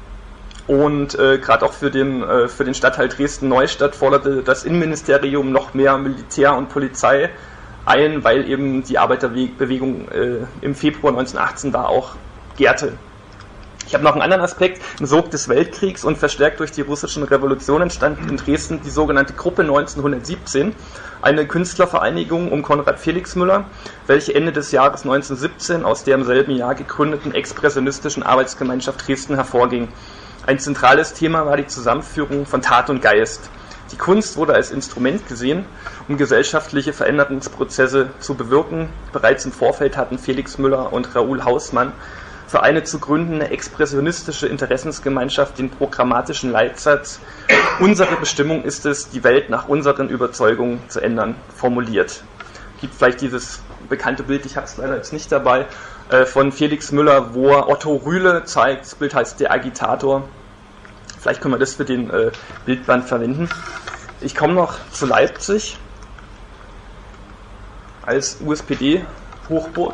Und äh, gerade auch für den, äh, für den Stadtteil Dresden-Neustadt forderte das Innenministerium noch mehr Militär und Polizei ein, weil eben die Arbeiterbewegung äh, im Februar neunzehnhundertachtzehn da auch gärte. Ich habe noch einen anderen Aspekt. Im Sog des Weltkriegs und verstärkt durch die russischen Revolution entstand in Dresden die sogenannte Gruppe neunzehnhundertsiebzehn, eine Künstlervereinigung um Konrad Felix Müller, welche Ende des Jahres neunzehnhundertsiebzehn aus der im selben Jahr gegründeten expressionistischen Arbeitsgemeinschaft Dresden hervorging. Ein zentrales Thema war die Zusammenführung von Tat und Geist. Die Kunst wurde als Instrument gesehen, um gesellschaftliche Veränderungsprozesse zu bewirken. Bereits im Vorfeld hatten Felix Müller und Raoul Hausmann für eine zu gründende expressionistische Interessensgemeinschaft den programmatischen Leitsatz „Unsere Bestimmung ist es, die Welt nach unseren Überzeugungen zu ändern“ formuliert. Gibt vielleicht dieses bekannte Bild, ich habe es leider jetzt nicht dabei, von Felix Müller, wo er Otto Rühle zeigt. Das Bild heißt Der Agitator. Vielleicht können wir das für den äh, Bildband verwenden. Ich komme noch zu Leipzig als U S P D-Hochburg.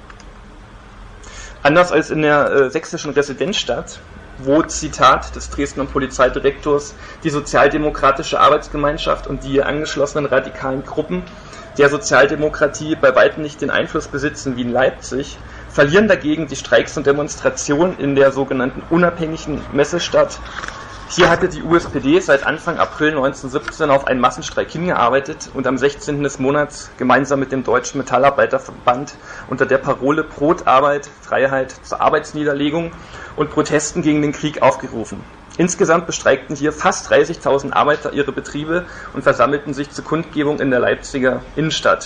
Anders als in der äh, sächsischen Residenzstadt, wo, Zitat des Dresdner Polizeidirektors, die sozialdemokratische Arbeitsgemeinschaft und die angeschlossenen radikalen Gruppen der Sozialdemokratie bei weitem nicht den Einfluss besitzen wie in Leipzig, verlieren dagegen die Streiks und Demonstrationen in der sogenannten unabhängigen Messestadt. Hier hatte die U S P D seit Anfang April neunzehnhundertsiebzehn auf einen Massenstreik hingearbeitet und am sechzehnten des Monats gemeinsam mit dem Deutschen Metallarbeiterverband unter der Parole Brot, Arbeit, Freiheit zur Arbeitsniederlegung und Protesten gegen den Krieg aufgerufen. Insgesamt bestreikten hier fast dreißigtausend Arbeiter ihre Betriebe und versammelten sich zur Kundgebung in der Leipziger Innenstadt.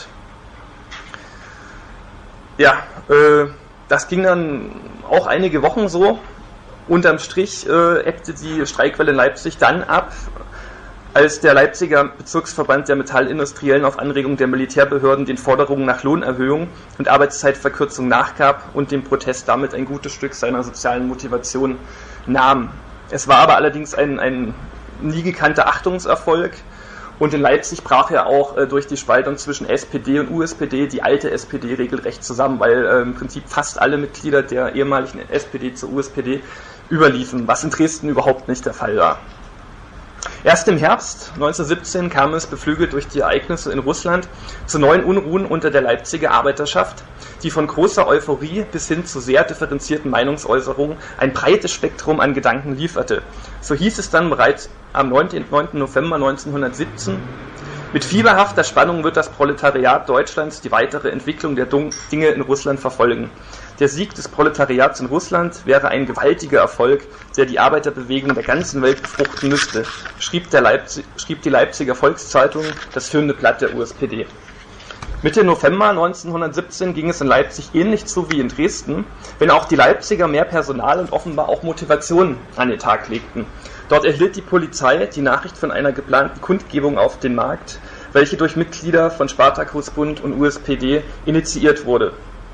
Ja, äh, das ging dann auch einige Wochen so. Unterm Strich äh, ebbte die Streikwelle in Leipzig dann ab, als der Leipziger Bezirksverband der Metallindustriellen auf Anregung der Militärbehörden den Forderungen nach Lohnerhöhung und Arbeitszeitverkürzung nachgab und dem Protest damit ein gutes Stück seiner sozialen Motivation nahm. Es war aber allerdings ein, ein nie gekannter Achtungserfolg und in Leipzig brach ja auch äh, durch die Spaltung zwischen S P D und U S P D die alte S P D regelrecht zusammen, weil äh, im Prinzip fast alle Mitglieder der ehemaligen S P D zur U S P D überliefen, was in Dresden überhaupt nicht der Fall war. Erst im Herbst neunzehnhundertsiebzehn kam es, beflügelt durch die Ereignisse in Russland, zu neuen Unruhen unter der Leipziger Arbeiterschaft, die von großer Euphorie bis hin zu sehr differenzierten Meinungsäußerungen ein breites Spektrum an Gedanken lieferte. So hieß es dann bereits am neunten November neunzehnhundertsiebzehn: Mit fieberhafter Spannung wird das Proletariat Deutschlands die weitere Entwicklung der Dinge in Russland verfolgen. Der Sieg des Proletariats in Russland wäre ein gewaltiger Erfolg, der die Arbeiterbewegung der ganzen Welt befruchten müsste, schrieb, der Leipzig, schrieb die Leipziger Volkszeitung, das führende Blatt der U S P D. Mitte November neunzehnhundertsiebzehn ging es in Leipzig ähnlich zu wie in Dresden, wenn auch die Leipziger mehr Personal und offenbar auch Motivation an den Tag legten. Dort erhielt die Polizei die Nachricht von einer geplanten Kundgebung auf den Markt, welche durch Mitglieder von Spartakusbund und U S P D initiiert wurde.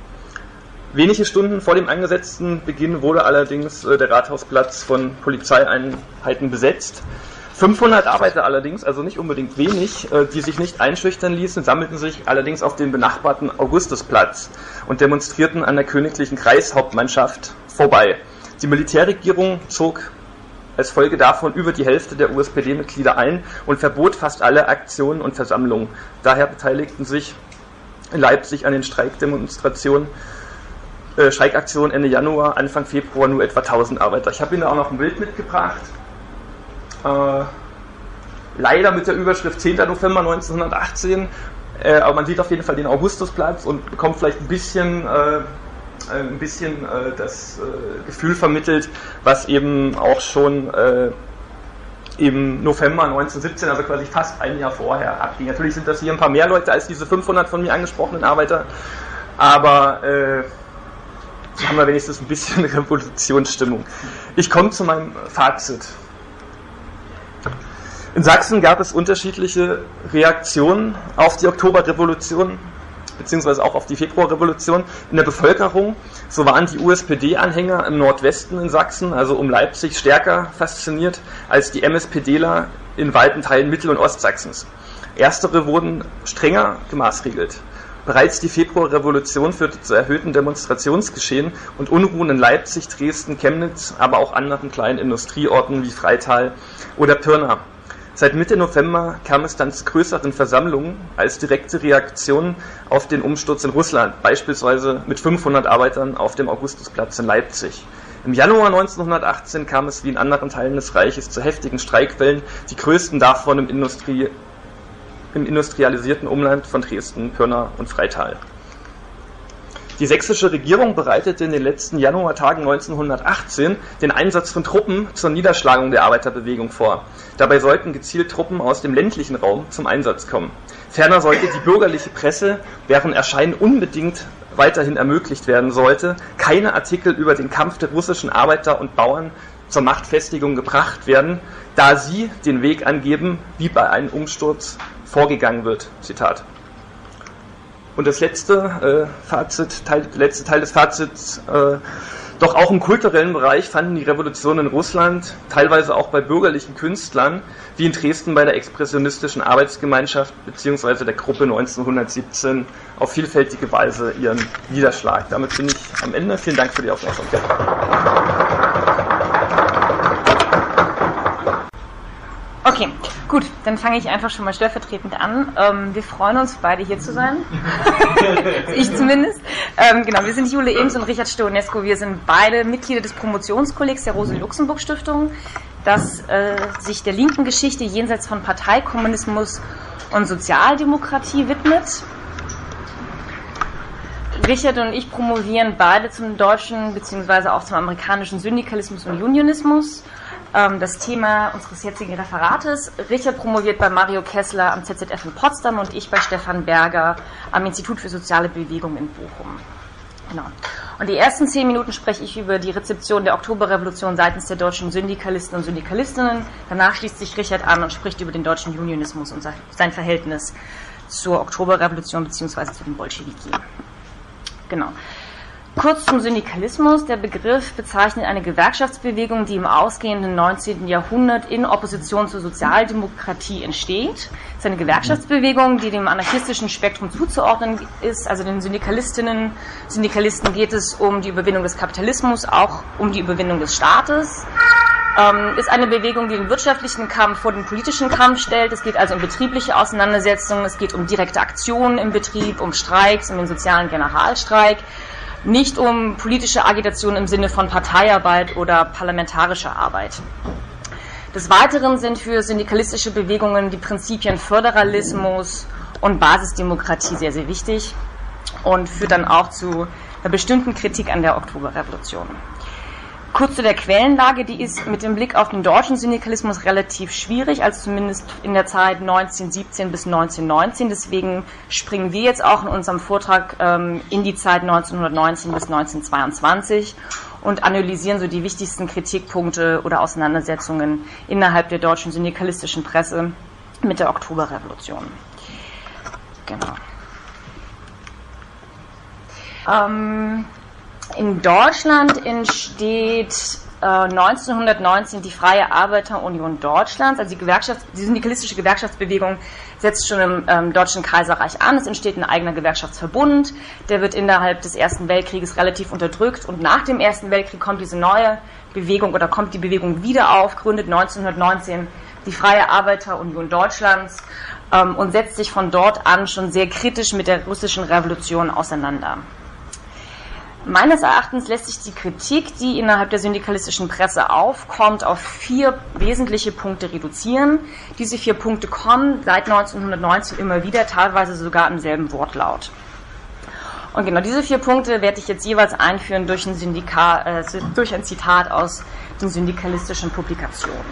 Wenige Stunden vor dem angesetzten Beginn wurde allerdings äh, der Rathausplatz von Polizeieinheiten besetzt. fünfhundert Arbeiter allerdings, also nicht unbedingt wenig, äh, die sich nicht einschüchtern ließen, sammelten sich allerdings auf dem benachbarten Augustusplatz und demonstrierten an der königlichen Kreishauptmannschaft vorbei. Die Militärregierung zog als Folge davon über die Hälfte der U S P D-Mitglieder ein und verbot fast alle Aktionen und Versammlungen. Daher beteiligten sich in Leipzig an den Streikdemonstrationen Äh, Streikaktion Ende Januar, Anfang Februar nur etwa tausend Arbeiter. Ich habe Ihnen da auch noch ein Bild mitgebracht. Äh, leider mit der Überschrift zehnten November neunzehnhundertachtzehn, äh, aber man sieht auf jeden Fall den Augustusplatz und bekommt vielleicht ein bisschen, äh, ein bisschen äh, das äh, Gefühl vermittelt, was eben auch schon äh, im November neunzehnhundertsiebzehn, also quasi fast ein Jahr vorher, abging. Natürlich sind das hier ein paar mehr Leute als diese fünfhundert von mir angesprochenen Arbeiter, aber äh, so haben wir wenigstens ein bisschen Revolutionsstimmung. Ich komme zu meinem Fazit. In Sachsen gab es unterschiedliche Reaktionen auf die Oktoberrevolution, beziehungsweise auch auf die Februarrevolution in der Bevölkerung. So waren die U S P D-Anhänger im Nordwesten in Sachsen, also um Leipzig, stärker fasziniert als die M S P Dler in weiten Teilen Mittel- und Ostsachsens. Erstere wurden strenger gemaßregelt. Bereits die Februarrevolution führte zu erhöhten Demonstrationsgeschehen und Unruhen in Leipzig, Dresden, Chemnitz, aber auch anderen kleinen Industrieorten wie Freital oder Pirna. Seit Mitte November kam es dann zu größeren Versammlungen als direkte Reaktion auf den Umsturz in Russland, beispielsweise mit fünfhundert Arbeitern auf dem Augustusplatz in Leipzig. Im Januar neunzehnhundertachtzehn kam es wie in anderen Teilen des Reiches zu heftigen Streikwellen, die größten davon im Industrie im industrialisierten Umland von Dresden, Pirna und Freital. Die sächsische Regierung bereitete in den letzten Januartagen neunzehnhundertachtzehn den Einsatz von Truppen zur Niederschlagung der Arbeiterbewegung vor. Dabei sollten gezielt Truppen aus dem ländlichen Raum zum Einsatz kommen. Ferner sollte die bürgerliche Presse deren Erscheinen unbedingt weiterhin ermöglicht werden sollte, keine Artikel über den Kampf der russischen Arbeiter und Bauern zur Machtfestigung gebracht werden, da sie den Weg angeben, wie bei einem Umsturz vorgegangen wird. Zitat. Und das letzte äh, Fazit, Teil, der letzte Teil des Fazits, äh, doch auch im kulturellen Bereich fanden die Revolutionen in Russland, teilweise auch bei bürgerlichen Künstlern, wie in Dresden bei der expressionistischen Arbeitsgemeinschaft bzw. der Gruppe neunzehnhundertsiebzehn, auf vielfältige Weise ihren Niederschlag. Damit bin ich am Ende. Vielen Dank für die Aufmerksamkeit. Okay, gut, dann fange ich einfach schon mal stellvertretend an. Ähm, wir freuen uns, beide hier zu sein. Ich zumindest. Ähm, genau, wir sind Jule Ems und Richard Stonescu. Wir sind beide Mitglieder des Promotionskollegs der Rosa-Luxemburg-Stiftung, das äh, sich der linken Geschichte jenseits von Parteikommunismus und Sozialdemokratie widmet. Richard und ich promovieren beide zum deutschen bzw. auch zum amerikanischen Syndikalismus und Unionismus. Das Thema unseres jetzigen Referates. Richard promoviert bei Mario Kessler am Z Z F in Potsdam und ich bei Stefan Berger am Institut für soziale Bewegung in Bochum. Genau. Und die ersten zehn Minuten spreche ich über die Rezeption der Oktoberrevolution seitens der deutschen Syndikalisten und Syndikalistinnen. Danach schließt sich Richard an und spricht über den deutschen Unionismus und sein Verhältnis zur Oktoberrevolution bzw. zu den Bolschewiki. Genau. Kurz zum Syndikalismus. Der Begriff bezeichnet eine Gewerkschaftsbewegung, die im ausgehenden neunzehnten Jahrhundert in Opposition zur Sozialdemokratie entsteht. Es ist eine Gewerkschaftsbewegung, die dem anarchistischen Spektrum zuzuordnen ist. Also den Syndikalistinnen, Syndikalisten geht es um die Überwindung des Kapitalismus, auch um die Überwindung des Staates. Ähm, ist eine Bewegung, die den wirtschaftlichen Kampf vor den politischen Kampf stellt. Es geht also um betriebliche Auseinandersetzungen, es geht um direkte Aktionen im Betrieb, um Streiks, um den sozialen Generalstreik. Nicht um politische Agitation im Sinne von Parteiarbeit oder parlamentarischer Arbeit. Des Weiteren sind für syndikalistische Bewegungen die Prinzipien Föderalismus und Basisdemokratie sehr, sehr wichtig und führt dann auch zu einer bestimmten Kritik an der Oktoberrevolution. Kurz zu der Quellenlage, die ist mit dem Blick auf den deutschen Syndikalismus relativ schwierig, also zumindest in der Zeit neunzehnhundertsiebzehn bis neunzehnhundertneunzehn. Deswegen springen wir jetzt auch in unserem Vortrag ähm, in die Zeit neunzehnhundertneunzehn bis neunzehnhundertzweiundzwanzig und analysieren so die wichtigsten Kritikpunkte oder Auseinandersetzungen innerhalb der deutschen syndikalistischen Presse mit der Oktoberrevolution. Genau. Ähm, In Deutschland entsteht äh, neunzehnhundertneunzehn die Freie Arbeiterunion Deutschlands, also die, Gewerkschafts-, die syndikalistische Gewerkschaftsbewegung setzt schon im ähm, Deutschen Kaiserreich an. Es entsteht ein eigener Gewerkschaftsverbund, der wird innerhalb des Ersten Weltkrieges relativ unterdrückt und nach dem Ersten Weltkrieg kommt diese neue Bewegung oder kommt die Bewegung wieder auf, gründet neunzehnhundertneunzehn die Freie Arbeiterunion Deutschlands ähm, und setzt sich von dort an schon sehr kritisch mit der russischen Revolution auseinander. Meines Erachtens lässt sich die Kritik, die innerhalb der syndikalistischen Presse aufkommt, auf vier wesentliche Punkte reduzieren. Diese vier Punkte kommen seit neunzehnhundertneunzehn immer wieder, teilweise sogar im selben Wortlaut. Und genau diese vier Punkte werde ich jetzt jeweils einführen durch ein, Syndika, äh, durch ein Zitat aus den syndikalistischen Publikationen.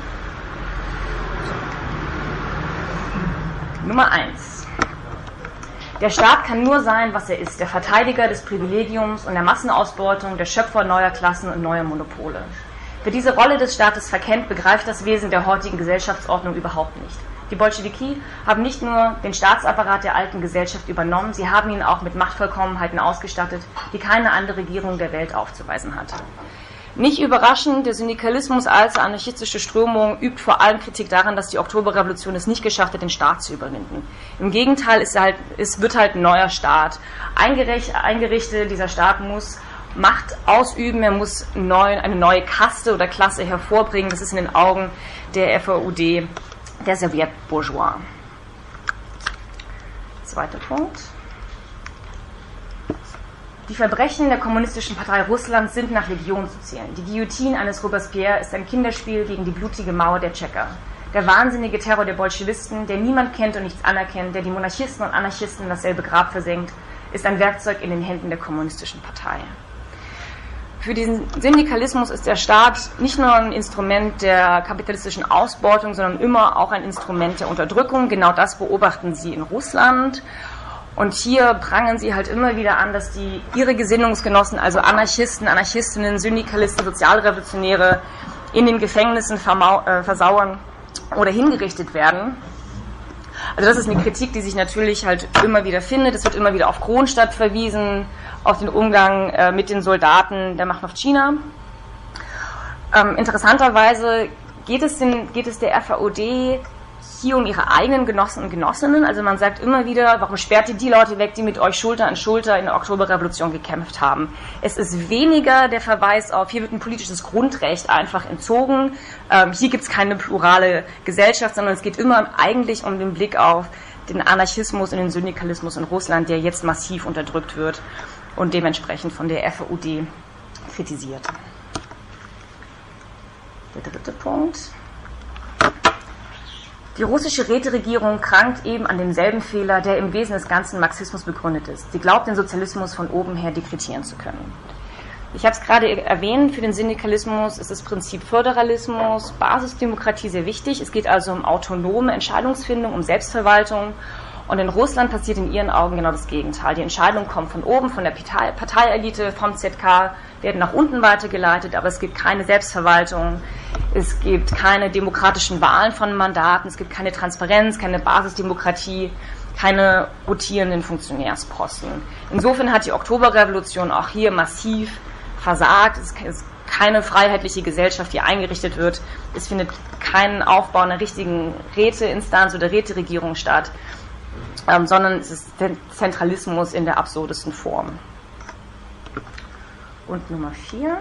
Nummer eins. Der Staat kann nur sein, was er ist, der Verteidiger des Privilegiums und der Massenausbeutung, der Schöpfer neuer Klassen und neuer Monopole. Wer diese Rolle des Staates verkennt, begreift das Wesen der heutigen Gesellschaftsordnung überhaupt nicht. Die Bolschewiki haben nicht nur den Staatsapparat der alten Gesellschaft übernommen, sie haben ihn auch mit Machtvollkommenheiten ausgestattet, die keine andere Regierung der Welt aufzuweisen hat. Nicht überraschend, der Syndikalismus als anarchistische Strömung übt vor allem Kritik daran, dass die Oktoberrevolution es nicht geschafft hat, den Staat zu überwinden. Im Gegenteil, es, halt, es wird halt ein neuer Staat eingerichtet. Dieser Staat muss Macht ausüben, er muss neu, eine neue Kaste oder Klasse hervorbringen. Das ist in den Augen der F V U D der Sowjetbourgeois. Zweiter Punkt. Die Verbrechen der Kommunistischen Partei Russlands sind nach Legion zu zählen. Die Guillotine eines Robespierre ist ein Kinderspiel gegen die blutige Mauer der Tschecher. Der wahnsinnige Terror der Bolschewisten, der niemand kennt und nichts anerkennt, der die Monarchisten und Anarchisten in dasselbe Grab versenkt, ist ein Werkzeug in den Händen der Kommunistischen Partei. Für diesen Syndikalismus ist der Staat nicht nur ein Instrument der kapitalistischen Ausbeutung, sondern immer auch ein Instrument der Unterdrückung. Genau das beobachten sie in Russland. Und hier prangern sie halt immer wieder an, dass die ihre Gesinnungsgenossen, also Anarchisten, Anarchistinnen, Syndikalisten, Sozialrevolutionäre in den Gefängnissen vermau- äh, versauern oder hingerichtet werden. Also das ist eine Kritik, die sich natürlich halt immer wieder findet. Es wird immer wieder auf Kronstadt verwiesen, auf den Umgang äh, mit den Soldaten der Macht auf China. Ähm, interessanterweise geht es, den, geht es der R V O D hier um ihre eigenen Genossen und Genossinnen. Also man sagt immer wieder, warum sperrt ihr die Leute weg, die mit euch Schulter an Schulter in der Oktoberrevolution gekämpft haben. Es ist weniger der Verweis auf, hier wird ein politisches Grundrecht einfach entzogen, ähm, hier gibt es keine plurale Gesellschaft, sondern es geht immer eigentlich um den Blick auf den Anarchismus und den Syndikalismus in Russland, der jetzt massiv unterdrückt wird und dementsprechend von der R V O D kritisiert. Der dritte Punkt. Die russische Räteregierung krankt eben an demselben Fehler, der im Wesen des ganzen Marxismus begründet ist. Sie glaubt, den Sozialismus von oben her dekretieren zu können. Ich habe es gerade erwähnt, für den Syndikalismus ist das Prinzip Föderalismus, Basisdemokratie sehr wichtig. Es geht also um autonome Entscheidungsfindung, um Selbstverwaltung. Und in Russland passiert in ihren Augen genau das Gegenteil. Die Entscheidungen kommen von oben, von der Parteielite, vom Z K, werden nach unten weitergeleitet, aber es gibt keine Selbstverwaltung, es gibt keine demokratischen Wahlen von Mandaten, es gibt keine Transparenz, keine Basisdemokratie, keine rotierenden Funktionärsposten. Insofern hat die Oktoberrevolution auch hier massiv versagt. Es ist keine freiheitliche Gesellschaft, die eingerichtet wird. Es findet kein Aufbau einer richtigen Räteinstanz oder Räteregierung statt, ähm, sondern es ist Zentralismus in der absurdesten Form. Und Nummer vier.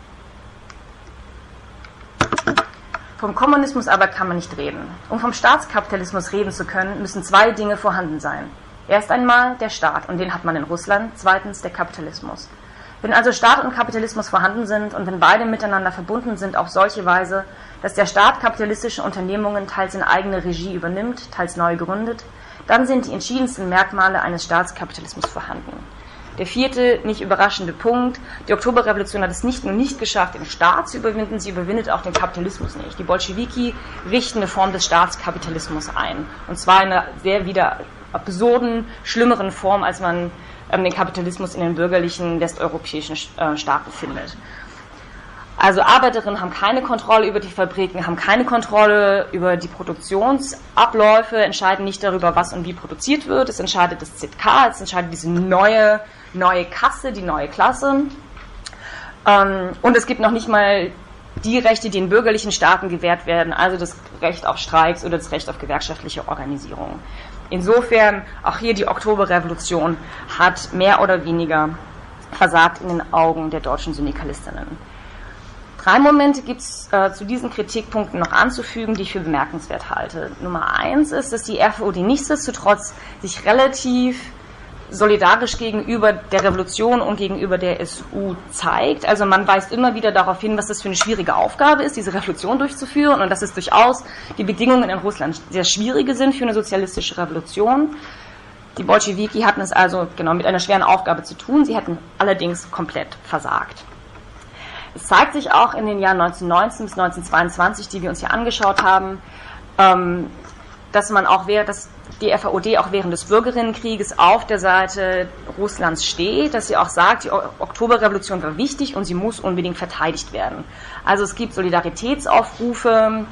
Vom Kommunismus aber kann man nicht reden. Um vom Staatskapitalismus reden zu können, müssen zwei Dinge vorhanden sein. Erst einmal der Staat, und den hat man in Russland. Zweitens der Kapitalismus. Wenn also Staat und Kapitalismus vorhanden sind und wenn beide miteinander verbunden sind auf solche Weise, dass der Staat kapitalistische Unternehmungen teils in eigene Regie übernimmt, teils neu gründet, dann sind die entschiedensten Merkmale eines Staatskapitalismus vorhanden. Der vierte, nicht überraschende Punkt, die Oktoberrevolution hat es nicht nur nicht geschafft, den Staat zu überwinden, sie überwindet auch den Kapitalismus nicht. Die Bolschewiki richten eine Form des Staatskapitalismus ein. Und zwar in einer sehr wieder absurden, schlimmeren Form, als man ähm, den Kapitalismus in den bürgerlichen westeuropäischen äh, Staaten findet. Also Arbeiterinnen haben keine Kontrolle über die Fabriken, haben keine Kontrolle über die Produktionsabläufe, entscheiden nicht darüber, was und wie produziert wird. Es entscheidet das Z K, es entscheidet diese neue, neue Kasse, die neue Klasse. Ähm, und es gibt noch nicht mal die Rechte, die in bürgerlichen Staaten gewährt werden, also das Recht auf Streiks oder das Recht auf gewerkschaftliche Organisierung. Insofern, auch hier die Oktoberrevolution hat mehr oder weniger versagt in den Augen der deutschen Syndikalistinnen. Drei Momente gibt es äh, zu diesen Kritikpunkten noch anzufügen, die ich für bemerkenswert halte. Nummer eins ist, dass die R V O D nichtsdestotrotz sich relativ solidarisch gegenüber der Revolution und gegenüber der S U zeigt. Also man weist immer wieder darauf hin, was das für eine schwierige Aufgabe ist, diese Revolution durchzuführen und dass es durchaus die Bedingungen in Russland sehr schwierige sind für eine sozialistische Revolution. Die Bolschewiki hatten es also genau mit einer schweren Aufgabe zu tun, sie hätten allerdings komplett versagt. Es zeigt sich auch in den Jahren neunzehnhundertneunzehn bis neunzehnhundertzweiundzwanzig, die wir uns hier angeschaut haben, dass man auch während, dass die R V O D auch während des Bürgerinnenkrieges auf der Seite Russlands steht, dass sie auch sagt, die Oktoberrevolution war wichtig und sie muss unbedingt verteidigt werden. Also es gibt Solidaritätsaufrufe,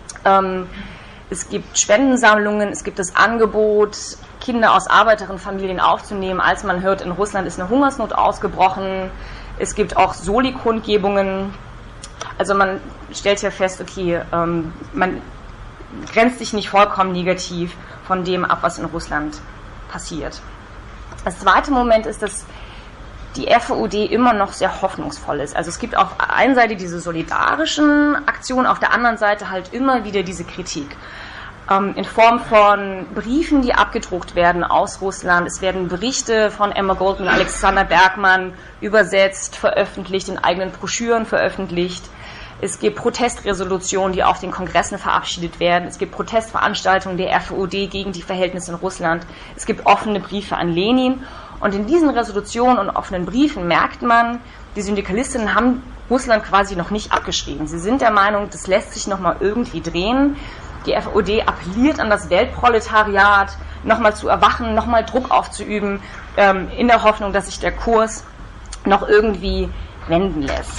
es gibt Spendensammlungen, es gibt das Angebot, Kinder aus Arbeiterinnenfamilien aufzunehmen, als man hört, in Russland ist eine Hungersnot ausgebrochen. Es gibt auch Soli-Kundgebungen. Also man stellt ja fest, okay, ähm, man grenzt sich nicht vollkommen negativ von dem ab, was in Russland passiert. Das zweite Moment ist, dass die R V O D immer noch sehr hoffnungsvoll ist. Also es gibt auf der einen Seite diese solidarischen Aktionen, auf der anderen Seite halt immer wieder diese Kritik. In Form von Briefen, die abgedruckt werden aus Russland. Es werden Berichte von Emma Goldman, Alexander Bergmann übersetzt, veröffentlicht, in eigenen Broschüren veröffentlicht. Es gibt Protestresolutionen, die auf den Kongressen verabschiedet werden. Es gibt Protestveranstaltungen der R V O D gegen die Verhältnisse in Russland. Es gibt offene Briefe an Lenin. Und in diesen Resolutionen und offenen Briefen merkt man, die Syndikalistinnen haben Russland quasi noch nicht abgeschrieben. Sie sind der Meinung, das lässt sich noch mal irgendwie drehen. Die R V O D appelliert an das Weltproletariat nochmal zu erwachen, nochmal Druck aufzuüben, ähm, in der Hoffnung, dass sich der Kurs noch irgendwie wenden lässt.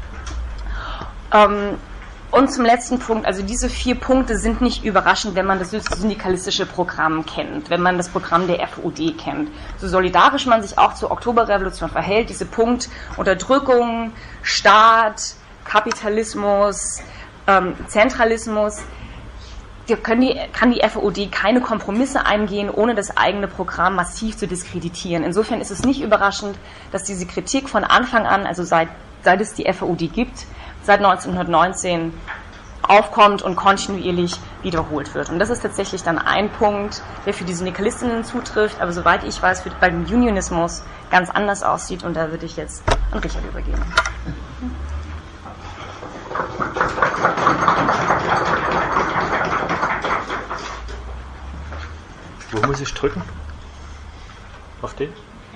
Ähm, und zum letzten Punkt, also diese vier Punkte sind nicht überraschend, wenn man das syndikalistische Programm kennt, wenn man das Programm der F U D kennt. So solidarisch man sich auch zur Oktoberrevolution verhält, diese Punkt Unterdrückung, Staat, Kapitalismus, ähm, Zentralismus, Können die, kann die F U D keine Kompromisse eingehen, ohne das eigene Programm massiv zu diskreditieren. Insofern ist es nicht überraschend, dass diese Kritik von Anfang an, also seit, seit es die F U D gibt, seit neunzehnhundertneunzehn aufkommt und kontinuierlich wiederholt wird. Und das ist tatsächlich dann ein Punkt, der für die Syndikalistinnen zutrifft, aber soweit ich weiß, für, beim Unionismus ganz anders aussieht, und da würde ich jetzt an Richard übergeben. Wo muss ich drücken? Auf den? Ja.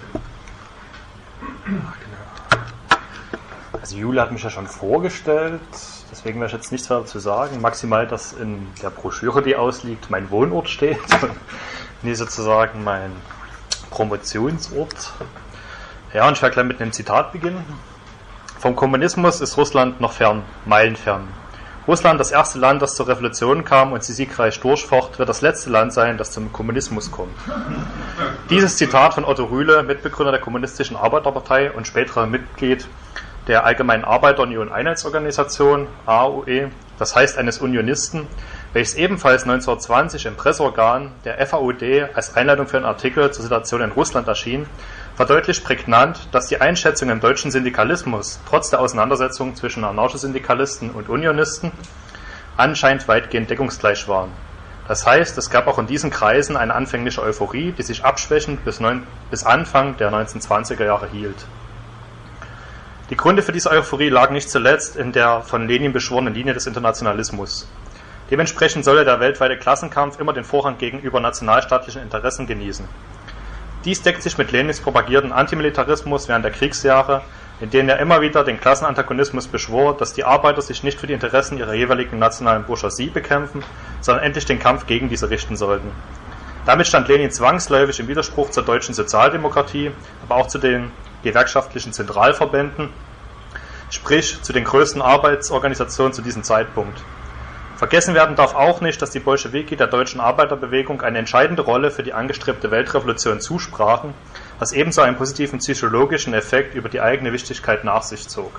Also Jule hat mich ja schon vorgestellt, deswegen werde ich jetzt nichts weiter zu sagen. Maximal, dass in der Broschüre, die ausliegt, mein Wohnort steht. Nee, sozusagen mein Promotionsort. Ja, und ich werde gleich mit einem Zitat beginnen. Vom Kommunismus ist Russland noch fern, meilenfern. Russland, das erste Land, das zur Revolution kam und sie siegreich durchfocht, wird das letzte Land sein, das zum Kommunismus kommt. Dieses Zitat von Otto Rühle, Mitbegründer der Kommunistischen Arbeiterpartei und späterer Mitglied der Allgemeinen Arbeiter-Union Einheitsorganisation, A U E, das heißt eines Unionisten, welches ebenfalls neunzehnhundertzwanzig im Presseorgan der F A U D als Einleitung für einen Artikel zur Situation in Russland erschien, verdeutlicht prägnant, dass die Einschätzung im deutschen Syndikalismus trotz der Auseinandersetzung zwischen Anarchosyndikalisten und Unionisten anscheinend weitgehend deckungsgleich waren. Das heißt, es gab auch in diesen Kreisen eine anfängliche Euphorie, die sich abschwächend bis, neun, bis Anfang der neunzehnhundertzwanziger Jahre hielt. Die Gründe für diese Euphorie lagen nicht zuletzt in der von Lenin beschworenen Linie des Internationalismus. Dementsprechend solle der weltweite Klassenkampf immer den Vorrang gegenüber nationalstaatlichen Interessen genießen. Dies deckt sich mit Lenins propagierten Antimilitarismus während der Kriegsjahre, in denen er immer wieder den Klassenantagonismus beschwor, dass die Arbeiter sich nicht für die Interessen ihrer jeweiligen nationalen Bourgeoisie bekämpfen, sondern endlich den Kampf gegen diese richten sollten. Damit stand Lenin zwangsläufig im Widerspruch zur deutschen Sozialdemokratie, aber auch zu den gewerkschaftlichen Zentralverbänden, sprich zu den größten Arbeitsorganisationen zu diesem Zeitpunkt. Vergessen werden darf auch nicht, dass die Bolschewiki der deutschen Arbeiterbewegung eine entscheidende Rolle für die angestrebte Weltrevolution zusprachen, was ebenso einen positiven psychologischen Effekt über die eigene Wichtigkeit nach sich zog.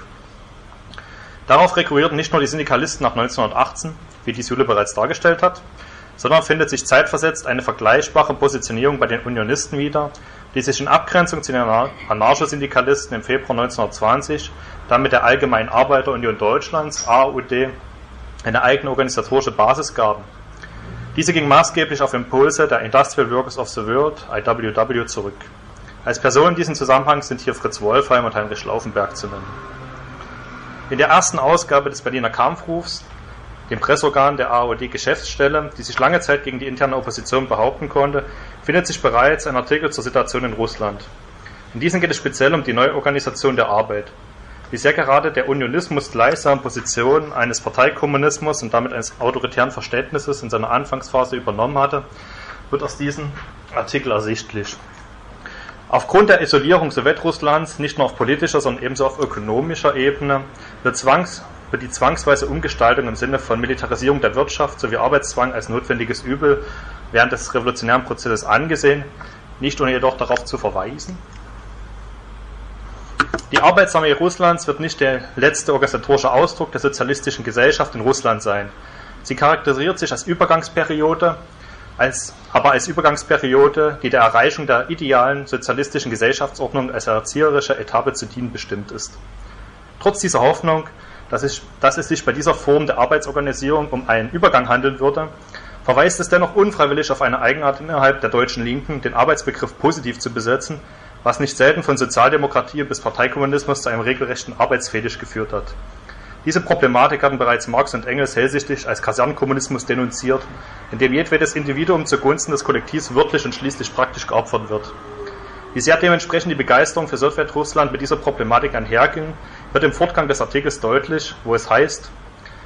Darauf rekurrierten nicht nur die Syndikalisten nach neunzehnhundertachtzehn, wie dies Jule bereits dargestellt hat, sondern findet sich zeitversetzt eine vergleichbare Positionierung bei den Unionisten wieder, die sich in Abgrenzung zu den Anarchosyndikalisten im Februar neunzehnhundertzwanzig dann mit der Allgemeinen Arbeiter-Union Deutschlands, A U D, eine eigene organisatorische Basis gaben. Diese ging maßgeblich auf Impulse der Industrial Workers of the World, I W W, zurück. Als Personen in diesem Zusammenhang sind hier Fritz Wolfheim und Heinrich Laufenberg zu nennen. In der ersten Ausgabe des Berliner Kampfrufs, dem Presseorgan der A U D-Geschäftsstelle, die sich lange Zeit gegen die interne Opposition behaupten konnte, findet sich bereits ein Artikel zur Situation in Russland. In diesem geht es speziell um die Neuorganisation der Arbeit. Wie sehr gerade der Unionismus gleichsam Positionen eines Parteikommunismus und damit eines autoritären Verständnisses in seiner Anfangsphase übernommen hatte, wird aus diesem Artikel ersichtlich. Aufgrund der Isolierung Sowjetrusslands, nicht nur auf politischer, sondern ebenso auf ökonomischer Ebene, wird, zwangs, wird die zwangsweise Umgestaltung im Sinne von Militarisierung der Wirtschaft sowie Arbeitszwang als notwendiges Übel während des revolutionären Prozesses angesehen, nicht ohne jedoch darauf zu verweisen. Die Arbeitsarmee Russlands wird nicht der letzte organisatorische Ausdruck der sozialistischen Gesellschaft in Russland sein. Sie charakterisiert sich als Übergangsperiode, als, aber als Übergangsperiode, die der Erreichung der idealen sozialistischen Gesellschaftsordnung als erzieherische Etappe zu dienen bestimmt ist. Trotz dieser Hoffnung, dass es, dass es sich bei dieser Form der Arbeitsorganisierung um einen Übergang handeln würde, verweist es dennoch unfreiwillig auf eine Eigenart innerhalb der deutschen Linken, den Arbeitsbegriff positiv zu besetzen, was nicht selten von Sozialdemokratie bis Parteikommunismus zu einem regelrechten Arbeitsfetisch geführt hat. Diese Problematik hatten bereits Marx und Engels hellsichtig als Kasernenkommunismus denunziert, in dem jedwedes Individuum zugunsten des Kollektivs wörtlich und schließlich praktisch geopfert wird. Wie sehr dementsprechend die Begeisterung für Sowjetrussland mit dieser Problematik einherging, wird im Fortgang des Artikels deutlich, wo es heißt: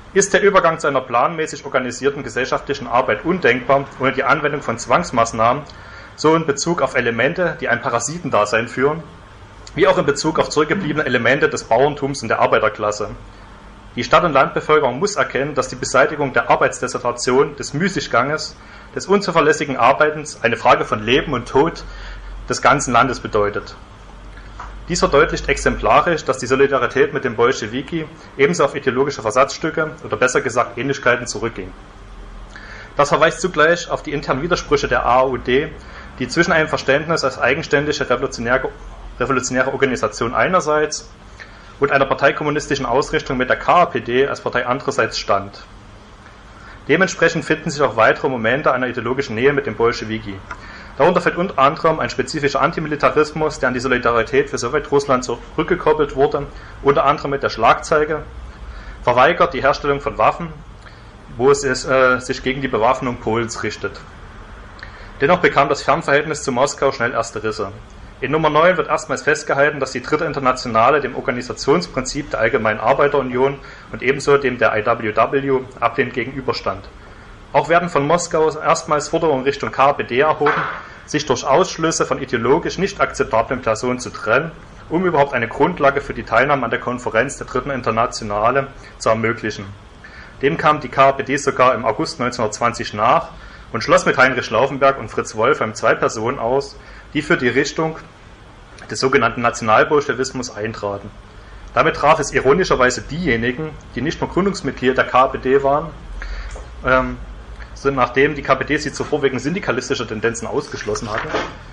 ist der Übergang zu einer planmäßig organisierten gesellschaftlichen Arbeit undenkbar ohne die Anwendung von Zwangsmaßnahmen, so in Bezug auf Elemente, die ein Parasitendasein führen, wie auch in Bezug auf zurückgebliebene Elemente des Bauerntums und der Arbeiterklasse. Die Stadt- und Landbevölkerung muss erkennen, dass die Beseitigung der Arbeitsdesertation, des Müßigganges, des unzuverlässigen Arbeitens eine Frage von Leben und Tod des ganzen Landes bedeutet. Dies verdeutlicht exemplarisch, dass die Solidarität mit den Bolschewiki ebenso auf ideologische Versatzstücke oder besser gesagt Ähnlichkeiten zurückging. Das verweist zugleich auf die internen Widersprüche der A O D, die zwischen einem Verständnis als eigenständige revolutionäre, revolutionäre Organisation einerseits und einer parteikommunistischen Ausrichtung mit der K A P D als Partei andererseits stand. Dementsprechend finden sich auch weitere Momente einer ideologischen Nähe mit den Bolschewiki. Darunter fällt unter anderem ein spezifischer Antimilitarismus, der an die Solidarität für Sowjetrussland zurückgekoppelt wurde, unter anderem mit der Schlagzeile verweigert die Herstellung von Waffen, wo es äh, sich gegen die Bewaffnung Polens richtet. Dennoch bekam das Fernverhältnis zu Moskau schnell erste Risse. In Nummer neun wird erstmals festgehalten, dass die Dritte Internationale dem Organisationsprinzip der Allgemeinen Arbeiterunion und ebenso dem der I W W ablehnend gegenüberstand. Auch werden von Moskau erstmals Forderungen Richtung K P D erhoben, sich durch Ausschlüsse von ideologisch nicht akzeptablen Personen zu trennen, um überhaupt eine Grundlage für die Teilnahme an der Konferenz der Dritten Internationale zu ermöglichen. Dem kam die K P D sogar im August neunzehnhundertzwanzig nach und schloss mit Heinrich Laufenberg und Fritz Wolfheim zwei Personen aus, die für die Richtung des sogenannten Nationalbolschewismus eintraten. Damit traf es ironischerweise diejenigen, die nicht nur Gründungsmitglieder der K P D waren, ähm, sind, nachdem die K P D sie zuvor wegen syndikalistischer Tendenzen ausgeschlossen hatte,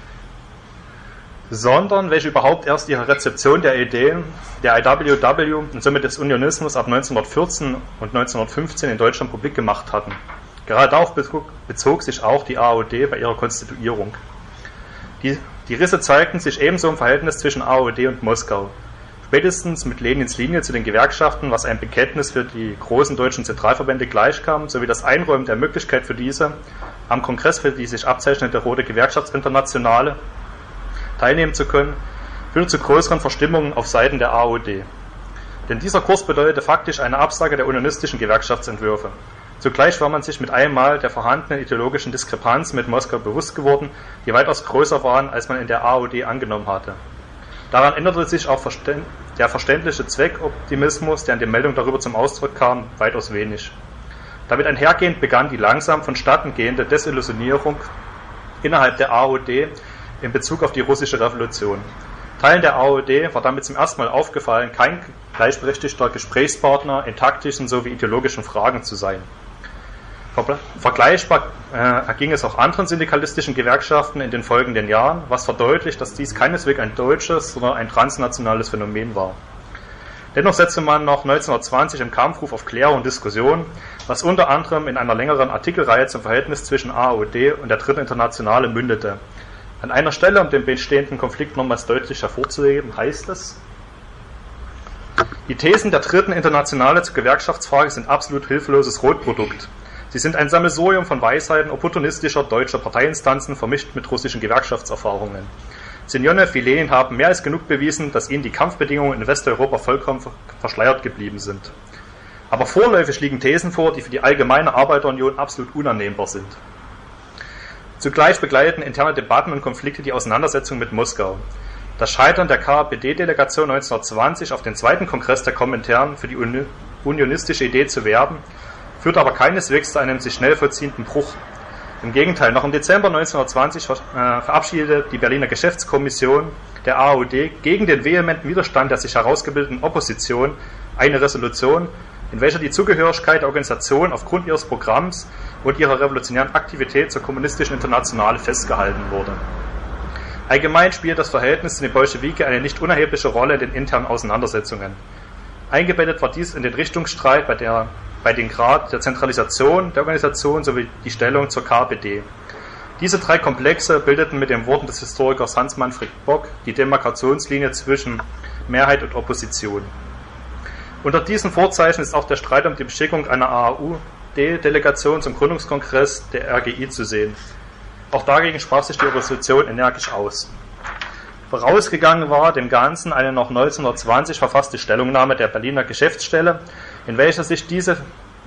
sondern welche überhaupt erst ihre Rezeption der Ideen der I W W und somit des Unionismus ab neunzehnhundertvierzehn und neunzehnhundertfünfzehn in Deutschland publik gemacht hatten. Gerade darauf bezog, bezog sich auch die A O D bei ihrer Konstituierung. Die, die Risse zeigten sich ebenso im Verhältnis zwischen A O D und Moskau. Spätestens mit Lenins Linie zu den Gewerkschaften, was ein Bekenntnis für die großen deutschen Zentralverbände gleichkam, sowie das Einräumen der Möglichkeit für diese, am Kongress für die sich abzeichnende Rote Gewerkschaftsinternationale teilnehmen zu können, führte zu größeren Verstimmungen auf Seiten der A O D. Denn dieser Kurs bedeutete faktisch eine Absage der unionistischen Gewerkschaftsentwürfe. Zugleich war man sich mit einmal der vorhandenen ideologischen Diskrepanz mit Moskau bewusst geworden, die weitaus größer waren, als man in der A O D angenommen hatte. Daran änderte sich auch der verständliche Zweckoptimismus, der in der Meldung darüber zum Ausdruck kam, weitaus wenig. Damit einhergehend begann die langsam vonstatten gehende Desillusionierung innerhalb der A O D in Bezug auf die russische Revolution. Teilen der A O D war damit zum ersten Mal aufgefallen, kein gleichberechtigter Gesprächspartner in taktischen sowie ideologischen Fragen zu sein. Vergleichbar äh, erging es auch anderen syndikalistischen Gewerkschaften in den folgenden Jahren, was verdeutlicht, dass dies keineswegs ein deutsches, sondern ein transnationales Phänomen war. Dennoch setzte man noch neunzehnhundertzwanzig im Kampfruf auf Klärung und Diskussion, was unter anderem in einer längeren Artikelreihe zum Verhältnis zwischen A O D und der Dritten Internationale mündete. An einer Stelle, um den bestehenden Konflikt nochmals deutlich hervorzuheben, heißt es: Die Thesen der Dritten Internationale zur Gewerkschaftsfrage sind absolut hilfloses Rotprodukt. Sie sind ein Sammelsurium von Weisheiten opportunistischer deutscher Parteiinstanzen vermischt mit russischen Gewerkschaftserfahrungen. Semjonow wie Lenin haben mehr als genug bewiesen, dass ihnen die Kampfbedingungen in Westeuropa vollkommen verschleiert geblieben sind. Aber vorläufig liegen Thesen vor, die für die allgemeine Arbeiterunion absolut unannehmbar sind. Zugleich begleiten interne Debatten und Konflikte die Auseinandersetzung mit Moskau. Das Scheitern der K P D-Delegation neunzehnhundertzwanzig auf den zweiten Kongress der Komintern für die unionistische Idee zu werben, führte aber keineswegs zu einem sich schnell vollziehenden Bruch. Im Gegenteil, noch im Dezember neunzehnhundertzwanzig verabschiedete die Berliner Geschäftskommission der A O D gegen den vehementen Widerstand der sich herausgebildeten Opposition eine Resolution, in welcher die Zugehörigkeit der Organisation aufgrund ihres Programms und ihrer revolutionären Aktivität zur kommunistischen Internationale festgehalten wurde. Allgemein spielt das Verhältnis zu den Bolschewiki eine nicht unerhebliche Rolle in den internen Auseinandersetzungen. Eingebettet war dies in den Richtungsstreit bei der bei den Grad der Zentralisation der Organisation sowie die Stellung zur K P D. Diese drei Komplexe bildeten mit den Worten des Historikers Hans-Manfred Bock die Demarkationslinie zwischen Mehrheit und Opposition. Unter diesen Vorzeichen ist auch der Streit um die Beschickung einer A U D-Delegation zum Gründungskongress der R G I zu sehen. Auch dagegen sprach sich die Opposition energisch aus. Vorausgegangen war dem Ganzen eine noch neunzehnhundertzwanzig verfasste Stellungnahme der Berliner Geschäftsstelle, in welcher sich diese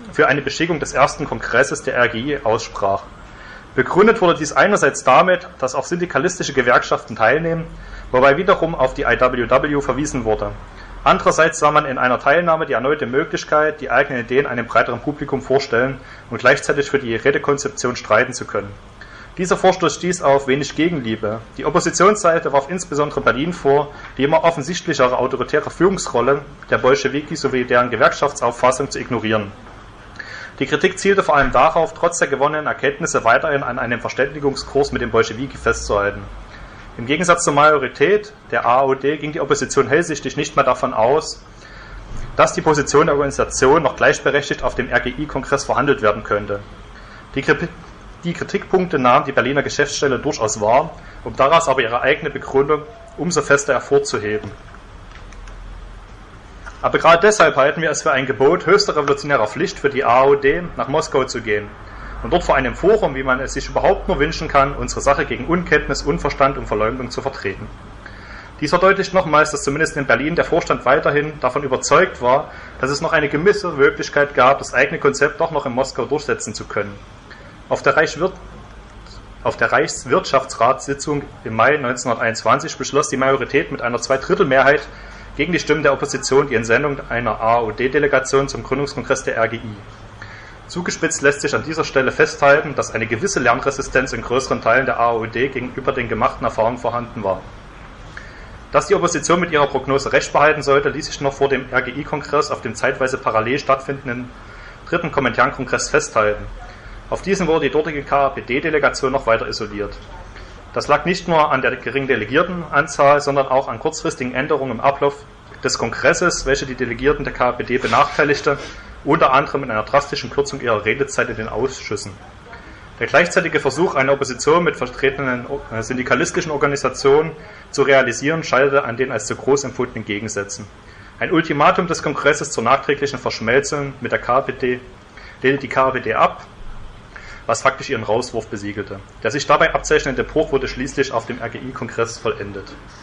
für eine Beschickung des ersten Kongresses der R G I aussprach. Begründet wurde dies einerseits damit, dass auch syndikalistische Gewerkschaften teilnehmen, wobei wiederum auf die I W W verwiesen wurde. Andererseits sah man in einer Teilnahme die erneute Möglichkeit, die eigenen Ideen einem breiteren Publikum vorstellen und gleichzeitig für die Redekonzeption streiten zu können. Dieser Vorstoß stieß auf wenig Gegenliebe. Die Oppositionsseite warf insbesondere Berlin vor, die immer offensichtlichere autoritäre Führungsrolle der Bolschewiki sowie deren Gewerkschaftsauffassung zu ignorieren. Die Kritik zielte vor allem darauf, trotz der gewonnenen Erkenntnisse weiterhin an einem Verständigungskurs mit den Bolschewiki festzuhalten. Im Gegensatz zur Majorität der A O D ging die Opposition hellsichtig nicht mehr davon aus, dass die Position der Organisation noch gleichberechtigt auf dem R G I-Kongress verhandelt werden könnte. Die, die Kritikpunkte nahm die Berliner Geschäftsstelle durchaus wahr, um daraus aber ihre eigene Begründung umso fester hervorzuheben. Aber gerade deshalb halten wir es für ein Gebot höchster revolutionärer Pflicht für die A O D, nach Moskau zu gehen und dort vor einem Forum, wie man es sich überhaupt nur wünschen kann, unsere Sache gegen Unkenntnis, Unverstand und Verleumdung zu vertreten. Dies verdeutlicht nochmals, dass zumindest in Berlin der Vorstand weiterhin davon überzeugt war, dass es noch eine gewisse Möglichkeit gab, das eigene Konzept doch noch in Moskau durchsetzen zu können. Auf der, Reichswir- auf der Reichswirtschaftsratssitzung im Mai neunzehnhunderteinundzwanzig beschloss die Majorität mit einer Zweidrittelmehrheit gegen die Stimmen der Opposition die Entsendung einer A O D-Delegation zum Gründungskongress der R G I. Zugespitzt lässt sich an dieser Stelle festhalten, dass eine gewisse Lernresistenz in größeren Teilen der A O D gegenüber den gemachten Erfahrungen vorhanden war. Dass die Opposition mit ihrer Prognose recht behalten sollte, ließ sich noch vor dem R G I-Kongress auf dem zeitweise parallel stattfindenden dritten Komintern-Kongress festhalten. Auf diesen wurde die dortige K A P D-Delegation noch weiter isoliert. Das lag nicht nur an der geringen Delegiertenanzahl, sondern auch an kurzfristigen Änderungen im Ablauf des Kongresses, welche die Delegierten der K A P D benachteiligte, unter anderem in einer drastischen Kürzung ihrer Redezeit in den Ausschüssen. Der gleichzeitige Versuch, eine Opposition mit vertretenen syndikalistischen Organisationen zu realisieren, scheiterte an den als zu groß empfundenen Gegensätzen. Ein Ultimatum des Kongresses zur nachträglichen Verschmelzung mit der K A P D lehnte die K A P D ab, was faktisch ihren Rauswurf besiegelte. Der sich dabei abzeichnende Bruch wurde schließlich auf dem R G I-Kongress vollendet.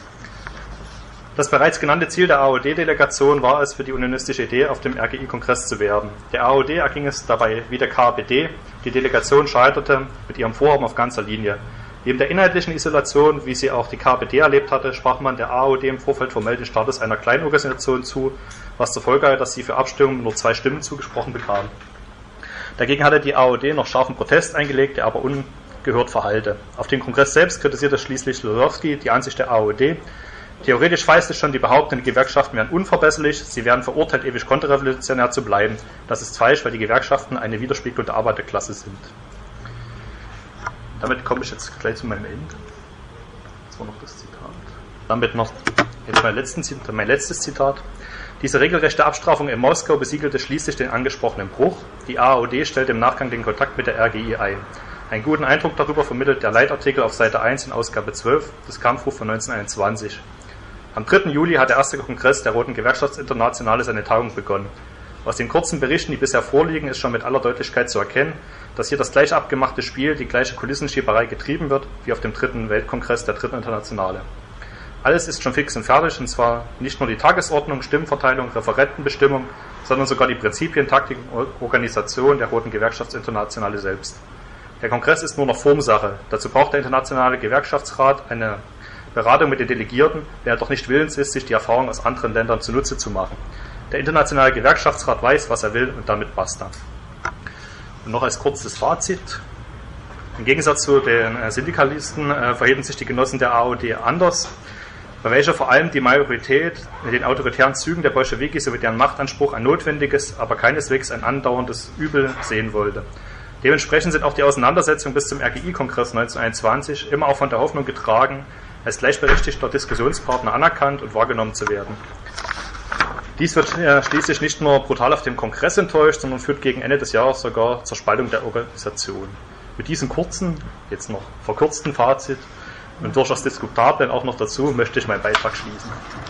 Das bereits genannte Ziel der A O D-Delegation war es, für die unionistische Idee auf dem R G I-Kongress zu werben. Der A O D erging es dabei wie der K A P D. Die Delegation scheiterte mit ihrem Vorhaben auf ganzer Linie. Neben der inhaltlichen Isolation, wie sie auch die K A P D erlebt hatte, sprach man der A O D im Vorfeld formell den Status einer Kleinorganisation zu, was zur Folge hatte, dass sie für Abstimmungen nur zwei Stimmen zugesprochen bekam. Dagegen hatte die A O D noch scharfen Protest eingelegt, der aber ungehört verhallte. Auf dem Kongress selbst kritisierte schließlich Lodowski die Ansicht der A O D. Theoretisch feiste schon die Behauptung, die Gewerkschaften wären unverbesserlich, sie werden verurteilt, ewig konterrevolutionär zu bleiben. Das ist falsch, weil die Gewerkschaften eine Widerspiegelung der Arbeiterklasse sind. Damit komme ich jetzt gleich zu meinem Ende. Das war noch das Zitat. Damit noch jetzt mein, letzten, mein letztes Zitat. Diese regelrechte Abstrafung in Moskau besiegelte schließlich den angesprochenen Bruch. Die A O D stellte im Nachgang den Kontakt mit der R G I ein. Einen guten Eindruck darüber vermittelt der Leitartikel auf Seite eins in Ausgabe zwölf des Kampfruf von neunzehnhunderteinundzwanzig. Am dritten Juli hat der erste Kongress der Roten Gewerkschaftsinternationale seine Tagung begonnen. Aus den kurzen Berichten, die bisher vorliegen, ist schon mit aller Deutlichkeit zu erkennen, dass hier das gleich abgemachte Spiel, die gleiche Kulissenschieberei getrieben wird, wie auf dem dritten Weltkongress der Dritten Internationale. Alles ist schon fix und fertig, und zwar nicht nur die Tagesordnung, Stimmenverteilung, Referentenbestimmung, sondern sogar die Prinzipien, Taktik und Organisation der Roten Gewerkschaftsinternationale selbst. Der Kongress ist nur noch Formsache. Dazu braucht der Internationale Gewerkschaftsrat eine Beratung mit den Delegierten, wer doch nicht willens ist, sich die Erfahrungen aus anderen Ländern zunutze zu machen. Der Internationale Gewerkschaftsrat weiß, was er will, und damit basta. Und noch als kurzes Fazit. Im Gegensatz zu den Syndikalisten äh, verhielten sich die Genossen der A O D anders, bei welcher vor allem die Majorität in den autoritären Zügen der Bolschewiki sowie deren Machtanspruch ein notwendiges, aber keineswegs ein andauerndes Übel sehen wollte. Dementsprechend sind auch die Auseinandersetzungen bis zum R G I-Kongress neunzehnhunderteinundzwanzig immer auch von der Hoffnung getragen, als gleichberechtigter Diskussionspartner anerkannt und wahrgenommen zu werden. Dies wird äh, schließlich nicht nur brutal auf dem Kongress enttäuscht, sondern führt gegen Ende des Jahres sogar zur Spaltung der Organisation. Mit diesem kurzen, jetzt noch verkürzten Fazit und durchaus diskutablen auch noch dazu, möchte ich meinen Beitrag schließen.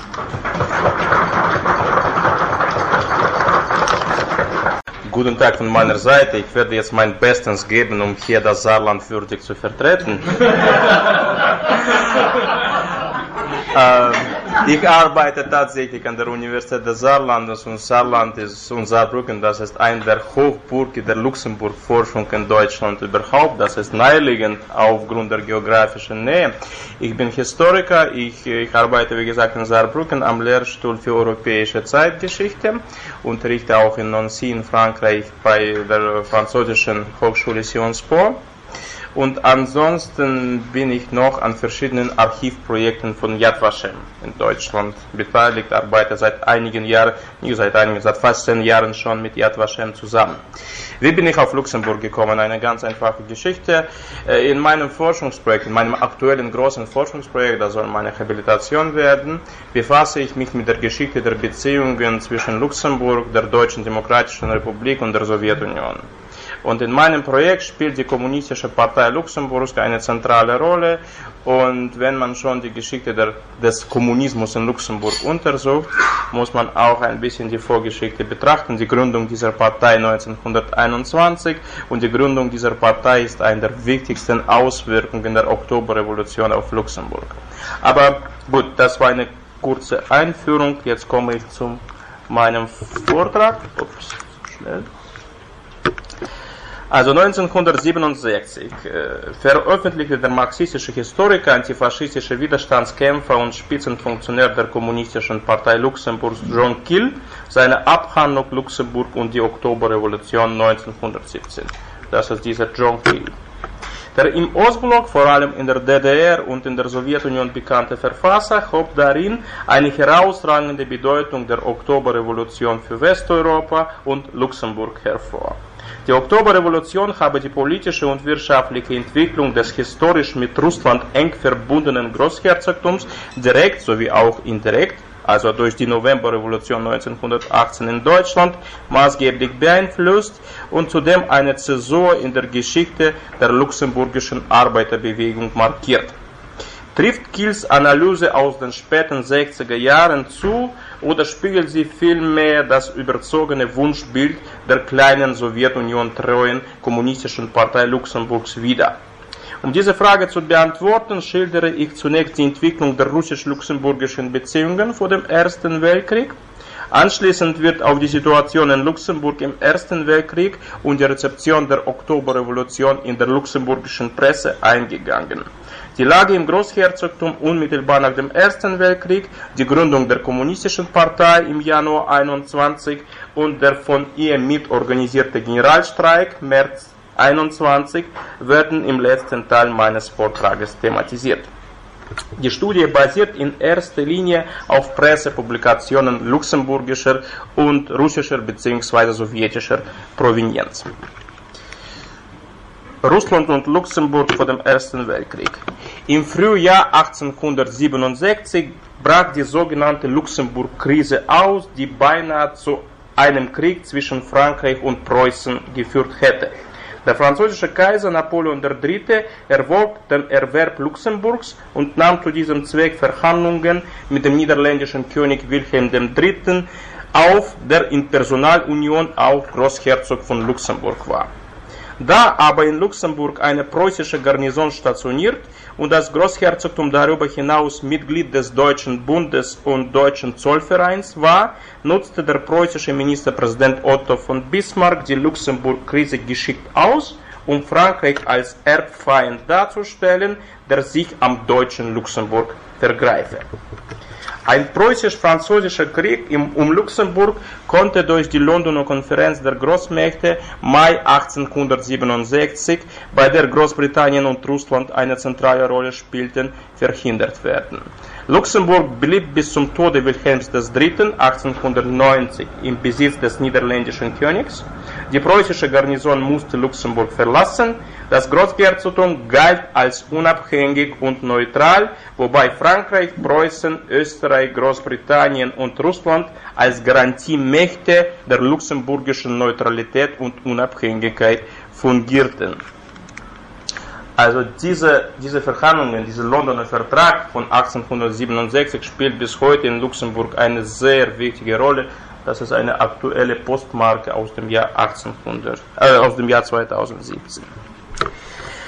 Guten Tag von meiner Seite. Ich werde jetzt mein Bestes geben, um hier das Saarland würdig zu vertreten. ähm, Ich arbeite tatsächlich an der Universität des Saarlandes und Saarland ist und Saarbrücken, das ist eine der Hochburgen der Luxemburg-Forschung in Deutschland überhaupt. Das ist naheliegend aufgrund der geografischen Nähe. Ich bin Historiker, ich, ich arbeite wie gesagt in Saarbrücken am Lehrstuhl für europäische Zeitgeschichte, unterrichte auch in Nancy in Frankreich bei der französischen Hochschule Sciences Po. Und ansonsten bin ich noch an verschiedenen Archivprojekten von Yad Vashem in Deutschland beteiligt, arbeite seit einigen Jahren, nicht seit einigen, seit fast zehn Jahren schon mit Yad Vashem zusammen. Wie bin ich auf Luxemburg gekommen? Eine ganz einfache Geschichte. In meinem Forschungsprojekt, in meinem aktuellen großen Forschungsprojekt, das soll meine Habilitation werden, befasse ich mich mit der Geschichte der Beziehungen zwischen Luxemburg, der Deutschen Demokratischen Republik und der Sowjetunion. Und in meinem Projekt spielt die Kommunistische Partei Luxemburgs eine zentrale Rolle. Und wenn man schon die Geschichte der, des Kommunismus in Luxemburg untersucht, muss man auch ein bisschen die Vorgeschichte betrachten. Die Gründung dieser Partei neunzehnhunderteinundzwanzig und die Gründung dieser Partei ist eine der wichtigsten Auswirkungen der Oktoberrevolution auf Luxemburg. Aber gut, das war eine kurze Einführung. Jetzt komme ich zu meinem Vortrag. Ups, schnell. Also neunzehnhundertsiebenundsechzig äh, veröffentlichte der marxistische Historiker, antifaschistische Widerstandskämpfer und Spitzenfunktionär der Kommunistischen Partei Luxemburgs John Keel seine Abhandlung Luxemburg und die Oktoberrevolution neunzehnhundertsiebzehn. Das ist dieser John Keel. Der im Ostblock, vor allem in der D D R und in der Sowjetunion bekannte Verfasser, hob darin eine herausragende Bedeutung der Oktoberrevolution für Westeuropa und Luxemburg hervor. Die Oktoberrevolution habe die politische und wirtschaftliche Entwicklung des historisch mit Russland eng verbundenen Großherzogtums direkt sowie auch indirekt, also durch die Novemberrevolution neunzehnhundertachtzehn in Deutschland, maßgeblich beeinflusst und zudem eine Zäsur in der Geschichte der luxemburgischen Arbeiterbewegung markiert. Trifft Keels Analyse aus den späten sechziger Jahren zu oder spiegelt sie vielmehr das überzogene Wunschbild der kleinen Sowjetunion treuen Kommunistischen Partei Luxemburgs wider? Um diese Frage zu beantworten, schildere ich zunächst die Entwicklung der russisch-luxemburgischen Beziehungen vor dem Ersten Weltkrieg. Anschließend wird auf die Situation in Luxemburg im Ersten Weltkrieg und die Rezeption der Oktoberrevolution in der luxemburgischen Presse eingegangen. Die Lage im Großherzogtum unmittelbar nach dem Ersten Weltkrieg, die Gründung der Kommunistischen Partei im Januar einundzwanzig und der von ihr mitorganisierte Generalstreik März einundzwanzig werden im letzten Teil meines Vortrages thematisiert. Die Studie basiert in erster Linie auf Pressepublikationen luxemburgischer und russischer bzw. sowjetischer Provenienz. Russland und Luxemburg vor dem Ersten Weltkrieg. Im Frühjahr achtzehnhundertsiebenundsechzig brach die sogenannte Luxemburg-Krise aus, die beinahe zu einem Krieg zwischen Frankreich und Preußen geführt hätte. Der französische Kaiser Napoleon der Dritte erwog den Erwerb Luxemburgs und nahm zu diesem Zweck Verhandlungen mit dem niederländischen König Wilhelm der Dritte auf, der in Personalunion auch Großherzog von Luxemburg war. Da aber in Luxemburg eine preußische Garnison stationiert und das Großherzogtum darüber hinaus Mitglied des Deutschen Bundes und Deutschen Zollvereins war, nutzte der preußische Ministerpräsident Otto von Bismarck die Luxemburg-Krise geschickt aus, um Frankreich als Erbfeind darzustellen, der sich am deutschen Luxemburg vergreife. Ein preußisch-französischer Krieg um Luxemburg konnte durch die Londoner Konferenz der Großmächte Mai achtzehnhundertsiebenundsechzig, bei der Großbritannien und Russland eine zentrale Rolle spielten, verhindert werden. Luxemburg blieb bis zum Tode Wilhelms der Dritte achtzehnhundertneunzig im Besitz des niederländischen Königs. Die preußische Garnison musste Luxemburg verlassen. Das Großherzogtum galt als unabhängig und neutral, wobei Frankreich, Preußen, Österreich, Großbritannien und Russland als Garantiemächte der luxemburgischen Neutralität und Unabhängigkeit fungierten. Also diese, diese Verhandlungen, dieser Londoner Vertrag von achtzehnhundertsiebenundsechzig spielt bis heute in Luxemburg eine sehr wichtige Rolle. Das ist eine aktuelle Postmarke aus dem Jahr achtzehnhundert, äh, aus dem Jahr zweitausendsiebzehn.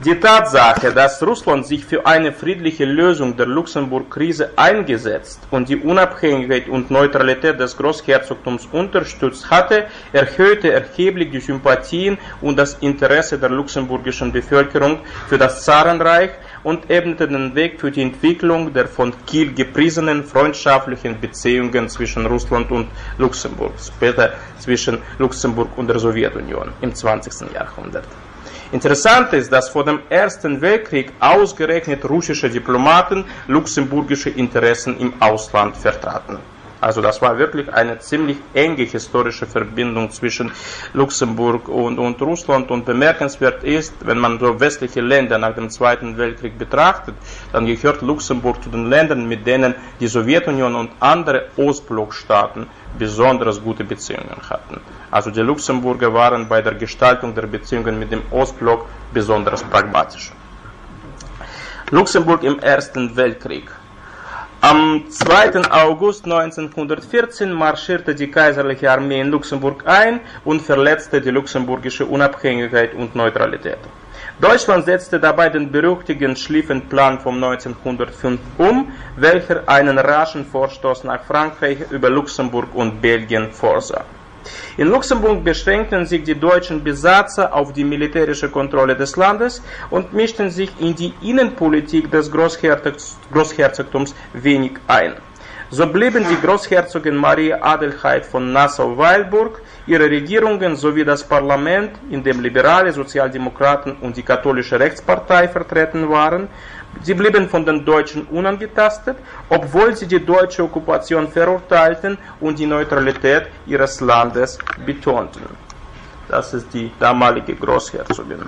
Die Tatsache, dass Russland sich für eine friedliche Lösung der Luxemburg-Krise eingesetzt und die Unabhängigkeit und Neutralität des Großherzogtums unterstützt hatte, erhöhte erheblich die Sympathien und das Interesse der luxemburgischen Bevölkerung für das Zarenreich und ebnete den Weg für die Entwicklung der von Kiel gepriesenen freundschaftlichen Beziehungen zwischen Russland und Luxemburg, später zwischen Luxemburg und der Sowjetunion im zwanzigsten Jahrhundert. Interessant ist, dass vor dem Ersten Weltkrieg ausgerechnet russische Diplomaten luxemburgische Interessen im Ausland vertraten. Also das war wirklich eine ziemlich enge historische Verbindung zwischen Luxemburg und, und Russland. Und bemerkenswert ist, wenn man so westliche Länder nach dem Zweiten Weltkrieg betrachtet, dann gehört Luxemburg zu den Ländern, mit denen die Sowjetunion und andere Ostblockstaaten besonders gute Beziehungen hatten. Also die Luxemburger waren bei der Gestaltung der Beziehungen mit dem Ostblock besonders pragmatisch. Luxemburg im Ersten Weltkrieg. Am zweiten August neunzehnhundertvierzehn marschierte die kaiserliche Armee in Luxemburg ein und verletzte die luxemburgische Unabhängigkeit und Neutralität. Deutschland setzte dabei den berüchtigten Schlieffenplan von neunzehnhundertfünf um, welcher einen raschen Vorstoß nach Frankreich über Luxemburg und Belgien vorsah. In Luxemburg beschränkten sich die deutschen Besatzer auf die militärische Kontrolle des Landes und mischten sich in die Innenpolitik des Großherzogtums wenig ein. So blieben die Großherzogin Maria Adelheid von Nassau-Weilburg, ihre Regierungen sowie das Parlament, in dem liberale Sozialdemokraten und die katholische Rechtspartei vertreten waren, sie blieben von den Deutschen unangetastet, obwohl sie die deutsche Okkupation verurteilten und die Neutralität ihres Landes betonten. Das ist die damalige Großherzogin.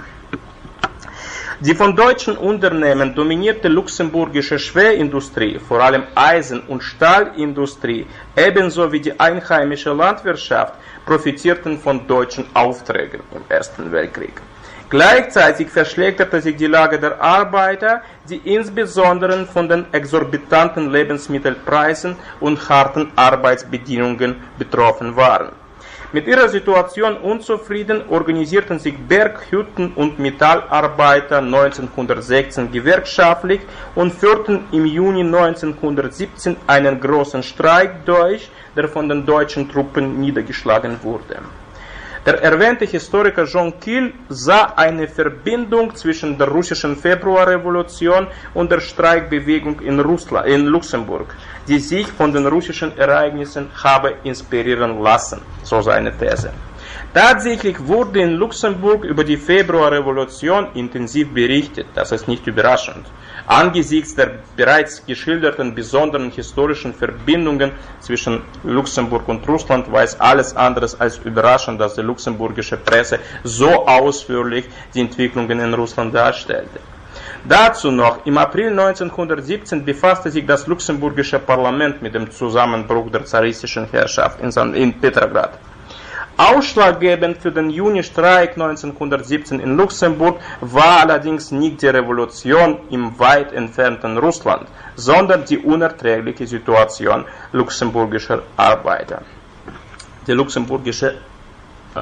Die von deutschen Unternehmen dominierte luxemburgische Schwerindustrie, vor allem Eisen- und Stahlindustrie, ebenso wie die einheimische Landwirtschaft, profitierten von deutschen Aufträgen im Ersten Weltkrieg. Gleichzeitig verschlechterte sich die Lage der Arbeiter, die insbesondere von den exorbitanten Lebensmittelpreisen und harten Arbeitsbedingungen betroffen waren. Mit ihrer Situation unzufrieden organisierten sich Berghütten- und Metallarbeiter neunzehnhundertsechzehn gewerkschaftlich und führten im Juni neunzehnhundertsiebzehn einen großen Streik durch, der von den deutschen Truppen niedergeschlagen wurde. Der erwähnte Historiker John Keel sah eine Verbindung zwischen der russischen Februarrevolution und der Streikbewegung in, Russland, in Luxemburg, die sich von den russischen Ereignissen habe inspirieren lassen, so seine These. Tatsächlich wurde in Luxemburg über die Februarrevolution intensiv berichtet, das ist nicht überraschend. Angesichts der bereits geschilderten besonderen historischen Verbindungen zwischen Luxemburg und Russland war es alles anderes als überraschend, dass die luxemburgische Presse so ausführlich die Entwicklungen in Russland darstellte. Dazu noch, im April neunzehnhundertsiebzehn befasste sich das luxemburgische Parlament mit dem Zusammenbruch der zaristischen Herrschaft in, in Petrograd. Ausschlaggebend für den Juni-Streik neunzehnhundertsiebzehn in Luxemburg war allerdings nicht die Revolution im weit entfernten Russland, sondern die unerträgliche Situation luxemburgischer Arbeiter. Die luxemburgische, äh,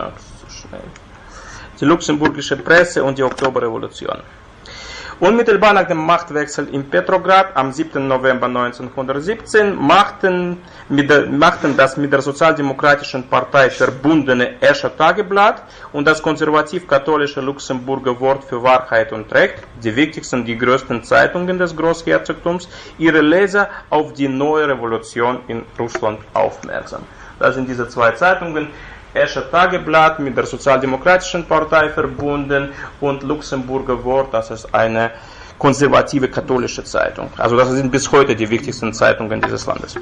die luxemburgische Presse und die Oktoberrevolution. Unmittelbar nach dem Machtwechsel in Petrograd am siebten November neunzehnhundertsiebzehn machten, der, machten das mit der Sozialdemokratischen Partei verbundene Escher Tageblatt und das konservativ-katholische Luxemburger Wort für Wahrheit und Recht, die wichtigsten, die größten Zeitungen des Großherzogtums, ihre Leser auf die neue Revolution in Russland aufmerksam. Das sind diese zwei Zeitungen. Escher Tageblatt mit der Sozialdemokratischen Partei verbunden und Luxemburger Wort, das ist eine konservative katholische Zeitung. Also das sind bis heute die wichtigsten Zeitungen dieses Landes.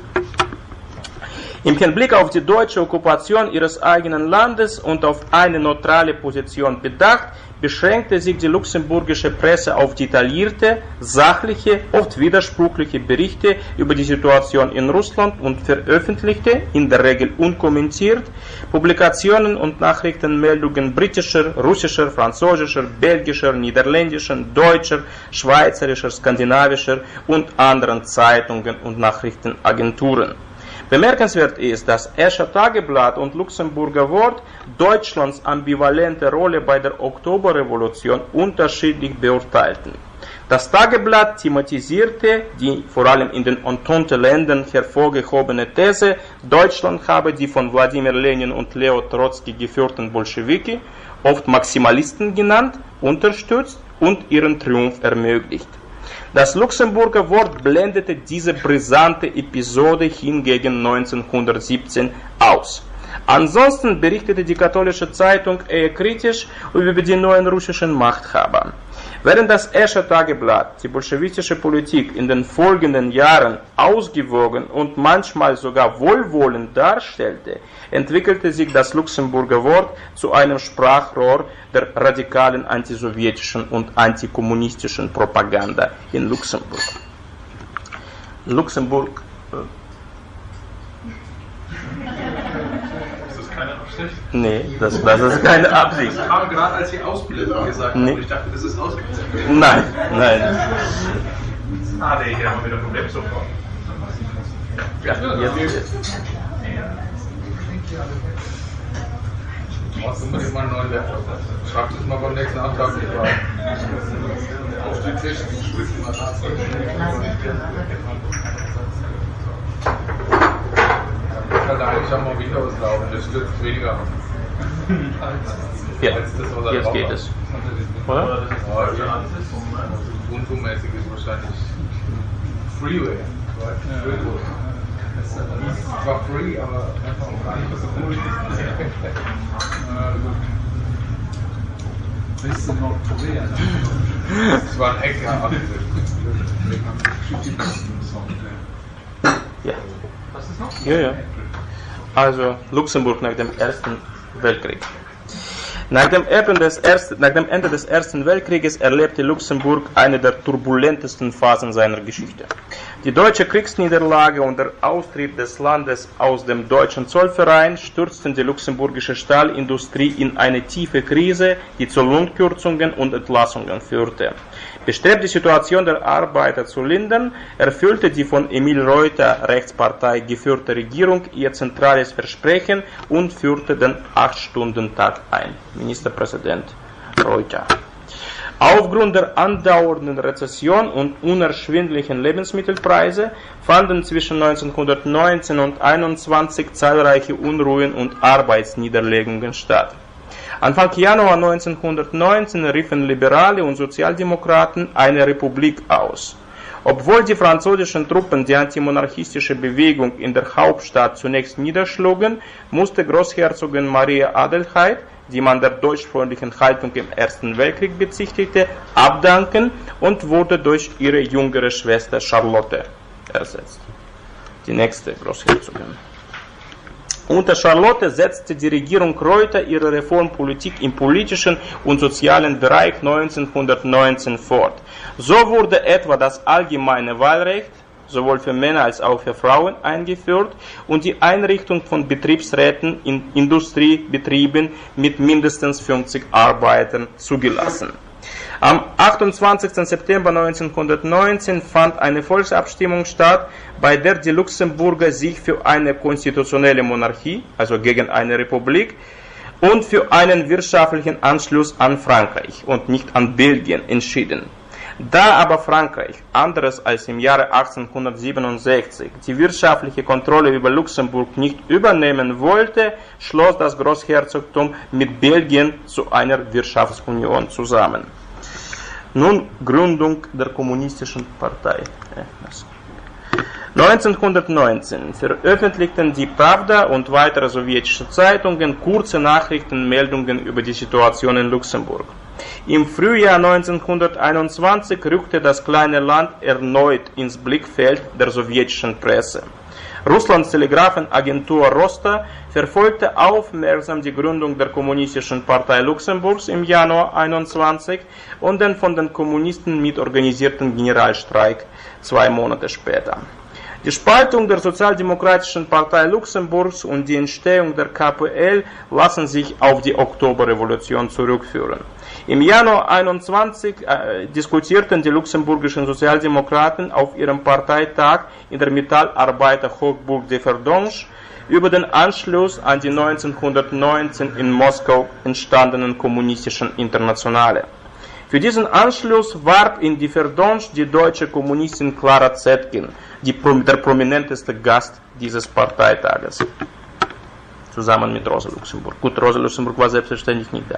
Im Hinblick auf die deutsche Okkupation ihres eigenen Landes und auf eine neutrale Position bedacht, beschränkte sich die luxemburgische Presse auf detaillierte, sachliche, oft widersprüchliche Berichte über die Situation in Russland und veröffentlichte, in der Regel unkommentiert, Publikationen und Nachrichtenmeldungen britischer, russischer, französischer, belgischer, niederländischer, deutscher, schweizerischer, skandinavischer und anderen Zeitungen und Nachrichtenagenturen. Bemerkenswert ist, dass Escher Tageblatt und Luxemburger Wort Deutschlands ambivalente Rolle bei der Oktoberrevolution unterschiedlich beurteilten. Das Tageblatt thematisierte die vor allem in den Entente-Ländern hervorgehobene These, Deutschland habe die von Wladimir Lenin und Leo Trotzki geführten Bolschewiki, oft Maximalisten genannt, unterstützt und ihren Triumph ermöglicht. Das Luxemburger Wort blendete diese brisante Episode hingegen neunzehnhundertsiebzehn aus. Ansonsten berichtete die katholische Zeitung eher kritisch über die neuen russischen Machthaber. Während das Escher Tageblatt die bolschewistische Politik in den folgenden Jahren ausgewogen und manchmal sogar wohlwollend darstellte, entwickelte sich das Luxemburger Wort zu einem Sprachrohr der radikalen antisowjetischen und antikommunistischen Propaganda in Luxemburg. Luxemburg Nee, das, das ist keine Absicht. Ich habe gerade, als Sie Ausbildung gesagt haben, Nee. ich dachte, das ist ausgezeichnet. Nein, nein. Ah, nee, hier haben wir wieder Problem sofort. Ja, jetzt, jetzt. Du brauchst unbedingt mal einen neuen Laptop. Schreib das mal beim nächsten Antrag nicht rein. Auf den Tisch. Ich kann eigentlich auch mal wieder was laufen, das stürzt weniger ab. Ja, jetzt geht es. Oder? Ubuntu-mäßig ist wahrscheinlich Freeway. Es war free, aber einfach auch gar nicht so gut. Bisschen Nordkorea. Das war ein Hacker. Ja. Ja, ja. Also Luxemburg nach dem Ersten Weltkrieg. Nach dem, des Ersten, nach dem Ende des Ersten Weltkrieges erlebte Luxemburg eine der turbulentesten Phasen seiner Geschichte. Die deutsche Kriegsniederlage und der Austritt des Landes aus dem deutschen Zollverein stürzten die luxemburgische Stahlindustrie in eine tiefe Krise, die zu Lohnkürzungen und Entlassungen führte. Bestrebt die Situation der Arbeiter zu lindern, erfüllte die von Emil Reuter Rechtspartei geführte Regierung ihr zentrales Versprechen und führte den acht-Stunden-Tag ein. Ministerpräsident Reuter. Aufgrund der andauernden Rezession und unerschwinglichen Lebensmittelpreise fanden zwischen neunzehnhundertneunzehn und einundzwanzig zahlreiche Unruhen und Arbeitsniederlegungen statt. Anfang Januar neunzehnhundertneunzehn riefen Liberale und Sozialdemokraten eine Republik aus. Obwohl die französischen Truppen die antimonarchistische Bewegung in der Hauptstadt zunächst niederschlugen, musste Großherzogin Maria Adelheid, die man der deutschfreundlichen Haltung im Ersten Weltkrieg bezichtigte, abdanken und wurde durch ihre jüngere Schwester Charlotte ersetzt. Die nächste Großherzogin. Unter Charlotte setzte die Regierung Reuter ihre Reformpolitik im politischen und sozialen Bereich neunzehnhundertneunzehn fort. So wurde etwa das allgemeine Wahlrecht sowohl für Männer als auch für Frauen eingeführt und die Einrichtung von Betriebsräten in Industriebetrieben mit mindestens fünfzig Arbeitern zugelassen. Am achtundzwanzigsten September neunzehnhundertneunzehn fand eine Volksabstimmung statt, bei der die Luxemburger sich für eine konstitutionelle Monarchie, also gegen eine Republik, und für einen wirtschaftlichen Anschluss an Frankreich und nicht an Belgien entschieden. Da aber Frankreich, anders als im Jahre achtzehnhundertsiebenundsechzig, die wirtschaftliche Kontrolle über Luxemburg nicht übernehmen wollte, schloss das Großherzogtum mit Belgien zu einer Wirtschaftsunion zusammen. Nun Gründung der Kommunistischen Partei. neunzehnhundertneunzehn veröffentlichten die Pravda und weitere sowjetische Zeitungen kurze Nachrichtenmeldungen über die Situation in Luxemburg. Im Frühjahr neunzehnhunderteinundzwanzig rückte das kleine Land erneut ins Blickfeld der sowjetischen Presse. Russlands Telegrafenagentur Rosta verfolgte aufmerksam die Gründung der Kommunistischen Partei Luxemburgs im Januar einundzwanzig und den von den Kommunisten mitorganisierten Generalstreik zwei Monate später. Die Spaltung der Sozialdemokratischen Partei Luxemburgs und die Entstehung der K P L lassen sich auf die Oktoberrevolution zurückführen. Im Januar einundzwanzig äh, diskutierten die luxemburgischen Sozialdemokraten auf ihrem Parteitag in der Metallarbeiter-Hochburg de Verdonge über den Anschluss an die neunzehnhundertneunzehn in Moskau entstandenen kommunistischen Internationale. Für diesen Anschluss warb in die Verdonge die deutsche Kommunistin Clara Zetkin, die, der prominenteste Gast dieses Parteitages, zusammen mit Rosa Luxemburg. Gut, Rosa Luxemburg war selbstverständlich nicht da.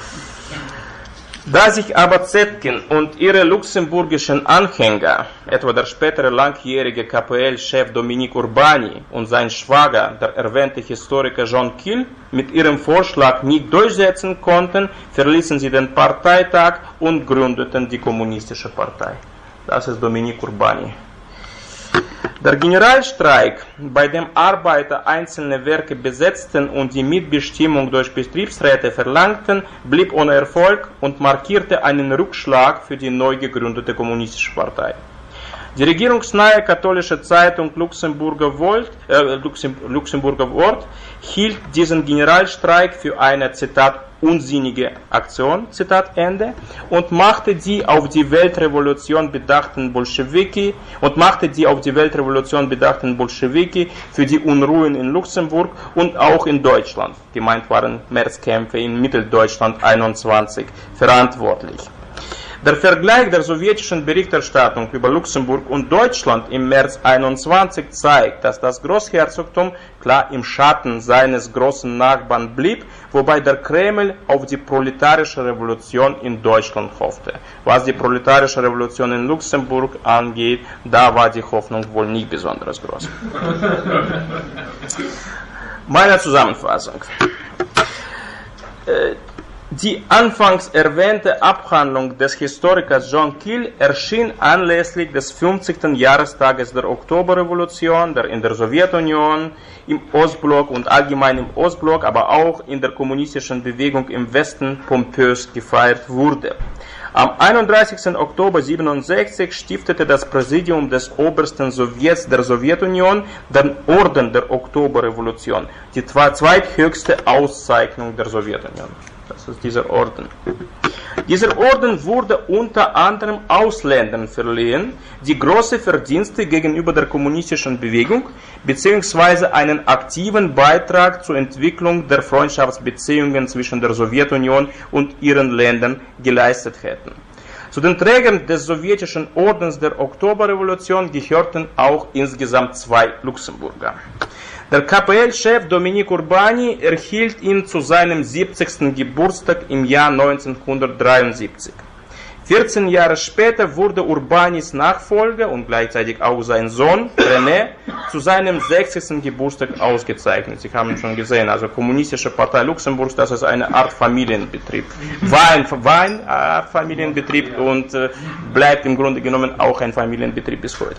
Da sich aber Zetkin und ihre luxemburgischen Anhänger, etwa der spätere langjährige K P L-Chef Dominique Urbani und sein Schwager, der erwähnte Historiker John Kiel, mit ihrem Vorschlag nicht durchsetzen konnten, verließen sie den Parteitag und gründeten die Kommunistische Partei. Das ist Dominique Urbani. Der Generalstreik, bei dem Arbeiter einzelne Werke besetzten und die Mitbestimmung durch Betriebsräte verlangten, blieb ohne Erfolg und markierte einen Rückschlag für die neu gegründete Kommunistische Partei. Die regierungsnahe katholische Zeitung Luxemburger, Volt, äh, Luxem, Luxemburger Wort hielt diesen Generalstreik für eine, Zitat, unsinnige Aktion, Zitat Ende, und machte die auf die Weltrevolution bedachten Bolschewiki und machte die auf die Weltrevolution bedachten Bolschewiki für die Unruhen in Luxemburg und auch in Deutschland, gemeint waren Märzkämpfe in Mitteldeutschland einundzwanzig, verantwortlich. Der Vergleich der sowjetischen Berichterstattung über Luxemburg und Deutschland im März einundzwanzig zeigt, dass das Großherzogtum klar im Schatten seines großen Nachbarn blieb, wobei der Kreml auf die proletarische Revolution in Deutschland hoffte. Was die proletarische Revolution in Luxemburg angeht, da war die Hoffnung wohl nicht besonders groß. Meine Zusammenfassung. Äh, Die anfangs erwähnte Abhandlung des Historikers John Kiel erschien anlässlich des fünfzigsten Jahrestages der Oktoberrevolution, der in der Sowjetunion, im Ostblock und allgemein im Ostblock, aber auch in der kommunistischen Bewegung im Westen pompös gefeiert wurde. Am einunddreißigsten Oktober neunzehnhundertsiebenundsechzig stiftete das Präsidium des obersten Sowjets der Sowjetunion den Orden der Oktoberrevolution, die zweithöchste Auszeichnung der Sowjetunion. Das ist dieser Orden. Dieser Orden wurde unter anderem Ausländern verliehen, die große Verdienste gegenüber der kommunistischen Bewegung bzw. einen aktiven Beitrag zur Entwicklung der Freundschaftsbeziehungen zwischen der Sowjetunion und ihren Ländern geleistet hätten. Zu den Trägern des sowjetischen Ordens der Oktoberrevolution gehörten auch insgesamt zwei Luxemburger. Der K P L-Chef Dominique Urbani erhielt ihn zu seinem siebzigsten Geburtstag im Jahr neunzehnhundertdreiundsiebzig. vierzehn Jahre später wurde Urbanis Nachfolger und gleichzeitig auch sein Sohn René zu seinem sechzigsten Geburtstag ausgezeichnet. Sie haben schon gesehen, also Kommunistische Partei Luxemburgs, das ist eine Art Familienbetrieb. War ein, war ein Art Familienbetrieb und äh, bleibt im Grunde genommen auch ein Familienbetrieb bis heute.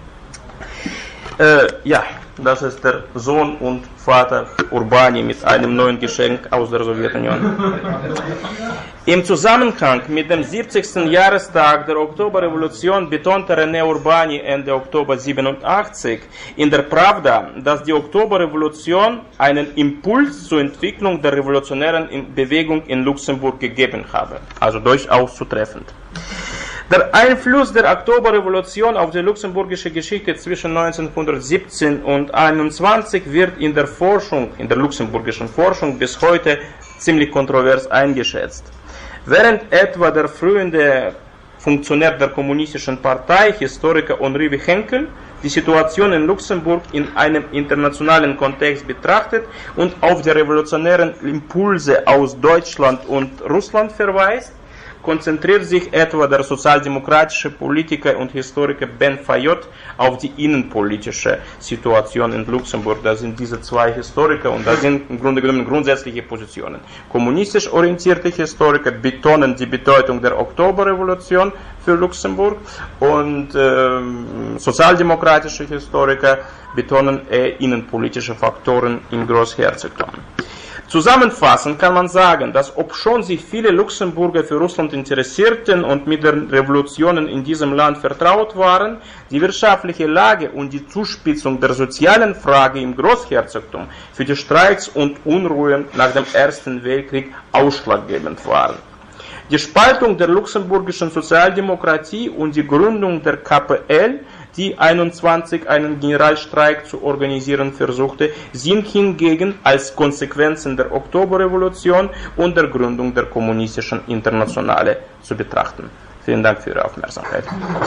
Äh, ja, das ist der Sohn und Vater Urbani mit einem neuen Geschenk aus der Sowjetunion. Im Zusammenhang mit dem siebzigsten Jahrestag der Oktoberrevolution betonte René Urbani Ende Oktober neunzehnhundertsiebenundachtzig in der Pravda, dass die Oktoberrevolution einen Impuls zur Entwicklung der revolutionären Bewegung in Luxemburg gegeben habe. Also durchaus zutreffend. Der Einfluss der Oktoberrevolution auf die luxemburgische Geschichte zwischen neunzehnhundertsiebzehn und einundzwanzig wird in der Forschung, in der luxemburgischen Forschung bis heute ziemlich kontrovers eingeschätzt. Während etwa der frühere Funktionär der Kommunistischen Partei, Historiker Henri W. Henkel, die Situation in Luxemburg in einem internationalen Kontext betrachtet und auf die revolutionären Impulse aus Deutschland und Russland verweist, konzentriert sich etwa der sozialdemokratische Politiker und Historiker Ben Fayot auf die innenpolitische Situation in Luxemburg. Das sind diese zwei Historiker und das sind im Grunde genommen grundsätzliche Positionen. Kommunistisch orientierte Historiker betonen die Bedeutung der Oktoberrevolution für Luxemburg und äh, sozialdemokratische Historiker betonen eher innenpolitische Faktoren im Großherzogtum. Zusammenfassend kann man sagen, dass obschon sich viele Luxemburger für Russland interessierten und mit den Revolutionen in diesem Land vertraut waren, die wirtschaftliche Lage und die Zuspitzung der sozialen Frage im Großherzogtum für die Streiks und Unruhen nach dem Ersten Weltkrieg ausschlaggebend waren. Die Spaltung der luxemburgischen Sozialdemokratie und die Gründung der K P L, die einundzwanzig einen Generalstreik zu organisieren versuchte, sind hingegen als Konsequenzen der Oktoberrevolution und der Gründung der kommunistischen Internationale zu betrachten. Vielen Dank für Ihre Aufmerksamkeit.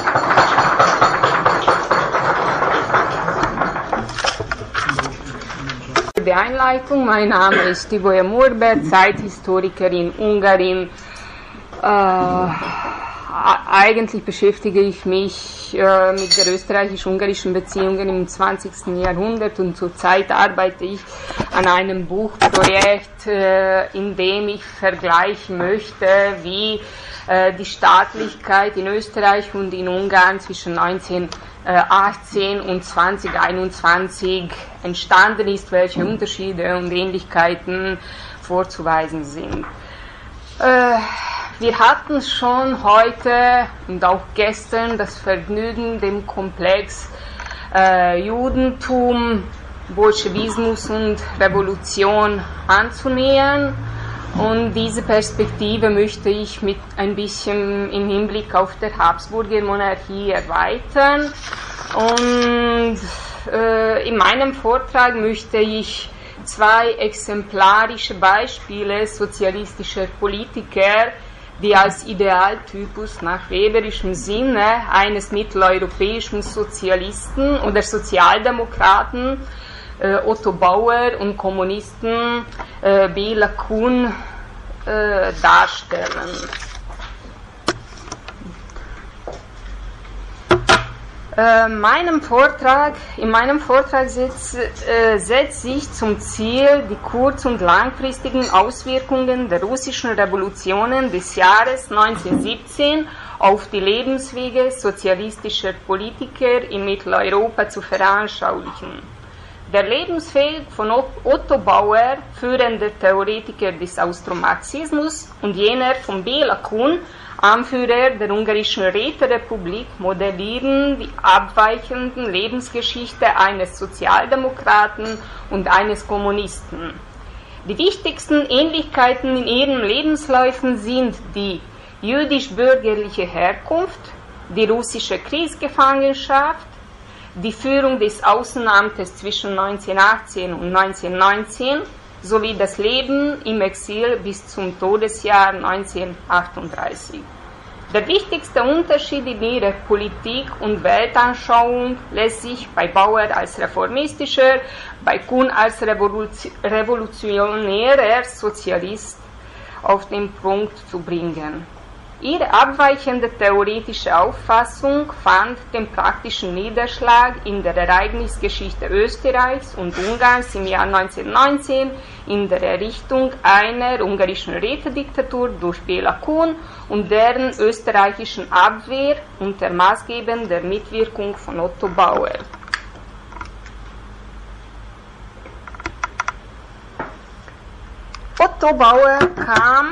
Die Einleitung. Mein Name ist Tiboje Murber, Zeithistorikerin, Ungarin. Äh, eigentlich beschäftige ich mich äh, mit der österreichisch-ungarischen Beziehungen im zwanzigsten Jahrhundert und zurzeit arbeite ich an einem Buchprojekt, äh, in dem ich vergleichen möchte, wie äh, die Staatlichkeit in Österreich und in Ungarn zwischen neunzehnhundertachtzehn und zweitausendeinundzwanzig entstanden ist, welche Unterschiede und Ähnlichkeiten vorzuweisen sind. Äh, Wir hatten schon heute und auch gestern das Vergnügen, dem Komplex äh, Judentum, Bolschewismus und Revolution anzunähern. Und diese Perspektive möchte ich mit ein bisschen im Hinblick auf die Habsburger Monarchie erweitern. Und äh, in meinem Vortrag möchte ich zwei exemplarische Beispiele sozialistischer Politiker, die als Idealtypus nach weberischem Sinne eines mitteleuropäischen Sozialisten oder Sozialdemokraten äh, Otto Bauer und Kommunisten äh, Béla Kun äh, darstellen. Äh, meinem Vortrag, in meinem Vortrag setzt, äh, setzt sich zum Ziel, die kurz- und langfristigen Auswirkungen der russischen Revolutionen des Jahres neunzehnhundertsiebzehn auf die Lebenswege sozialistischer Politiker in Mitteleuropa zu veranschaulichen. Der Lebensweg von Otto Bauer, führender Theoretiker des Austromarxismus, und jener von Béla Kun, Anführer der ungarischen Räterepublik, modellieren die abweichenden Lebensgeschichte eines Sozialdemokraten und eines Kommunisten. Die wichtigsten Ähnlichkeiten in ihren Lebensläufen sind die jüdisch-bürgerliche Herkunft, die russische Kriegsgefangenschaft, die Führung des Außenamtes zwischen neunzehnhundertachtzehn und neunzehnhundertneunzehn sowie das Leben im Exil bis zum Todesjahr neunzehnhundertachtunddreißig. Der wichtigste Unterschied in ihrer Politik und Weltanschauung lässt sich bei Bauer als reformistischer, bei Kun als revolutionärer Sozialist auf den Punkt zu bringen. Ihre abweichende theoretische Auffassung fand den praktischen Niederschlag in der Ereignisgeschichte Österreichs und Ungarns im Jahr neunzehnhundertneunzehn in der Errichtung einer ungarischen Rätediktatur durch Béla Kun und deren österreichischen Abwehr unter maßgebender Mitwirkung von Otto Bauer. Otto Bauer kam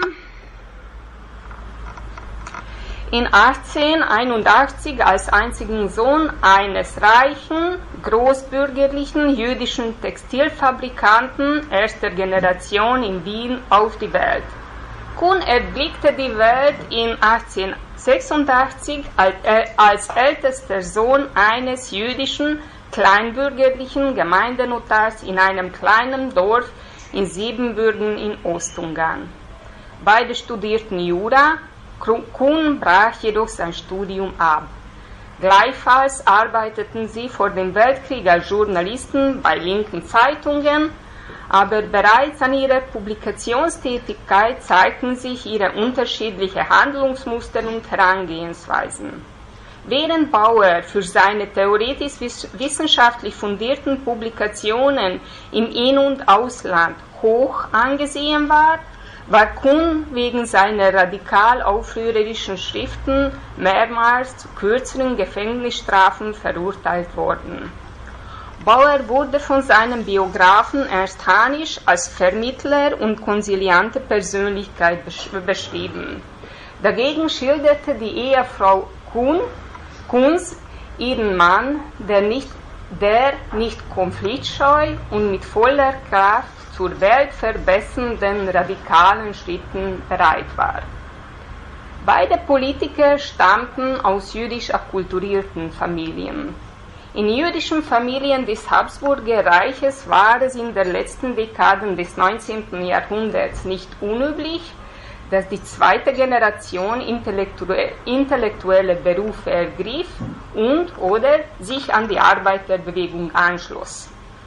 in achtzehnhunderteinundachtzig als einzigen Sohn eines reichen, großbürgerlichen jüdischen Textilfabrikanten erster Generation in Wien auf die Welt. Kun erblickte die Welt in achtzehnhundertsechsundachtzig als ältester Sohn eines jüdischen, kleinbürgerlichen Gemeindenotars in einem kleinen Dorf in Siebenbürgen in Ostungarn. Beide studierten Jura. Kun brach jedoch sein Studium ab. Gleichfalls arbeiteten sie vor dem Weltkrieg als Journalisten bei linken Zeitungen, aber bereits an ihrer Publikationstätigkeit zeigten sich ihre unterschiedlichen Handlungsmuster und Herangehensweisen. Während Bauer für seine theoretisch-wissenschaftlich fundierten Publikationen im In- und Ausland hoch angesehen war, war Kun wegen seiner radikal aufrührerischen Schriften mehrmals zu kürzeren Gefängnisstrafen verurteilt worden. Bauer wurde von seinem Biografen Ernst Hanisch als Vermittler und konsiliante Persönlichkeit beschrieben. Dagegen schilderte die Ehefrau Kun, Kuns ihren Mann, der nicht, der nicht konfliktscheu und mit voller Kraft zur weltverbessernden radikalen Schritten bereit war. Beide Politiker stammten aus jüdisch akkulturierten Familien. In jüdischen Familien des Habsburger Reiches war es in den letzten Dekaden des neunzehnten Jahrhunderts nicht unüblich, dass die zweite Generation intellektuelle Berufe ergriff und oder sich an die Arbeiterbewegung anschloss.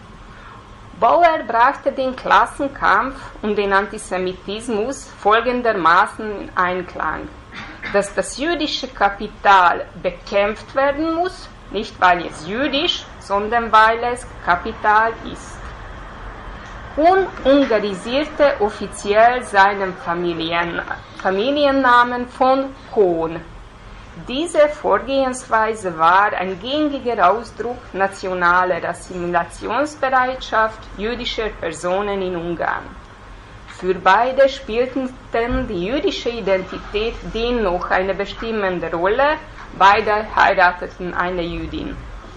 Bauer brachte den Klassenkampf und den Antisemitismus folgendermaßen in Einklang, dass das jüdische Kapital bekämpft werden muss, nicht weil es jüdisch, sondern weil es Kapital ist. Kuhn ungarisierte offiziell seinen Familien, Familiennamen von Kohn. Diese Vorgehensweise war ein gängiger Ausdruck nationaler Assimilationsbereitschaft jüdischer Personen in Ungarn. Für beide spielten die jüdische Identität dennoch eine bestimmende Rolle. Beide heirateten eine Jüdin.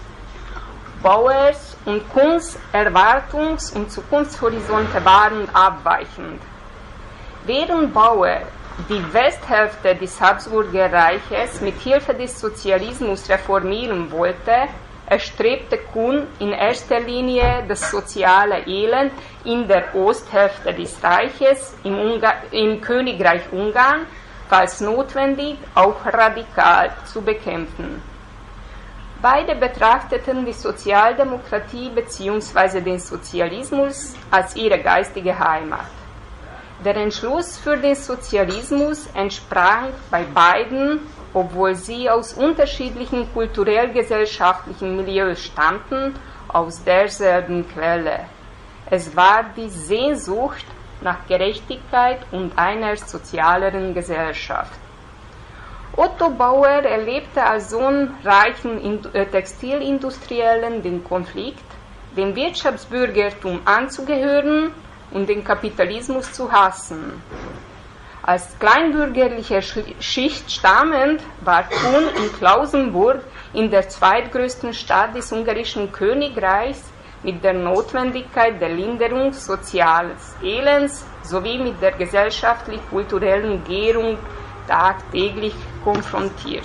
Bauers und Kuhns Erwartungs- und Zukunftshorizonte waren abweichend. Während Bauer die Westhälfte des Habsburger Reiches mit Hilfe des Sozialismus reformieren wollte, erstrebte Kuhn in erster Linie das soziale Elend in der Osthälfte des Reiches, im, Ungar im Königreich Ungarn, falls notwendig, auch radikal zu bekämpfen. Beide betrachteten die Sozialdemokratie bzw. den Sozialismus als ihre geistige Heimat. Der Entschluss für den Sozialismus entsprang bei beiden, obwohl sie aus unterschiedlichen kulturell-gesellschaftlichen Milieus stammten, aus derselben Quelle. Es war die Sehnsucht nach Gerechtigkeit und einer sozialeren Gesellschaft. Otto Bauer erlebte als Sohn reichen Textilindustriellen den Konflikt, dem Wirtschaftsbürgertum anzugehören und den Kapitalismus zu hassen. Als kleinbürgerliche Schicht stammend war Kuhn in Klausenburg, in der zweitgrößten Stadt des ungarischen Königreichs, mit der Notwendigkeit der Linderung sozialen Elends sowie mit der gesellschaftlich-kulturellen Gärung tagtäglich konfrontiert.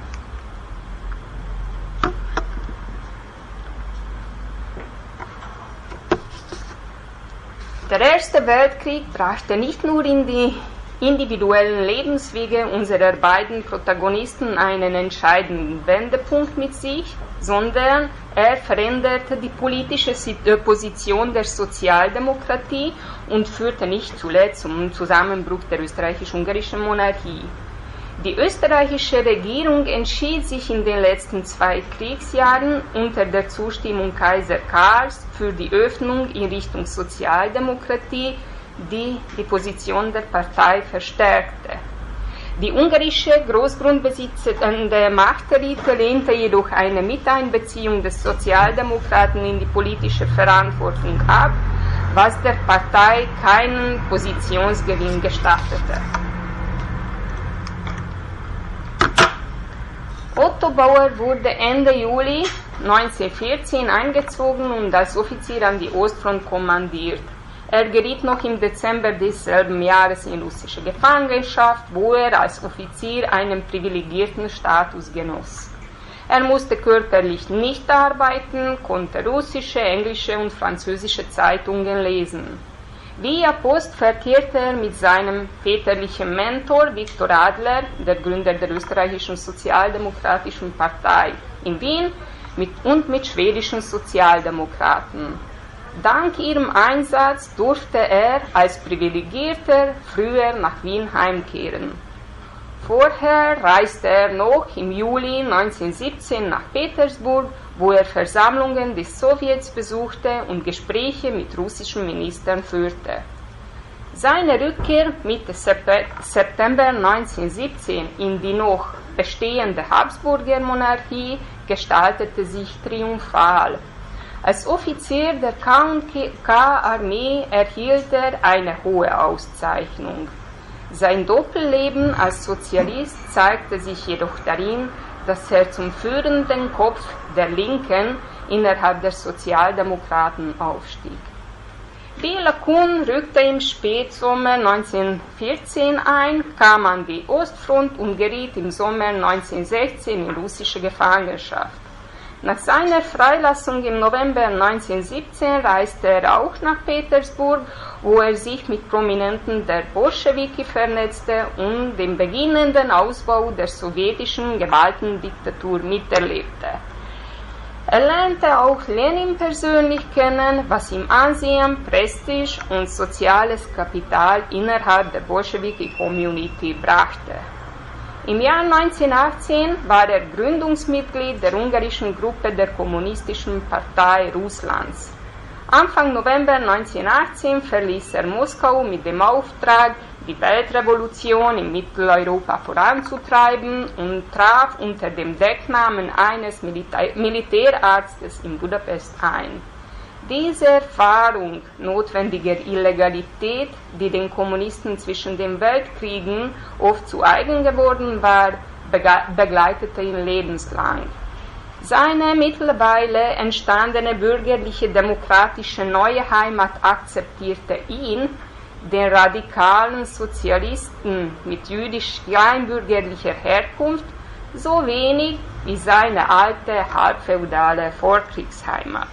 Der Erste Weltkrieg brachte nicht nur in die individuellen Lebenswege unserer beiden Protagonisten einen entscheidenden Wendepunkt mit sich, sondern er veränderte die politische Position der Sozialdemokratie und führte nicht zuletzt zum Zusammenbruch der österreichisch-ungarischen Monarchie. Die österreichische Regierung entschied sich in den letzten zwei Kriegsjahren unter der Zustimmung Kaiser Karls für die Öffnung in Richtung Sozialdemokratie, die die Position der Partei verstärkte. Die ungarische großgrundbesitzende Machtelite lehnte jedoch eine Miteinbeziehung des Sozialdemokraten in die politische Verantwortung ab, was der Partei keinen Positionsgewinn gestattete. Otto Bauer wurde Ende Juli neunzehnhundertvierzehn eingezogen und als Offizier an die Ostfront kommandiert. Er geriet noch im Dezember desselben Jahres in russische Gefangenschaft, wo er als Offizier einen privilegierten Status genoss. Er musste körperlich nicht arbeiten, konnte russische, englische und französische Zeitungen lesen. Via Post verkehrte er mit seinem väterlichen Mentor Viktor Adler, der Gründer der österreichischen Sozialdemokratischen Partei, in Wien mit, und mit schwedischen Sozialdemokraten. Dank ihrem Einsatz durfte er als Privilegierter früher nach Wien heimkehren. Vorher reiste er noch im Juli neunzehnhundertsiebzehn nach Petersburg, wo er Versammlungen des Sowjets besuchte und Gespräche mit russischen Ministern führte. Seine Rückkehr Mitte September neunzehnhundertsiebzehn in die noch bestehende Habsburger Monarchie gestaltete sich triumphal. Als Offizier der K und K-Armee erhielt er eine hohe Auszeichnung. Sein Doppelleben als Sozialist zeigte sich jedoch darin, dass er zum führenden Kopf der Linken innerhalb der Sozialdemokraten aufstieg. Béla Kun rückte im Spätsommer neunzehnhundertvierzehn ein, kam an die Ostfront und geriet im Sommer neunzehnhundertsechzehn in russische Gefangenschaft. Nach seiner Freilassung im November neunzehnhundertsiebzehn reiste er auch nach Petersburg, wo er sich mit Prominenten der Bolschewiki vernetzte und den beginnenden Ausbau der sowjetischen Gewaltendiktatur miterlebte. Er lernte auch Lenin persönlich kennen, was ihm Ansehen, Prestige und soziales Kapital innerhalb der Bolschewiki-Community brachte. Im Jahr neunzehnhundertachtzehn war er Gründungsmitglied der ungarischen Gruppe der Kommunistischen Partei Russlands. Anfang November neunzehnhundertachtzehn verließ er Moskau mit dem Auftrag, die Weltrevolution in Mitteleuropa voranzutreiben und traf unter dem Decknamen eines Milita- Militärarztes in Budapest ein. Diese Erfahrung notwendiger Illegalität, die den Kommunisten zwischen den Weltkriegen oft zu eigen geworden war, bege- begleitete ihn lebenslang. Seine mittlerweile entstandene bürgerliche demokratische neue Heimat akzeptierte ihn, den radikalen Sozialisten mit jüdisch-kleinbürgerlicher Herkunft, so wenig wie seine alte halbfeudale Vorkriegsheimat.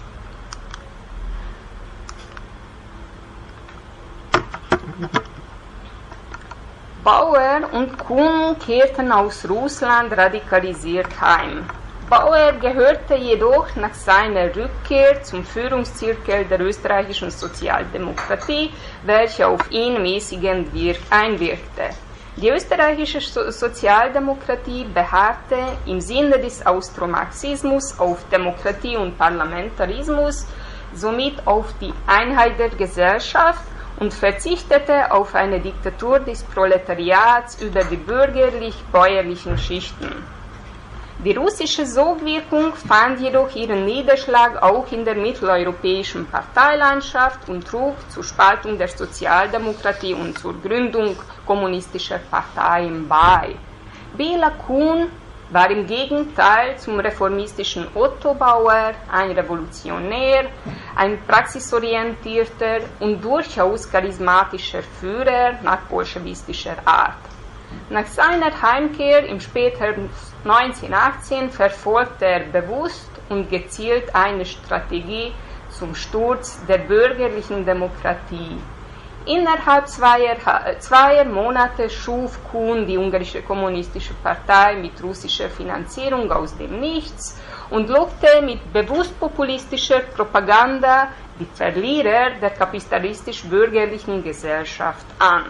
Bauer und Kun kehrten aus Russland radikalisiert heim. Bauer gehörte jedoch nach seiner Rückkehr zum Führungszirkel der österreichischen Sozialdemokratie, welche auf ihn mäßigend einwirkte. Die österreichische so- Sozialdemokratie beharrte im Sinne des Austromarxismus auf Demokratie und Parlamentarismus, somit auf die Einheit der Gesellschaft und verzichtete auf eine Diktatur des Proletariats über die bürgerlich-bäuerlichen Schichten. Die russische Sogwirkung fand jedoch ihren Niederschlag auch in der mitteleuropäischen Parteilandschaft und trug zur Spaltung der Sozialdemokratie und zur Gründung kommunistischer Parteien bei. Béla Kun war im Gegenteil zum reformistischen Otto Bauer ein Revolutionär, ein praxisorientierter und durchaus charismatischer Führer nach bolschewistischer Art. Nach seiner Heimkehr im späten neunzehnhundertachtzehn verfolgte er bewusst und gezielt eine Strategie zum Sturz der bürgerlichen Demokratie. Innerhalb zweier, zweier Monate schuf Kun die ungarische kommunistische Partei mit russischer Finanzierung aus dem Nichts und lockte mit bewusst populistischer Propaganda die Verlierer der kapitalistisch-bürgerlichen Gesellschaft an.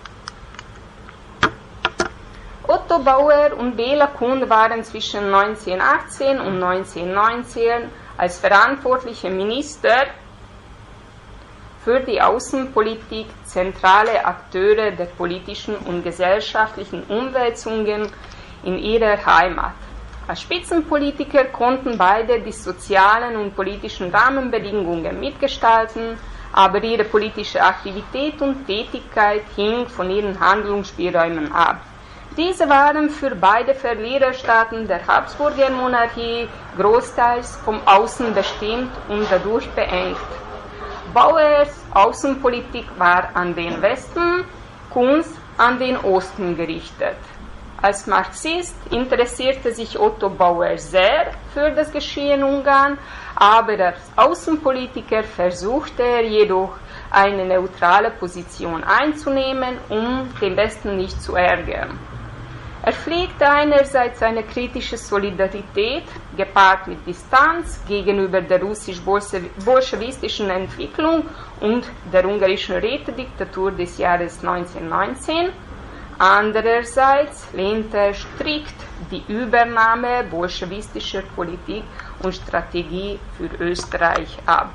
Otto Bauer und Béla Kun waren zwischen neunzehnhundertachtzehn und neunzehnhundertneunzehn als verantwortliche Minister für die Außenpolitik zentrale Akteure der politischen und gesellschaftlichen Umwälzungen in ihrer Heimat. Als Spitzenpolitiker konnten beide die sozialen und politischen Rahmenbedingungen mitgestalten, aber ihre politische Aktivität und Tätigkeit hing von ihren Handlungsspielräumen ab. Diese waren für beide Verliererstaaten der Habsburger Monarchie großteils vom Außen bestimmt und dadurch beengt. Bauers Außenpolitik war an den Westen, Kuns an den Osten gerichtet. Als Marxist interessierte sich Otto Bauer sehr für das Geschehen in Ungarn, aber als Außenpolitiker versuchte er jedoch, eine neutrale Position einzunehmen, um den Westen nicht zu ärgern. Er pflegte einerseits eine kritische Solidarität, gepaart mit Distanz gegenüber der russisch-bolschewistischen Entwicklung und der ungarischen Rätediktatur des Jahres neunzehnhundertneunzehn. Andererseits lehnte er strikt die Übernahme bolschewistischer Politik und Strategie für Österreich ab.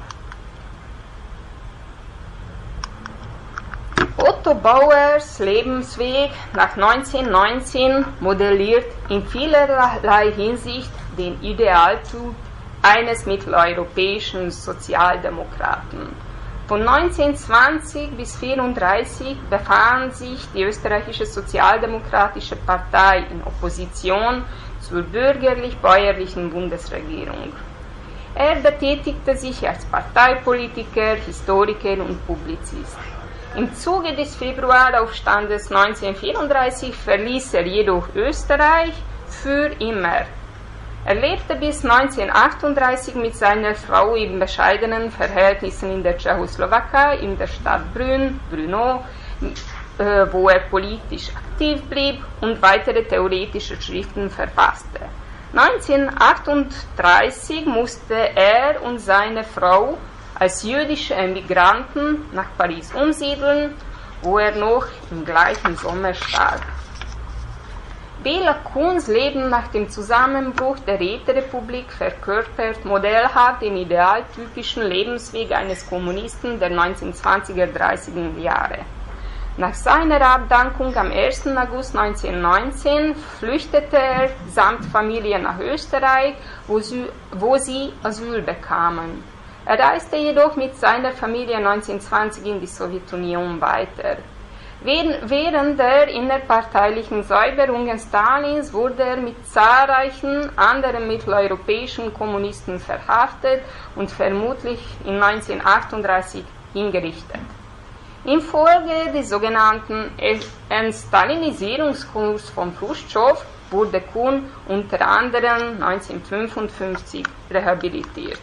Otto Bauers Lebensweg nach neunzehnhundertneunzehn modelliert in vielerlei Hinsicht den Idealtyp eines mitteleuropäischen Sozialdemokraten. Von neunzehnhundertzwanzig bis neunzehnhundertvierunddreißig befand sich die österreichische Sozialdemokratische Partei in Opposition zur bürgerlich-bäuerlichen Bundesregierung. Er betätigte sich als Parteipolitiker, Historiker und Publizist. Im Zuge des Februaraufstandes neunzehnhundertvierunddreißig verließ er jedoch Österreich für immer. Er lebte bis neunzehnhundertachtunddreißig mit seiner Frau in bescheidenen Verhältnissen in der Tschechoslowakei, in der Stadt Brünn, Brno, äh, wo er politisch aktiv blieb und weitere theoretische Schriften verfasste. neunzehnhundertachtunddreißig musste er und seine Frau als jüdische Emigranten nach Paris umsiedeln, wo er noch im gleichen Sommer starb. Béla Kuns Leben nach dem Zusammenbruch der Räterepublik verkörpert modellhaft den idealtypischen Lebensweg eines Kommunisten der neunzehnhundertzwanziger, dreißiger Jahre. Nach seiner Abdankung am ersten August neunzehnhundertneunzehn flüchtete er samt Familie nach Österreich, wo sie, wo sie Asyl bekamen. Er reiste jedoch mit seiner Familie neunzehnhundertzwanzig in die Sowjetunion weiter. Während der innerparteilichen Säuberungen Stalins wurde er mit zahlreichen anderen mitteleuropäischen Kommunisten verhaftet und vermutlich in neunzehnhundertachtunddreißig hingerichtet. Infolge des sogenannten Entstalinisierungskurs von Khrushchev wurde Kun unter anderem neunzehnhundertfünfundfünfzig rehabilitiert.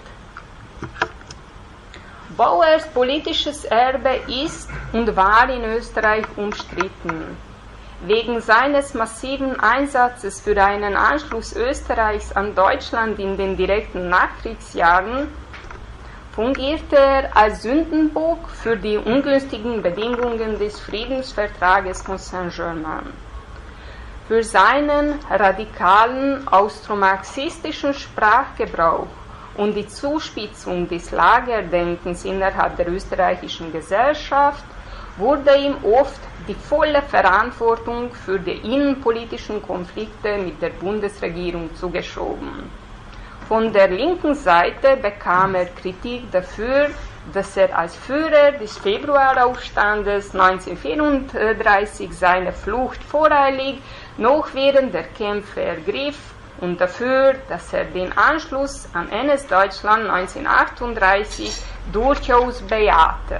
Bauers politisches Erbe ist und war in Österreich umstritten. Wegen seines massiven Einsatzes für einen Anschluss Österreichs an Deutschland in den direkten Nachkriegsjahren fungierte er als Sündenbock für die ungünstigen Bedingungen des Friedensvertrages von Saint-Germain. Für seinen radikalen austromarxistischen Sprachgebrauch und die Zuspitzung des Lagerdenkens innerhalb der österreichischen Gesellschaft wurde ihm oft die volle Verantwortung für die innenpolitischen Konflikte mit der Bundesregierung zugeschoben. Von der linken Seite bekam er Kritik dafür, dass er als Führer des Februaraufstandes neunzehnhundertvierunddreißig seine Flucht voreilig noch während der Kämpfe ergriff und dafür, dass er den Anschluss an N S-Deutschland neunzehnhundertachtunddreißig durchaus bejahte.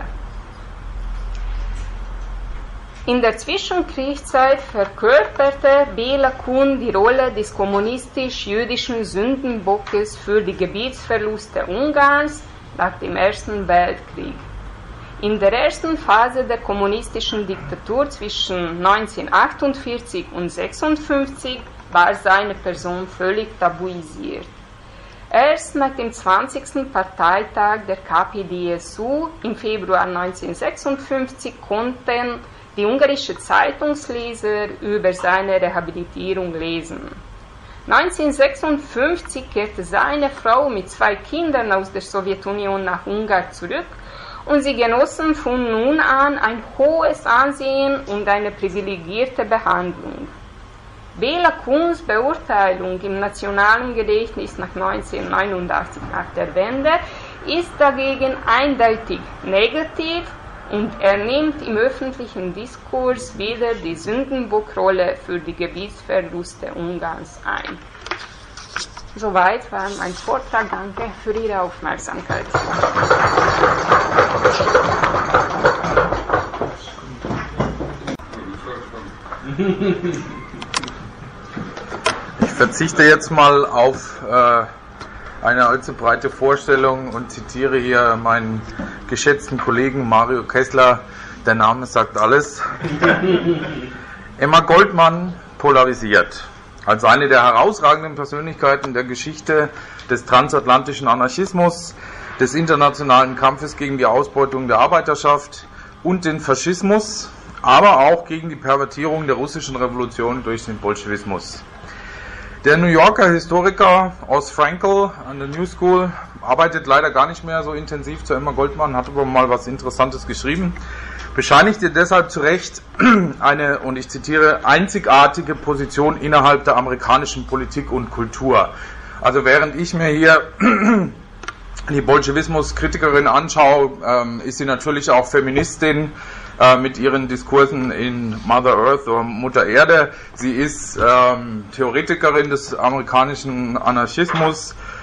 In der Zwischenkriegszeit verkörperte Béla Kun die Rolle des kommunistisch-jüdischen Sündenbockes für die Gebietsverluste Ungarns nach dem Ersten Weltkrieg. In der ersten Phase der kommunistischen Diktatur zwischen neunzehnhundertachtundvierzig und neunzehnhundertsechsundfünfzig war seine Person völlig tabuisiert. Erst nach dem zwanzigsten Parteitag der K P D S U im Februar neunzehnhundertsechsundfünfzig konnten die ungarische Zeitungsleser über seine Rehabilitierung lesen. neunzehnhundertsechsundfünfzig kehrte seine Frau mit zwei Kindern aus der Sowjetunion nach Ungarn zurück und sie genossen von nun an ein hohes Ansehen und eine privilegierte Behandlung. Béla Kuns Beurteilung im nationalen Gedächtnis nach neunzehnhundertneunundachtzig nach der Wende ist dagegen eindeutig negativ und er nimmt im öffentlichen Diskurs wieder die Sündenbockrolle für die Gebietsverluste Ungarns ein. Soweit war mein Vortrag. Danke für Ihre Aufmerksamkeit. Ich verzichte jetzt mal auf äh, eine allzu breite Vorstellung und zitiere hier meinen geschätzten Kollegen Mario Kessler. Der Name sagt alles. Emma Goldman polarisiert. Als eine der herausragenden Persönlichkeiten der Geschichte des transatlantischen Anarchismus, des internationalen Kampfes gegen die Ausbeutung der Arbeiterschaft und den Faschismus, aber auch gegen die Pervertierung der russischen Revolution durch den Bolschewismus. Der New Yorker Historiker Oz Frankel an der New School arbeitet leider gar nicht mehr so intensiv zu Emma Goldman, hat aber mal was Interessantes geschrieben, bescheinigt ihr deshalb zu Recht eine, und ich zitiere, einzigartige Position innerhalb der amerikanischen Politik und Kultur. Also während ich mir hier die Bolschewismus-Kritikerin anschaue, ähm, ist sie natürlich auch Feministin äh, mit ihren Diskursen in Mother Earth oder Mutter Erde. Sie ist ähm, Theoretikerin des amerikanischen Anarchismus,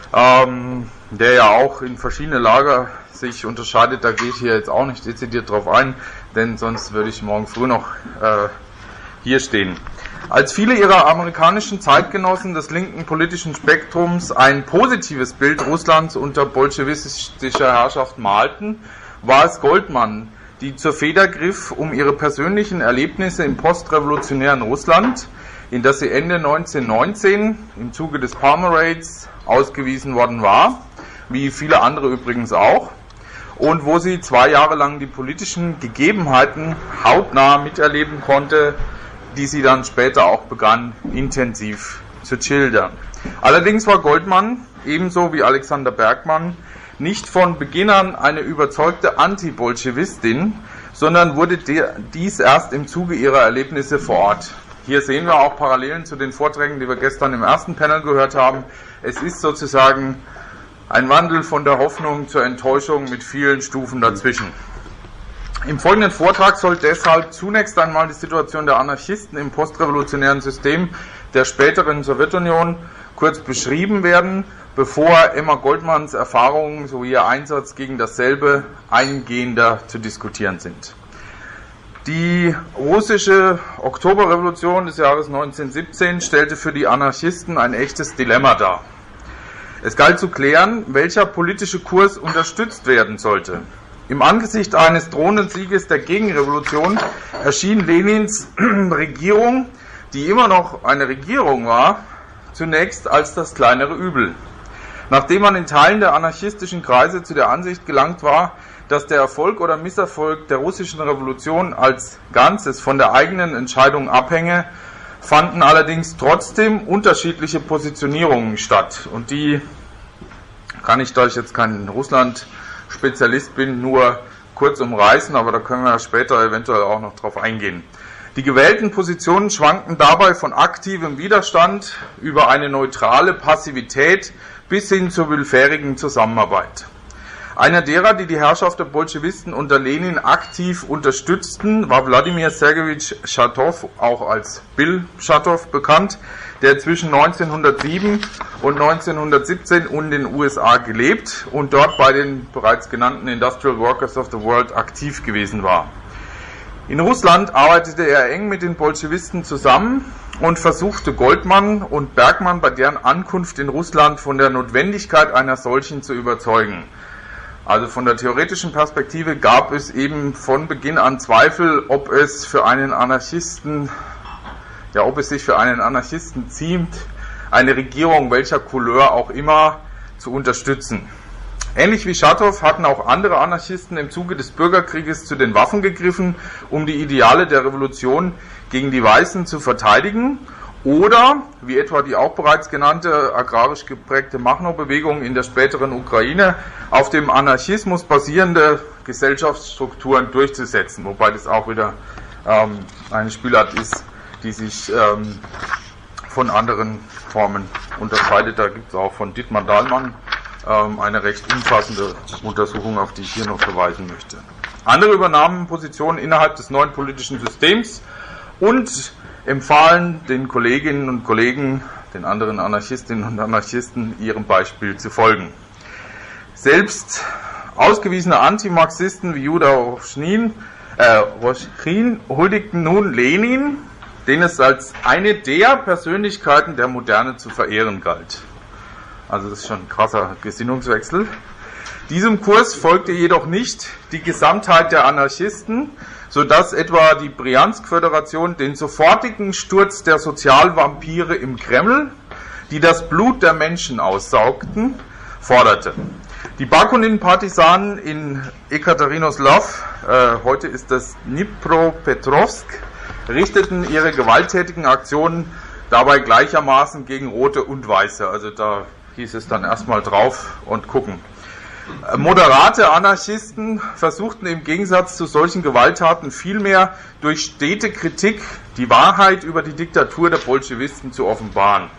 ähm, der ja auch in verschiedene Lager sich unterscheidet. Da gehe ich hier jetzt auch nicht dezidiert drauf ein, denn sonst würde ich morgen früh noch äh, hier stehen. Als viele ihrer amerikanischen Zeitgenossen des linken politischen Spektrums ein positives Bild Russlands unter bolschewistischer Herrschaft malten, war es Goldman, die zur Feder griff, um ihre persönlichen Erlebnisse im postrevolutionären Russland, in das sie Ende neunzehnhundertneunzehn im Zuge des Palmer Raids ausgewiesen worden war, wie viele andere übrigens auch, und wo sie zwei Jahre lang die politischen Gegebenheiten hautnah miterleben konnte, die sie dann später auch begann, intensiv zu schildern. Allerdings war Goldman, ebenso wie Alexander Bergmann, nicht von Beginn an eine überzeugte Anti-Bolschewistin, sondern wurde dies erst im Zuge ihrer Erlebnisse vor Ort. Hier sehen wir auch Parallelen zu den Vorträgen, die wir gestern im ersten Panel gehört haben. Es ist sozusagen ein Wandel von der Hoffnung zur Enttäuschung mit vielen Stufen dazwischen. Im folgenden Vortrag soll deshalb zunächst einmal die Situation der Anarchisten im postrevolutionären System der späteren Sowjetunion kurz beschrieben werden, bevor Emma Goldmans Erfahrungen sowie ihr Einsatz gegen dasselbe eingehender zu diskutieren sind. Die russische Oktoberrevolution des Jahres neunzehnhundertsiebzehn stellte für die Anarchisten ein echtes Dilemma dar. Es galt zu klären, welcher politische Kurs unterstützt werden sollte. Im Angesicht eines drohenden Sieges der Gegenrevolution erschien Lenins Regierung, die immer noch eine Regierung war, zunächst als das kleinere Übel. Nachdem man in Teilen der anarchistischen Kreise zu der Ansicht gelangt war, dass der Erfolg oder Misserfolg der russischen Revolution als Ganzes von der eigenen Entscheidung abhänge, fanden allerdings trotzdem unterschiedliche Positionierungen statt. Und die kann ich, da ich jetzt kein Russland-Spezialist bin, nur kurz umreißen, aber da können wir später eventuell auch noch drauf eingehen. Die gewählten Positionen schwankten dabei von aktivem Widerstand über eine neutrale Passivität bis hin zur willfährigen Zusammenarbeit. Einer derer, die die Herrschaft der Bolschewisten unter Lenin aktiv unterstützten, war Wladimir Sergejewitsch Schatow, auch als Bill Schatow bekannt, der zwischen neunzehnhundertsieben und neunzehnhundertsiebzehn in den U S A gelebt und dort bei den bereits genannten Industrial Workers of the World aktiv gewesen war. In Russland arbeitete er eng mit den Bolschewisten zusammen und versuchte Goldman und Bergmann bei deren Ankunft in Russland von der Notwendigkeit einer solchen zu überzeugen. Also von der theoretischen Perspektive gab es eben von Beginn an Zweifel, ob es für einen Anarchisten, ja, ob es sich für einen Anarchisten ziemt, eine Regierung welcher Couleur auch immer zu unterstützen. Ähnlich wie Schatow hatten auch andere Anarchisten im Zuge des Bürgerkrieges zu den Waffen gegriffen, um die Ideale der Revolution gegen die Weißen zu verteidigen. Oder, wie etwa die auch bereits genannte agrarisch geprägte Machno-Bewegung in der späteren Ukraine, auf dem Anarchismus basierende Gesellschaftsstrukturen durchzusetzen. Wobei das auch wieder ähm, eine Spielart ist, die sich ähm, von anderen Formen unterscheidet. Da gibt es auch von Dietmar Dahlmann ähm, eine recht umfassende Untersuchung, auf die ich hier noch verweisen möchte. Andere übernahmen Positionen innerhalb des neuen politischen Systems und empfahlen den Kolleginnen und Kollegen, den anderen Anarchistinnen und Anarchisten, ihrem Beispiel zu folgen. Selbst ausgewiesene Antimarxisten wie Judah Roschin äh, huldigten nun Lenin, den es als eine der Persönlichkeiten der Moderne zu verehren galt. Also das ist schon ein krasser Gesinnungswechsel. Diesem Kurs folgte jedoch nicht die Gesamtheit der Anarchisten, sodass etwa die Briansk-Föderation den sofortigen Sturz der Sozialvampire im Kreml, die das Blut der Menschen aussaugten, forderte. Die Bakunin-Partisanen in Ekaterinoslav, äh, heute ist das Dnipropetrovsk, richteten ihre gewalttätigen Aktionen dabei gleichermaßen gegen Rote und Weiße. Also da hieß es dann erstmal drauf und gucken. Moderate Anarchisten versuchten im Gegensatz zu solchen Gewalttaten vielmehr durch stete Kritik die Wahrheit über die Diktatur der Bolschewisten zu offenbaren.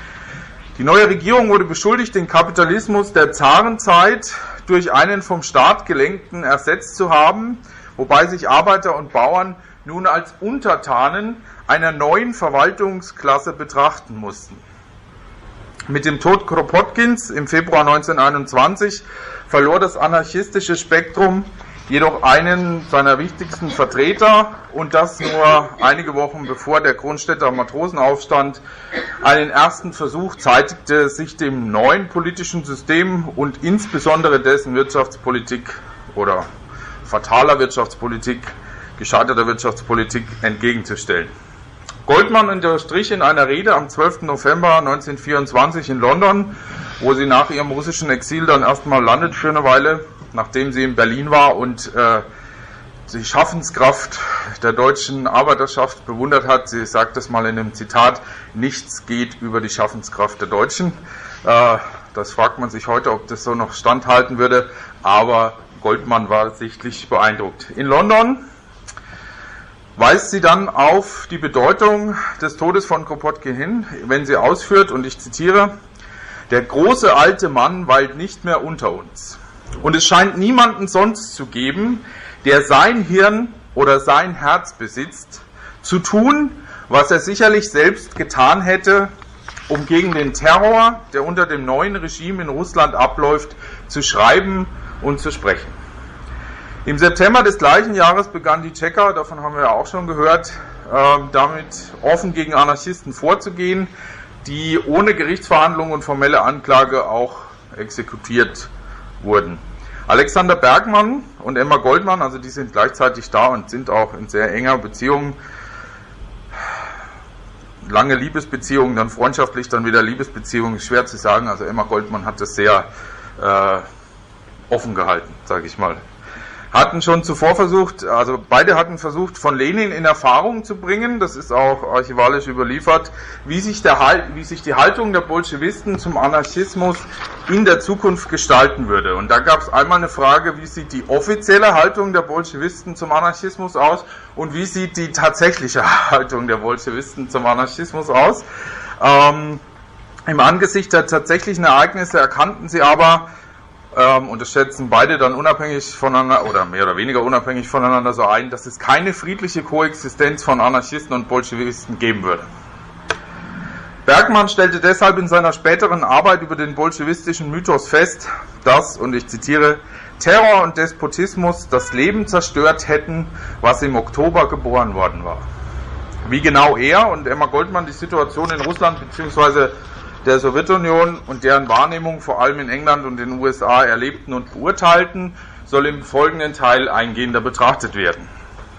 Die neue Regierung wurde beschuldigt, den Kapitalismus der Zarenzeit durch einen vom Staat gelenkten ersetzt zu haben, wobei sich Arbeiter und Bauern nun als Untertanen einer neuen Verwaltungsklasse betrachten mussten. Mit dem Tod Kropotkins im Februar neunzehnhunderteinundzwanzig verlor das anarchistische Spektrum jedoch einen seiner wichtigsten Vertreter, und das nur einige Wochen bevor der Kronstädter Matrosenaufstand einen ersten Versuch zeitigte, sich dem neuen politischen System und insbesondere dessen Wirtschaftspolitik oder fataler Wirtschaftspolitik, gescheiterter Wirtschaftspolitik entgegenzustellen. Goldman unterstrich in einer Rede am zwölften November neunzehnhundertvierundzwanzig in London, wo sie nach ihrem russischen Exil dann erstmal landet für eine Weile, nachdem sie in Berlin war und äh, die Schaffenskraft der deutschen Arbeiterschaft bewundert hat. Sie sagt das mal in einem Zitat: Nichts geht über die Schaffenskraft der Deutschen. Äh, das fragt man sich heute, ob das so noch standhalten würde, aber Goldman war sichtlich beeindruckt. In London weist sie dann auf die Bedeutung des Todes von Kropotkin hin, wenn sie ausführt, und ich zitiere: Der große alte Mann weilt nicht mehr unter uns. Und es scheint niemanden sonst zu geben, der sein Hirn oder sein Herz besitzt, zu tun, was er sicherlich selbst getan hätte, um gegen den Terror, der unter dem neuen Regime in Russland abläuft, zu schreiben und zu sprechen. Im September des gleichen Jahres begann die Tscheka, davon haben wir ja auch schon gehört, äh, damit offen gegen Anarchisten vorzugehen, die ohne Gerichtsverhandlungen und formelle Anklage auch exekutiert wurden. Alexander Bergmann und Emma Goldman, also die sind gleichzeitig da und sind auch in sehr enger Beziehung, lange Liebesbeziehungen, dann freundschaftlich, dann wieder Liebesbeziehungen, schwer zu sagen. Also Emma Goldman hat das sehr äh, offen gehalten, sage ich mal. Hatten schon zuvor versucht, also beide hatten versucht, von Lenin in Erfahrung zu bringen, das ist auch archivalisch überliefert, wie sich, der, wie sich die Haltung der Bolschewisten zum Anarchismus in der Zukunft gestalten würde. Und da gab es einmal eine Frage, wie sieht die offizielle Haltung der Bolschewisten zum Anarchismus aus und wie sieht die tatsächliche Haltung der Bolschewisten zum Anarchismus aus. Ähm, Im Angesicht der tatsächlichen Ereignisse erkannten sie aber, und das schätzen beide dann unabhängig voneinander oder mehr oder weniger unabhängig voneinander so ein, dass es keine friedliche Koexistenz von Anarchisten und Bolschewisten geben würde. Bergmann stellte deshalb in seiner späteren Arbeit über den bolschewistischen Mythos fest, dass, und ich zitiere, Terror und Despotismus das Leben zerstört hätten, was im Oktober geboren worden war. Wie genau er und Emma Goldman die Situation in Russland bzw. der Sowjetunion und deren Wahrnehmung vor allem in England und den U S A erlebten und beurteilten, soll im folgenden Teil eingehender betrachtet werden.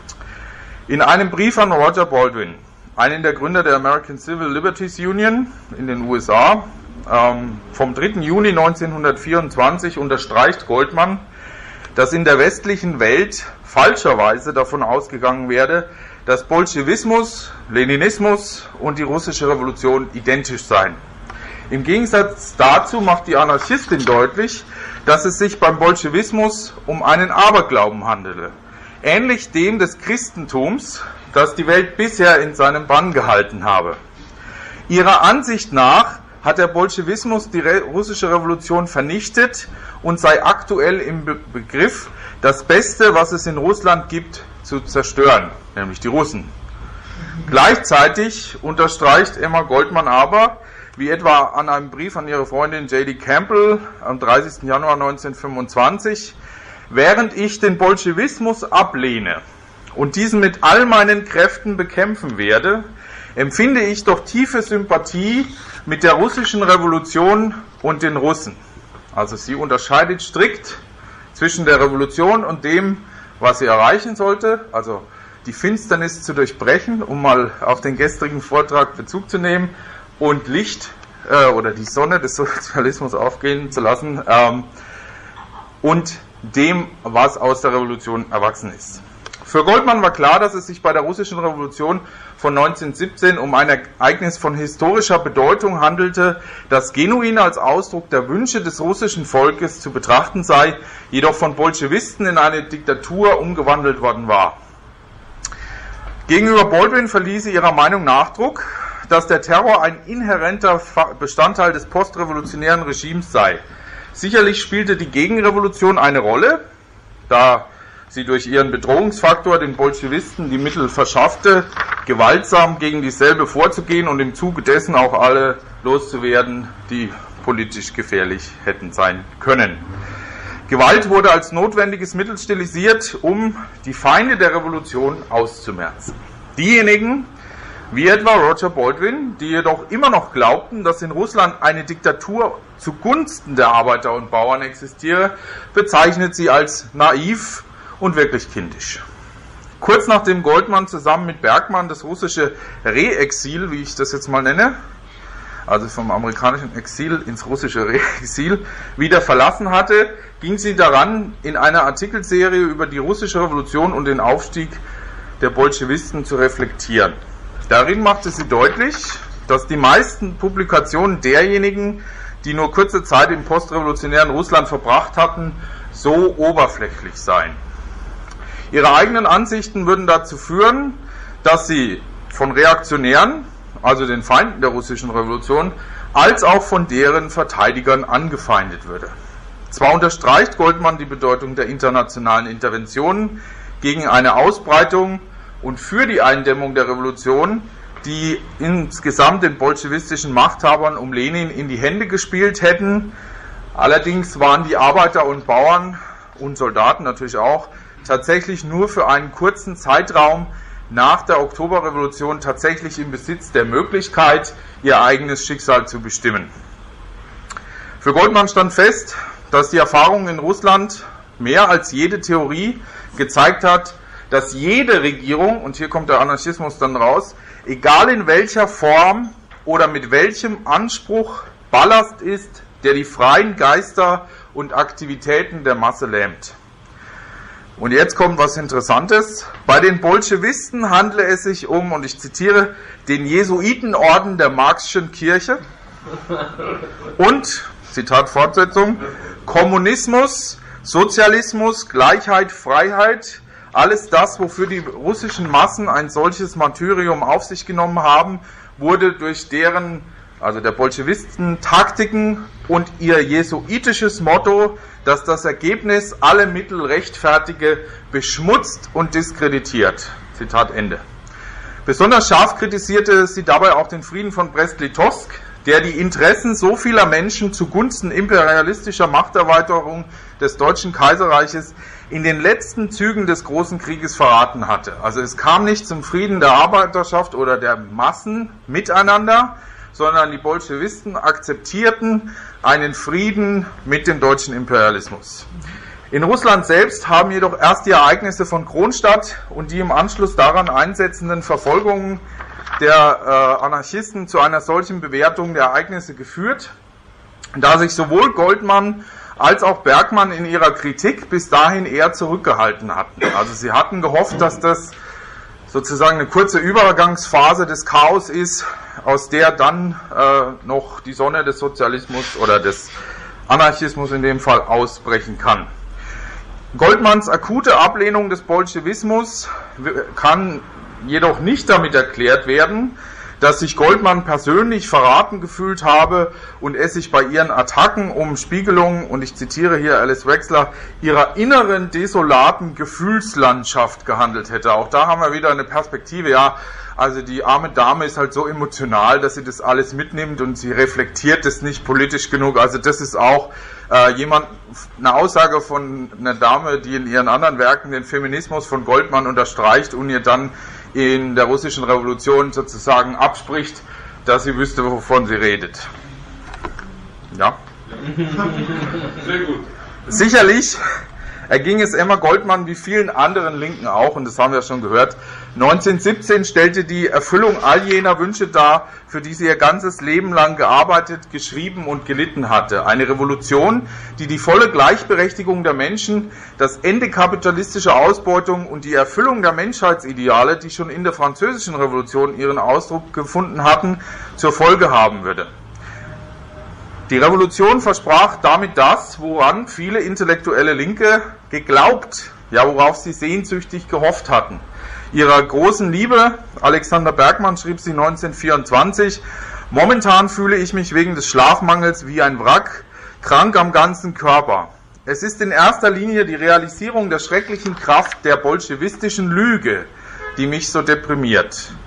In einem Brief an Roger Baldwin, einen der Gründer der American Civil Liberties Union in den U S A, ähm, vom dritten Juni neunzehnhundertvierundzwanzig unterstreicht Goldman, dass in der westlichen Welt falscherweise davon ausgegangen werde, dass Bolschewismus, Leninismus und die russische Revolution identisch seien. Im Gegensatz dazu macht die Anarchistin deutlich, dass es sich beim Bolschewismus um einen Aberglauben handele, ähnlich dem des Christentums, das die Welt bisher in seinem Bann gehalten habe. Ihrer Ansicht nach hat der Bolschewismus die russische Revolution vernichtet und sei aktuell im Be- Begriff, das Beste, was es in Russland gibt, zu zerstören, nämlich die Russen. Gleichzeitig unterstreicht Emma Goldman aber, wie etwa an einem Brief an ihre Freundin J D Campbell am dreißigsten Januar neunzehnhundertfünfundzwanzig, während ich den Bolschewismus ablehne und diesen mit all meinen Kräften bekämpfen werde, empfinde ich doch tiefe Sympathie mit der russischen Revolution und den Russen. Also sie unterscheidet strikt zwischen der Revolution und dem, was sie erreichen sollte, also die Finsternis zu durchbrechen, um mal auf den gestrigen Vortrag Bezug zu nehmen, und Licht äh, oder die Sonne des Sozialismus aufgehen zu lassen, ähm, und dem, was aus der Revolution erwachsen ist. Für Goldman war klar, dass es sich bei der russischen Revolution von neunzehnhundertsiebzehn um ein Ereignis von historischer Bedeutung handelte, das genuin als Ausdruck der Wünsche des russischen Volkes zu betrachten sei, jedoch von Bolschewisten in eine Diktatur umgewandelt worden war. Gegenüber Baldwin verlieh sie ihrer Meinung Nachdruck, dass der Terror ein inhärenter Bestandteil des postrevolutionären Regimes sei. Sicherlich spielte die Gegenrevolution eine Rolle, da sie durch ihren Bedrohungsfaktor den Bolschewisten die Mittel verschaffte, gewaltsam gegen dieselbe vorzugehen und im Zuge dessen auch alle loszuwerden, die politisch gefährlich hätten sein können. Gewalt wurde als notwendiges Mittel stilisiert, um die Feinde der Revolution auszumerzen. Diejenigen, wie etwa Roger Baldwin, die jedoch immer noch glaubten, dass in Russland eine Diktatur zugunsten der Arbeiter und Bauern existiere, bezeichnet sie als naiv und wirklich kindisch. Kurz nachdem Goldman zusammen mit Bergmann das russische Re-Exil, wie ich das jetzt mal nenne, also vom amerikanischen Exil ins russische Re-Exil, wieder verlassen hatte, ging sie daran, in einer Artikelserie über die russische Revolution und den Aufstieg der Bolschewisten zu reflektieren. Darin machte sie deutlich, dass die meisten Publikationen derjenigen, die nur kurze Zeit im postrevolutionären Russland verbracht hatten, so oberflächlich seien. Ihre eigenen Ansichten würden dazu führen, dass sie von Reaktionären, also den Feinden der russischen Revolution, als auch von deren Verteidigern angefeindet würde. Zwar unterstreicht Goldman die Bedeutung der internationalen Interventionen gegen eine Ausbreitung und für die Eindämmung der Revolution, die insgesamt den bolschewistischen Machthabern um Lenin in die Hände gespielt hätten. Allerdings waren die Arbeiter und Bauern und Soldaten natürlich auch tatsächlich nur für einen kurzen Zeitraum nach der Oktoberrevolution tatsächlich im Besitz der Möglichkeit, ihr eigenes Schicksal zu bestimmen. Für Goldman stand fest, dass die Erfahrung in Russland mehr als jede Theorie gezeigt hat, dass jede Regierung, und hier kommt der Anarchismus dann raus, egal in welcher Form oder mit welchem Anspruch Ballast ist, der die freien Geister und Aktivitäten der Masse lähmt. Und jetzt kommt was Interessantes. Bei den Bolschewisten handle es sich um, und ich zitiere, den Jesuitenorden der Marxischen Kirche und, Zitat Fortsetzung, Kommunismus, Sozialismus, Gleichheit, Freiheit, alles das, wofür die russischen Massen ein solches Martyrium auf sich genommen haben, wurde durch deren, also der Bolschewisten, Taktiken und ihr jesuitisches Motto, dass das Ergebnis alle Mittel rechtfertige, beschmutzt und diskreditiert. Zitat Ende. Besonders scharf kritisierte sie dabei auch den Frieden von Brest-Litovsk, der die Interessen so vieler Menschen zugunsten imperialistischer Machterweiterung des Deutschen Kaiserreiches in den letzten Zügen des Großen Krieges verraten hatte. Also es kam nicht zum Frieden der Arbeiterschaft oder der Massen miteinander, sondern die Bolschewisten akzeptierten einen Frieden mit dem deutschen Imperialismus. In Russland selbst haben jedoch erst die Ereignisse von Kronstadt und die im Anschluss daran einsetzenden Verfolgungen der äh, Anarchisten zu einer solchen Bewertung der Ereignisse geführt, da sich sowohl Goldman als auch Bergmann in ihrer Kritik bis dahin eher zurückgehalten hatten. Also sie hatten gehofft, dass das sozusagen eine kurze Übergangsphase des Chaos ist, aus der dann äh, noch die Sonne des Sozialismus oder des Anarchismus in dem Fall ausbrechen kann. Goldmans akute Ablehnung des Bolschewismus kann jedoch nicht damit erklärt werden, dass sich Goldman persönlich verraten gefühlt habe und es sich bei ihren Attacken um Spiegelung, und ich zitiere hier Alice Wexler, ihrer inneren desolaten Gefühlslandschaft gehandelt hätte. Auch da haben wir wieder eine Perspektive, ja, also die arme Dame ist halt so emotional, dass sie das alles mitnimmt und sie reflektiert es nicht politisch genug. Also das ist auch äh, jemand, eine Aussage von einer Dame, die in ihren anderen Werken den Feminismus von Goldman unterstreicht und ihr dann in der russischen Revolution sozusagen abspricht, dass sie wüsste, wovon sie redet. Ja? Sehr gut. Sicherlich erging es Emma Goldman wie vielen anderen Linken auch, und das haben wir ja schon gehört. neunzehnhundertsiebzehn stellte die Erfüllung all jener Wünsche dar, für die sie ihr ganzes Leben lang gearbeitet, geschrieben und gelitten hatte. Eine Revolution, die die volle Gleichberechtigung der Menschen, das Ende kapitalistischer Ausbeutung und die Erfüllung der Menschheitsideale, die schon in der Französischen Revolution ihren Ausdruck gefunden hatten, zur Folge haben würde. Die Revolution versprach damit das, woran viele intellektuelle Linke geglaubt, ja, worauf sie sehnsüchtig gehofft hatten. Ihrer großen Liebe, Alexander Bergmann schrieb sie neunzehnhundertvierundzwanzig, momentan fühle ich mich wegen des Schlafmangels wie ein Wrack, krank am ganzen Körper. Es ist in erster Linie die Realisierung der schrecklichen Kraft der bolschewistischen Lüge, die mich so deprimiert.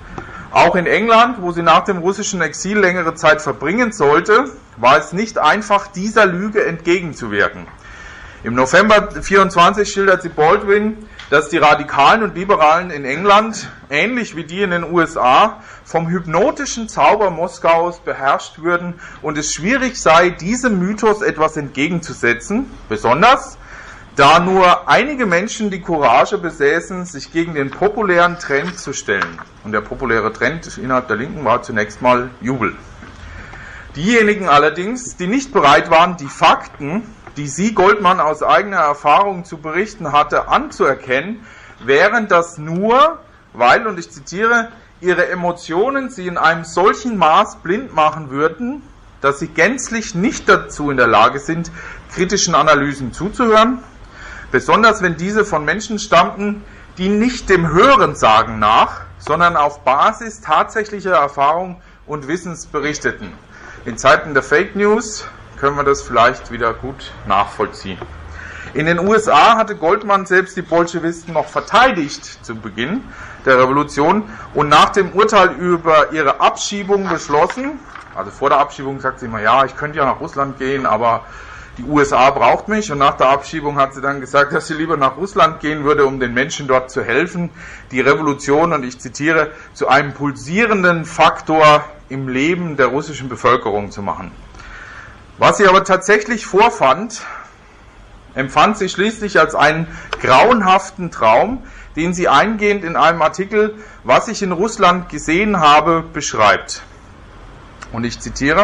Auch in England, wo sie nach dem russischen Exil längere Zeit verbringen sollte, war es nicht einfach, dieser Lüge entgegenzuwirken. Im November vierundzwanzig schildert sie Baldwin, dass die Radikalen und Liberalen in England, ähnlich wie die in den U S A, vom hypnotischen Zauber Moskaus beherrscht würden und es schwierig sei, diesem Mythos etwas entgegenzusetzen, besonders da nur einige Menschen die Courage besäßen, sich gegen den populären Trend zu stellen. Und der populäre Trend innerhalb der Linken war zunächst mal Jubel. Diejenigen allerdings, die nicht bereit waren, die Fakten, die sie, Goldman, aus eigener Erfahrung zu berichten hatte, anzuerkennen, wären das nur, weil, und ich zitiere, ihre Emotionen sie in einem solchen Maß blind machen würden, dass sie gänzlich nicht dazu in der Lage sind, kritischen Analysen zuzuhören, besonders wenn diese von Menschen stammten, die nicht dem Hörensagen nach, sondern auf Basis tatsächlicher Erfahrung und Wissens berichteten. In Zeiten der Fake News können wir das vielleicht wieder gut nachvollziehen. In den U S A hatte Goldman selbst die Bolschewisten noch verteidigt zu Beginn der Revolution und nach dem Urteil über ihre Abschiebung beschlossen, also vor der Abschiebung sagt sie immer, ja, ich könnte ja nach Russland gehen, aber die U S A braucht mich, und nach der Abschiebung hat sie dann gesagt, dass sie lieber nach Russland gehen würde, um den Menschen dort zu helfen, die Revolution, und ich zitiere, zu einem pulsierenden Faktor im Leben der russischen Bevölkerung zu machen. Was sie aber tatsächlich vorfand, empfand sie schließlich als einen grauenhaften Traum, den sie eingehend in einem Artikel, was ich in Russland gesehen habe, beschreibt. Und ich zitiere,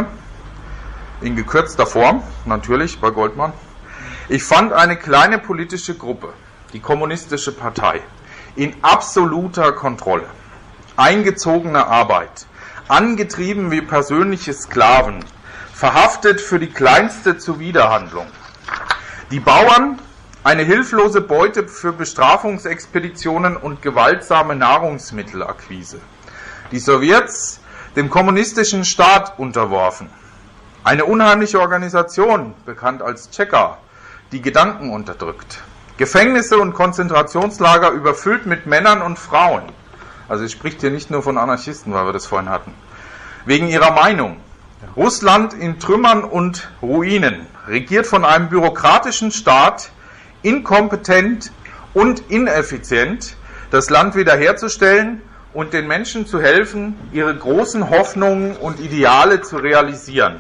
in gekürzter Form, natürlich bei Goldman: Ich fand eine kleine politische Gruppe, die Kommunistische Partei, in absoluter Kontrolle, eingezogene Arbeit, angetrieben wie persönliche Sklaven, verhaftet für die kleinste Zuwiderhandlung. Die Bauern, eine hilflose Beute für Bestrafungsexpeditionen und gewaltsame Nahrungsmittelakquise. Die Sowjets, dem kommunistischen Staat unterworfen. Eine unheimliche Organisation, bekannt als Tscheka, die Gedanken unterdrückt. Gefängnisse und Konzentrationslager überfüllt mit Männern und Frauen. Also es spricht hier nicht nur von Anarchisten, weil wir das vorhin hatten. Wegen ihrer Meinung. Russland in Trümmern und Ruinen, regiert von einem bürokratischen Staat, inkompetent und ineffizient, das Land wiederherzustellen und den Menschen zu helfen, ihre großen Hoffnungen und Ideale zu realisieren.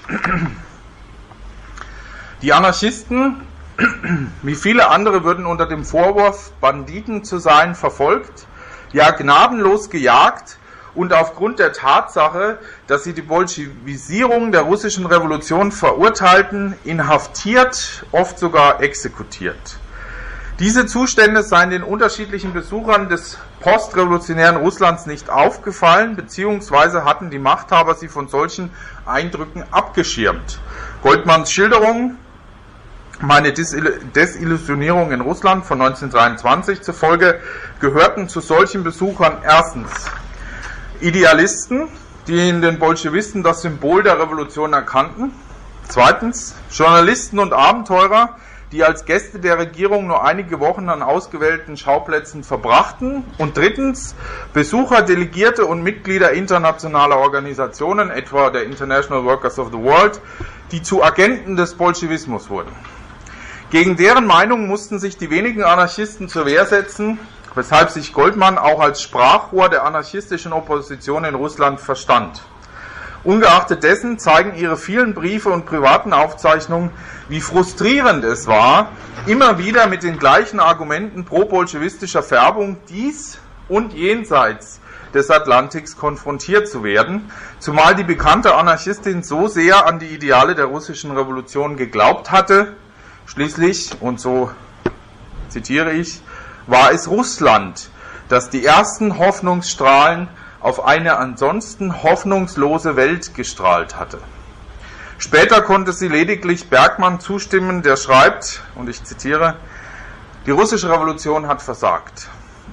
Die Anarchisten, wie viele andere, würden unter dem Vorwurf, Banditen zu sein, verfolgt, ja gnadenlos gejagt und aufgrund der Tatsache, dass sie die Bolschewisierung der russischen Revolution verurteilten, inhaftiert, oft sogar exekutiert. Diese Zustände seien den unterschiedlichen Besuchern des postrevolutionären Russlands nicht aufgefallen, beziehungsweise hatten die Machthaber sie von solchen Eindrücken abgeschirmt. Goldmans Schilderung, meine Desillusionierung in Russland von neunzehnhundertdreiundzwanzig zufolge, gehörten zu solchen Besuchern erstens Idealisten, die in den Bolschewisten das Symbol der Revolution erkannten, zweitens Journalisten und Abenteurer, die als Gäste der Regierung nur einige Wochen an ausgewählten Schauplätzen verbrachten, und drittens Besucher, Delegierte und Mitglieder internationaler Organisationen, etwa der International Workers of the World, die zu Agenten des Bolschewismus wurden. Gegen deren Meinung mussten sich die wenigen Anarchisten zur Wehr setzen, weshalb sich Goldman auch als Sprachrohr der anarchistischen Opposition in Russland verstand. Ungeachtet dessen zeigen ihre vielen Briefe und privaten Aufzeichnungen, wie frustrierend es war, immer wieder mit den gleichen Argumenten pro-bolschewistischer Färbung dies und jenseits des Atlantiks konfrontiert zu werden, zumal die bekannte Anarchistin so sehr an die Ideale der russischen Revolution geglaubt hatte. Schließlich, und so zitiere ich, war es Russland, das die ersten Hoffnungsstrahlen auf eine ansonsten hoffnungslose Welt gestrahlt hatte. Später konnte sie lediglich Bergmann zustimmen, der schreibt, und ich zitiere, die russische Revolution hat versagt.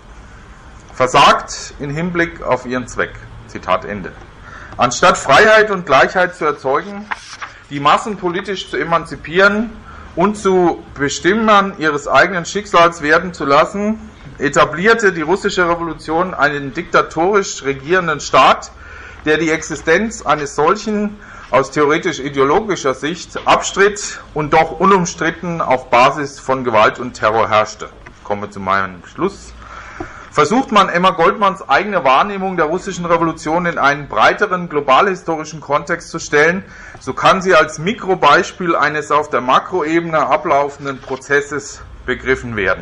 Versagt im Hinblick auf ihren Zweck. Zitat Ende. Anstatt Freiheit und Gleichheit zu erzeugen, die Massen politisch zu emanzipieren und zu Bestimmern ihres eigenen Schicksals werden zu lassen, etablierte die russische Revolution einen diktatorisch regierenden Staat, der die Existenz eines solchen aus theoretisch-ideologischer Sicht abstritt und doch unumstritten auf Basis von Gewalt und Terror herrschte. Ich komme zu meinem Schluss. Versucht man Emma Goldmans eigene Wahrnehmung der russischen Revolution in einen breiteren globalhistorischen Kontext zu stellen, so kann sie als Mikrobeispiel eines auf der Makroebene ablaufenden Prozesses begriffen werden.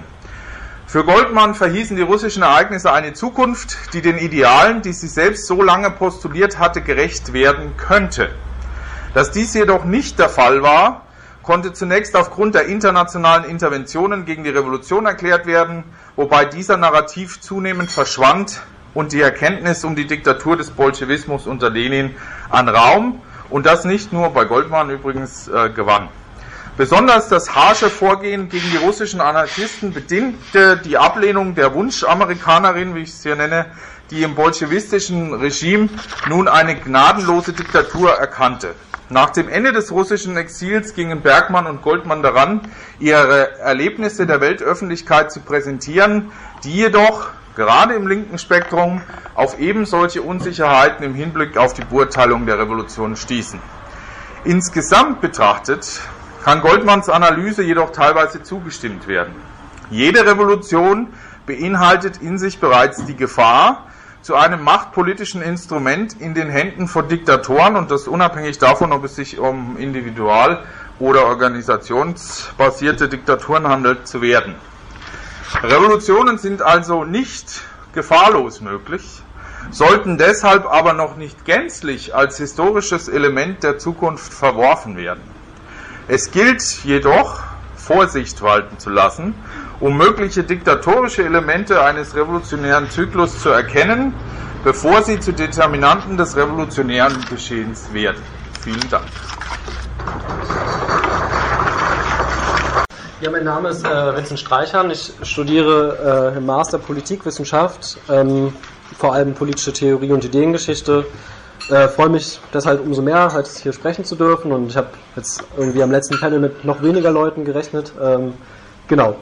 Für Goldman verhießen die russischen Ereignisse eine Zukunft, die den Idealen, die sie selbst so lange postuliert hatte, gerecht werden könnte. Dass dies jedoch nicht der Fall war, konnte zunächst aufgrund der internationalen Interventionen gegen die Revolution erklärt werden, wobei dieser Narrativ zunehmend verschwand und die Erkenntnis um die Diktatur des Bolschewismus unter Lenin an Raum, und das nicht nur bei Goldman übrigens, äh, gewann. Besonders das harsche Vorgehen gegen die russischen Anarchisten bedingte die Ablehnung der Wunschamerikanerin, wie ich es hier nenne, die im bolschewistischen Regime nun eine gnadenlose Diktatur erkannte. Nach dem Ende des russischen Exils gingen Bergmann und Goldman daran, ihre Erlebnisse der Weltöffentlichkeit zu präsentieren, die jedoch, gerade im linken Spektrum, auf eben solche Unsicherheiten im Hinblick auf die Beurteilung der Revolution stießen. Insgesamt betrachtet kann Goldmans Analyse jedoch teilweise zugestimmt werden. Jede Revolution beinhaltet in sich bereits die Gefahr, zu einem machtpolitischen Instrument in den Händen von Diktatoren, und das unabhängig davon, ob es sich um individual- oder organisationsbasierte Diktaturen handelt, zu werden. Revolutionen sind also nicht gefahrlos möglich, sollten deshalb aber noch nicht gänzlich als historisches Element der Zukunft verworfen werden. Es gilt jedoch, Vorsicht walten zu lassen, um mögliche diktatorische Elemente eines revolutionären Zyklus zu erkennen, bevor sie zu Determinanten des revolutionären Geschehens werden. Vielen Dank. Ja, mein Name ist äh, Vincent Streichern. Ich studiere äh, im Master Politikwissenschaft, ähm, vor allem politische Theorie und Ideengeschichte. Äh, freue mich deshalb umso mehr, halt hier sprechen zu dürfen, und ich habe jetzt irgendwie am letzten Panel mit noch weniger Leuten gerechnet. Ähm, genau.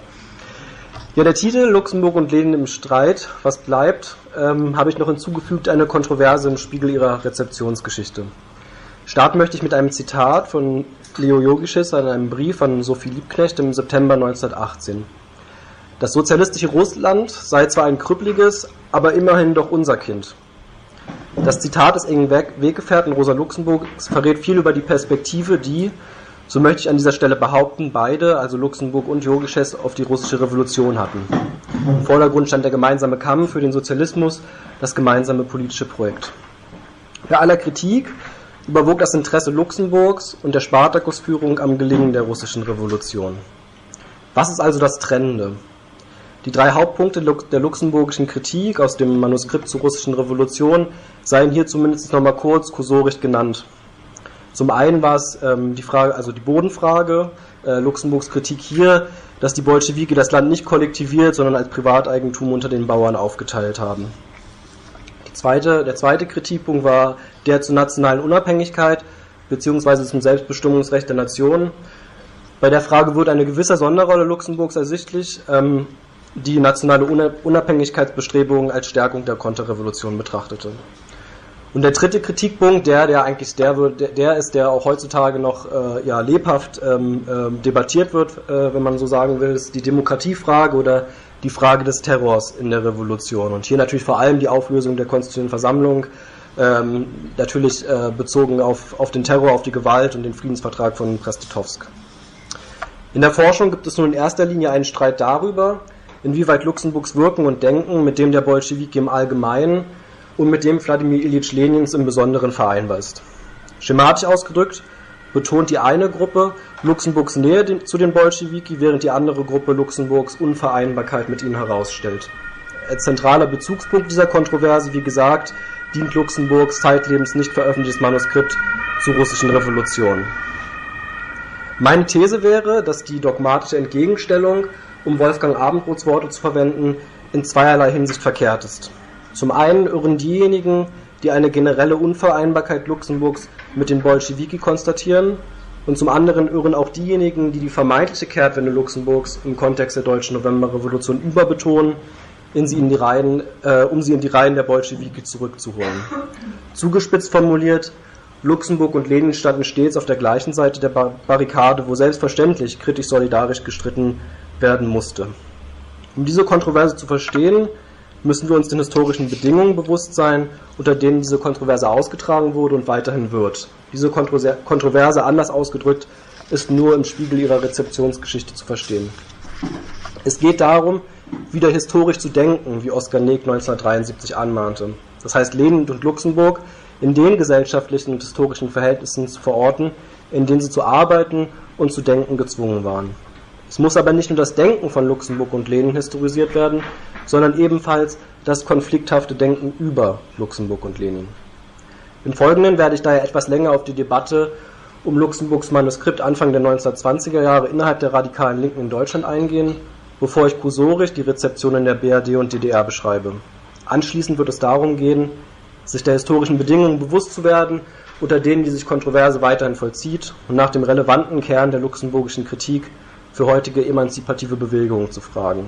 Ja, der Titel Luxemburg und Lenin im Streit, was bleibt, ähm, habe ich noch hinzugefügt, eine Kontroverse im Spiegel ihrer Rezeptionsgeschichte. Starten möchte ich mit einem Zitat von Leo Jogischis an einem Brief an Sophie Liebknecht im September neunzehnhundertachtzehn. Das sozialistische Russland sei zwar ein krüppeliges, aber immerhin doch unser Kind. Das Zitat des engen Weggefährten Rosa Luxemburgs verrät viel über die Perspektive, die, so möchte ich an dieser Stelle behaupten, beide, also Luxemburg und Jogischis, auf die russische Revolution hatten. Im Vordergrund stand der gemeinsame Kampf für den Sozialismus, das gemeinsame politische Projekt. Bei aller Kritik überwog das Interesse Luxemburgs und der Spartakusführung am Gelingen der russischen Revolution. Was ist also das Trennende? Die drei Hauptpunkte der luxemburgischen Kritik aus dem Manuskript zur russischen Revolution seien hier zumindest nochmal kurz kursorisch genannt. Zum einen war es ähm, die Frage, also die Bodenfrage, äh, Luxemburgs Kritik hier, dass die Bolschewiki das Land nicht kollektiviert, sondern als Privateigentum unter den Bauern aufgeteilt haben. Die zweite, der zweite Kritikpunkt war der zur nationalen Unabhängigkeit bzw. zum Selbstbestimmungsrecht der Nation. Bei der Frage wird eine gewisse Sonderrolle Luxemburgs ersichtlich, ähm, die nationale Unabhängigkeitsbestrebungen als Stärkung der Konterrevolution betrachtete. Und der dritte Kritikpunkt, der, der eigentlich der, wird, der ist, der auch heutzutage noch äh, ja, lebhaft ähm, äh, debattiert wird, äh, wenn man so sagen will, ist die Demokratiefrage oder die Frage des Terrors in der Revolution. Und hier natürlich vor allem die Auflösung der Konstituierenden Versammlung, ähm, natürlich äh, bezogen auf, auf den Terror, auf die Gewalt und den Friedensvertrag von Brest-Litovsk. In der Forschung gibt es nun in erster Linie einen Streit darüber, inwieweit Luxemburgs Wirken und Denken mit dem der Bolschewiki im Allgemeinen und mit dem Wladimir Ilyich Lenins im Besonderen vereinbar ist. Schematisch ausgedrückt betont die eine Gruppe Luxemburgs Nähe zu den Bolschewiki, während die andere Gruppe Luxemburgs Unvereinbarkeit mit ihnen herausstellt. Als zentraler Bezugspunkt dieser Kontroverse, wie gesagt, dient Luxemburgs zeitlebens nicht veröffentlichtes Manuskript zur russischen Revolution. Meine These wäre, dass die dogmatische Entgegenstellung, um Wolfgang Abendroths Worte zu verwenden, in zweierlei Hinsicht verkehrt ist. Zum einen irren diejenigen, die eine generelle Unvereinbarkeit Luxemburgs mit den Bolschewiki konstatieren, und zum anderen irren auch diejenigen, die die vermeintliche Kehrtwende Luxemburgs im Kontext der deutschen Novemberrevolution überbetonen, in sie in die Reihen, äh, um sie in die Reihen der Bolschewiki zurückzuholen. Zugespitzt formuliert, Luxemburg und Lenin standen stets auf der gleichen Seite der Barrikade, wo selbstverständlich kritisch solidarisch gestritten werden musste. Um diese Kontroverse zu verstehen, müssen wir uns den historischen Bedingungen bewusst sein, unter denen diese Kontroverse ausgetragen wurde und weiterhin wird. Diese Kontroverse, anders ausgedrückt, ist nur im Spiegel ihrer Rezeptionsgeschichte zu verstehen. Es geht darum, wieder historisch zu denken, wie Oskar Negg neunzehnhundertdreiundsiebzig anmahnte. Das heißt, Lenin und Luxemburg in den gesellschaftlichen und historischen Verhältnissen zu verorten, in denen sie zu arbeiten und zu denken gezwungen waren. Es muss aber nicht nur das Denken von Luxemburg und Lenin historisiert werden, sondern ebenfalls das konflikthafte Denken über Luxemburg und Lenin. Im Folgenden werde ich daher etwas länger auf die Debatte um Luxemburgs Manuskript Anfang der neunzehnhundertzwanziger Jahre innerhalb der radikalen Linken in Deutschland eingehen, bevor ich kursorisch die Rezeption in der B R D und D D R beschreibe. Anschließend wird es darum gehen, sich der historischen Bedingungen bewusst zu werden, unter denen die sich Kontroverse weiterhin vollzieht, und nach dem relevanten Kern der luxemburgischen Kritik für heutige emanzipative Bewegungen zu fragen.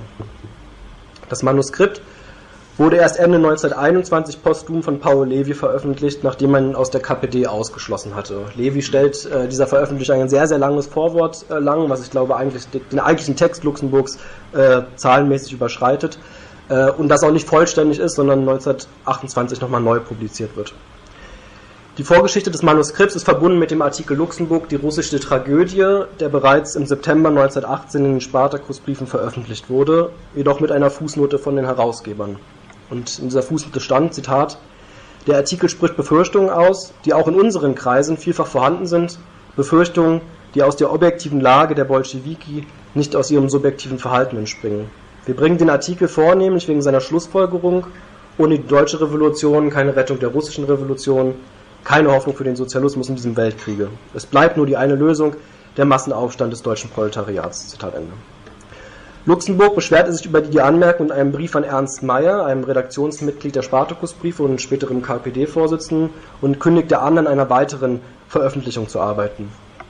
Das Manuskript wurde erst Ende neunzehnhunderteinundzwanzig posthum von Paul Levi veröffentlicht, nachdem man ihn aus der K P D ausgeschlossen hatte. Levi stellt äh, dieser Veröffentlichung ein sehr, sehr langes Vorwort äh, lang, was ich glaube eigentlich den eigentlichen Text Luxemburgs äh, zahlenmäßig überschreitet äh, und das auch nicht vollständig ist, sondern neunzehnhundertachtundzwanzig nochmal neu publiziert wird. Die Vorgeschichte des Manuskripts ist verbunden mit dem Artikel Luxemburg, die russische Tragödie, der bereits im September neunzehnhundertachtzehn in den Spartakusbriefen veröffentlicht wurde, jedoch mit einer Fußnote von den Herausgebern. Und in dieser Fußnote stand, Zitat, der Artikel spricht Befürchtungen aus, die auch in unseren Kreisen vielfach vorhanden sind, Befürchtungen, die aus der objektiven Lage der Bolschewiki, nicht aus ihrem subjektiven Verhalten entspringen. Wir bringen den Artikel vornehmlich wegen seiner Schlussfolgerung, ohne die deutsche Revolution keine Rettung der russischen Revolution, keine Hoffnung für den Sozialismus in diesem Weltkriege. Es bleibt nur die eine Lösung, der Massenaufstand des deutschen Proletariats. Zitat Ende. Luxemburg beschwerte sich über die Anmerkung in einem Brief an Ernst Mayr, einem Redaktionsmitglied der Spartakusbriefe und späterem K P D-Vorsitzenden, und kündigte an, an einer weiteren Veröffentlichung zu arbeiten.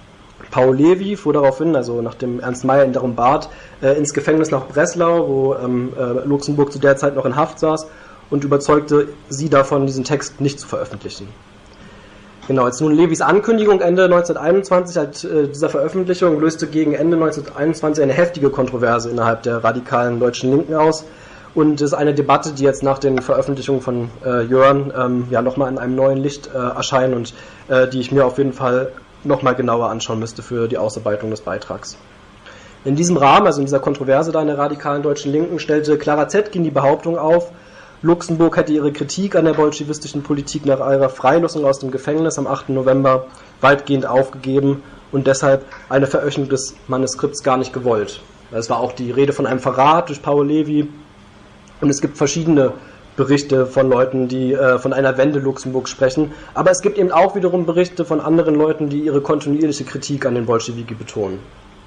Paul Levi fuhr darauf hin, also nachdem Ernst Mayr ihn darum bat, äh, ins Gefängnis nach Breslau, wo ähm, äh, Luxemburg zu der Zeit noch in Haft saß, und überzeugte sie davon, diesen Text nicht zu veröffentlichen. Genau, als nun Levis Ankündigung Ende neunzehnhunderteinundzwanzig halt, äh, dieser Veröffentlichung löste gegen Ende neunzehnhunderteinundzwanzig eine heftige Kontroverse innerhalb der radikalen deutschen Linken aus, und es ist eine Debatte, die jetzt nach den Veröffentlichungen von äh, Jörn ähm, ja nochmal in einem neuen Licht äh, erscheint und äh, die ich mir auf jeden Fall nochmal genauer anschauen müsste für die Ausarbeitung des Beitrags. In diesem Rahmen, also in dieser Kontroverse da in der radikalen deutschen Linken, stellte Clara Zetkin die Behauptung auf, Luxemburg hätte ihre Kritik an der bolschewistischen Politik nach ihrer Freilassung aus dem Gefängnis am achten November weitgehend aufgegeben und deshalb eine Veröffentlichung des Manuskripts gar nicht gewollt. Es war auch die Rede von einem Verrat durch Paul Levi, und es gibt verschiedene Berichte von Leuten, die äh, von einer Wende Luxemburg sprechen, aber es gibt eben auch wiederum Berichte von anderen Leuten, die ihre kontinuierliche Kritik an den Bolschewiki betonen.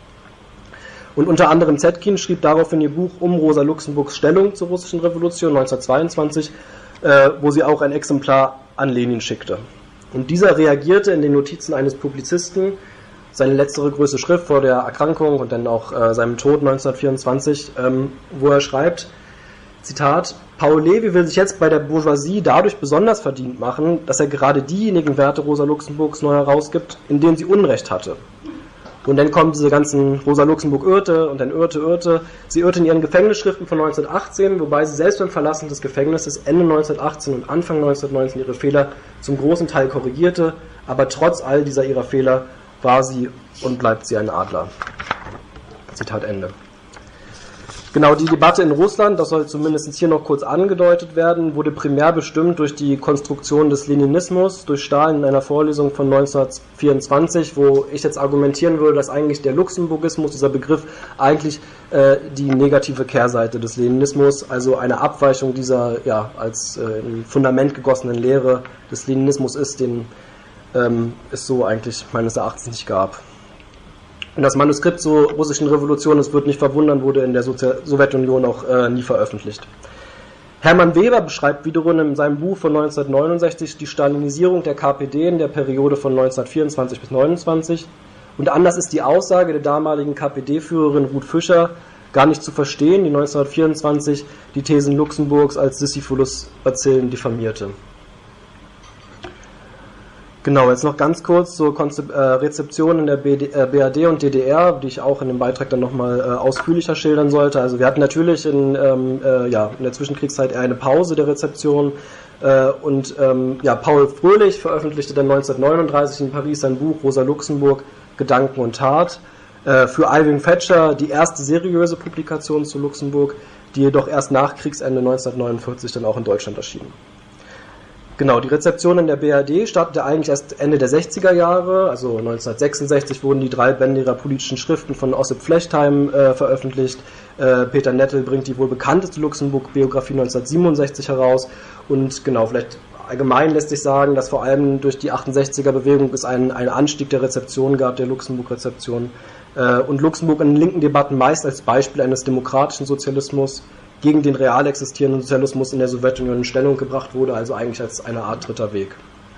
Und unter anderem Zetkin schrieb daraufhin ihr Buch Um Rosa Luxemburgs Stellung zur russischen Revolution neunzehnhundertzweiundzwanzig, äh, wo sie auch ein Exemplar an Lenin schickte. Und dieser reagierte in den Notizen eines Publizisten, seine letztere größte Schrift vor der Erkrankung und dann auch äh, seinem Tod neunzehnhundertvierundzwanzig, ähm, wo er schreibt, Zitat, Paul Levi will sich jetzt bei der Bourgeoisie dadurch besonders verdient machen, dass er gerade diejenigen Werte Rosa Luxemburgs neu herausgibt, in denen sie Unrecht hatte. Und dann kommen diese ganzen Rosa Luxemburg irrte und dann irrte, irrte. Sie irrte in ihren Gefängnisschriften von neunzehnhundertachtzehn, wobei sie selbst beim Verlassen des Gefängnisses Ende neunzehnhundertachtzehn und Anfang neunzehnhundertneunzehn ihre Fehler zum großen Teil korrigierte, aber trotz all dieser ihrer Fehler war sie und bleibt sie ein Adler. Zitat Ende. Genau, die Debatte in Russland, das soll zumindest hier noch kurz angedeutet werden, wurde primär bestimmt durch die Konstruktion des Leninismus, durch Stalin in einer Vorlesung von neunzehnhundertvierundzwanzig, wo ich jetzt argumentieren würde, dass eigentlich der Luxemburgismus, dieser Begriff, eigentlich äh, die negative Kehrseite des Leninismus, also eine Abweichung dieser ja als äh, im Fundament gegossenen Lehre des Leninismus ist, den ähm, es so eigentlich meines Erachtens nicht gab. Und das Manuskript zur russischen Revolution, es wird nicht verwundern, wurde in der Sozial- Sowjetunion auch äh, nie veröffentlicht. Hermann Weber beschreibt wiederum in seinem Buch von neunzehnhundertneunundsechzig die Stalinisierung der K P D in der Periode von neunzehnhundertvierundzwanzig bis neunundzwanzig Und anders ist die Aussage der damaligen K P D-Führerin Ruth Fischer gar nicht zu verstehen, die neunzehnhundertvierundzwanzig die Thesen Luxemburgs als Sisyphus-Bazillen diffamierte. Genau, jetzt noch ganz kurz zur Konzep- äh, Rezeption in der B D, äh, B R D und D D R, die ich auch in dem Beitrag dann nochmal äh, ausführlicher schildern sollte. Also wir hatten natürlich in, ähm, äh, ja, in der Zwischenkriegszeit eher eine Pause der Rezeption äh, und ähm, ja, Paul Fröhlich veröffentlichte dann neunzehnhundertneununddreißig in Paris sein Buch Rosa Luxemburg, Gedanken und Tat. Äh, für Irving Thatcher die erste seriöse Publikation zu Luxemburg, die jedoch erst nach Kriegsende neunzehnhundertneunundvierzig dann auch in Deutschland erschien. Genau, die Rezeption in der B R D startete eigentlich erst Ende der sechziger Jahre, also neunzehnhundertsechsundsechzig wurden die drei Bände ihrer politischen Schriften von Ossip Flechtheim äh, veröffentlicht. Äh, Peter Nettel bringt die wohl bekannteste Luxemburg-Biografie neunzehnhundertsiebenundsechzig heraus und genau, vielleicht allgemein lässt sich sagen, dass vor allem durch die achtundsechziger-Bewegung es einen, einen Anstieg der Rezeption gab, der Luxemburg-Rezeption äh, und Luxemburg in den linken Debatten meist als Beispiel eines demokratischen Sozialismus gegen den real existierenden Sozialismus in der Sowjetunion in Stellung gebracht wurde, also eigentlich als eine Art dritter Weg.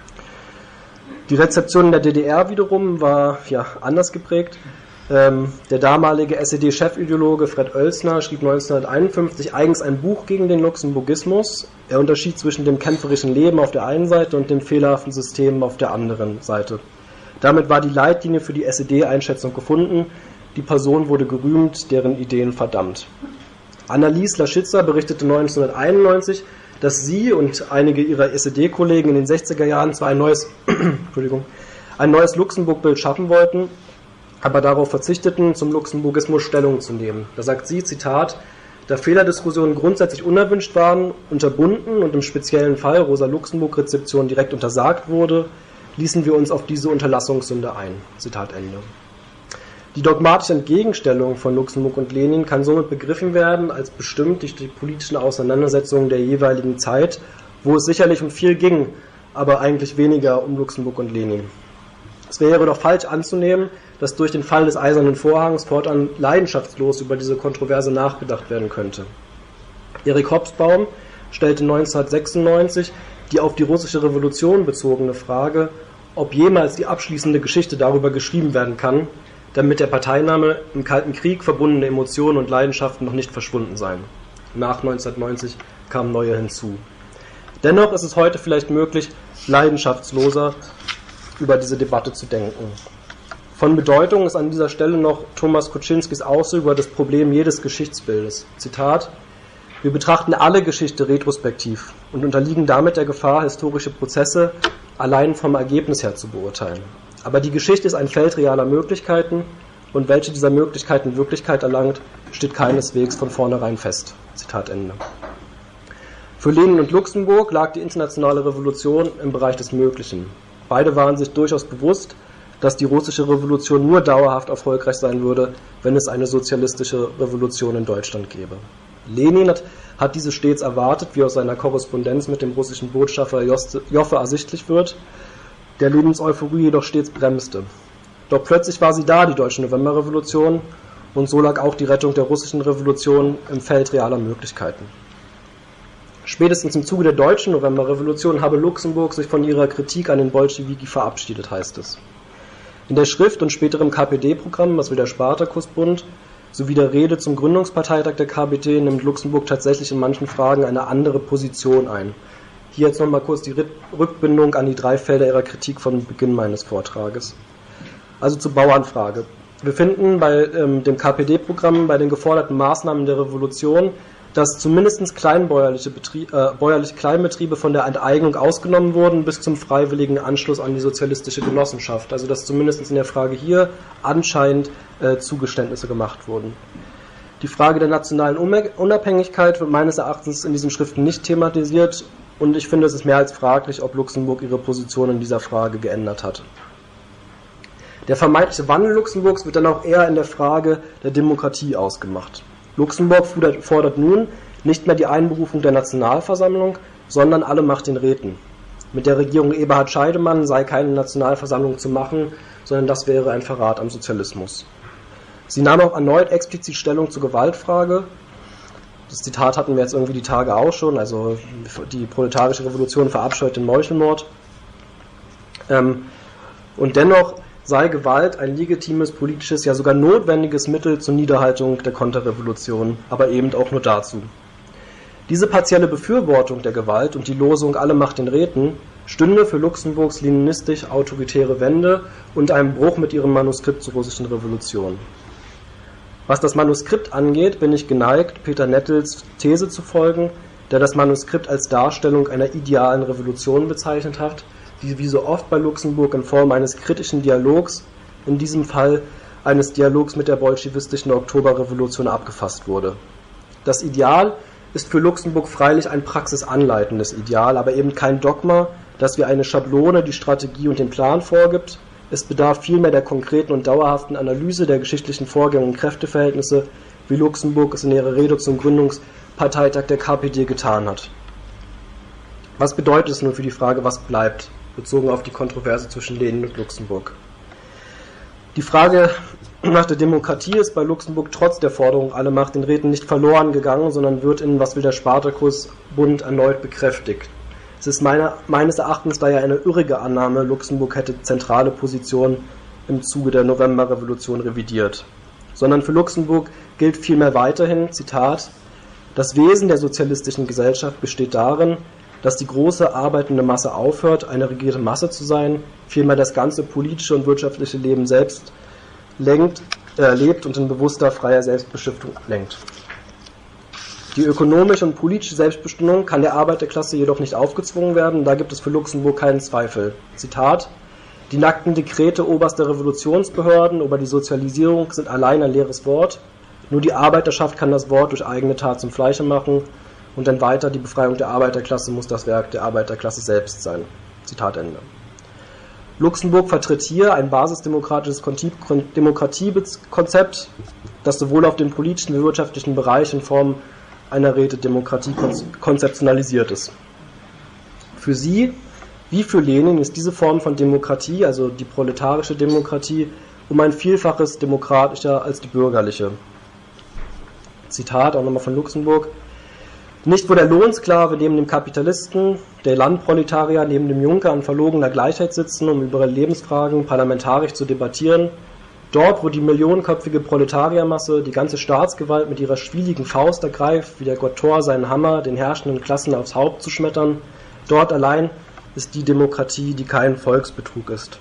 Die Rezeption in der D D R wiederum war ja anders geprägt. Ähm, der damalige S E D-Chefideologe Fred Oelsner schrieb neunzehnhunderteinundfünfzig eigens ein Buch gegen den Luxemburgismus. Er unterschied zwischen dem kämpferischen Leben auf der einen Seite und dem fehlerhaften System auf der anderen Seite. Damit war die Leitlinie für die S E D-Einschätzung gefunden. Die Person wurde gerühmt, deren Ideen verdammt. Annelies Laschitzer berichtete neunzehnhunderteinundneunzig, dass sie und einige ihrer S E D-Kollegen in den sechziger Jahren zwar ein neues, Entschuldigung, ein neues Luxemburg-Bild schaffen wollten, aber darauf verzichteten, zum Luxemburgismus Stellung zu nehmen. Da sagt sie, Zitat, da Fehlerdiskussionen grundsätzlich unerwünscht waren, unterbunden und im speziellen Fall Rosa-Luxemburg-Rezeption direkt untersagt wurde, ließen wir uns auf diese Unterlassungssünde ein. Zitat Ende. Die dogmatische Entgegenstellung von Luxemburg und Lenin kann somit begriffen werden als bestimmt durch die politischen Auseinandersetzungen der jeweiligen Zeit, wo es sicherlich um viel ging, aber eigentlich weniger um Luxemburg und Lenin. Es wäre doch falsch anzunehmen, dass durch den Fall des Eisernen Vorhangs fortan leidenschaftslos über diese Kontroverse nachgedacht werden könnte. Erik Hobsbawm stellte neunzehnhundertsechsundneunzig die auf die russische Revolution bezogene Frage, ob jemals die abschließende Geschichte darüber geschrieben werden kann, damit der Parteinahme im Kalten Krieg verbundene Emotionen und Leidenschaften noch nicht verschwunden seien. Nach neunzehnhundertneunzig kamen neue hinzu. Dennoch ist es heute vielleicht möglich, leidenschaftsloser über diese Debatte zu denken. Von Bedeutung ist an dieser Stelle noch Thomas Kuczynskis Aussage über das Problem jedes Geschichtsbildes. Zitat: Wir betrachten alle Geschichte retrospektiv und unterliegen damit der Gefahr, historische Prozesse allein vom Ergebnis her zu beurteilen. Aber die Geschichte ist ein Feld realer Möglichkeiten und welche dieser Möglichkeiten Wirklichkeit erlangt, steht keineswegs von vornherein fest. Zitat Ende. Für Lenin und Luxemburg lag die internationale Revolution im Bereich des Möglichen. Beide waren sich durchaus bewusst, dass die russische Revolution nur dauerhaft erfolgreich sein würde, wenn es eine sozialistische Revolution in Deutschland gäbe. Lenin hat, hat diese stets erwartet, wie aus seiner Korrespondenz mit dem russischen Botschafter Joffe ersichtlich wird, der Lebenseuphorie jedoch stets bremste. Doch plötzlich war sie da, die deutsche Novemberrevolution, und so lag auch die Rettung der russischen Revolution im Feld realer Möglichkeiten. Spätestens im Zuge der deutschen Novemberrevolution habe Luxemburg sich von ihrer Kritik an den Bolschewiki verabschiedet, heißt es. In der Schrift und später im K P D-Programm, was wie der Spartakusbund, sowie der Rede zum Gründungsparteitag der K P D nimmt Luxemburg tatsächlich in manchen Fragen eine andere Position ein. Hier jetzt nochmal kurz die Rückbindung an die drei Felder ihrer Kritik von Beginn meines Vortrages. Also zur Bauernfrage. Wir finden bei ähm, dem K P D-Programm, bei den geforderten Maßnahmen der Revolution, dass zumindest kleinbäuerliche Betriebe, äh, bäuerliche Kleinbetriebe von der Enteignung ausgenommen wurden bis zum freiwilligen Anschluss an die sozialistische Genossenschaft. Also dass zumindest in der Frage hier anscheinend äh, Zugeständnisse gemacht wurden. Die Frage der nationalen Unabhängigkeit wird meines Erachtens in diesen Schriften nicht thematisiert und ich finde, es ist mehr als fraglich, ob Luxemburg ihre Position in dieser Frage geändert hat. Der vermeintliche Wandel Luxemburgs wird dann auch eher in der Frage der Demokratie ausgemacht. Luxemburg fordert nun nicht mehr die Einberufung der Nationalversammlung, sondern alle Macht den Räten. Mit der Regierung Eberhard Scheidemann sei keine Nationalversammlung zu machen, sondern das wäre ein Verrat am Sozialismus. Sie nahm auch erneut explizit Stellung zur Gewaltfrage. Das Zitat hatten wir jetzt irgendwie die Tage auch schon, also die proletarische Revolution verabscheut den Meuchelmord. Und dennoch sei Gewalt ein legitimes, politisches, ja sogar notwendiges Mittel zur Niederhaltung der Konterrevolution, aber eben auch nur dazu. Diese partielle Befürwortung der Gewalt und die Losung alle Macht den Räten stünde für Luxemburgs leninistisch-autoritäre Wende und einem Bruch mit ihrem Manuskript zur russischen Revolution. Was das Manuskript angeht, bin ich geneigt, Peter Nettels These zu folgen, der das Manuskript als Darstellung einer idealen Revolution bezeichnet hat, die wie so oft bei Luxemburg in Form eines kritischen Dialogs, in diesem Fall eines Dialogs mit der bolschewistischen Oktoberrevolution abgefasst wurde. Das Ideal ist für Luxemburg freilich ein praxisanleitendes Ideal, aber eben kein Dogma, das wie eine Schablone die Strategie und den Plan vorgibt. Es bedarf vielmehr der konkreten und dauerhaften Analyse der geschichtlichen Vorgänge und Kräfteverhältnisse, wie Luxemburg es in ihrer Rede zum Gründungsparteitag der K P D getan hat. Was bedeutet es nun für die Frage, was bleibt, bezogen auf die Kontroverse zwischen Lenin und Luxemburg? Die Frage nach der Demokratie ist bei Luxemburg trotz der Forderung alle Macht den Räten nicht verloren gegangen, sondern wird in Was will der Spartakus-Bund erneut bekräftigt. Es ist meiner, meines Erachtens daher eine irrige Annahme, Luxemburg hätte zentrale Positionen im Zuge der Novemberrevolution revidiert. Sondern für Luxemburg gilt vielmehr weiterhin, Zitat, das Wesen der sozialistischen Gesellschaft besteht darin, dass die große arbeitende Masse aufhört, eine regierte Masse zu sein, vielmehr das ganze politische und wirtschaftliche Leben selbst lenkt, äh, lebt und in bewusster, freier Selbstbestimmung lenkt. Die ökonomische und politische Selbstbestimmung kann der Arbeiterklasse jedoch nicht aufgezwungen werden, da gibt es für Luxemburg keinen Zweifel. Zitat, die nackten Dekrete oberster Revolutionsbehörden über die Sozialisierung sind allein ein leeres Wort, nur die Arbeiterschaft kann das Wort durch eigene Tat zum Fleische machen und dann weiter, die Befreiung der Arbeiterklasse muss das Werk der Arbeiterklasse selbst sein. Zitat Ende. Luxemburg vertritt hier ein basisdemokratisches Demokratiekonzept, das sowohl auf dem politischen wie wirtschaftlichen Bereich in Form einer Rätedemokratie konzeptionalisiert ist. Für sie, wie für Lenin, ist diese Form von Demokratie, also die proletarische Demokratie, um ein Vielfaches demokratischer als die bürgerliche. Zitat auch nochmal von Luxemburg. Nicht wo der Lohnsklave neben dem Kapitalisten, der Landproletarier neben dem Junker an verlogener Gleichheit sitzen, um über Lebensfragen parlamentarisch zu debattieren, dort, wo die millionenköpfige Proletariermasse die ganze Staatsgewalt mit ihrer schwieligen Faust ergreift, wie der Gottor seinen Hammer den herrschenden Klassen aufs Haupt zu schmettern, dort allein ist die Demokratie, die kein Volksbetrug ist.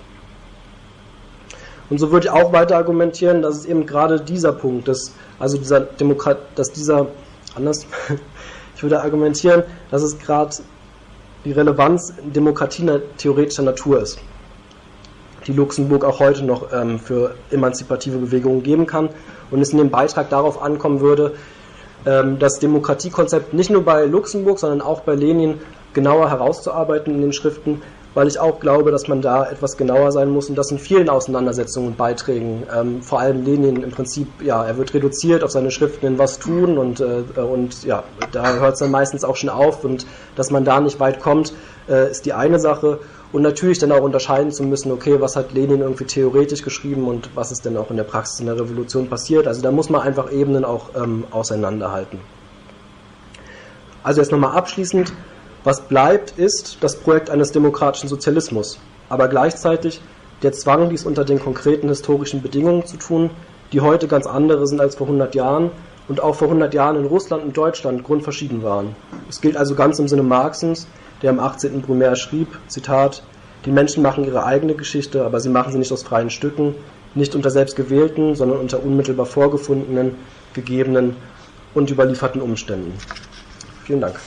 Und so würde ich auch weiter argumentieren, dass es eben gerade dieser Punkt ist, also dieser Demokrat, dass dieser, anders, ich würde argumentieren, dass es gerade die Relevanz demokratietheoretischer Natur ist, die Luxemburg auch heute noch ähm, für emanzipative Bewegungen geben kann und es in dem Beitrag darauf ankommen würde, ähm, das Demokratiekonzept nicht nur bei Luxemburg, sondern auch bei Lenin genauer herauszuarbeiten in den Schriften, weil ich auch glaube, dass man da etwas genauer sein muss und das in vielen Auseinandersetzungen und Beiträgen, ähm, vor allem Lenin im Prinzip, ja, er wird reduziert auf seine Schriften in Was tun und, äh, und ja, da hört es dann meistens auch schon auf und dass man da nicht weit kommt, äh, ist die eine Sache und natürlich dann auch unterscheiden zu müssen, okay, was hat Lenin irgendwie theoretisch geschrieben und was ist denn auch in der Praxis in der Revolution passiert, also da muss man einfach Ebenen auch ähm, auseinanderhalten. Also jetzt nochmal abschließend, was bleibt, ist das Projekt eines demokratischen Sozialismus, aber gleichzeitig der Zwang, dies unter den konkreten historischen Bedingungen zu tun, die heute ganz andere sind als vor hundert Jahren und auch vor hundert Jahren in Russland und Deutschland grundverschieden waren. Es gilt also ganz im Sinne Marxens, der im achtzehnten Brumaire schrieb, Zitat, die Menschen machen ihre eigene Geschichte, aber sie machen sie nicht aus freien Stücken, nicht unter selbstgewählten, sondern unter unmittelbar vorgefundenen, gegebenen und überlieferten Umständen. Vielen Dank.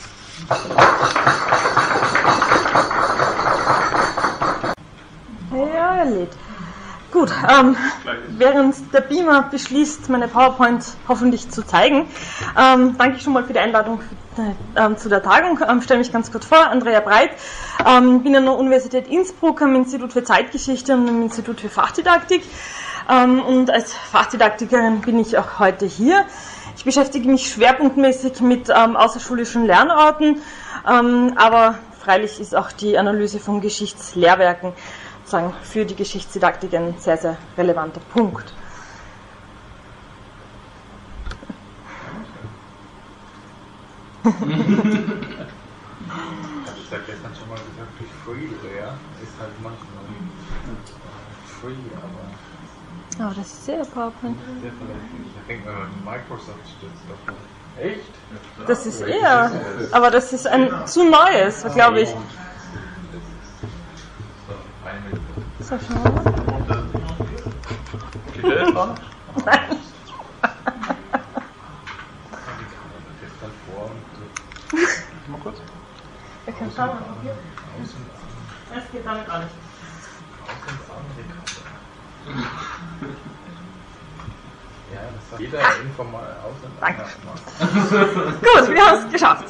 Ja, erledigt. Gut, ähm, während der Beamer beschließt, meine PowerPoint hoffentlich zu zeigen, ähm, danke ich schon mal für die Einladung für, ähm, zu der Tagung. Ähm, stelle mich ganz kurz vor, Andrea Breit, ähm, bin an der Universität Innsbruck am Institut für Zeitgeschichte und am Institut für Fachdidaktik ähm, und als Fachdidaktikerin bin ich auch heute hier. Ich beschäftige mich schwerpunktmäßig mit ähm, außerschulischen Lernorten, ähm, aber freilich ist auch die Analyse von Geschichtslehrwerken sozusagen für die Geschichtsdidaktik ein sehr, sehr relevanter Punkt. hatte ich ja gestern schon mal gesagt, durch Freeware ist halt manchmal free, aber. Aber das ist sehr PowerPoint. Sehr verlässlich. Ich denke mal, Microsoft stützt davon. Echt? Das ist eher, aber das ist ein zu neues, glaube ich. So, schauen wir mal. Geht der jetzt dran? Nein. Mal kurz. Wir können schauen. Das geht damit auch nicht. Ja, das sagt jeder informal aus. Danke. Gut, wir haben es geschafft.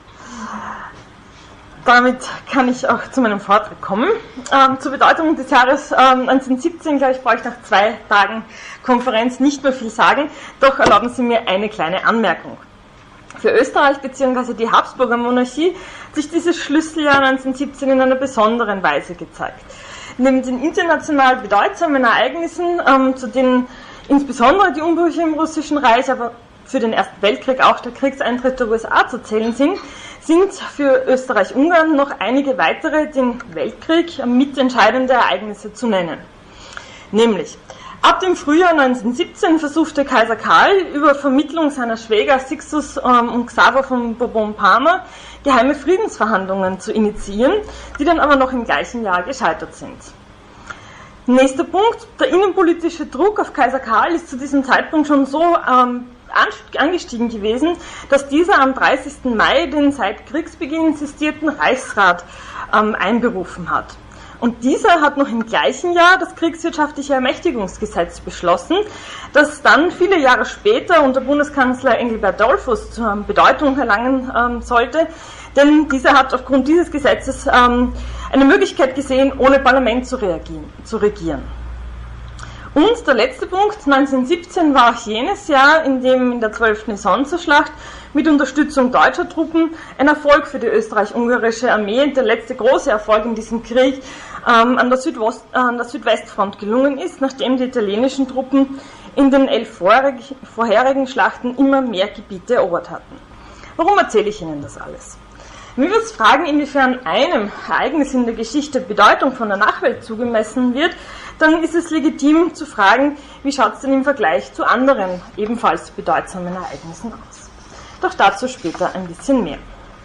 Damit kann ich auch zu meinem Vortrag kommen. Ähm, zur Bedeutung des Jahres ähm, neunzehnhundertsiebzehn, glaube ich, brauche ich nach zwei Tagen Konferenz nicht mehr viel sagen, doch erlauben Sie mir eine kleine Anmerkung. Für Österreich bzw. die Habsburger Monarchie hat sich dieses Schlüsseljahr neunzehnhundertsiebzehn in einer besonderen Weise gezeigt. Neben den international bedeutsamen Ereignissen, ähm, zu denen insbesondere die Umbrüche im Russischen Reich, aber für den Ersten Weltkrieg auch der Kriegseintritt der U S A zu zählen sind, sind für Österreich-Ungarn noch einige weitere, den Weltkrieg, mitentscheidende Ereignisse zu nennen. Nämlich, ab dem Frühjahr neunzehnhundertsiebzehn versuchte Kaiser Karl über Vermittlung seiner Schwäger Sixtus ähm, und Xaver von Bourbon-Parma geheime Friedensverhandlungen zu initiieren, die dann aber noch im gleichen Jahr gescheitert sind. Nächster Punkt, der innenpolitische Druck auf Kaiser Karl ist zu diesem Zeitpunkt schon so ähm, angestiegen gewesen, dass dieser am dreißigsten Mai den seit Kriegsbeginn insistierten Reichsrat ähm, einberufen hat. Und dieser hat noch im gleichen Jahr das kriegswirtschaftliche Ermächtigungsgesetz beschlossen, das dann viele Jahre später unter Bundeskanzler Engelbert Dollfuß zur Bedeutung erlangen ähm, sollte, denn dieser hat aufgrund dieses Gesetzes ähm, eine Möglichkeit gesehen, ohne Parlament zu, reagieren, zu regieren. Und der letzte Punkt, neunzehnhundertsiebzehn war auch jenes Jahr, in dem in der zwölften Isonzo-Schlacht mit Unterstützung deutscher Truppen ein Erfolg für die österreich-ungarische Armee, der letzte große Erfolg in diesem Krieg, ähm, an, der Südwost, äh, an der Südwestfront gelungen ist, nachdem die italienischen Truppen in den elf vorig, vorherigen Schlachten immer mehr Gebiete erobert hatten. Warum erzähle ich Ihnen das alles? Wenn wir uns fragen, inwiefern einem Ereignis in der Geschichte Bedeutung von der Nachwelt zugemessen wird, dann ist es legitim zu fragen, wie schaut es denn im Vergleich zu anderen ebenfalls bedeutsamen Ereignissen aus. Doch dazu später ein bisschen mehr.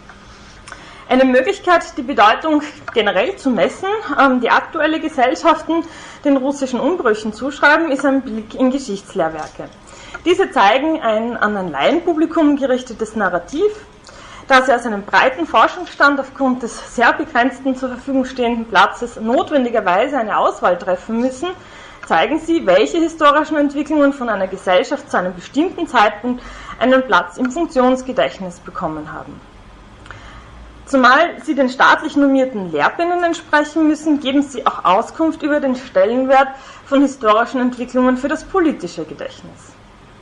Eine Möglichkeit, die Bedeutung generell zu messen, die aktuelle Gesellschaften den russischen Umbrüchen zuschreiben, ist ein Blick in Geschichtslehrwerke. Diese zeigen ein an ein Laienpublikum gerichtetes Narrativ, da sie aus einem breiten Forschungsstand aufgrund des sehr begrenzten zur Verfügung stehenden Platzes notwendigerweise eine Auswahl treffen müssen, zeigen sie, welche historischen Entwicklungen von einer Gesellschaft zu einem bestimmten Zeitpunkt einen Platz im Funktionsgedächtnis bekommen haben. Zumal sie den staatlich normierten Lehrplänen entsprechen müssen, geben sie auch Auskunft über den Stellenwert von historischen Entwicklungen für das politische Gedächtnis.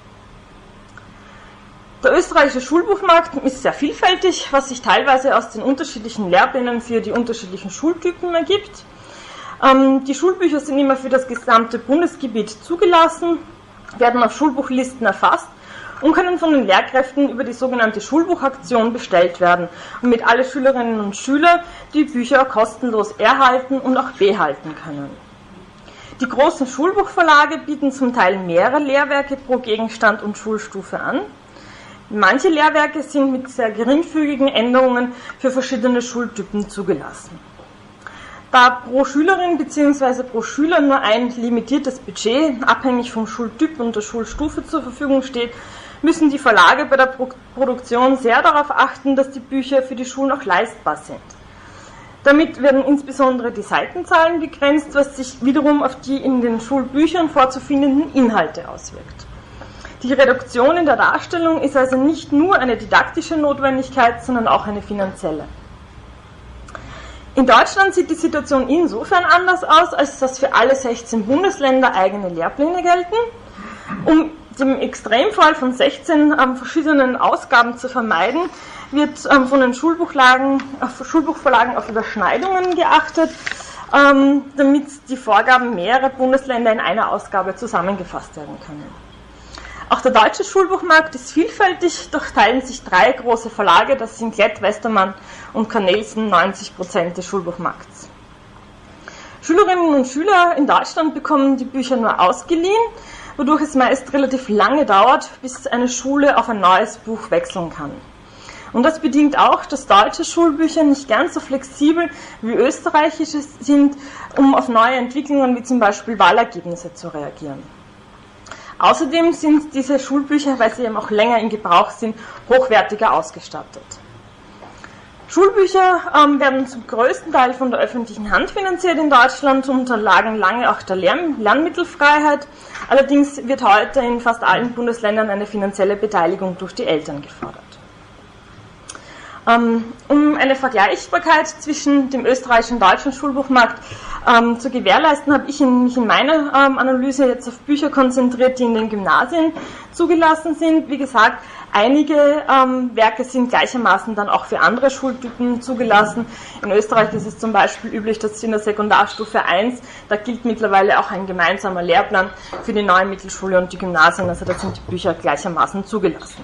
Der österreichische Schulbuchmarkt ist sehr vielfältig, was sich teilweise aus den unterschiedlichen Lehrplänen für die unterschiedlichen Schultypen ergibt. Ähm, die Schulbücher sind immer für das gesamte Bundesgebiet zugelassen, werden auf Schulbuchlisten erfasst und können von den Lehrkräften über die sogenannte Schulbuchaktion bestellt werden, damit alle Schülerinnen und Schüler die Bücher kostenlos erhalten und auch behalten können. Die großen Schulbuchverlage bieten zum Teil mehrere Lehrwerke pro Gegenstand und Schulstufe an. Manche Lehrwerke sind mit sehr geringfügigen Änderungen für verschiedene Schultypen zugelassen. Da pro Schülerin bzw. pro Schüler nur ein limitiertes Budget, abhängig vom Schultyp und der Schulstufe, zur Verfügung steht, müssen die Verlage bei der Pro- Produktion sehr darauf achten, dass die Bücher für die Schulen auch leistbar sind. Damit werden insbesondere die Seitenzahlen begrenzt, was sich wiederum auf die in den Schulbüchern vorzufindenden Inhalte auswirkt. Die Reduktion in der Darstellung ist also nicht nur eine didaktische Notwendigkeit, sondern auch eine finanzielle. In Deutschland sieht die Situation insofern anders aus, als dass für alle sechzehn Bundesländer eigene Lehrpläne gelten. Um den Extremfall von sechzehn ähm, verschiedenen Ausgaben zu vermeiden, wird ähm, von den Schulbuchlagen, auf Schulbuchverlagen auf Überschneidungen geachtet, ähm, damit die Vorgaben mehrerer Bundesländer in einer Ausgabe zusammengefasst werden können. Auch der deutsche Schulbuchmarkt ist vielfältig, doch teilen sich drei große Verlage, das sind Klett, Westermann und Cornelsen, neunzig Prozent des Schulbuchmarkts. Schülerinnen und Schüler in Deutschland bekommen die Bücher nur ausgeliehen, wodurch es meist relativ lange dauert, bis eine Schule auf ein neues Buch wechseln kann. Und das bedingt auch, dass deutsche Schulbücher nicht ganz so flexibel wie österreichische sind, um auf neue Entwicklungen wie zum Beispiel Wahlergebnisse zu reagieren. Außerdem sind diese Schulbücher, weil sie eben auch länger in Gebrauch sind, hochwertiger ausgestattet. Schulbücher ähm, werden zum größten Teil von der öffentlichen Hand finanziert in Deutschland und unterlagen lange auch der Lern- Lernmittelfreiheit. Allerdings wird heute in fast allen Bundesländern eine finanzielle Beteiligung durch die Eltern gefordert. Ähm, um eine Vergleichbarkeit zwischen dem österreichischen und deutschen Schulbuchmarkt ähm, zu gewährleisten, habe ich in, mich in meiner ähm, Analyse jetzt auf Bücher konzentriert, die in den Gymnasien zugelassen sind. Wie gesagt, einige ähm, Werke sind gleichermaßen dann auch für andere Schultypen zugelassen. In Österreich ist es zum Beispiel üblich, dass in der Sekundarstufe eins, da gilt mittlerweile auch ein gemeinsamer Lehrplan für die neue Mittelschule und die Gymnasien, also da sind die Bücher gleichermaßen zugelassen.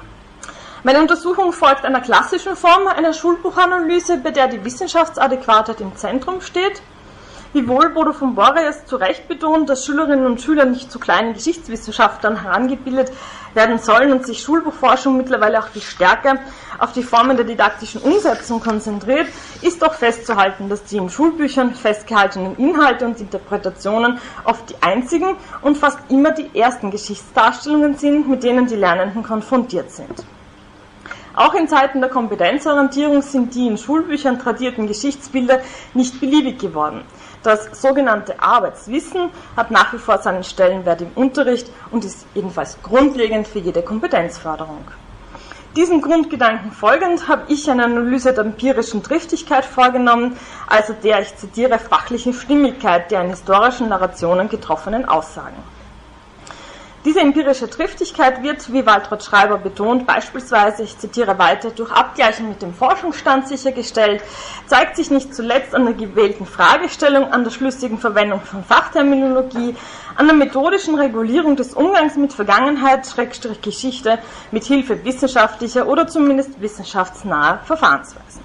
Meine Untersuchung folgt einer klassischen Form einer Schulbuchanalyse, bei der die Wissenschaftsadäquatheit im Zentrum steht. Wiewohl Bodo von Borries zu Recht betont, dass Schülerinnen und Schüler nicht zu kleinen Geschichtswissenschaftlern herangebildet werden sollen und sich Schulbuchforschung mittlerweile auch viel stärker auf die Formen der didaktischen Umsetzung konzentriert, ist doch festzuhalten, dass die in Schulbüchern festgehaltenen Inhalte und Interpretationen oft die einzigen und fast immer die ersten Geschichtsdarstellungen sind, mit denen die Lernenden konfrontiert sind. Auch in Zeiten der Kompetenzorientierung sind die in Schulbüchern tradierten Geschichtsbilder nicht beliebig geworden. Das sogenannte Arbeitswissen hat nach wie vor seinen Stellenwert im Unterricht und ist jedenfalls grundlegend für jede Kompetenzförderung. Diesem Grundgedanken folgend habe ich eine Analyse der empirischen Triftigkeit vorgenommen, also der, ich zitiere, fachlichen Stimmigkeit der in historischen Narrationen getroffenen Aussagen. Diese empirische Triftigkeit wird, wie Waltraud Schreiber betont, beispielsweise, ich zitiere weiter, durch Abgleichen mit dem Forschungsstand sichergestellt, zeigt sich nicht zuletzt an der gewählten Fragestellung, an der schlüssigen Verwendung von Fachterminologie, an der methodischen Regulierung des Umgangs mit Vergangenheit, Schrägstrich Geschichte, mit Hilfe wissenschaftlicher oder zumindest wissenschaftsnaher Verfahrensweisen.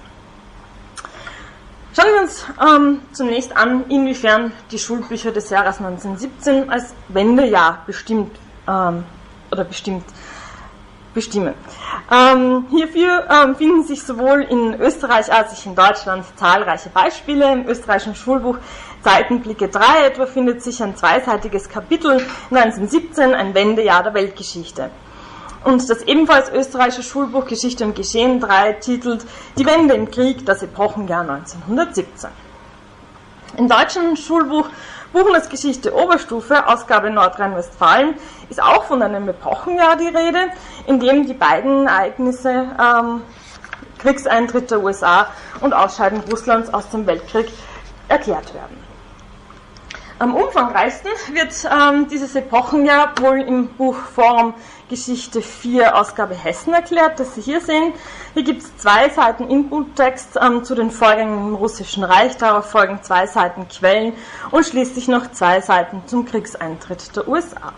Schauen wir uns ähm, zunächst an, inwiefern die Schulbücher des Jahres neunzehnhundertsiebzehn als Wendejahr bestimmt ähm, oder bestimmt bestimmen. Ähm, hierfür ähm, finden sich sowohl in Österreich als auch in Deutschland zahlreiche Beispiele. Im österreichischen Schulbuch Zeitenblicke drei etwa findet sich ein zweiseitiges Kapitel neunzehnhundertsiebzehn, ein Wendejahr der Weltgeschichte. Und das ebenfalls österreichische Schulbuch Geschichte und Geschehen drei titelt Die Wende im Krieg, das Epochenjahr neunzehnhundertsiebzehn. Im deutschen Schulbuch Buchungsgeschichte Oberstufe, Ausgabe Nordrhein-Westfalen, ist auch von einem Epochenjahr die Rede, in dem die beiden Ereignisse ähm, Kriegseintritt der U S A und Ausscheiden Russlands aus dem Weltkrieg erklärt werden. Am umfangreichsten wird ähm, dieses Epochenjahr wohl im Buch Forum Geschichte vier, Ausgabe Hessen erklärt, das Sie hier sehen. Hier gibt es zwei Seiten Inputtext ähm, zu den Vorgängen im Russischen Reich, darauf folgen zwei Seiten Quellen und schließlich noch zwei Seiten zum Kriegseintritt der U S A.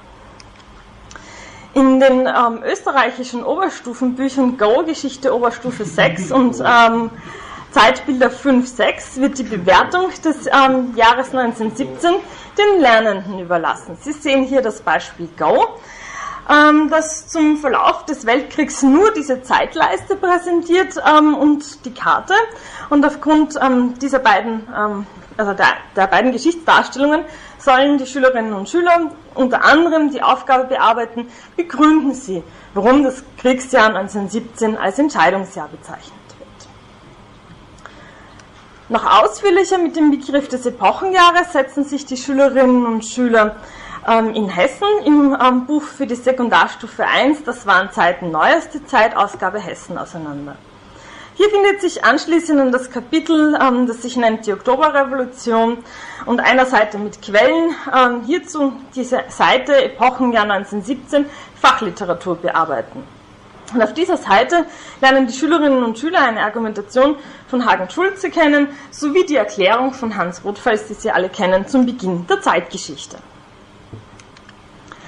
In den ähm, österreichischen Oberstufenbüchern Go, Geschichte Oberstufe sechs und ähm, Zeitbilder fünf sechs wird die Bewertung des ähm, Jahres neunzehnhundertsiebzehn den Lernenden überlassen. Sie sehen hier das Beispiel Go, ähm, das zum Verlauf des Weltkriegs nur diese Zeitleiste präsentiert ähm, und die Karte. Und aufgrund ähm, dieser beiden, ähm, also der, der beiden Geschichtsdarstellungen sollen die Schülerinnen und Schüler unter anderem die Aufgabe bearbeiten, begründen sie, warum das Kriegsjahr neunzehnhundertsiebzehn als Entscheidungsjahr bezeichnet. Noch ausführlicher mit dem Begriff des Epochenjahres setzen sich die Schülerinnen und Schüler ähm, in Hessen im ähm, Buch für die Sekundarstufe eins, das waren Zeiten Neueste Zeit, Ausgabe Hessen, auseinander. Hier findet sich anschließend an das Kapitel, ähm, das sich nennt die Oktoberrevolution und einer Seite mit Quellen, ähm, hierzu diese Seite Epochenjahr neunzehnhundertsiebzehn Fachliteratur bearbeiten. Und auf dieser Seite lernen die Schülerinnen und Schüler eine Argumentation von Hagen Schulze kennen, sowie die Erklärung von Hans Rothfels, die Sie alle kennen, zum Beginn der Zeitgeschichte.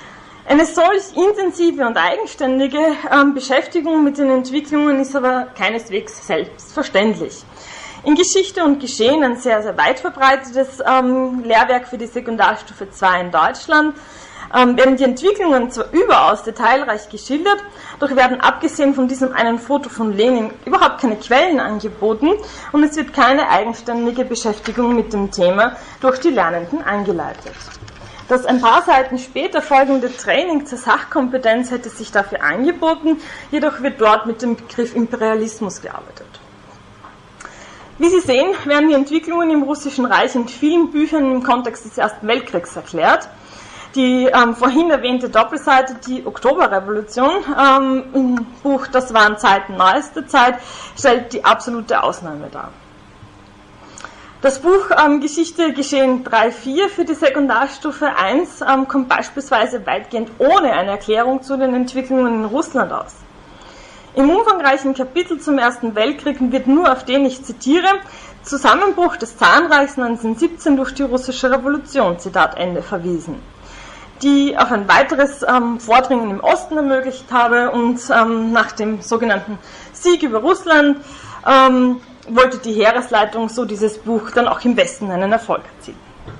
Eine solch intensive und eigenständige ähm, Beschäftigung mit den Entwicklungen ist aber keineswegs selbstverständlich. In Geschichte und Geschehen ein sehr, sehr weit verbreitetes ähm, Lehrwerk für die Sekundarstufe zwei in Deutschland, ähm, werden die Entwicklungen zwar überaus detailreich geschildert, doch werden abgesehen von diesem einen Foto von Lenin überhaupt keine Quellen angeboten und es wird keine eigenständige Beschäftigung mit dem Thema durch die Lernenden eingeleitet. Das ein paar Seiten später folgende Training zur Sachkompetenz hätte sich dafür angeboten, jedoch wird dort mit dem Begriff Imperialismus gearbeitet. Wie Sie sehen, werden die Entwicklungen im Russischen Reich in vielen Büchern im Kontext des Ersten Weltkriegs erklärt. Die ähm, vorhin erwähnte Doppelseite, die Oktoberrevolution, ähm, im Buch Das waren Zeiten neuester Zeit, stellt die absolute Ausnahme dar. Das Buch ähm, Geschichte Geschehen drei vier für die Sekundarstufe eins ähm, kommt beispielsweise weitgehend ohne eine Erklärung zu den Entwicklungen in Russland aus. Im umfangreichen Kapitel zum Ersten Weltkrieg wird nur auf den, ich zitiere, Zusammenbruch des Zarenreichs neunzehnhundertsiebzehn durch die russische Revolution, Zitat Ende, verwiesen, die auf ein weiteres ähm, Vordringen im Osten ermöglicht habe und ähm, nach dem sogenannten Sieg über Russland ähm, wollte die Heeresleitung, so dieses Buch, dann auch im Westen einen Erfolg erzielen.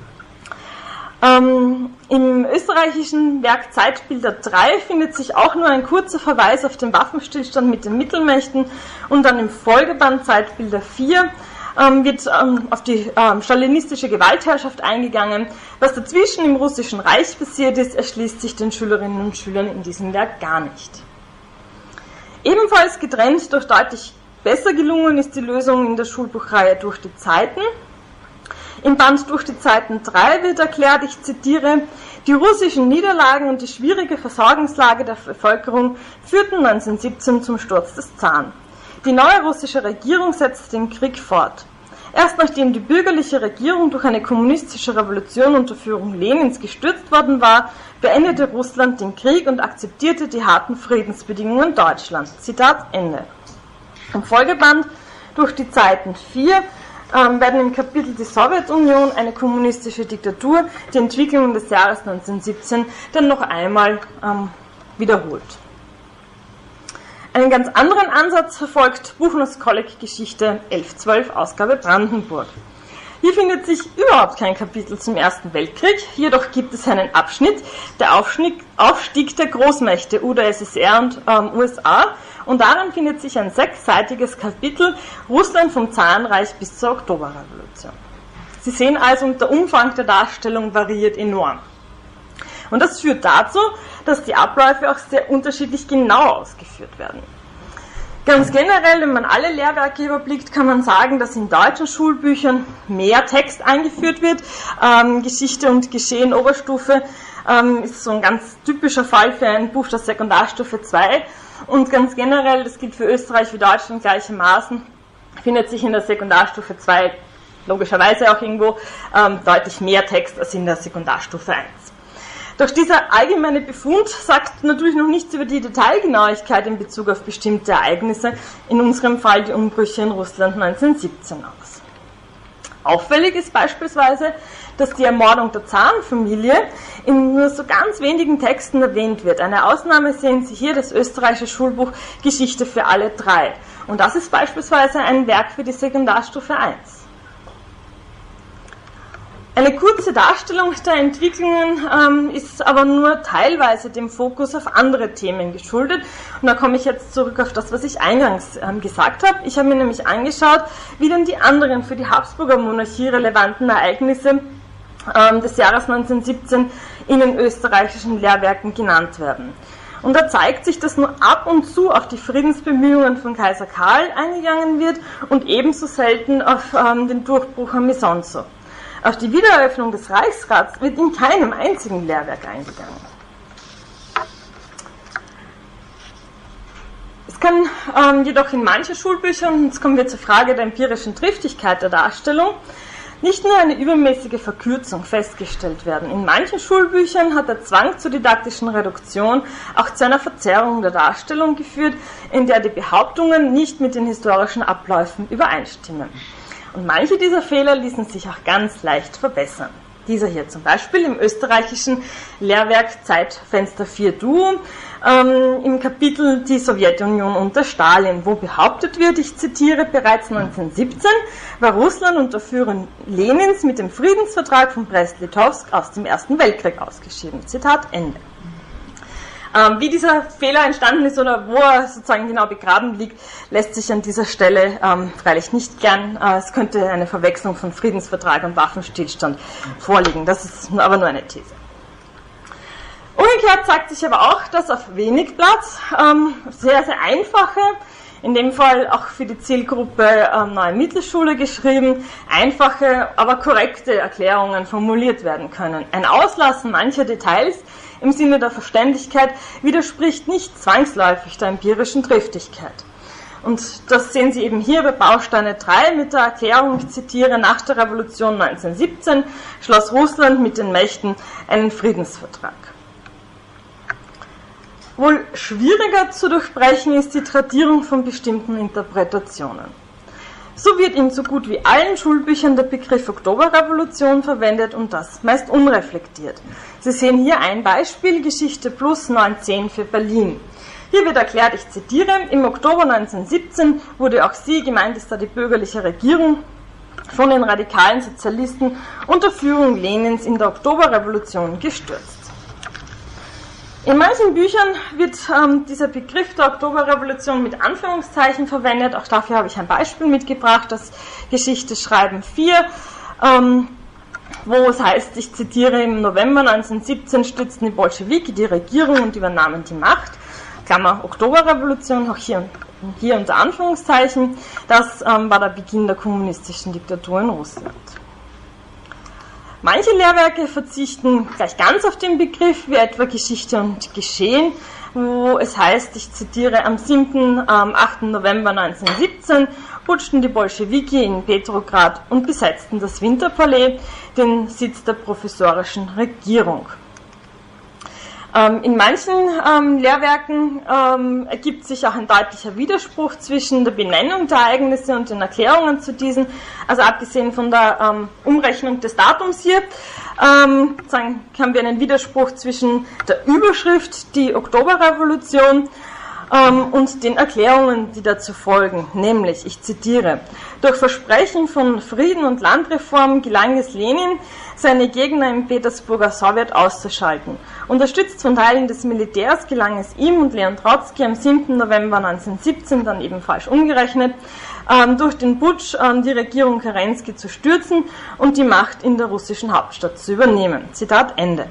Ähm, Im österreichischen Werk Zeitbilder drei findet sich auch nur ein kurzer Verweis auf den Waffenstillstand mit den Mittelmächten und dann im Folgeband Zeitbilder vier ähm, wird ähm, auf die ähm, stalinistische Gewaltherrschaft eingegangen. Was dazwischen im Russischen Reich passiert ist, erschließt sich den Schülerinnen und Schülern in diesem Werk gar nicht. Ebenfalls getrennt, doch deutlich besser gelungen ist die Lösung in der Schulbuchreihe Durch die Zeiten. Im Band Durch die Zeiten drei wird erklärt, ich zitiere, die russischen Niederlagen und die schwierige Versorgungslage der Bevölkerung führten neunzehnhundertsiebzehn zum Sturz des Zaren. Die neue russische Regierung setzte den Krieg fort. Erst nachdem die bürgerliche Regierung durch eine kommunistische Revolution unter Führung Lenins gestürzt worden war, beendete Russland den Krieg und akzeptierte die harten Friedensbedingungen Deutschlands. Zitat Ende. Im Folgeband Durch die Zeiten vier ähm, werden im Kapitel die Sowjetunion, eine kommunistische Diktatur, die Entwicklungen des Jahres neunzehnhundertsiebzehn dann noch einmal ähm, wiederholt. Einen ganz anderen Ansatz verfolgt Buchner's Kolleg Geschichte elf zwölf, Ausgabe Brandenburg. Hier findet sich überhaupt kein Kapitel zum Ersten Weltkrieg, jedoch gibt es einen Abschnitt, der Aufstieg, Aufstieg der Großmächte U d S S R und ähm, U S A, und darin findet sich ein sechsseitiges Kapitel Russland vom Zarenreich bis zur Oktoberrevolution. Sie sehen also, der Umfang der Darstellung variiert enorm. Und das führt dazu, dass die Abläufe auch sehr unterschiedlich genau ausgeführt werden. Ganz generell, wenn man alle Lehrwerke überblickt, kann man sagen, dass in deutschen Schulbüchern mehr Text eingeführt wird. Ähm, Geschichte und Geschehen Oberstufe ähm, ist so ein ganz typischer Fall für ein Buch der Sekundarstufe zwei. Und ganz generell, das gilt für Österreich wie Deutschland gleichermaßen, findet sich in der Sekundarstufe zwei logischerweise auch irgendwo ähm, deutlich mehr Text als in der Sekundarstufe eins. Doch dieser allgemeine Befund sagt natürlich noch nichts über die Detailgenauigkeit in Bezug auf bestimmte Ereignisse, in unserem Fall die Umbrüche in Russland neunzehnhundertsiebzehn aus. Auffällig ist beispielsweise, dass die Ermordung der Zarenfamilie in nur so ganz wenigen Texten erwähnt wird. Eine Ausnahme sehen Sie hier, das österreichische Schulbuch Geschichte für alle drei. Und das ist beispielsweise ein Werk für die Sekundarstufe eins. Eine kurze Darstellung der Entwicklungen ähm, ist aber nur teilweise dem Fokus auf andere Themen geschuldet. Und da komme ich jetzt zurück auf das, was ich eingangs ähm, gesagt habe. Ich habe mir nämlich angeschaut, wie denn die anderen für die Habsburger Monarchie relevanten Ereignisse ähm, des Jahres neunzehnhundertsiebzehn in den österreichischen Lehrwerken genannt werden. Und da zeigt sich, dass nur ab und zu auf die Friedensbemühungen von Kaiser Karl eingegangen wird und ebenso selten auf ähm, den Durchbruch am Misonzo. Auf die Wiedereröffnung des Reichsrats wird in keinem einzigen Lehrwerk eingegangen. Es kann ähm, jedoch in manchen Schulbüchern, jetzt kommen wir zur Frage der empirischen Triftigkeit der Darstellung, nicht nur eine übermäßige Verkürzung festgestellt werden. In manchen Schulbüchern hat der Zwang zur didaktischen Reduktion auch zu einer Verzerrung der Darstellung geführt, in der die Behauptungen nicht mit den historischen Abläufen übereinstimmen. Und manche dieser Fehler ließen sich auch ganz leicht verbessern. Dieser hier zum Beispiel im österreichischen Lehrwerk Zeitfenster vier Duo ähm, im Kapitel Die Sowjetunion unter Stalin, wo behauptet wird, ich zitiere, bereits neunzehnhundertsiebzehn war Russland unter Führung Lenins mit dem Friedensvertrag von Brest-Litovsk aus dem Ersten Weltkrieg ausgeschieden. Zitat Ende. Ähm, wie dieser Fehler entstanden ist oder wo er sozusagen genau begraben liegt, lässt sich an dieser Stelle ähm, freilich nicht gern. Äh, es könnte eine Verwechslung von Friedensvertrag und Waffenstillstand vorliegen. Das ist aber nur eine These. Umgekehrt zeigt sich aber auch, dass auf wenig Platz ähm, sehr, sehr einfache, in dem Fall auch für die Zielgruppe ähm, Neue Mittelschule geschrieben, einfache, aber korrekte Erklärungen formuliert werden können. Ein Auslassen mancher Details im Sinne der Verständlichkeit widerspricht nicht zwangsläufig der empirischen Triftigkeit. Und das sehen Sie eben hier bei Bausteine drei mit der Erklärung, ich zitiere, nach der Revolution neunzehnhundertsiebzehn schloss Russland mit den Mächten einen Friedensvertrag. Wohl schwieriger zu durchbrechen ist die Tradierung von bestimmten Interpretationen. So wird in so gut wie allen Schulbüchern der Begriff Oktoberrevolution verwendet und das meist unreflektiert. Sie sehen hier ein Beispiel, Geschichte plus neunzehn für Berlin. Hier wird erklärt, ich zitiere, im Oktober neunzehnhundertsiebzehn wurde auch sie, gemeint ist da die bürgerliche Regierung, von den radikalen Sozialisten unter Führung Lenins in der Oktoberrevolution gestürzt. In manchen Büchern wird ähm, dieser Begriff der Oktoberrevolution mit Anführungszeichen verwendet. Auch dafür habe ich ein Beispiel mitgebracht, das Geschichte schreiben vier, ähm, wo es heißt, ich zitiere, im November neunzehnhundertsiebzehn stützten die Bolschewiki die Regierung und übernahmen die Macht. Klammer Oktoberrevolution, auch hier, hier unter Anführungszeichen. Das ähm, war der Beginn der kommunistischen Diktatur in Russland. Manche Lehrwerke verzichten gleich ganz auf den Begriff, wie etwa Geschichte und Geschehen, wo es heißt, ich zitiere, am siebten, achten November neunzehnhundertsiebzehn putschten die Bolschewiki in Petrograd und besetzten das Winterpalais, den Sitz der provisorischen Regierung. Ähm, in manchen ähm, Lehrwerken ähm, ergibt sich auch ein deutlicher Widerspruch zwischen der Benennung der Ereignisse und den Erklärungen zu diesen, also abgesehen von der ähm, Umrechnung des Datums hier, ähm, sagen, haben wir einen Widerspruch zwischen der Überschrift, die Oktoberrevolution, ähm, und den Erklärungen, die dazu folgen, nämlich, ich zitiere, durch Versprechen von Frieden und Landreform gelang es Lenin, seine Gegner im Petersburger Sowjet auszuschalten. Unterstützt von Teilen des Militärs gelang es ihm und Leon Trotzki am siebten November neunzehnhundertsiebzehn, dann eben falsch umgerechnet, ähm, durch den Putsch ähm, die Regierung Kerensky zu stürzen und die Macht in der russischen Hauptstadt zu übernehmen. Zitat Ende.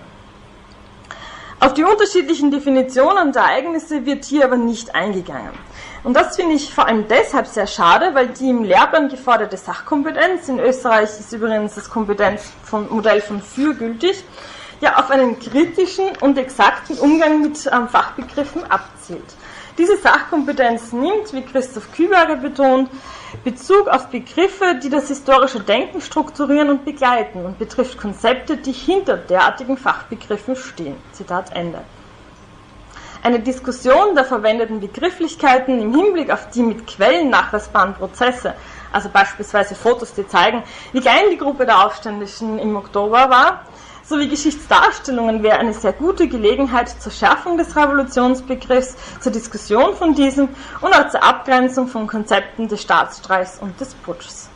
Auf die unterschiedlichen Definitionen der Ereignisse wird hier aber nicht eingegangen. Und das finde ich vor allem deshalb sehr schade, weil die im Lehrplan geforderte Sachkompetenz, in Österreich ist übrigens das Kompetenzmodell von Für gültig, ja auf einen kritischen und exakten Umgang mit ähm, Fachbegriffen abzielt. Diese Sachkompetenz nimmt, wie Christoph Kübare betont, Bezug auf Begriffe, die das historische Denken strukturieren und begleiten und betrifft Konzepte, die hinter derartigen Fachbegriffen stehen. Zitat Ende. Eine Diskussion der verwendeten Begrifflichkeiten im Hinblick auf die mit Quellen nachweisbaren Prozesse, also beispielsweise Fotos, die zeigen, wie klein die Gruppe der Aufständischen im Oktober war, sowie Geschichtsdarstellungen wäre eine sehr gute Gelegenheit zur Schärfung des Revolutionsbegriffs, zur Diskussion von diesem und auch zur Abgrenzung von Konzepten des Staatsstreichs und des Putschs.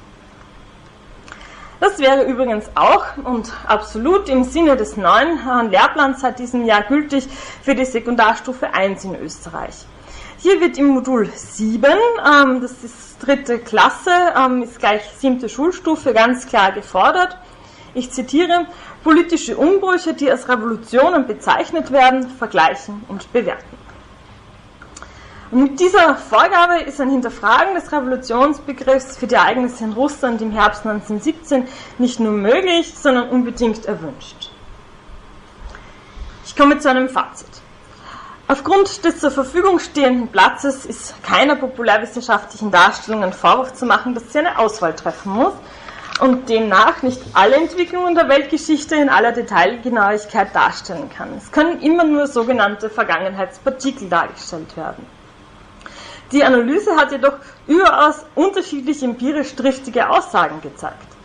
Das wäre übrigens auch und absolut im Sinne des neuen Lehrplans seit diesem Jahr gültig für die Sekundarstufe eins in Österreich. Hier wird im Modul sieben, ähm, das ist dritte Klasse, ähm, ist gleich siebte Schulstufe, ganz klar gefordert. Ich zitiere, politische Umbrüche, die als Revolutionen bezeichnet werden, vergleichen und bewerten. Und mit dieser Vorgabe ist ein Hinterfragen des Revolutionsbegriffs für die Ereignisse in Russland im Herbst neunzehnhundertsiebzehn nicht nur möglich, sondern unbedingt erwünscht. Ich komme zu einem Fazit. Aufgrund des zur Verfügung stehenden Platzes ist keiner populärwissenschaftlichen Darstellung ein Vorwurf zu machen, dass sie eine Auswahl treffen muss und demnach nicht alle Entwicklungen der Weltgeschichte in aller Detailgenauigkeit darstellen kann. Es können immer nur sogenannte Vergangenheitspartikel dargestellt werden. Die Analyse hat jedoch überaus unterschiedlich empirisch triftige Aussagen gezeigt.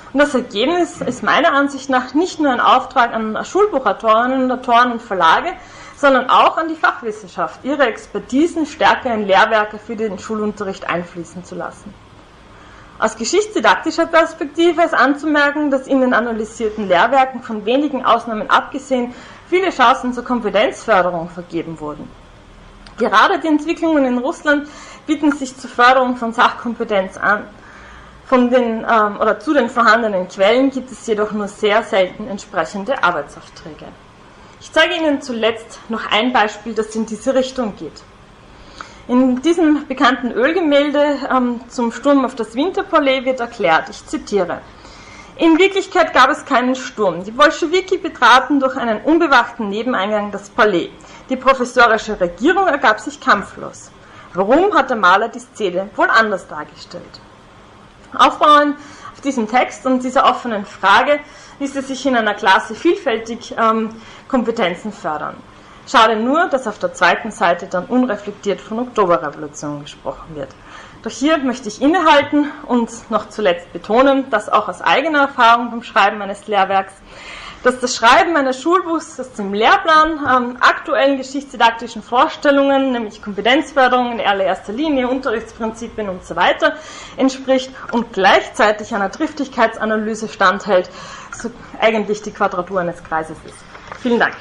Und das Ergebnis ist meiner Ansicht nach nicht nur ein Auftrag an Schulbuchautorinnen und Autoren und Verlage, sondern auch an die Fachwissenschaft, ihre Expertisen stärker in Lehrwerke für den Schulunterricht einfließen zu lassen. Aus geschichtsdidaktischer Perspektive ist anzumerken, dass in den analysierten Lehrwerken von wenigen Ausnahmen abgesehen viele Chancen zur Kompetenzförderung vergeben wurden. Gerade die Entwicklungen in Russland bieten sich zur Förderung von Sachkompetenz an. Von den, ähm, oder zu den vorhandenen Quellen gibt es jedoch nur sehr selten entsprechende Arbeitsaufträge. Ich zeige Ihnen zuletzt noch ein Beispiel, das in diese Richtung geht. In diesem bekannten Ölgemälde ähm, zum Sturm auf das Winterpalais wird erklärt, ich zitiere: In Wirklichkeit gab es keinen Sturm. Die Bolschewiki betraten durch einen unbewachten Nebeneingang das Palais. Die professorische Regierung ergab sich kampflos. Warum hat der Maler die Szene wohl anders dargestellt? Aufbauend auf diesem Text und dieser offenen Frage ließe sich in einer Klasse vielfältig ähm, Kompetenzen fördern. Schade nur, dass auf der zweiten Seite dann unreflektiert von Oktoberrevolution gesprochen wird. Doch hier möchte ich innehalten und noch zuletzt betonen, dass auch aus eigener Erfahrung beim Schreiben eines Lehrwerks, dass das Schreiben eines Schulbuchs, das dem Lehrplan, ähm, aktuellen geschichtsdidaktischen Vorstellungen, nämlich Kompetenzförderung in allererster Linie, Unterrichtsprinzipien und so weiter, entspricht und gleichzeitig einer Triftigkeitsanalyse standhält, so eigentlich die Quadratur eines Kreises ist. Vielen Dank.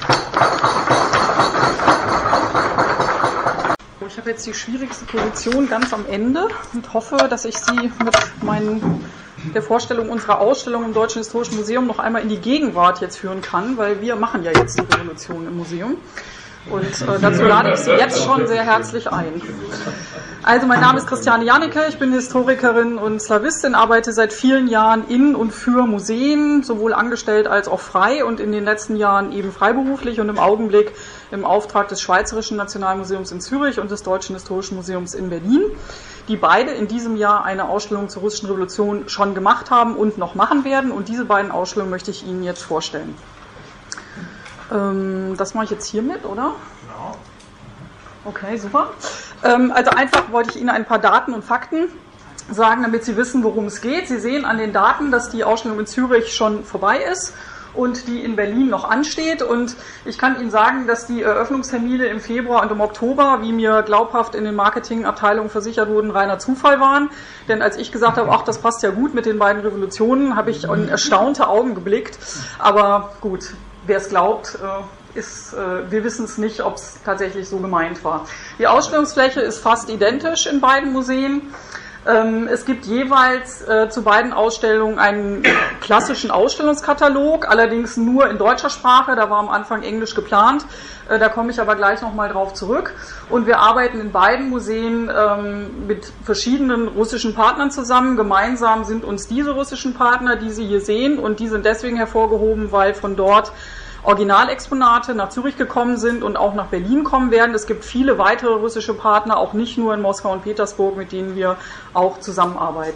Ich habe jetzt die schwierigste Position ganz am Ende und hoffe, dass ich Sie mit meinen, der Vorstellung unserer Ausstellung im Deutschen Historischen Museum noch einmal in die Gegenwart jetzt führen kann, weil wir machen ja jetzt die Revolution im Museum. Und äh, dazu lade ich Sie jetzt schon sehr herzlich ein. Also mein Name ist Christiane Jannecke, ich bin Historikerin und Slawistin, arbeite seit vielen Jahren in und für Museen, sowohl angestellt als auch frei und in den letzten Jahren eben freiberuflich und im Augenblick im Auftrag des Schweizerischen Nationalmuseums in Zürich und des Deutschen Historischen Museums in Berlin, die beide in diesem Jahr eine Ausstellung zur Russischen Revolution schon gemacht haben und noch machen werden. Und diese beiden Ausstellungen möchte ich Ihnen jetzt vorstellen. Ähm, das mache ich jetzt hiermit, oder? Ja. Okay, super. Ähm, also einfach wollte ich Ihnen ein paar Daten und Fakten sagen, damit Sie wissen, worum es geht. Sie sehen an den Daten, dass die Ausstellung in Zürich schon vorbei ist und die in Berlin noch ansteht. Und ich kann Ihnen sagen, dass die Eröffnungstermine im Februar und im Oktober, wie mir glaubhaft in den Marketingabteilungen versichert wurden, reiner Zufall waren. Denn als ich gesagt habe, ach, das passt ja gut mit den beiden Revolutionen, habe ich in erstaunte Augen geblickt. Aber gut, wer es glaubt, ist, wir wissen es nicht, ob es tatsächlich so gemeint war. Die Ausstellungsfläche ist fast identisch in beiden Museen. Es gibt jeweils äh, zu beiden Ausstellungen einen klassischen Ausstellungskatalog, allerdings nur in deutscher Sprache, da war am Anfang Englisch geplant, äh, da komme ich aber gleich nochmal drauf zurück. Und wir arbeiten in beiden Museen ähm, mit verschiedenen russischen Partnern zusammen. Gemeinsam sind uns diese russischen Partner, die Sie hier sehen, und die sind deswegen hervorgehoben, weil von dort Originalexponate nach Zürich gekommen sind und auch nach Berlin kommen werden. Es gibt viele weitere russische Partner, auch nicht nur in Moskau und Petersburg, mit denen wir auch zusammenarbeiten.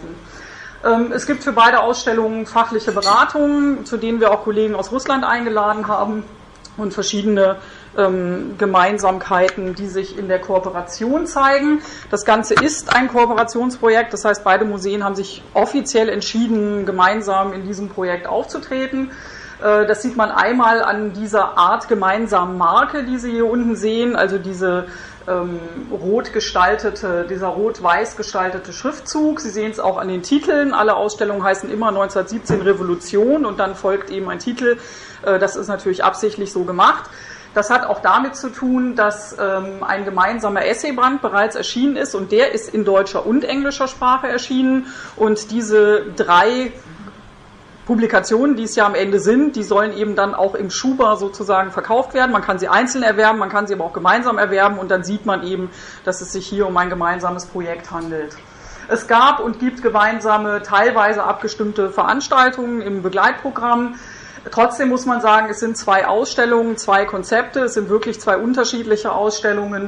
Es gibt für beide Ausstellungen fachliche Beratungen, zu denen wir auch Kollegen aus Russland eingeladen haben, und verschiedene ähm, Gemeinsamkeiten, die sich in der Kooperation zeigen. Das Ganze ist ein Kooperationsprojekt, das heißt, beide Museen haben sich offiziell entschieden, gemeinsam in diesem Projekt aufzutreten. Das sieht man einmal an dieser Art gemeinsamen Marke, die Sie hier unten sehen, also diese ähm, rot gestaltete, dieser rot-weiß gestaltete Schriftzug. Sie sehen es auch an den Titeln. Alle Ausstellungen heißen immer neunzehnhundertsiebzehn Revolution und dann folgt eben ein Titel. Äh, das ist natürlich absichtlich so gemacht. Das hat auch damit zu tun, dass ähm, ein gemeinsamer Essayband bereits erschienen ist, und der ist in deutscher und englischer Sprache erschienen, und diese drei Publikationen, die es ja am Ende sind, die sollen eben dann auch im Schuber sozusagen verkauft werden. Man kann sie einzeln erwerben, man kann sie aber auch gemeinsam erwerben, und dann sieht man eben, dass es sich hier um ein gemeinsames Projekt handelt. Es gab und gibt gemeinsame, teilweise abgestimmte Veranstaltungen im Begleitprogramm. Trotzdem muss man sagen, es sind zwei Ausstellungen, zwei Konzepte, es sind wirklich zwei unterschiedliche Ausstellungen.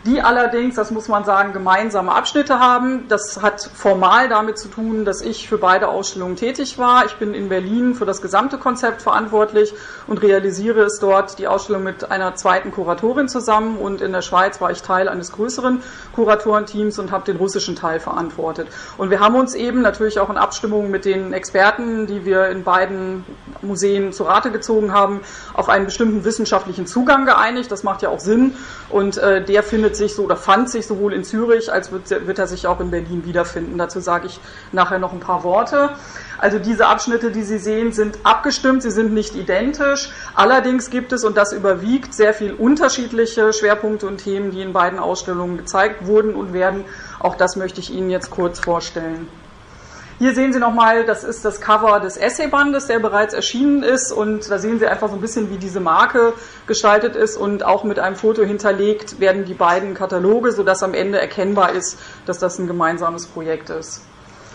die allerdings, das muss man sagen, gemeinsame Abschnitte haben. Das hat formal damit zu tun, dass ich für beide Ausstellungen tätig war. Ich bin in Berlin für das gesamte Konzept verantwortlich und realisiere es dort, die Ausstellung mit einer zweiten Kuratorin zusammen, und in der Schweiz war ich Teil eines größeren Kuratorenteams und habe den russischen Teil verantwortet. Und wir haben uns eben natürlich auch in Abstimmung mit den Experten, die wir in beiden Museen zu Rate gezogen haben, auf einen bestimmten wissenschaftlichen Zugang geeinigt. Das macht ja auch Sinn, und äh, der findet sich so oder fand sich sowohl in Zürich als wird, wird er sich auch in Berlin wiederfinden. Dazu sage ich nachher noch ein paar Worte. Also diese Abschnitte, die Sie sehen, sind abgestimmt, sie sind nicht identisch. Allerdings gibt es, und das überwiegt, sehr viel unterschiedliche Schwerpunkte und Themen, die in beiden Ausstellungen gezeigt wurden und werden. Auch das möchte ich Ihnen jetzt kurz vorstellen. Hier sehen Sie nochmal, das ist das Cover des Essaybandes, der bereits erschienen ist, und da sehen Sie einfach so ein bisschen, wie diese Marke gestaltet ist, und auch mit einem Foto hinterlegt werden die beiden Kataloge, sodass am Ende erkennbar ist, dass das ein gemeinsames Projekt ist.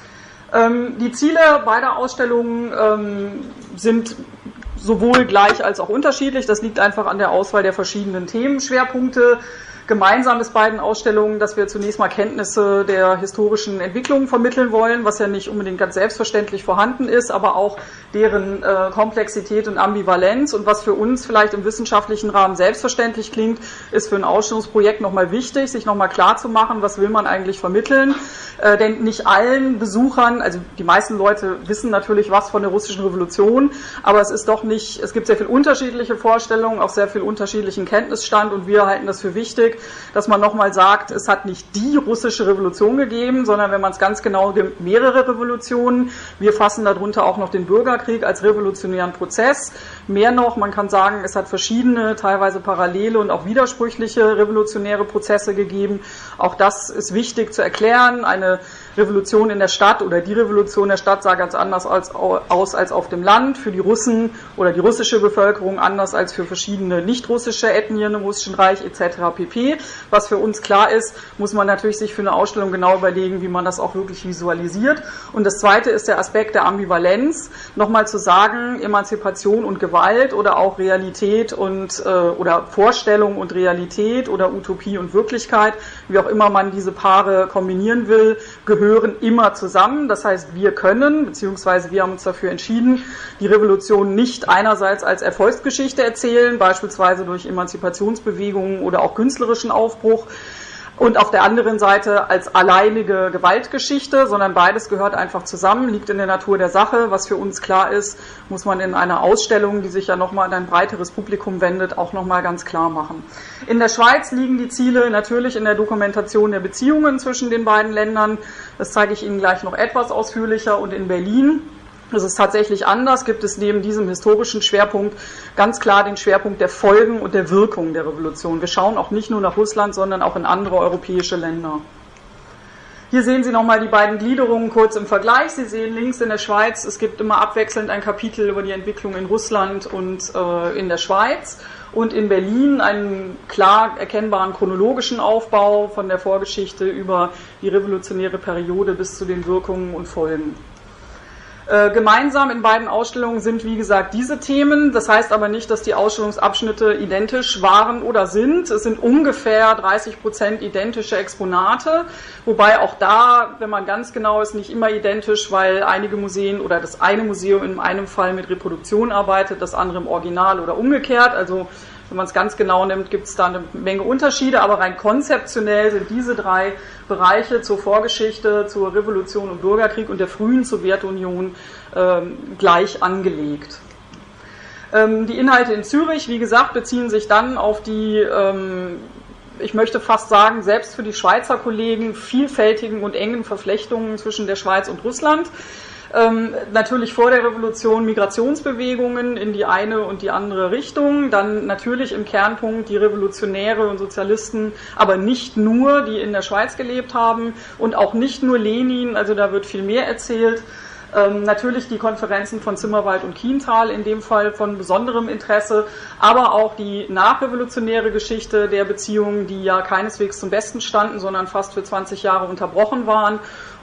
Ähm, die Ziele beider Ausstellungen ähm, sind sowohl gleich als auch unterschiedlich. Das liegt einfach an der Auswahl der verschiedenen Themenschwerpunkte. Gemeinsam ist beiden Ausstellungen, dass wir zunächst mal Kenntnisse der historischen Entwicklung vermitteln wollen, was ja nicht unbedingt ganz selbstverständlich vorhanden ist, aber auch deren äh, Komplexität und Ambivalenz. Und was für uns vielleicht im wissenschaftlichen Rahmen selbstverständlich klingt, ist für ein Ausstellungsprojekt nochmal wichtig, sich nochmal klar zu machen, was will man eigentlich vermitteln. Äh, denn nicht allen Besuchern, also die meisten Leute wissen natürlich was von der russischen Revolution, aber es ist doch nicht, es gibt sehr viel unterschiedliche Vorstellungen, auch sehr viel unterschiedlichen Kenntnisstand, und wir halten das für wichtig, dass man nochmal sagt, es hat nicht die russische Revolution gegeben, sondern wenn man es ganz genau nimmt, mehrere Revolutionen. Wir fassen darunter auch noch den Bürgerkrieg als revolutionären Prozess. Mehr noch, man kann sagen, es hat verschiedene, teilweise parallele und auch widersprüchliche revolutionäre Prozesse gegeben. Auch das ist wichtig zu erklären. Eine Revolution in der Stadt oder die Revolution der Stadt sah ganz anders als, aus als auf dem Land. Für die Russen oder die russische Bevölkerung anders als für verschiedene nicht-russische Ethnien im Russischen Reich et cetera pp. Was für uns klar ist, muss man natürlich sich für eine Ausstellung genau überlegen, wie man das auch wirklich visualisiert. Und das Zweite ist der Aspekt der Ambivalenz. Nochmal zu sagen, Emanzipation und Gewalt oder auch Realität und äh, oder Vorstellung und Realität oder Utopie und Wirklichkeit, wie auch immer man diese Paare kombinieren will, gehören immer zusammen. Das heißt, wir können, beziehungsweise wir haben uns dafür entschieden, die Revolution nicht einerseits als Erfolgsgeschichte erzählen, beispielsweise durch Emanzipationsbewegungen oder auch künstlerischen Aufbruch, und auf der anderen Seite als alleinige Gewaltgeschichte, sondern beides gehört einfach zusammen, liegt in der Natur der Sache. Was für uns klar ist, muss man in einer Ausstellung, die sich ja nochmal an ein breiteres Publikum wendet, auch nochmal ganz klar machen. In der Schweiz liegen die Ziele natürlich in der Dokumentation der Beziehungen zwischen den beiden Ländern. Das zeige ich Ihnen gleich noch etwas ausführlicher. Und in Berlin, das ist tatsächlich anders, gibt es neben diesem historischen Schwerpunkt ganz klar den Schwerpunkt der Folgen und der Wirkung der Revolution. Wir schauen auch nicht nur nach Russland, sondern auch in andere europäische Länder. Hier sehen Sie nochmal die beiden Gliederungen kurz im Vergleich. Sie sehen links in der Schweiz, es gibt immer abwechselnd ein Kapitel über die Entwicklung in Russland und äh, in der Schweiz. Und in Berlin einen klar erkennbaren chronologischen Aufbau von der Vorgeschichte über die revolutionäre Periode bis zu den Wirkungen und Folgen. Äh, gemeinsam in beiden Ausstellungen sind, wie gesagt, diese Themen. Das heißt aber nicht, dass die Ausstellungsabschnitte identisch waren oder sind. Es sind ungefähr dreißig Prozent identische Exponate, wobei auch da, wenn man ganz genau ist, nicht immer identisch, weil einige Museen oder das eine Museum in einem Fall mit Reproduktion arbeitet, das andere im Original oder umgekehrt. Also wenn man es ganz genau nimmt, gibt es da eine Menge Unterschiede, aber rein konzeptionell sind diese drei Bereiche zur Vorgeschichte, zur Revolution und Bürgerkrieg und der frühen Sowjetunion ähm, gleich angelegt. Ähm, die Inhalte in Zürich, wie gesagt, beziehen sich dann auf die, ähm, ich möchte fast sagen, selbst für die Schweizer Kollegen vielfältigen und engen Verflechtungen zwischen der Schweiz und Russland. Ähm, natürlich vor der Revolution Migrationsbewegungen in die eine und die andere Richtung, dann natürlich im Kernpunkt die Revolutionäre und Sozialisten, aber nicht nur, die in der Schweiz gelebt haben und auch nicht nur Lenin, also da wird viel mehr erzählt. Ähm, natürlich die Konferenzen von Zimmerwald und Kiental, in dem Fall von besonderem Interesse, aber auch die nachrevolutionäre Geschichte der Beziehungen, die ja keineswegs zum Besten standen, sondern fast für zwanzig Jahre unterbrochen waren.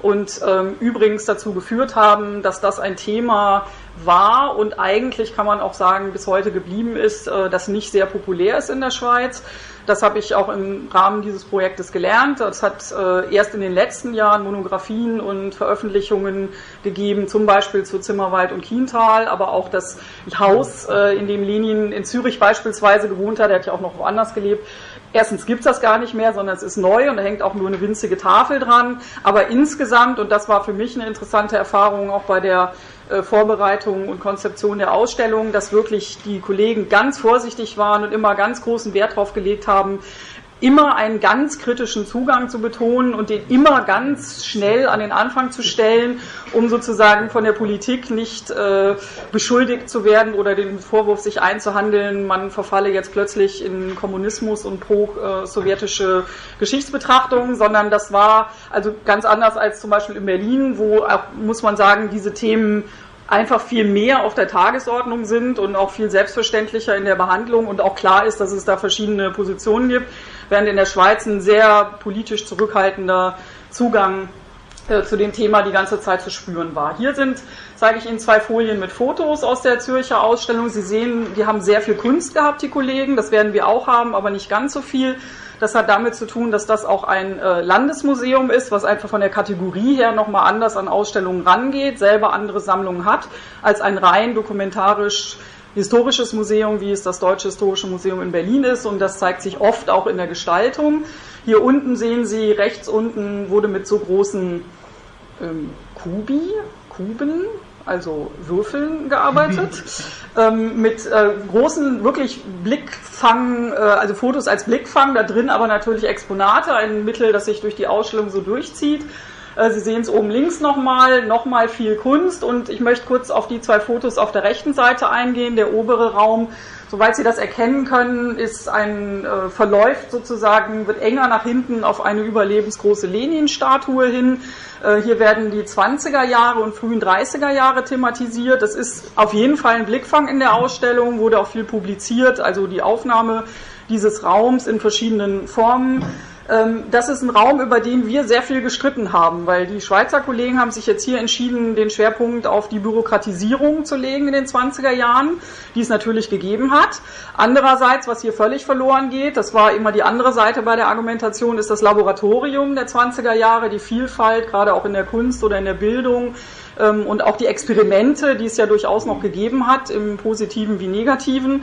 und ähm, übrigens dazu geführt haben, dass das ein Thema war und eigentlich kann man auch sagen, bis heute geblieben ist, äh, das nicht sehr populär ist in der Schweiz. Das habe ich auch im Rahmen dieses Projektes gelernt. Es hat äh, erst in den letzten Jahren Monographien und Veröffentlichungen gegeben, zum Beispiel zu Zimmerwald und Kiental, aber auch das Haus, äh, in dem Lenin in Zürich beispielsweise gewohnt hat, der hat ja auch noch woanders gelebt. Erstens gibt es das gar nicht mehr, sondern es ist neu und da hängt auch nur eine winzige Tafel dran. Aber insgesamt, und das war für mich eine interessante Erfahrung auch bei der äh, Vorbereitung und Konzeption der Ausstellung, dass wirklich die Kollegen ganz vorsichtig waren und immer ganz großen Wert darauf gelegt haben, immer einen ganz kritischen Zugang zu betonen und den immer ganz schnell an den Anfang zu stellen, um sozusagen von der Politik nicht äh, beschuldigt zu werden oder den Vorwurf sich einzuhandeln, man verfalle jetzt plötzlich in Kommunismus und pro-sowjetische äh, Geschichtsbetrachtung, sondern das war also ganz anders als zum Beispiel in Berlin, wo auch, muss man sagen, diese Themen einfach viel mehr auf der Tagesordnung sind und auch viel selbstverständlicher in der Behandlung und auch klar ist, dass es da verschiedene Positionen gibt, während in der Schweiz ein sehr politisch zurückhaltender Zugang äh, zu dem Thema die ganze Zeit zu spüren war. Hier sind, zeige ich Ihnen zwei Folien mit Fotos aus der Zürcher Ausstellung. Sie sehen, die haben sehr viel Kunst gehabt, die Kollegen, das werden wir auch haben, aber nicht ganz so viel. Das hat damit zu tun, dass das auch ein äh, Landesmuseum ist, was einfach von der Kategorie her nochmal anders an Ausstellungen rangeht, selber andere Sammlungen hat, als ein rein dokumentarisch historisches Museum, wie es das Deutsche Historische Museum in Berlin ist. Und das zeigt sich oft auch in der Gestaltung. Hier unten sehen Sie, rechts unten wurde mit so großen ähm, Kubi, Kuben, also Würfeln gearbeitet, ähm, mit äh, großen, wirklich Blickfang, äh, also Fotos als Blickfang, da drin aber natürlich Exponate, ein Mittel, das sich durch die Ausstellung so durchzieht. Äh, Sie sehen es oben links nochmal, nochmal viel Kunst und ich möchte kurz auf die zwei Fotos auf der rechten Seite eingehen. Der obere Raum, soweit Sie das erkennen können, ist ein, äh, verläuft sozusagen, wird enger nach hinten auf eine überlebensgroße Lenin-Statue hin. Äh, hier werden die zwanziger Jahre und frühen dreißiger Jahre thematisiert. Das ist auf jeden Fall ein Blickfang in der Ausstellung, wurde auch viel publiziert, also die Aufnahme dieses Raums in verschiedenen Formen. Das ist ein Raum, über den wir sehr viel gestritten haben, weil die Schweizer Kollegen haben sich jetzt hier entschieden, den Schwerpunkt auf die Bürokratisierung zu legen in den zwanziger Jahren, die es natürlich gegeben hat. Andererseits, was hier völlig verloren geht, das war immer die andere Seite bei der Argumentation, ist das Laboratorium der zwanziger Jahre, die Vielfalt, gerade auch in der Kunst oder in der Bildung, und auch die Experimente, die es ja durchaus noch gegeben hat, im Positiven wie Negativen,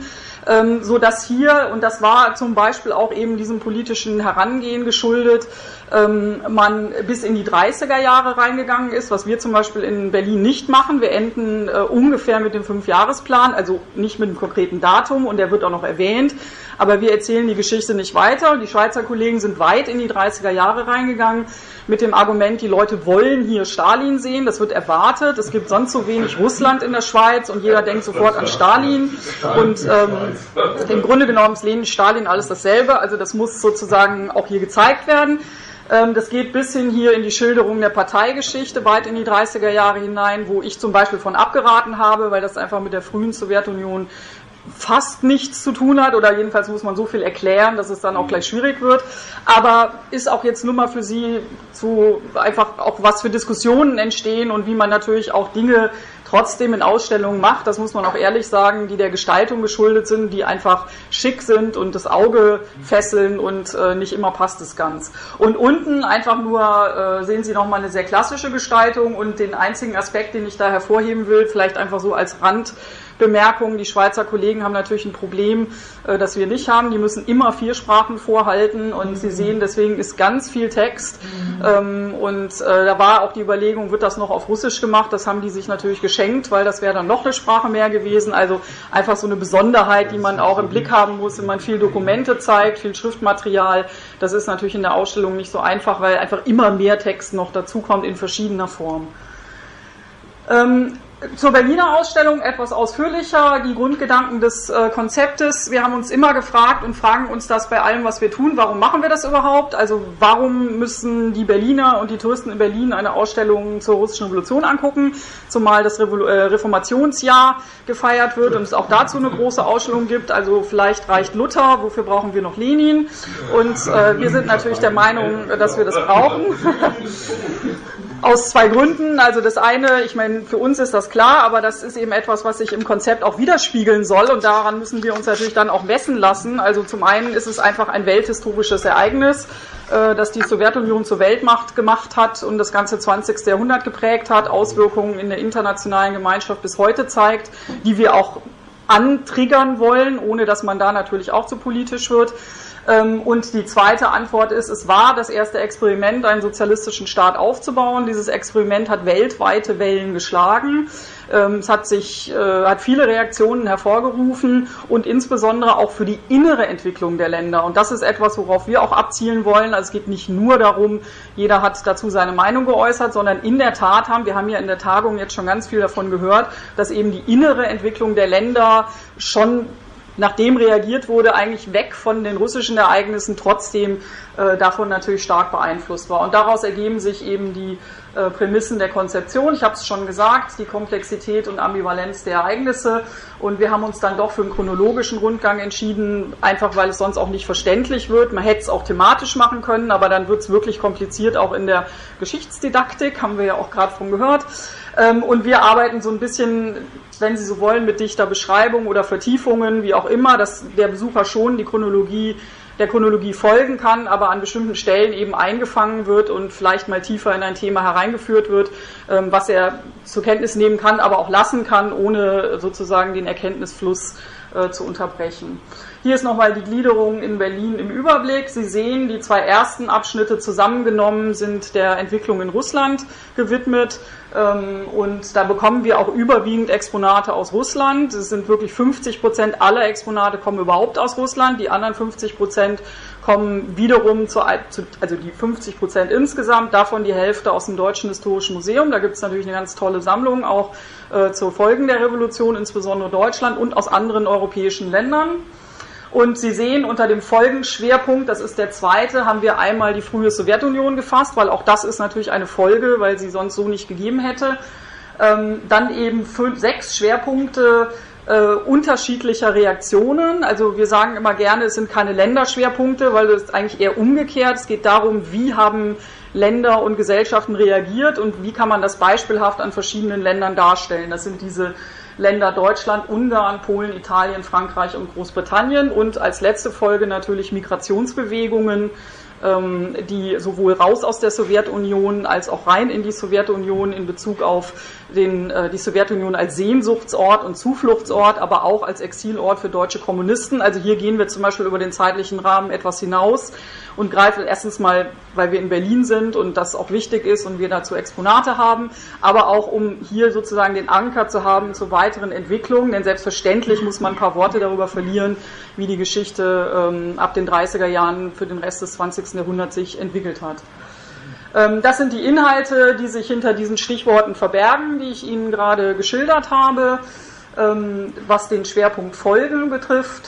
so dass hier, und das war zum Beispiel auch eben diesem politischen Herangehen geschuldet, man bis in die dreißiger Jahre reingegangen ist, was wir zum Beispiel in Berlin nicht machen. Wir enden ungefähr mit dem Fünfjahresplan, also nicht mit einem konkreten Datum, und der wird auch noch erwähnt, aber wir erzählen die Geschichte nicht weiter. Die Schweizer Kollegen sind weit in die dreißiger Jahre reingegangen mit dem Argument, die Leute wollen hier Stalin sehen, das wird erwartet, es gibt sonst so wenig Russland in der Schweiz und jeder denkt sofort an Stalin und ähm, im Grunde genommen ist Lenin, Stalin alles dasselbe, also das muss sozusagen auch hier gezeigt werden. Ähm, das geht bis hin hier in die Schilderung der Parteigeschichte, weit in die dreißiger Jahre hinein, wo ich zum Beispiel von abgeraten habe, weil das einfach mit der frühen Sowjetunion fast nichts zu tun hat, oder jedenfalls muss man so viel erklären, dass es dann auch gleich schwierig wird, aber ist auch jetzt nur mal für Sie zu einfach auch was für Diskussionen entstehen und wie man natürlich auch Dinge trotzdem in Ausstellungen macht, das muss man auch ehrlich sagen, die der Gestaltung geschuldet sind, die einfach schick sind und das Auge fesseln und äh, nicht immer passt es ganz. Und unten einfach nur äh, sehen Sie nochmal eine sehr klassische Gestaltung und den einzigen Aspekt, den ich da hervorheben will, vielleicht einfach so als Rand Bemerkung. Die Schweizer Kollegen haben natürlich ein Problem, äh, das wir nicht haben. Die müssen immer vier Sprachen vorhalten und Sie sehen, deswegen ist ganz viel Text. Ähm, und äh, da war auch die Überlegung, wird das noch auf Russisch gemacht? Das haben die sich natürlich geschenkt, weil das wäre dann noch eine Sprache mehr gewesen. Also einfach so eine Besonderheit, die man auch im Blick haben muss, wenn man viel Dokumente zeigt, viel Schriftmaterial. Das ist natürlich in der Ausstellung nicht so einfach, weil einfach immer mehr Text noch dazukommt in verschiedener Form. Ähm, Zur Berliner Ausstellung etwas ausführlicher, die Grundgedanken des äh, Konzeptes. Wir haben uns immer gefragt und fragen uns das bei allem, was wir tun, warum machen wir das überhaupt? Also warum müssen die Berliner und die Touristen in Berlin eine Ausstellung zur Russischen Revolution angucken, zumal das Revol- äh, Reformationsjahr gefeiert wird und es auch dazu eine große Ausstellung gibt. Also vielleicht reicht Luther, wofür brauchen wir noch Lenin? Und äh, wir sind natürlich der Meinung, dass wir das brauchen. Aus zwei Gründen. Also das eine, ich meine, für uns ist das klar, aber das ist eben etwas, was sich im Konzept auch widerspiegeln soll und daran müssen wir uns natürlich dann auch messen lassen. Also zum einen ist es einfach ein welthistorisches Ereignis, das die Sowjetunion zur Weltmacht gemacht hat und das ganze zwanzigste Jahrhundert geprägt hat, Auswirkungen in der internationalen Gemeinschaft bis heute zeigt, die wir auch antriggern wollen, ohne dass man da natürlich auch zu politisch wird. Und die zweite Antwort ist, es war das erste Experiment, einen sozialistischen Staat aufzubauen. Dieses Experiment hat weltweite Wellen geschlagen. Es hat sich, hat viele Reaktionen hervorgerufen und insbesondere auch für die innere Entwicklung der Länder. Und das ist etwas, worauf wir auch abzielen wollen. Also es geht nicht nur darum, jeder hat dazu seine Meinung geäußert, sondern in der Tat haben, wir haben ja in der Tagung jetzt schon ganz viel davon gehört, dass eben die innere Entwicklung der Länder schon nachdem reagiert wurde, eigentlich weg von den russischen Ereignissen, trotzdem äh, davon natürlich stark beeinflusst war. Und daraus ergeben sich eben die äh, Prämissen der Konzeption. Ich habe es schon gesagt, die Komplexität und Ambivalenz der Ereignisse. Und wir haben uns dann doch für einen chronologischen Rundgang entschieden, einfach weil es sonst auch nicht verständlich wird. Man hätte es auch thematisch machen können, aber dann wird es wirklich kompliziert, auch in der Geschichtsdidaktik, haben wir ja auch gerade von gehört. Und wir arbeiten so ein bisschen, wenn Sie so wollen, mit dichter Beschreibung oder Vertiefungen, wie auch immer, dass der Besucher schon die Chronologie, der Chronologie folgen kann, aber an bestimmten Stellen eben eingefangen wird und vielleicht mal tiefer in ein Thema hereingeführt wird, was er zur Kenntnis nehmen kann, aber auch lassen kann, ohne sozusagen den Erkenntnisfluss zu unterbrechen. Hier ist nochmal die Gliederung in Berlin im Überblick. Sie sehen, die zwei ersten Abschnitte zusammengenommen sind der Entwicklung in Russland gewidmet. Und da bekommen wir auch überwiegend Exponate aus Russland. Es sind wirklich fünfzig Prozent aller Exponate kommen überhaupt aus Russland. Die anderen fünfzig Prozent kommen wiederum, zu, also die fünfzig Prozent insgesamt, davon die Hälfte aus dem Deutschen Historischen Museum. Da gibt es natürlich eine ganz tolle Sammlung, auch äh, zu Folgen der Revolution, insbesondere Deutschland und aus anderen europäischen Ländern. Und Sie sehen, unter dem Folgenschwerpunkt, das ist der zweite, haben wir einmal die frühe Sowjetunion gefasst, weil auch das ist natürlich eine Folge, weil sie sonst so nicht gegeben hätte. Ähm, dann eben fünf, sechs Schwerpunkte äh, unterschiedlicher Reaktionen. Also wir sagen immer gerne, es sind keine Länderschwerpunkte, weil das ist eigentlich eher umgekehrt. Es geht darum, wie haben Länder und Gesellschaften reagiert und wie kann man das beispielhaft an verschiedenen Ländern darstellen. Das sind diese Länder Deutschland, Ungarn, Polen, Italien, Frankreich und Großbritannien und als letzte Folge natürlich Migrationsbewegungen, ähm, die sowohl raus aus der Sowjetunion als auch rein in die Sowjetunion in Bezug auf den, äh, die Sowjetunion als Sehnsuchtsort und Zufluchtsort, aber auch als Exilort für deutsche Kommunisten. Also hier gehen wir zum Beispiel über den zeitlichen Rahmen etwas hinaus und greifen erstens mal, weil wir in Berlin sind und das auch wichtig ist und wir dazu Exponate haben, aber auch um hier sozusagen den Anker zu haben zur weiteren Entwicklung, denn selbstverständlich muss man ein paar Worte darüber verlieren, wie die Geschichte ähm, ab den dreißiger Jahren für den Rest des zwanzigsten Jahrhunderts sich entwickelt hat. Ähm, das sind die Inhalte, die sich hinter diesen Stichworten verbergen, die ich Ihnen gerade geschildert habe, ähm, was den Schwerpunkt Folgen betrifft.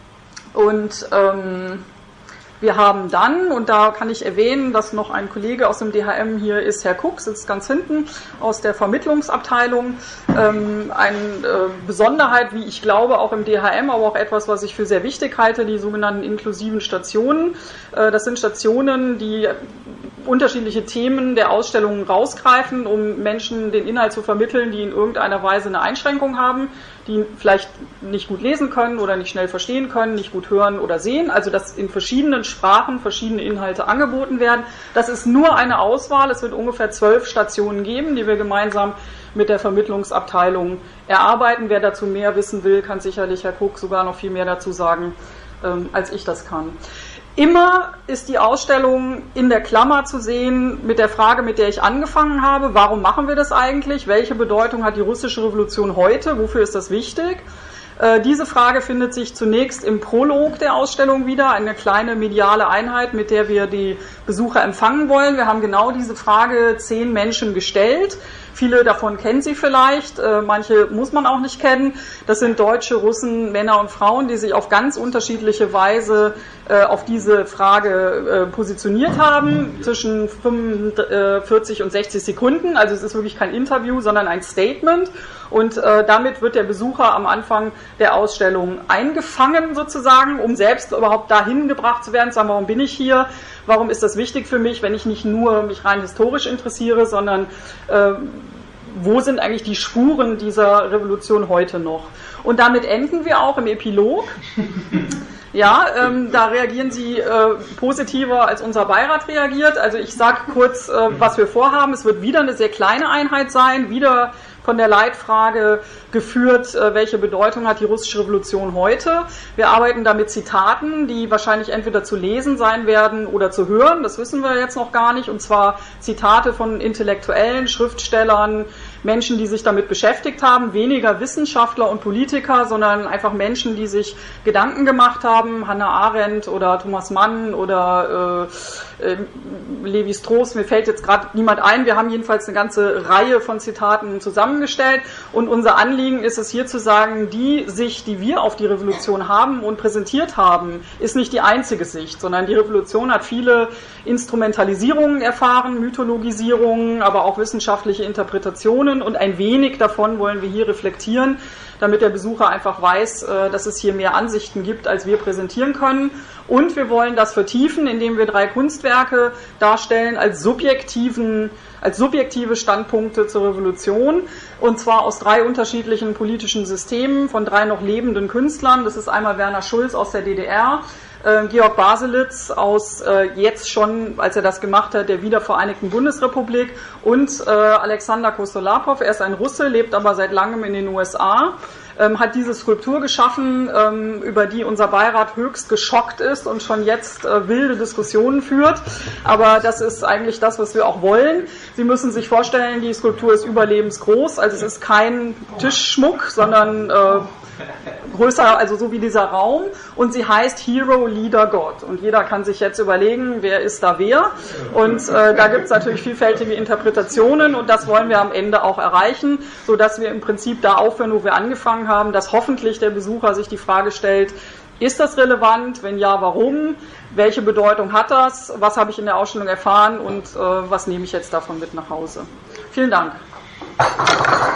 Und ähm, wir haben dann, und da kann ich erwähnen, dass noch ein Kollege aus dem D H M hier ist, Herr Kuck, sitzt ganz hinten aus der Vermittlungsabteilung. Ähm, eine äh, Besonderheit, wie ich glaube, auch im D H M, aber auch etwas, was ich für sehr wichtig halte, die sogenannten inklusiven Stationen. Äh, das sind Stationen, die unterschiedliche Themen der Ausstellungen rausgreifen, um Menschen den Inhalt zu vermitteln, die in irgendeiner Weise eine Einschränkung haben, die vielleicht nicht gut lesen können oder nicht schnell verstehen können, nicht gut hören oder sehen. Also dass in verschiedenen Sprachen verschiedene Inhalte angeboten werden. Das ist nur eine Auswahl. Es wird ungefähr zwölf Stationen geben, die wir gemeinsam mit der Vermittlungsabteilung erarbeiten. Wer dazu mehr wissen will, kann sicherlich Herr Kuck sogar noch viel mehr dazu sagen, ähm, als ich das kann. Immer ist die Ausstellung in der Klammer zu sehen mit der Frage, mit der ich angefangen habe, warum machen wir das eigentlich? Welche Bedeutung hat die russische Revolution heute? Wofür ist das wichtig? Äh, diese Frage findet sich zunächst im Prolog der Ausstellung wieder, eine kleine mediale Einheit, mit der wir die Besucher empfangen wollen. Wir haben genau diese Frage zehn Menschen gestellt. Viele davon kennen Sie vielleicht, äh, manche muss man auch nicht kennen. Das sind Deutsche, Russen, Männer und Frauen, die sich auf ganz unterschiedliche Weise äh, auf diese Frage äh, positioniert haben, zwischen fünfundvierzig und sechzig Sekunden. Also es ist wirklich kein Interview, sondern ein Statement. Und äh, damit wird der Besucher am Anfang der Ausstellung eingefangen sozusagen, um selbst überhaupt dahin gebracht zu werden, zu sagen, warum bin ich hier, warum ist das wichtig für mich, wenn ich nicht nur mich rein historisch interessiere, sondern äh, wo sind eigentlich die Spuren dieser Revolution heute noch? Und damit enden wir auch im Epilog. Ja, ähm, da reagieren Sie äh, positiver, als unser Beirat reagiert. Also ich sage kurz, äh, was wir vorhaben. Es wird wieder eine sehr kleine Einheit sein, wieder von der Leitfrage geführt, äh, welche Bedeutung hat die russische Revolution heute. Wir arbeiten da mit Zitaten, die wahrscheinlich entweder zu lesen sein werden oder zu hören. Das wissen wir jetzt noch gar nicht. Und zwar Zitate von Intellektuellen, Schriftstellern, Menschen, die sich damit beschäftigt haben, weniger Wissenschaftler und Politiker, sondern einfach Menschen, die sich Gedanken gemacht haben, Hannah Arendt oder Thomas Mann oder äh, äh, Lévi-Strauss, mir fällt jetzt gerade niemand ein, wir haben jedenfalls eine ganze Reihe von Zitaten zusammengestellt und unser Anliegen ist es hier zu sagen, die Sicht, die wir auf die Revolution haben und präsentiert haben, ist nicht die einzige Sicht, sondern die Revolution hat viele Instrumentalisierungen erfahren, Mythologisierungen, aber auch wissenschaftliche Interpretationen und ein wenig davon wollen wir hier reflektieren, damit der Besucher einfach weiß, dass es hier mehr Ansichten gibt, als wir präsentieren können. Und wir wollen das vertiefen, indem wir drei Kunstwerke darstellen als subjektiven, als subjektive Standpunkte zur Revolution, und zwar aus drei unterschiedlichen politischen Systemen von drei noch lebenden Künstlern. Das ist einmal Werner Schulz aus der D D R, äh, Georg Baselitz aus äh, jetzt schon, als er das gemacht hat, der wiedervereinigten Bundesrepublik und äh, Alexander Kostolapow. Er ist ein Russe, lebt aber seit langem in den U S A. Ähm, hat diese Skulptur geschaffen, ähm, über die unser Beirat höchst geschockt ist und schon jetzt äh, wilde Diskussionen führt. Aber das ist eigentlich das, was wir auch wollen. Sie müssen sich vorstellen, die Skulptur ist überlebensgroß, also es ist kein Tischschmuck, sondern äh, größer, also so wie dieser Raum, und sie heißt Hero, Leader, God. Und jeder kann sich jetzt überlegen, wer ist da wer. Und äh, da gibt es natürlich vielfältige Interpretationen und das wollen wir am Ende auch erreichen, sodass wir im Prinzip da aufhören, wo wir angefangen haben, dass hoffentlich der Besucher sich die Frage stellt, ist das relevant? Wenn ja, warum? Welche Bedeutung hat das? Was habe ich in der Ausstellung erfahren und äh, was nehme ich jetzt davon mit nach Hause? Vielen Dank.